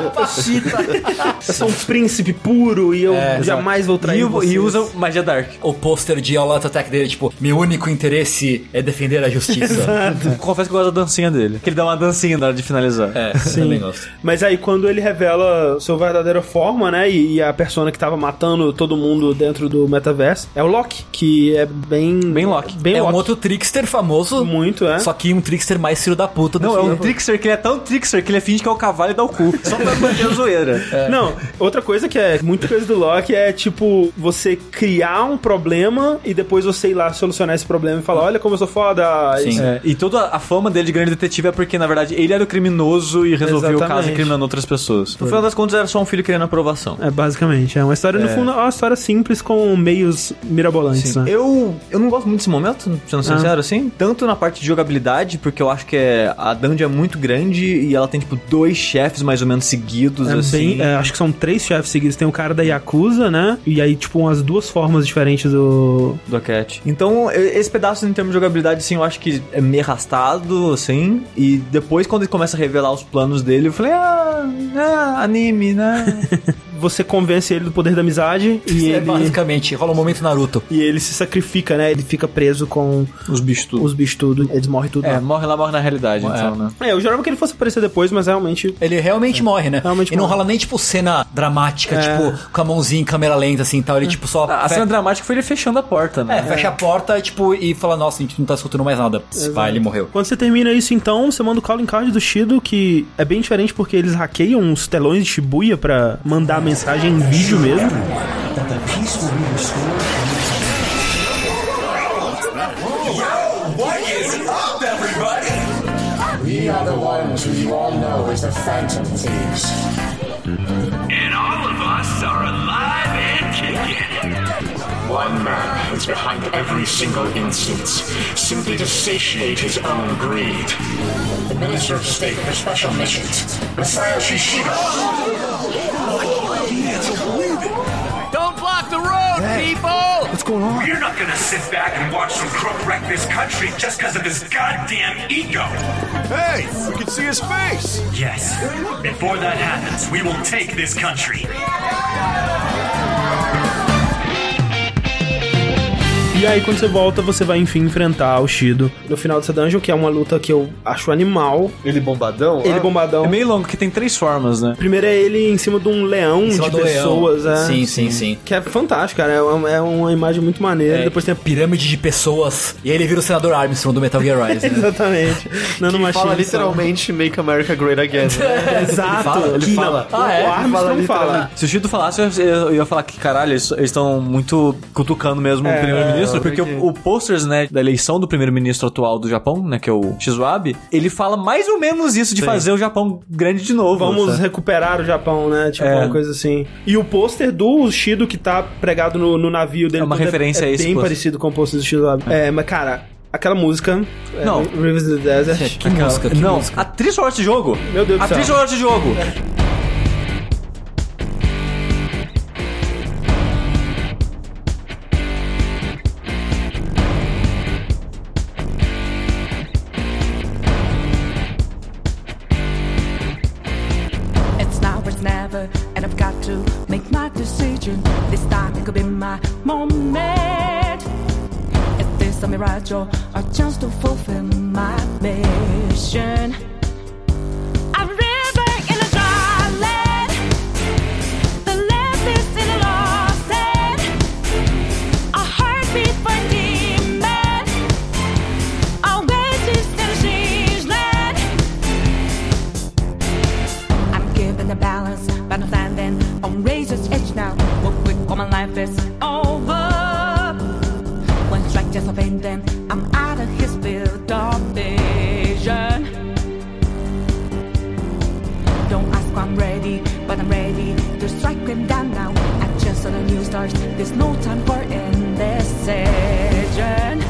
eu sou um príncipe puro e eu jamais vou trair E usa magia dark. O pôster de All Out Attack dele, tipo, meu único interesse é defender a justiça. Confesso que eu gosto da dancinha dele. Que ele dá uma dancinha na hora de finalizar. Sim. Também gosto. Mas aí quando ele revela sua verdadeira forma, né, e a persona que tava matando todo mundo dentro do metaverso é o Loki, que é bem Loki. Um outro trickster famoso. Muito, Só que um trickster mais filho da puta do Não, é um trickster que ele é tão trickster que ele finge que é o cavalo e dá o cu. Só pra manter a zoeira. Não, outra coisa que é muito coisa do Loki é, tipo, você criar um problema e depois você ir lá solucionar esse problema e falar, olha como eu sou foda. Sim. E toda a fama dele de grande detetive é porque, na verdade, ele era o criminoso e resolveu o caso incriminando outras pessoas. No final das contas, era só um filho querendo aprovação. Basicamente. É uma história, no fundo, é uma história simples com meios mirabolantes, né? Eu não gosto muito desse momento, sendo sincero, assim. Tanto na parte de jogabilidade, porque eu acho que a dungeon é muito grande e ela tem, tipo, 2 chefes mais ou menos seguidos, assim. Acho que são 3 chefes seguidos. Tem o cara da Yakuza, né? E aí, tipo, umas 2 formas diferentes do Akechi. Então, esse pedaço, em termos de jogabilidade, assim, eu acho que é meio arrastado, assim. E depois, quando ele começa a revelar os planos dele, eu falei, anime, né? Você convence ele do poder da amizade e ele... basicamente, rola um momento Naruto. E ele se sacrifica, né? Ele fica preso com os bichos tudo. Eles morrem tudo. Morre na realidade, então, né? Eu jurava que ele fosse aparecer depois, mas realmente... Ele realmente morre, né? Realmente não rola nem, tipo, cena dramática, tipo, com a mãozinha em câmera lenta, assim, tal. Ele, tipo, só... A cena dramática foi ele fechando a porta, né? Fecha a porta, tipo, e fala, nossa, a gente não tá escutando mais nada. Vai, ele morreu. Quando você termina isso, então, você manda o calling card do Shido, que é bem diferente porque eles hackeiam uns telões de Shibuya pra mandar a mensagem em vídeo mesmo. What is up, everybody? We are the ones who you all know as the Phantom Thieves. And all of us are alive and kicking. one man is behind every single instance, simply to satiate his own greed. The Minister of State for Special Missions, Masayoshi Shido. Don't block the road, people! What's going on? We're not gonna sit back and watch some crook wreck this country just because of his goddamn ego. Hey, we can see his face. Yes. Before that happens, we will take this country. E aí, quando você volta, você vai, enfim, enfrentar o Shido no final dessa dungeon, que é uma luta que eu acho animal. Ele bombadão? Ele bombadão. É meio longo, que tem 3 formas, né? Primeiro é ele em cima de um leão de pessoas. Sim. Que é fantástico, cara. É uma imagem muito maneira. Depois tem a pirâmide de pessoas. E aí ele vira o senador Armstrong do Metal Gear Rise, né? Exatamente. Que fala literalmente Make America Great Again. Né? Exato. Ele fala. O Armstrong fala. Se o Shido falasse, eu ia falar que, caralho, eles estão muito cutucando mesmo o primeiro-ministro, porque o posters, né, da eleição do primeiro-ministro atual do Japão, né, que é o Shinzo Abe, ele fala mais ou menos isso, de fazer o Japão grande de novo. Vamos recuperar o Japão, né? Tipo, uma coisa assim. E o pôster do Shido que tá pregado no navio dele. É uma referência a esse bem pôster. parecido com o pôster do Shinzo Abe. Mas, cara, aquela música... Não. Rivers of the Desert. Que música? Não, a trilha sonora desse jogo. Meu Deus do céu. A trilha sonora desse jogo. Never, and I've got to make my decision. This time it could be my moment. Is this a mirage or a chance to fulfill my mission? A river in a dry land, the left is in a lost end. A heartbeat for a demon, a wages in a strange land. I'm giving the balance, but I'm standing on razor's edge now. What quick, all my life is over. One strike just offend them, I'm out of his field of vision. Don't ask why I'm ready, but I'm ready to strike him down now. I just saw the new stars, there's no time for indecision.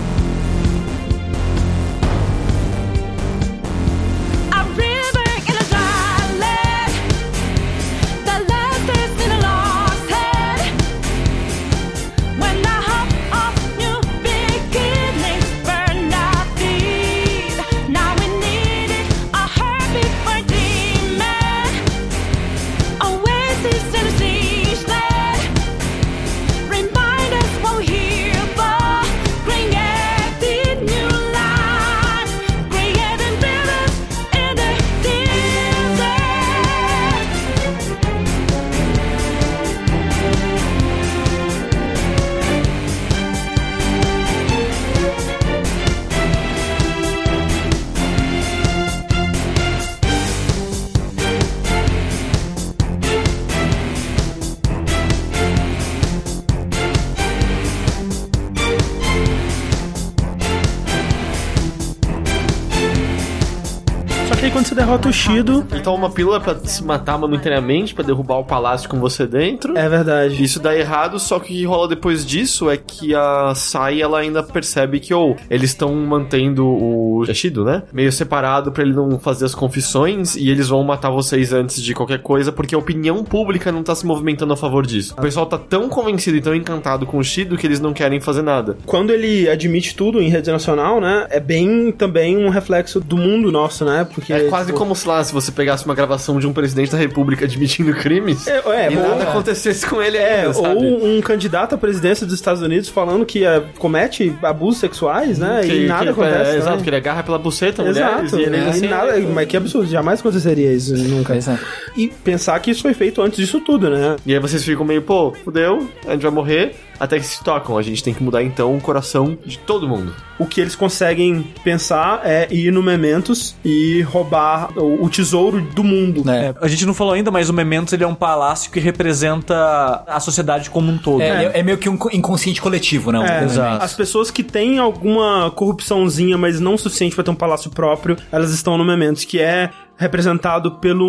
Quando você derrota o Shido... E toma uma pílula pra se matar momentaneamente, pra derrubar o palácio com você dentro. É verdade. Isso dá errado, só que o que rola depois disso é que a Sai, ela ainda percebe que, eles estão mantendo o Shido, né? Meio separado pra ele não fazer as confissões, e eles vão matar vocês antes de qualquer coisa, porque a opinião pública não tá se movimentando a favor disso. O pessoal tá tão convencido e tão encantado com o Shido que eles não querem fazer nada. Quando ele admite tudo em rede nacional, né? É bem também um reflexo do mundo nosso, né? Porque é quase como se lá, se você pegasse uma gravação de um presidente da república admitindo crimes e nada acontecesse com ele ainda, sabe? Ou um candidato à presidência dos Estados Unidos falando que comete abusos sexuais, né? E nada acontece. Exato, que ele agarra pela buceta mulheres. Exato, e nada, mas que absurdo, jamais aconteceria isso, nunca. Exato. E pensar que isso foi feito antes disso tudo, né? E aí vocês ficam meio, fudeu, a gente vai morrer, até que se tocam. A gente tem que mudar então o coração de todo mundo. O que eles conseguem pensar é ir no Mementos e roubar o tesouro do mundo. A gente não falou ainda, mas o Mementos ele é um palácio que representa a sociedade como um todo. É meio que um inconsciente coletivo, né? Exato. As pessoas que têm alguma corrupçãozinha, mas não o suficiente pra ter um palácio próprio, elas estão no Mementos, que é representado pelo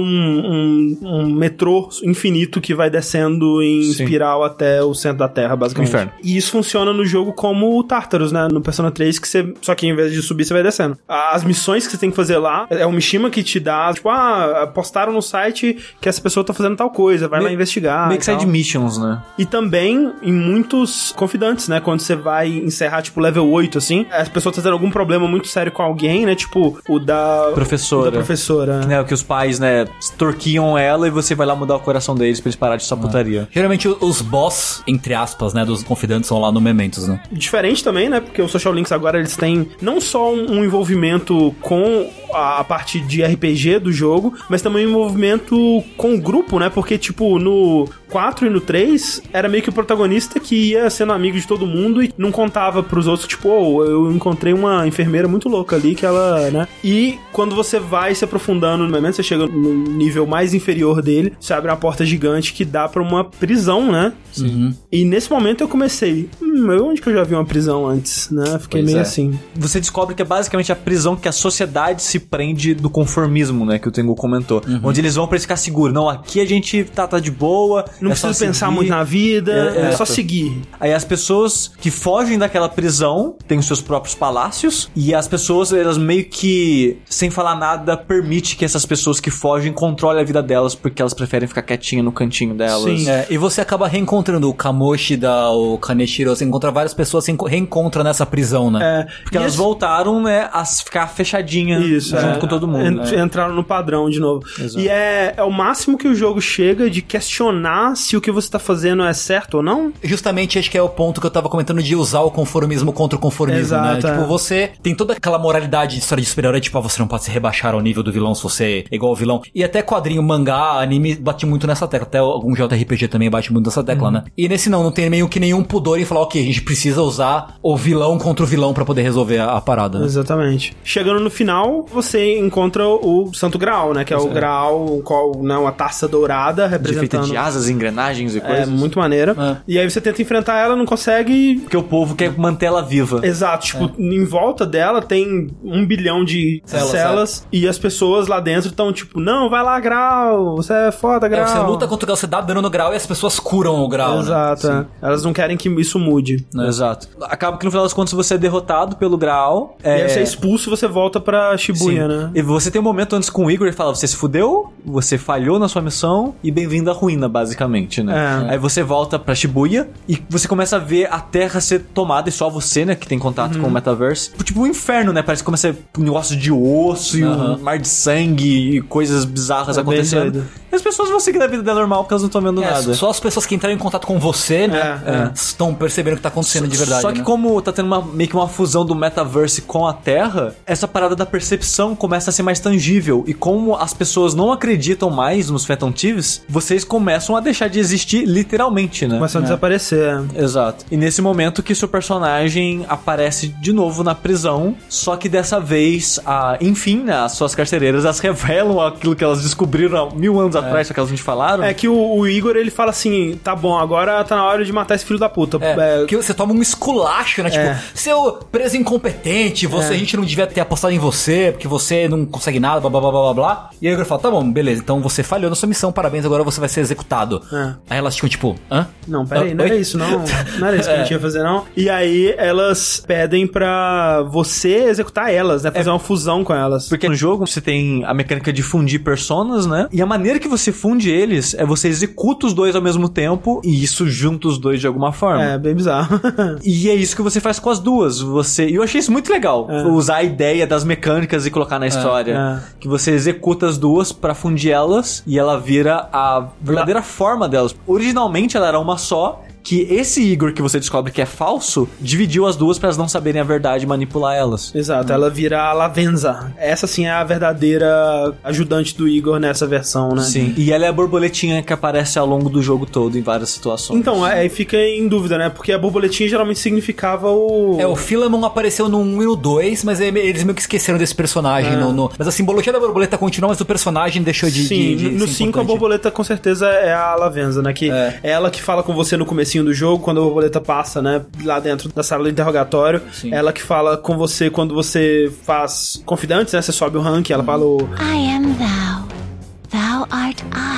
um metrô infinito que vai descendo em espiral até o centro da Terra, basicamente. Inferno. E isso funciona no jogo como o Tartarus, né? No Persona 3, que você... Só que em vez de subir, você vai descendo. As missões que você tem que fazer lá, é o Mishima que te dá, tipo, postaram no site que essa pessoa tá fazendo tal coisa, vai lá investigar. Meio que side missions, né? E também em muitos confidantes, né? Quando você vai encerrar, tipo, level 8, assim, as pessoas tá tendo algum problema muito sério com alguém, né? Tipo, o da professora. Né, que os pais, né, extorquiam ela e você vai lá mudar o coração deles pra eles pararem de sua putaria. Geralmente os boss, entre aspas, né, dos confidantes são lá no Mementos, né? Diferente também, né? Porque os Social Links agora eles têm não só um envolvimento com a parte de RPG do jogo, mas também um envolvimento com o grupo, né? Porque, tipo, no 4 e no 3, era meio que o protagonista que ia sendo amigo de todo mundo e não contava pros outros, tipo, eu encontrei uma enfermeira muito louca ali que ela, né? E quando você vai se aprofundando no momento, você chega no nível mais inferior dele, você abre uma porta gigante que dá pra uma prisão, né? Sim. E nesse momento eu comecei, onde que eu já vi uma prisão antes, né? Fiquei meio assim. Você descobre que é basicamente a prisão que a sociedade se prende do conformismo, né? Que o Tengu comentou. Onde eles vão pra ficar seguro. Não, aqui a gente tá de boa. Não precisa pensar muito na vida, é só seguir. Aí as pessoas que fogem daquela prisão têm os seus próprios palácios e as pessoas, elas meio que, sem falar nada, permite que essas pessoas que fogem controlem a vida delas porque elas preferem ficar quietinha no cantinho delas. Sim. E você acaba reencontrando o Kamoshi, o Kaneshiro, você encontra várias pessoas, você reencontra nessa prisão, né? Porque elas voltaram, né, a ficar fechadinha junto com todo mundo. Entraram no padrão de novo. Exato. E é o máximo que o jogo chega de questionar se o que você tá fazendo é certo ou não. Justamente acho que é o ponto que eu tava comentando de usar o conformismo contra o conformismo, Exato, né? Tipo, você tem toda aquela moralidade de história de super-herói, tipo, você não pode se rebaixar ao nível do vilão se você é igual ao vilão. E até quadrinho, mangá, anime bate muito nessa tecla. Até algum JRPG também bate muito nessa tecla, né? E nesse não tem meio que nenhum pudor em falar, ok, a gente precisa usar o vilão contra o vilão pra poder resolver a parada, né? Exatamente. Chegando no final, você encontra o Santo Graal, né? Que é o Graal, uma taça dourada representando... Feita de asas, engrenagens e coisas. É, muito maneira. E aí você tenta enfrentar ela, não consegue... Porque o povo quer manter ela viva. Exato. Tipo, em volta dela tem 1 bilhão de celas e as pessoas lá dentro estão tipo, não, vai lá, Graal, você é foda, Graal. Você luta contra o Graal, você dá dano no Graal e as pessoas curam o Graal, Exato. Né? Elas não querem que isso mude. Exato. Acaba que no final das contas você é derrotado pelo Graal. E aí você é expulso e você volta pra Shibuya, né? E você tem um momento antes com o Igor e fala, você se fudeu, você falhou na sua missão e bem-vindo à ruína, basicamente, né? Aí você volta pra Shibuya e você começa a ver a Terra ser tomada e só você, né, que tem contato com o Metaverse. Tipo um inferno, né? Parece que começa um negócio de osso e um mar de sangue e coisas bizarras acontecendo. E as pessoas vão seguir a vida dela normal porque elas não estão vendo nada. Só as pessoas que entraram em contato com você, né, estão percebendo o que tá acontecendo de verdade. Só que como tá tendo meio que uma fusão do Metaverse com a Terra, essa parada da percepção começa a ser mais tangível. E como as pessoas não acreditam mais nos Phantom Thieves, vocês começam a deixar de existir literalmente, né? Começam a desaparecer. Exato. E nesse momento que seu personagem aparece de novo na prisão, só que dessa vez, enfim, né, as suas carcereiras, elas revelam aquilo que elas descobriram há 1000 anos atrás, só que elas não te falaram. É que o Igor, ele fala assim, tá bom, agora tá na hora de matar esse filho da puta. Que você toma um esculacho, né? Tipo, seu preso incompetente, a gente não devia ter apostado em você, porque você não consegue nada, blá, blá, blá, blá, blá. E aí o Igor fala, tá bom, beleza, então você falhou na sua missão, parabéns, agora você vai ser executado. Aí elas ficam tipo, hã? Não, peraí, não era isso, não. Não era isso que a gente ia fazer, não. E aí elas pedem pra você executar elas, né? Fazer uma fusão com elas. Porque no jogo você tem a mecânica de fundir personas, né? E a maneira que você funde eles é você executa os dois ao mesmo tempo e isso junta os dois de alguma forma. É, bem bizarro. E é isso que você faz com as duas. E eu achei isso muito legal. Usar a ideia das mecânicas e colocar na história. Que você executa as duas pra fundir elas e ela vira a verdadeira forma delas. Originalmente ela era uma só, que esse Igor que você descobre que é falso, dividiu as duas pra elas não saberem a verdade e manipular elas. Exato, ela vira a Lavenza. Essa sim é a verdadeira ajudante do Igor nessa versão, né? Sim, e ela é a borboletinha que aparece ao longo do jogo todo em várias situações. Então, aí fica em dúvida, né? Porque a borboletinha geralmente significava o... o Philemon apareceu no 1 e no 2, mas eles meio que esqueceram desse personagem. Mas a simbologia da borboleta continua, mas o personagem deixou de... Sim, no 5 a borboleta com certeza é a Lavenza, né? Que é ela que fala com você no comecinho do jogo, quando a borboleta passa, né, lá dentro da sala do interrogatório. Sim. Ela que fala com você quando você faz confidantes, né, você sobe o rank, ela fala o... I am thou.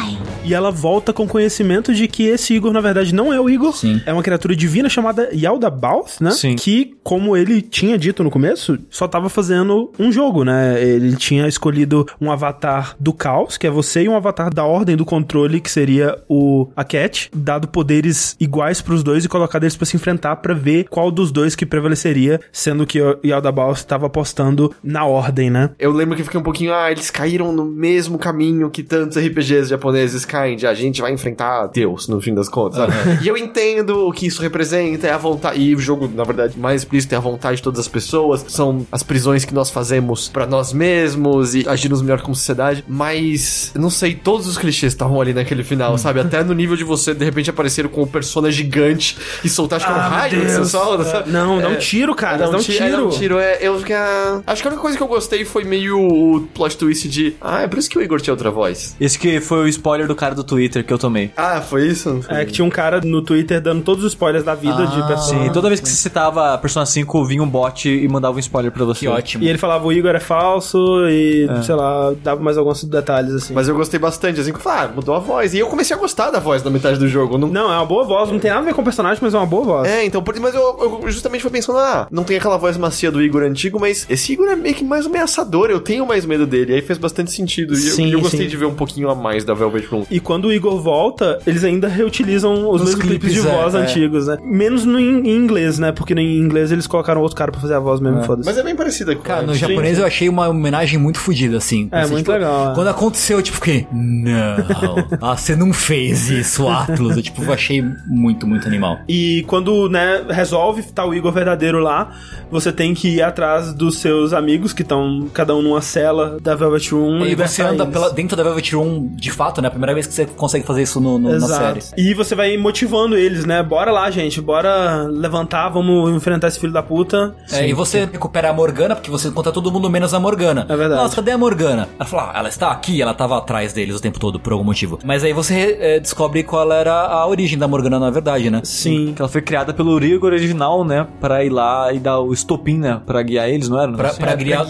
die. E ela volta com conhecimento de que esse Igor, na verdade, não é o Igor. Sim. É uma criatura divina chamada Yaldabaoth, né? Sim. Que, como ele tinha dito no começo, só tava fazendo um jogo, né? Ele tinha escolhido um avatar do caos, que é você, e um avatar da ordem do controle, que seria a Cat, dado poderes iguais pros dois e colocado eles pra se enfrentar pra ver qual dos dois que prevaleceria, sendo que o Yaldabaoth tava apostando na ordem, né? Eu lembro que fiquei um pouquinho, eles caíram no mesmo caminho que tantos RPGs japoneses caem, de a gente vai enfrentar Deus, no fim das contas, sabe? E eu entendo o que isso representa, é a vontade, e o jogo, na verdade, mais explícito é a vontade de todas as pessoas, são as prisões que nós fazemos pra nós mesmos e agirmos melhor como sociedade, mas, não sei, todos os clichês estavam ali naquele final, sabe? Até no nível de você, de repente, aparecer com o Persona gigante e soltar, acho que era um raio que você solta, sabe? Não, dá um tiro, cara, dá um tiro. Eu fiquei... Acho que a única coisa que eu gostei foi meio o plot twist de... é por isso que o Igor tinha outra voz. Esse que foi o spoiler do cara do Twitter que eu tomei. Foi isso? É que tinha um cara no Twitter dando todos os spoilers da vida de Persona. Sim, toda vez que você citava Persona 5, vinha um bot e mandava um spoiler pra você. Que ótimo. E ele falava o Igor é falso e, sei lá, dava mais alguns detalhes, assim. Mas eu gostei bastante, assim, mudou a voz. E eu comecei a gostar da voz na metade do jogo. Não, é uma boa voz, não tem nada a ver com o personagem, mas é uma boa voz. Então, mas eu justamente fui pensando, não tem aquela voz macia do Igor antigo, mas esse Igor é meio que mais ameaçador, eu tenho mais medo dele. Aí fez bastante sentido. E eu gostei de ver um pouquinho a mais da Velvet Room. E quando o Igor volta, eles ainda reutilizam os mesmos clipes de voz antigos, né? Menos em inglês, né? Porque em inglês eles colocaram outro cara pra fazer a voz mesmo, foda-se. Mas é bem parecida com Cara, no japonês eu achei uma homenagem muito fodida, assim. Muito legal. Quando aconteceu, eu fiquei... Não, você não fez isso, Atlus. Eu achei muito, muito animal. E quando, né, resolve tá o Igor verdadeiro lá, você tem que ir atrás dos seus amigos, que estão cada um numa cela da Velvet Room. E você anda dentro da Velvet Room, de fato, né? A primeira vez que você consegue fazer isso na série. E você vai motivando eles, né? Bora lá, gente. Bora levantar, vamos enfrentar esse filho da puta. E você recupera a Morgana, porque você encontra todo mundo menos a Morgana. É verdade. Nossa, cadê a Morgana? Ela fala, ela está aqui, ela estava atrás deles o tempo todo, por algum motivo. Mas aí você descobre qual era a origem da Morgana, na verdade, né? Sim. Que ela foi criada pelo Igor original, né? Pra ir lá e dar o estopim, né? Pra guiar eles, não era? Pra guiar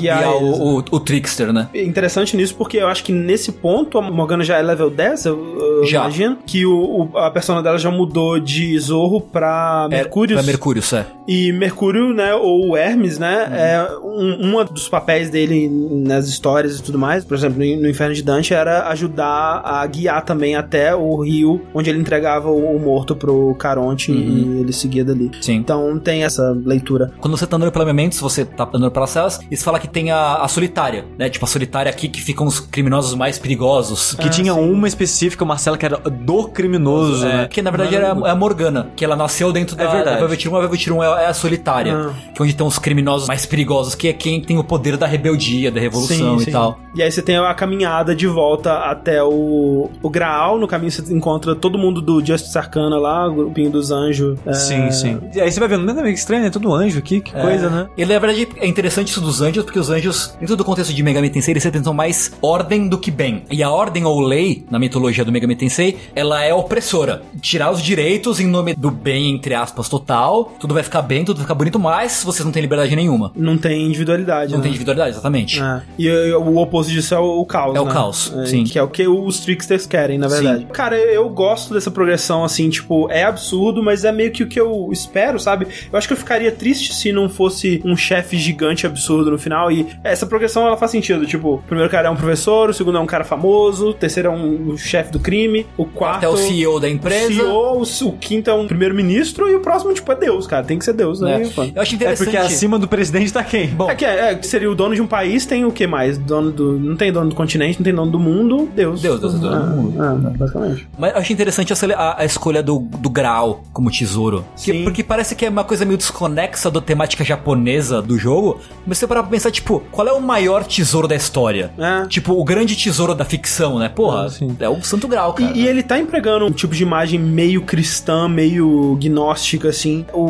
o Trickster, né? É interessante nisso, porque eu acho que nesse ponto a Morgana já é level 10, eu imagino. Que a persona dela já mudou de Zorro pra Mercúrio. Pra Mercúrio, E Mercúrio, né? Ou Hermes, né? É um dos papéis dele nas histórias e tudo mais. Por exemplo, no Inferno de Dante era ajudar a guiar também até o rio onde ele entregava o morto pro Caronte e ele seguia dali. Sim. Então tem essa leitura. Quando você tá andando pela Mementos, você tá andando pelas celas, e você fala que tem a solitária, né? Tipo, a solitária aqui que ficam os criminosos mais perigosos. Que tinha uma específica, uma cela que era do criminoso, né? Que na verdade era a Morgana, que ela nasceu dentro da Velvet Room. A Velvet Room é a solitária, que é onde tem os criminosos mais perigosos, que é quem tem o poder da rebeldia, da revolução e tal. E aí você tem a caminhada de volta até o Graal. No caminho você encontra todo mundo do Justice Arcana lá, o grupinho dos anjos. Sim. E aí você vai vendo, não é meio estranho, né? Todo anjo aqui, que coisa, né? E na verdade é interessante isso dos anjos, porque os anjos, dentro do contexto de Megami Tensei, eles representam mais ordem do que bem. E a ordem ou lei, na mitologia do Megami Tensei, ela é opressora. Tirar os direitos em nome do bem, entre aspas, total. Tudo vai ficar bem, tudo vai ficar bonito, mas vocês não têm liberdade nenhuma. Não tem individualidade. Não tem individualidade, exatamente. E o oposto disso é o caos, o caos, sim. Que é o que os Tricksters querem, na verdade. Sim. Cara, eu gosto dessa progressão, assim, tipo, é absurdo, mas é meio que o que eu espero, sabe? Eu acho que eu ficaria triste se não fosse um chefe gigante absurdo no final, e essa progressão, ela faz sentido, tipo, o primeiro cara é um professor, o segundo é um cara famoso, o terceiro é um chefe do crime, o quarto é o CEO da empresa, o quinto é um primeiro-ministro, e o próximo, tipo, é Deus, cara, tem que ser Deus, né? Eu acho interessante. Porque acima do presidente tá quem? Bom, seria o dono de um país, tem o que mais? Não tem dono do continente, não tem dono do mundo, Deus. Deus é dono do mundo. Basicamente. Mas eu acho interessante a escolha do Graal como tesouro. Porque parece que é uma coisa meio desconexa da temática japonesa do jogo, mas você parar pra pensar, tipo, qual é o maior tesouro da história? Tipo, o grande tesouro da ficção, né? Porra, é o Santo Graal, cara. E ele tá empregando um tipo de imagem meio cristã, meio gnóstica, assim. O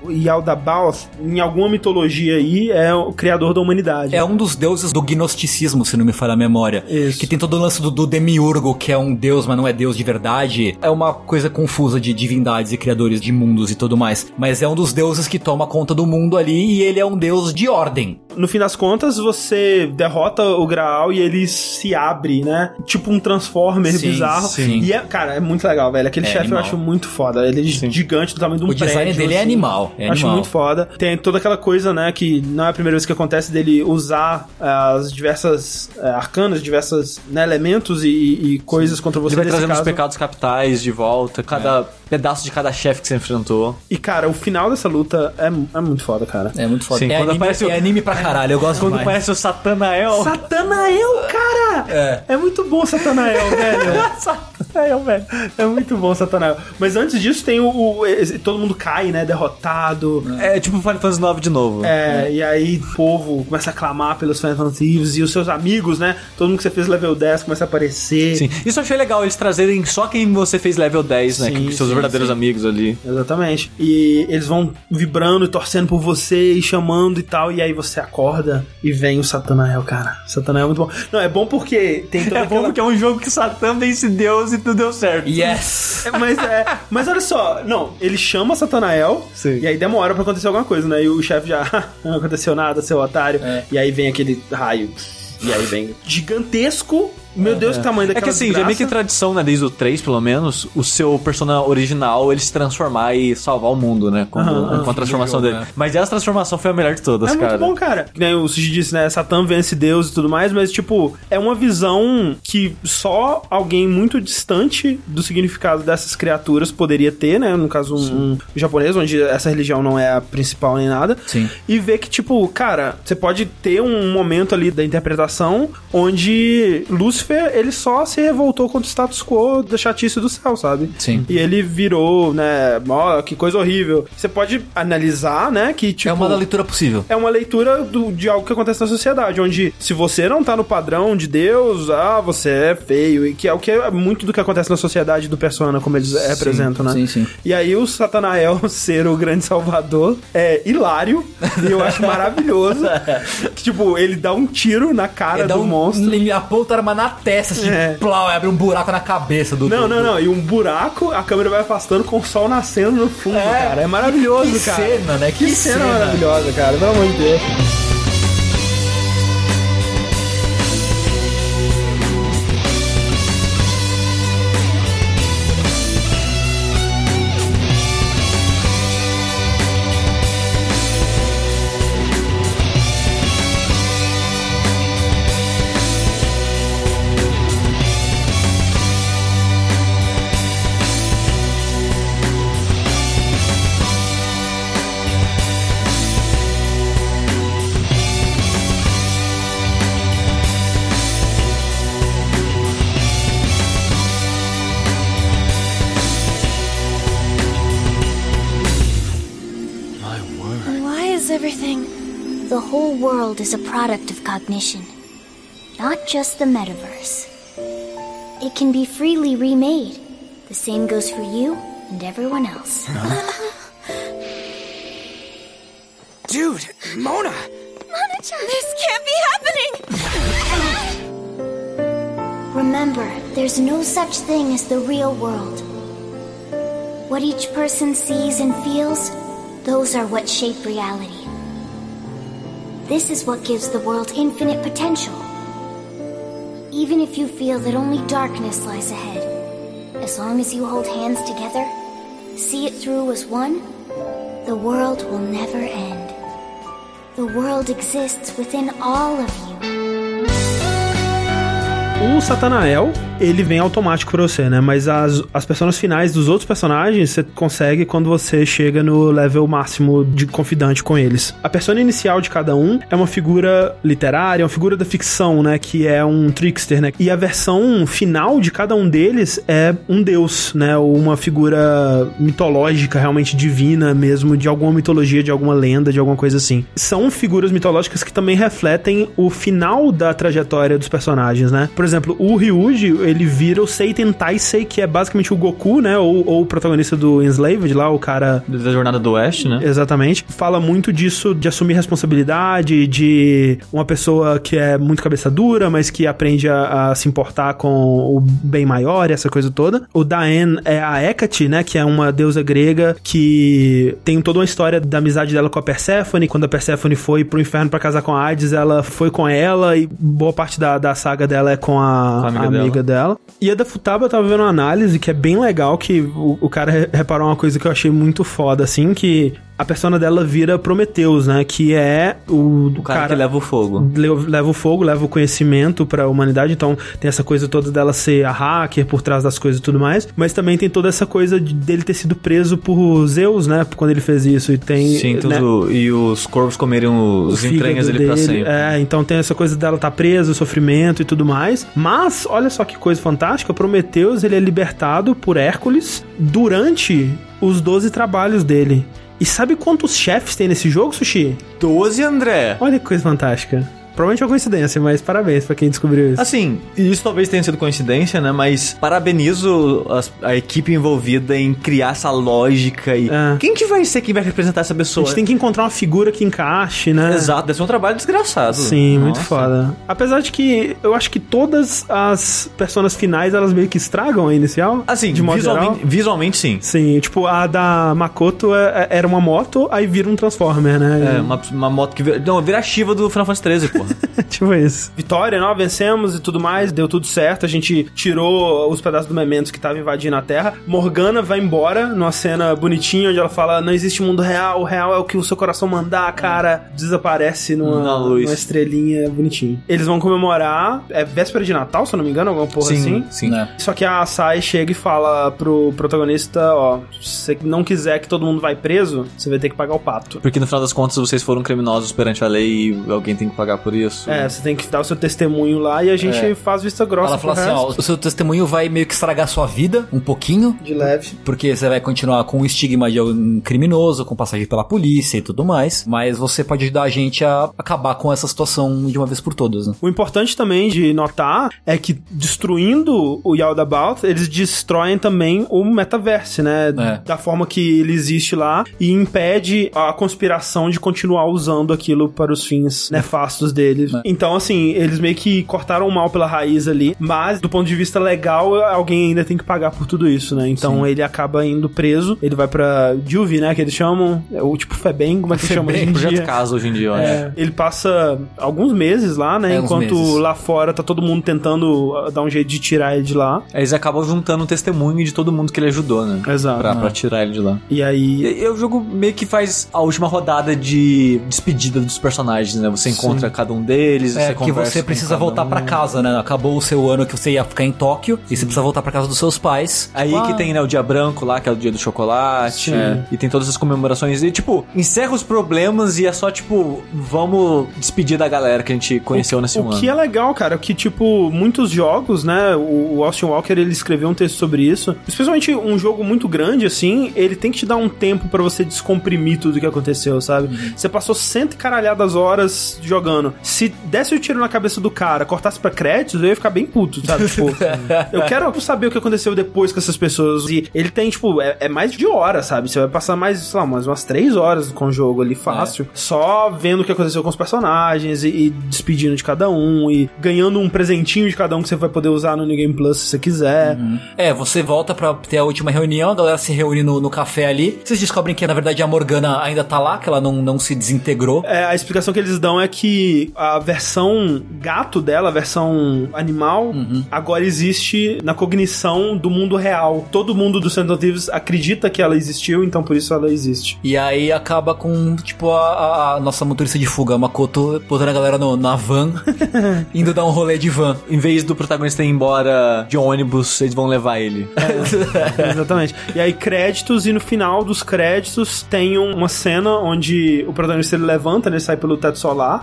Yaldabaoth, em alguma mitologia aí, é o criador da humanidade. É um dos deuses do gnosticismo, se não me falha a memória. Isso. Que tem todo o lance do demiurgo, que é um deus, mas não é deus de verdade. É uma coisa confusa de divindades e criadores de mundos e tudo mais. Mas é um dos deuses que toma conta do mundo ali, e ele é um deus de ordem. No fim das contas, você derrota o Graal e ele se abre, né? Tipo um Transformer bizarro. Sim. E, cara, é muito legal, velho. Aquele chefe eu acho muito foda. Ele é gigante, do tamanho de um prédio. O design dele é animal. Acho muito foda. Tem toda aquela coisa, né, que não é a primeira vez que acontece dele usar as diversas arcanas, diversos elementos e coisas contra você. Ele vai trazendo os pecados capitais de volta, cada pedaço de cada chefe que você enfrentou. E, cara, o final dessa luta é muito foda, cara. É muito foda. Sim, é, anime, é anime pra caralho, eu gosto quando demais. aparece o Satanael. Satanael, cara! É muito bom o Satanael, velho. Satanael, velho. É muito bom o Satanael. Mas antes disso tem todo mundo cai, né, derrotado. É tipo Final Fantasy IX de novo. E aí o povo começa a clamar pelos Final Fantasy e os seus amigos, né? Todo mundo que você fez level 10 começa a aparecer. Sim, isso eu achei legal, eles trazerem só quem você fez level 10, né? Que seus verdadeiros amigos ali. Exatamente. E eles vão vibrando e torcendo por você e chamando e tal, e aí você acorda e vem o Satanael, cara. Satanael é muito bom. Não, é bom porque tem toda bom porque é um jogo que Satã vence Deus e tudo deu certo. Yes! Mas olha só, não, ele chama Satanael e aí demora pra acontecer alguma coisa, né? E o chefe já, não aconteceu nada, seu otário. E aí vem aquele raio. E aí vem gigantesco. Meu Deus, que tamanho daquela É que assim, já é meio que tradição, né, desde o 3, pelo menos, o seu personagem original, ele se transformar e salvar o mundo, né, com a transformação dele. Mas essa transformação foi a melhor de todas, cara. É muito bom, cara. Que nem o Suji disse, né, Satã vence Deus e tudo mais, mas, tipo, é uma visão que só alguém muito distante do significado dessas criaturas poderia ter, né, no caso um japonês, onde essa religião não é a principal nem nada. Sim. E ver que, tipo, cara, você pode ter um momento ali da interpretação onde Lúcifer, ele só se revoltou contra o status quo da chatice do céu, sabe? Sim. E ele virou, né, ó, que coisa horrível. Você pode analisar, né, que tipo... É uma leitura possível. É uma leitura de algo que acontece na sociedade, onde se você não tá no padrão de Deus, você é feio, e que é o que é muito do que acontece na sociedade do Persona, como eles representam, né? Sim. E aí o Satanael ser o grande salvador é hilário, e eu acho maravilhoso. Que, tipo, ele dá um tiro na cara do monstro. Ele aponta a arma na testa, assim, plau, abre um buraco na cabeça do... Não, e um buraco, a câmera vai afastando com o sol nascendo no fundo, cara. É maravilhoso, que cara. Cena, né? Que cena maravilhosa, cara. Pelo amor de Deus. The whole world is a product of cognition, not just the metaverse. It can be freely remade. The same goes for you and everyone else. Dude, Mona! Mona-chan, this can't be happening! Remember, there's no such thing as the real world. What each person sees and feels, those are what shape reality. This is what gives the world infinite potential. Even if you feel that only darkness lies ahead, as long as you hold hands together, see it through as one, the world will never end. The world exists within all of you. O Satanael, ele vem automático pra você, né? Mas as personas finais dos outros personagens, você consegue quando você chega no level máximo de confidante com eles. A persona inicial de cada um é uma figura literária, uma figura da ficção, né? Que é um trickster, né? E a versão final de cada um deles é um deus, né? Ou uma figura mitológica, realmente divina mesmo, de alguma mitologia, de alguma lenda, de alguma coisa assim. São figuras mitológicas que também refletem o final da trajetória dos personagens, né? Por exemplo, o Ryuji, ele vira o Seiten Taisei, que é basicamente o Goku, né? Ou o protagonista do Enslaved lá, o cara... Da Jornada do Oeste, né? Exatamente. Fala muito disso, de assumir responsabilidade, de uma pessoa que é muito cabeça dura, mas que aprende a se importar com o bem maior e essa coisa toda. O Daen é a Hecate, né? Que é uma deusa grega que tem toda uma história da amizade dela com a Perséfone. Quando a Perséfone foi pro inferno pra casar com a Hades, ela foi com ela e boa parte da saga dela é com a amiga dela. E a da Futaba eu tava vendo uma análise que é bem legal, que o cara reparou uma coisa que eu achei muito foda, assim, que a persona dela vira Prometheus, né? Que é o cara que leva o fogo. Leva o fogo, leva o conhecimento pra humanidade. Então tem essa coisa toda dela ser a hacker por trás das coisas e tudo mais. Mas também tem toda essa coisa dele ter sido preso por Zeus, né? Quando ele fez isso. E tem... Sim, né? E os corvos comeram os entranhas dele pra sempre. Então tem essa coisa dela estar presa, o sofrimento e tudo mais. Mas, olha só que coisa fantástica. Prometheus, ele é libertado por Hércules durante os 12 trabalhos dele. E sabe quantos chefes tem nesse jogo, Sushi? 12, André! Olha que coisa fantástica. Provavelmente é uma coincidência, mas parabéns pra quem descobriu isso. Assim, isso talvez tenha sido coincidência, né? Mas parabenizo a equipe envolvida em criar essa lógica e... Quem que vai ser quem vai representar essa pessoa? A gente tem que encontrar uma figura que encaixe, né? Exato, deve ser um trabalho desgraçado. Sim, muito foda. Apesar de que eu acho que todas as personas finais, elas meio que estragam a inicial. Assim, de modo visualmente sim. Sim, tipo, a da Makoto era uma moto, aí vira um Transformer, né? Uma moto que vira... Não, vira a Shiva do Final Fantasy 13, pô. Tipo isso. Vitória, nós vencemos e tudo mais, deu tudo certo, a gente tirou os pedaços do Mementos que tava invadindo a Terra. Morgana vai embora numa cena bonitinha, onde ela fala, não existe mundo real, o real é o que o seu coração mandar, cara. Desaparece numa estrelinha bonitinho. Eles vão comemorar, é véspera de Natal, se eu não me engano, alguma porra assim. Sim, Só que a Sai chega e fala pro protagonista, ó, se você não quiser que todo mundo vai preso, você vai ter que pagar o pato. Porque no final das contas vocês foram criminosos perante a lei e alguém tem que pagar por isso. Você tem que dar o seu testemunho lá e a gente faz vista grossa. Ela fala assim, ó, o seu testemunho vai meio que estragar a sua vida, um pouquinho. De leve. Porque você vai continuar com o estigma de um criminoso, com passagem pela polícia e tudo mais. Mas você pode ajudar a gente a acabar com essa situação de uma vez por todas, né? O importante também de notar é que destruindo o Yaldabaoth, eles destroem também o metaverse, né? Da forma que ele existe lá e impede a conspiração de continuar usando aquilo para os fins nefastos deles. Então, assim, eles meio que cortaram o mal pela raiz ali, mas do ponto de vista legal, alguém ainda tem que pagar por tudo isso, né? Então ele acaba indo preso, ele vai pra Juvie, né? Que eles chamam, o tipo Febem, como é que chama hoje em Projeto dia? Casa hoje em dia, Ele passa alguns meses lá, né? Enquanto lá fora tá todo mundo tentando dar um jeito de tirar ele de lá. Eles acabam juntando o testemunho de todo mundo que ele ajudou, né? Exato. Pra tirar ele de lá. E aí... E o jogo meio que faz a última rodada de despedida dos personagens, né? Você encontra cada um deles, você que você precisa voltar pra casa, né? Acabou o seu ano que você ia ficar em Tóquio e você precisa voltar pra casa dos seus pais. Aí que tem, né, o dia branco lá, que é o dia do chocolate. E tem todas as comemorações. E, tipo, encerra os problemas e é só, tipo, vamos despedir da galera que a gente conheceu nesse ano. O que é legal, cara, é que, tipo, muitos jogos, né? O Austin Walker, ele escreveu um texto sobre isso. Especialmente um jogo muito grande, assim, ele tem que te dar um tempo pra você descomprimir tudo que aconteceu, sabe? Você passou 100 e caralhadas horas jogando. Se desse o tiro na cabeça do cara, cortasse pra créditos, eu ia ficar bem puto, sabe? Tipo, eu quero saber o que aconteceu depois com essas pessoas. E ele tem, tipo, é mais de hora, sabe? Você vai passar mais, sei lá, umas 3 horas com o jogo ali, fácil. Só vendo o que aconteceu com os personagens e despedindo de cada um e ganhando um presentinho de cada um que você vai poder usar no New Game Plus se você quiser. Você volta pra ter a última reunião, a galera se reúne no café ali. Vocês descobrem que, na verdade, a Morgana ainda tá lá, que ela não se desintegrou. A explicação que eles dão é que a versão gato dela, a versão animal, agora existe na cognição do mundo real. Todo mundo do Sands of Thieves acredita que ela existiu, então por isso ela existe. E aí acaba com, tipo, a nossa motorista de fuga, a Makoto, botando a galera na van, indo dar um rolê de van. Em vez do protagonista ir embora de ônibus, eles vão levar ele. Exatamente. E aí créditos, e no final dos créditos tem uma cena onde o protagonista ele levanta, né, ele sai pelo teto solar, e ele olha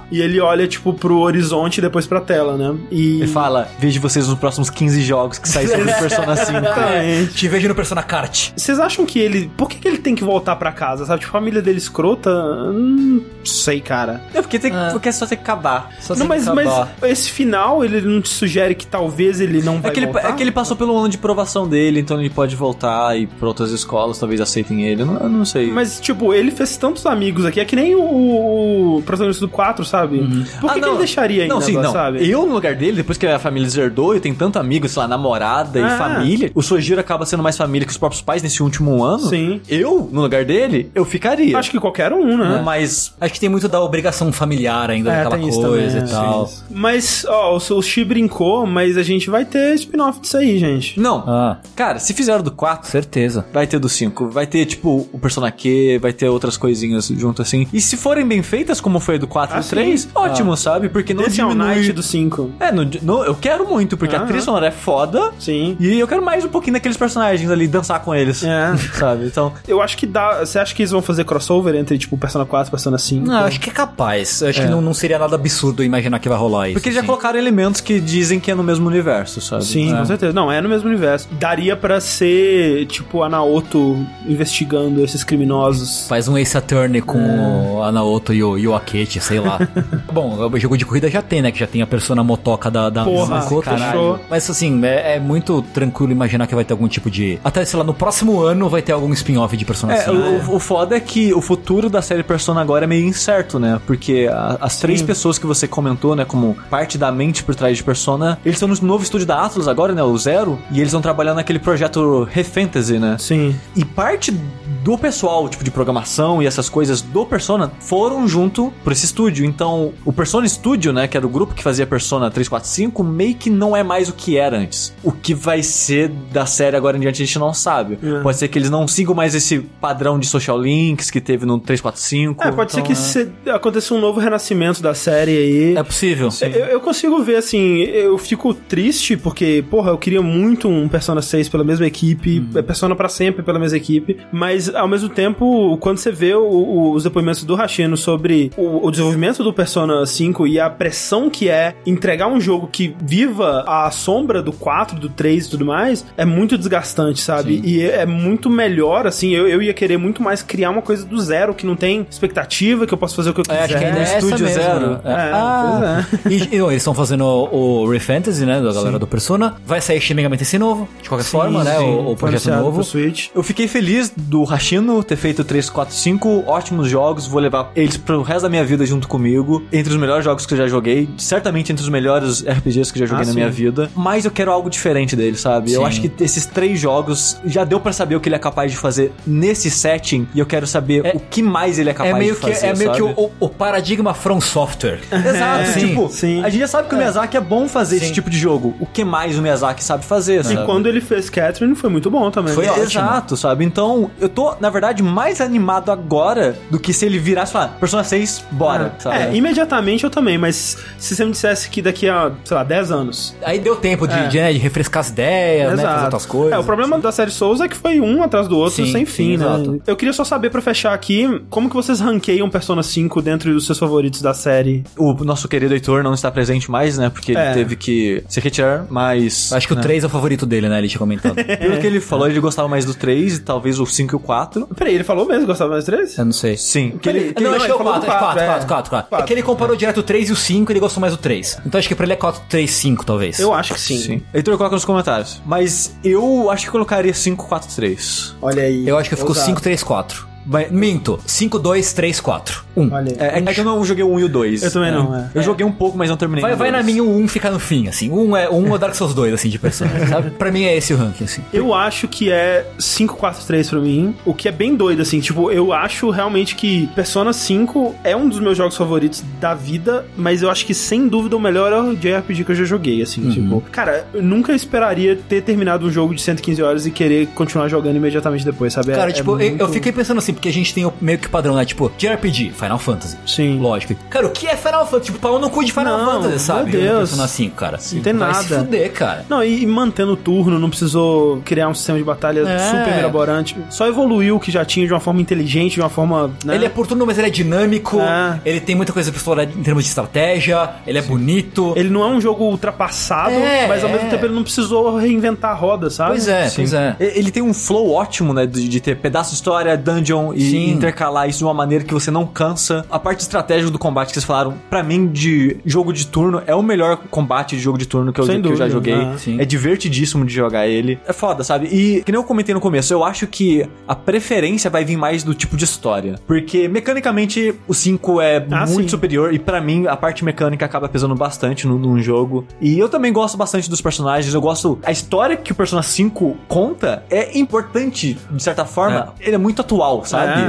olha, tipo, pro horizonte e depois pra tela, né? E... Ele fala, vejo vocês nos próximos 15 jogos que saem sobre o Persona 5. Te vejo no Persona Kart. Vocês acham que ele... Por que ele tem que voltar pra casa, sabe? Tipo, a família dele escrota? Não sei, cara. É porque só tem que acabar. Mas esse final, ele não te sugere que talvez ele não vai voltar? É que ele passou pelo ano de provação dele, então ele pode voltar e ir pra outras escolas, talvez aceitem ele, eu não sei. Mas, tipo, ele fez tantos amigos aqui, é que nem o protagonista do 4, sabe? Por que ele deixaria ainda, sabe? Eu, no lugar dele, depois que a família deserdou, eu tenho tanto amigo, sei lá, namorada e família, o Sojiro acaba sendo mais família que os próprios pais nesse último ano. Sim. Eu, no lugar dele, eu ficaria. Acho que qualquer um, né? Mas acho que tem muito da obrigação familiar ainda, daquela coisa e tal. Sim. Mas, ó, o Shi brincou, mas a gente vai ter spin-off disso aí, gente. Não. Cara, se fizeram do 4, certeza. Vai ter do 5. Vai ter, tipo, o Persona Q, vai ter outras coisinhas junto assim. E se forem bem feitas, como foi do 4 e do 3, ótimo, sabe? Porque não diminui... é o Night do 5. Eu quero muito, porque a trilha sonora é foda. Sim. E eu quero mais um pouquinho daqueles personagens ali, dançar com eles. Sabe? Então... Eu acho que dá... Você acha que eles vão fazer crossover entre, tipo, Persona 4 e Persona 5? Não, acho que é capaz. Acho que não seria nada absurdo imaginar que vai rolar isso. Porque eles já colocaram elementos que dizem que é no mesmo universo, sabe? Sim, com certeza. Não, é no mesmo universo. Daria pra ser, tipo, a Naoto investigando esses criminosos. Faz um Ace Attorney com a Naoto e o Akechi, sei lá. Bom, o jogo de corrida já tem, né? Que já tem a Persona Motoca da Makoto. Mas assim, é muito tranquilo imaginar que vai ter algum tipo de... Até, sei lá, no próximo ano vai ter algum spin-off de Persona 5. O foda é que o futuro da série Persona agora é meio incerto, né? Porque as 3 pessoas que você comentou, né? Como parte da mente por trás de Persona, eles estão no novo estúdio da Atlus agora, né? O Zero. E eles estão trabalhando naquele projeto Refantasy, né? Sim. E parte do pessoal, tipo, de programação e essas coisas do Persona foram junto por esse estúdio. Então, o Persona Studio, né? Que era o grupo que fazia Persona 3, 4, 5, meio que não é mais o que era antes. O que vai ser da série agora em diante a gente não sabe. Pode ser que eles não sigam mais esse padrão de social links que teve no 3, 4, 5. Pode ser que aconteça um novo renascimento da série aí. É possível. Eu consigo ver, assim, eu fico triste porque, porra, eu queria muito um Persona 6 pela mesma equipe, Persona pra sempre pela mesma equipe, mas ao mesmo tempo, quando você vê os depoimentos do Hashino sobre o desenvolvimento do Persona 5 e a pressão que é entregar um jogo que viva a sombra do 4, do 3 e tudo mais, é muito desgastante, sabe? Sim. E é muito melhor, assim, eu ia querer muito mais criar uma coisa do zero, que não tem expectativa, que eu posso fazer o que eu quiser. Acho que ainda é Estúdio Zero. E eles estão fazendo o Refantasy, né, da galera do Persona. Vai sair Shin Megami Tensei novo, de qualquer forma, né, o projeto novo. Pro Switch. Eu fiquei feliz do Hashino ter feito 3, 4, 5 ótimos jogos, vou levar eles pro resto da minha vida junto comigo, entre os melhores jogos que eu já joguei, certamente entre os melhores RPGs que eu já joguei na minha vida, mas eu quero algo diferente deles, sabe? Eu acho que esses 3 jogos já deu pra saber o que ele é capaz de fazer nesse setting, e eu quero saber o que mais ele é capaz de fazer, É meio que o paradigma From Software. Exato, a gente já sabe que o Miyazaki é bom fazer esse tipo de jogo. O que mais o Miyazaki sabe fazer, sabe? E quando ele fez Catherine foi muito bom também. Foi ótimo. Exato, sabe? Então, eu tô, na verdade, mais animado agora do que se ele virasse e falar, Persona 6, bora, sabe? Imediatamente eu também, mas se você me dissesse que daqui a, sei lá, 10 anos... Aí deu tempo de refrescar as ideias, né, fazer outras coisas. O problema da série Souls é que foi um atrás do outro sem fim, né? Exato. Eu queria só saber, pra fechar aqui, como que vocês ranqueiam Persona 5 dentro dos seus favoritos da série? O nosso querido Heitor não está presente mais, né? Porque ele teve que se retirar, mas... Acho que o 3 é o favorito dele, né? Ele tinha comentado. Pelo que ele falou, ele gostava mais do 3 e talvez o 5 e o 4. Peraí, ele falou mesmo que gostava mais do 3? Eu não sei. Sim. Não, acho que é o 4. É que ele comparou direto o 3 e o 5 e ele gostou mais do 3. Então acho que pra ele é 4, 3, 5, talvez. Eu acho que sim. Heitor, coloca nos comentários. Mas eu acho que colocaria 5, 4, 3. Olha aí. Eu acho que ficou 5, 3, 4. Minto. 5, 2, 3, 4. 1. É que eu não joguei o 1 e o 2. Eu também não. Eu joguei um pouco, mas não terminei. Vai na minha, o 1 fica no fim, assim. 1 é o Dark Souls 2, assim, de personagem, sabe? Pra mim é esse o ranking, assim. Eu acho que é 5, 4, 3 pra mim, o que é bem doido, assim. Tipo, eu acho realmente que Persona 5 é um dos meus jogos favoritos da vida, mas eu acho que, sem dúvida, o melhor é o JRPG que eu já joguei, assim. Tipo, cara, eu nunca esperaria ter terminado um jogo de 115 horas e querer continuar jogando imediatamente depois, sabe? Cara, tipo, eu fiquei pensando assim, porque a gente tem meio que padrão, né? Tipo, JRPG, Final Fantasy. Sim. Lógico. Cara, o que é Final Fantasy? Tipo, pau no cu de Final Fantasy, sabe? Meu Deus. Persona 5, cara. Não tem Vai nada. se fuder, cara. Não, e mantendo o turno, não precisou criar um sistema de batalha super mirabolante. Só evoluiu o que já tinha de uma forma inteligente, de uma forma... Né? Ele é por turno, mas ele é dinâmico. Ele tem muita coisa pra explorar em termos de estratégia. Ele é bonito. Ele não é um jogo ultrapassado, mas ao mesmo tempo ele não precisou reinventar a roda, sabe? Pois é. Ele tem um flow ótimo, né? De ter pedaço de história, dungeon e intercalar isso de uma maneira que você não cansa. A parte estratégica do combate que vocês falaram, pra mim, de jogo de turno, é o melhor combate de jogo de turno que eu já joguei. É divertidíssimo de jogar ele. É foda, sabe? E, que nem eu comentei no começo, eu acho que a preferência vai vir mais do tipo de história. Porque, mecanicamente, o 5 é muito superior. E pra mim, a parte mecânica acaba pesando bastante num jogo. E eu também gosto bastante dos personagens. Eu gosto... A história que o Persona 5 conta é importante, de certa forma. Ele é muito atual, sabe?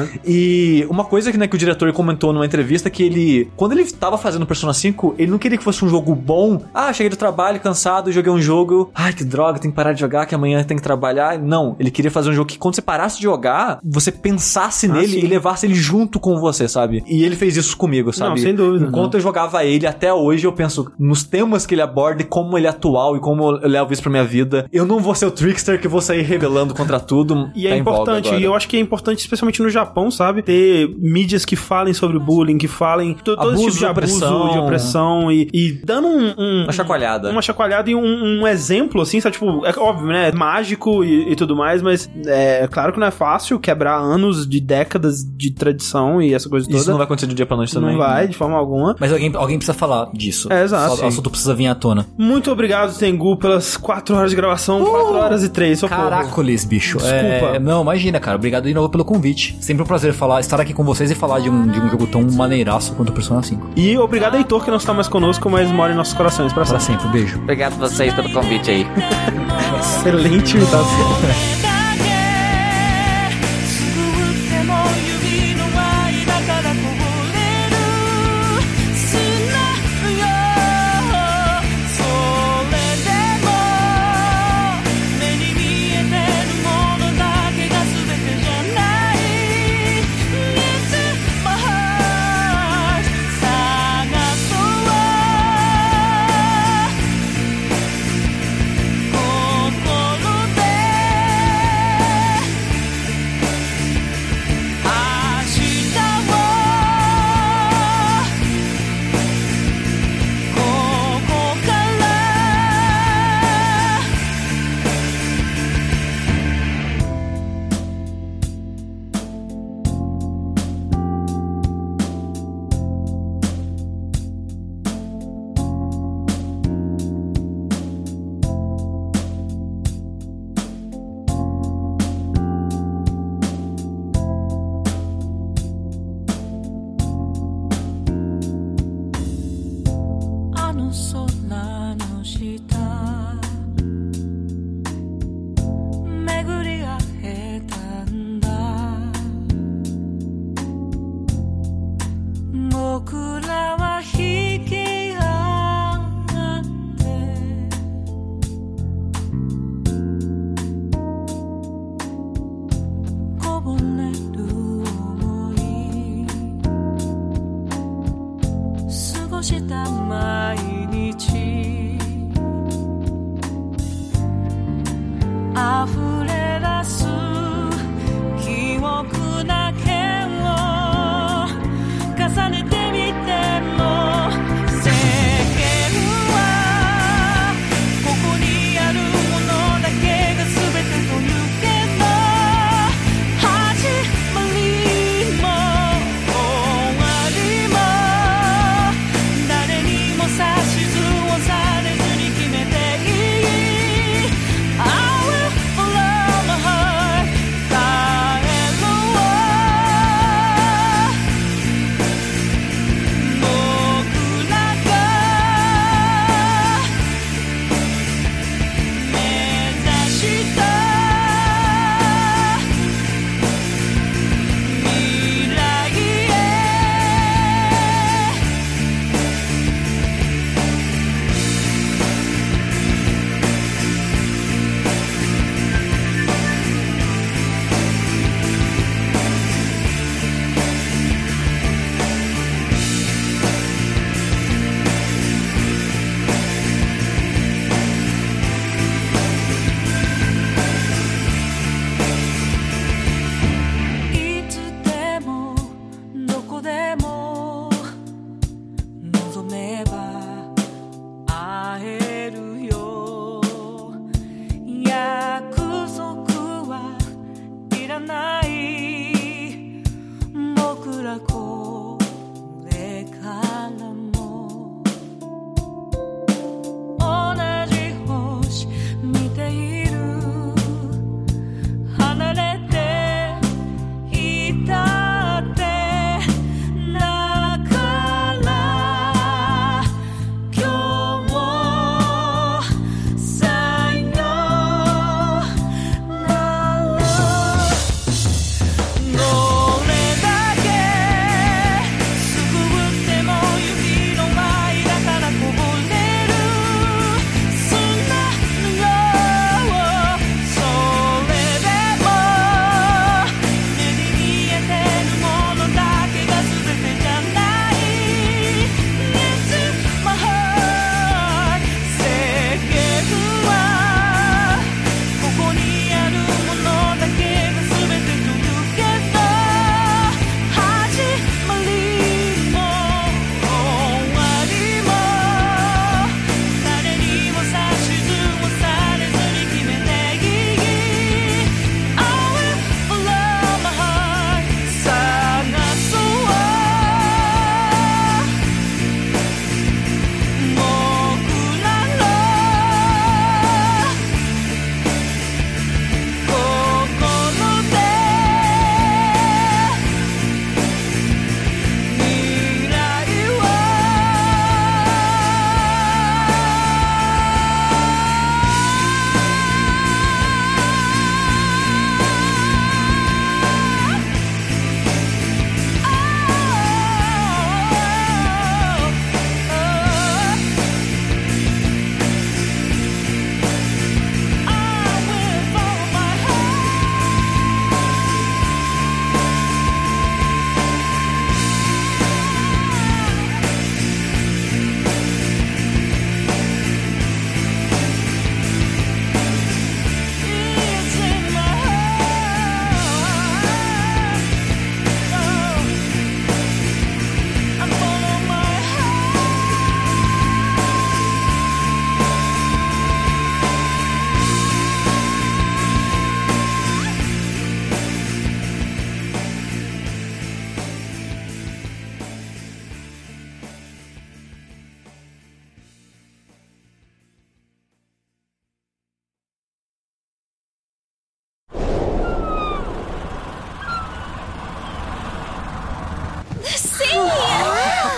E uma coisa que, né, que o diretor comentou numa entrevista, que ele... Quando ele tava fazendo Persona 5, ele não queria que fosse um jogo bom. Ah, cheguei do trabalho, cansado, joguei um jogo. Ai, que droga, tem que parar de jogar, que amanhã tem que trabalhar. Não, ele queria fazer um jogo que quando você parasse de jogar, você pensasse nele e levasse ele junto com você, sabe? E ele fez isso comigo, sabe? Não, sem dúvida. Enquanto eu jogava ele, até hoje eu penso nos temas que ele aborda e como ele é atual e como eu levo isso pra minha vida. Eu não vou ser o trickster que vou sair rebelando contra tudo. E é importante, e eu acho que é importante, especialmente no Japão, sabe? Ter mídias que falem sobre bullying, que falem todo esse tipo de abuso, de opressão e dando uma chacoalhada. Uma chacoalhada e um exemplo, assim, sabe? Tipo, é óbvio, né? É mágico e tudo mais, mas é claro que não é fácil quebrar anos de décadas de tradição e essa coisa toda. Isso não vai acontecer do dia pra noite também. Não vai, de forma alguma. Mas alguém precisa falar disso. É, exato. O assunto precisa vir à tona. Muito obrigado, Tengu, pelas 4 horas de gravação, 4 horas e 3, socorro. Caracoles, bicho. Desculpa. Não, imagina, cara. Obrigado de novo pelo convite. Sempre um prazer estar aqui com vocês e falar de um jogo tão maneiraço quanto o Persona 5. E obrigado, Heitor, que não está mais conosco, mas mora em nossos corações pra sempre. Beijo. Obrigado a vocês pelo convite aí. Excelente imitação.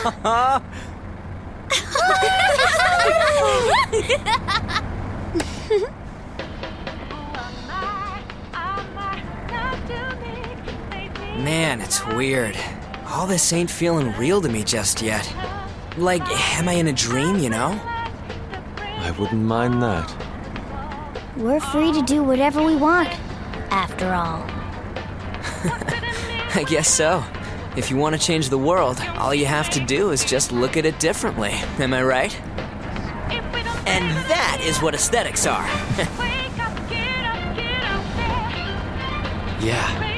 Man, it's weird. All this ain't feeling real to me just yet. Like, am I in a dream, you know? I wouldn't mind that. We're free to do whatever we want, after all. I guess so. If you want to change the world, all you have to do is just look at it differently. Am I right? And that is what aesthetics are. Yeah.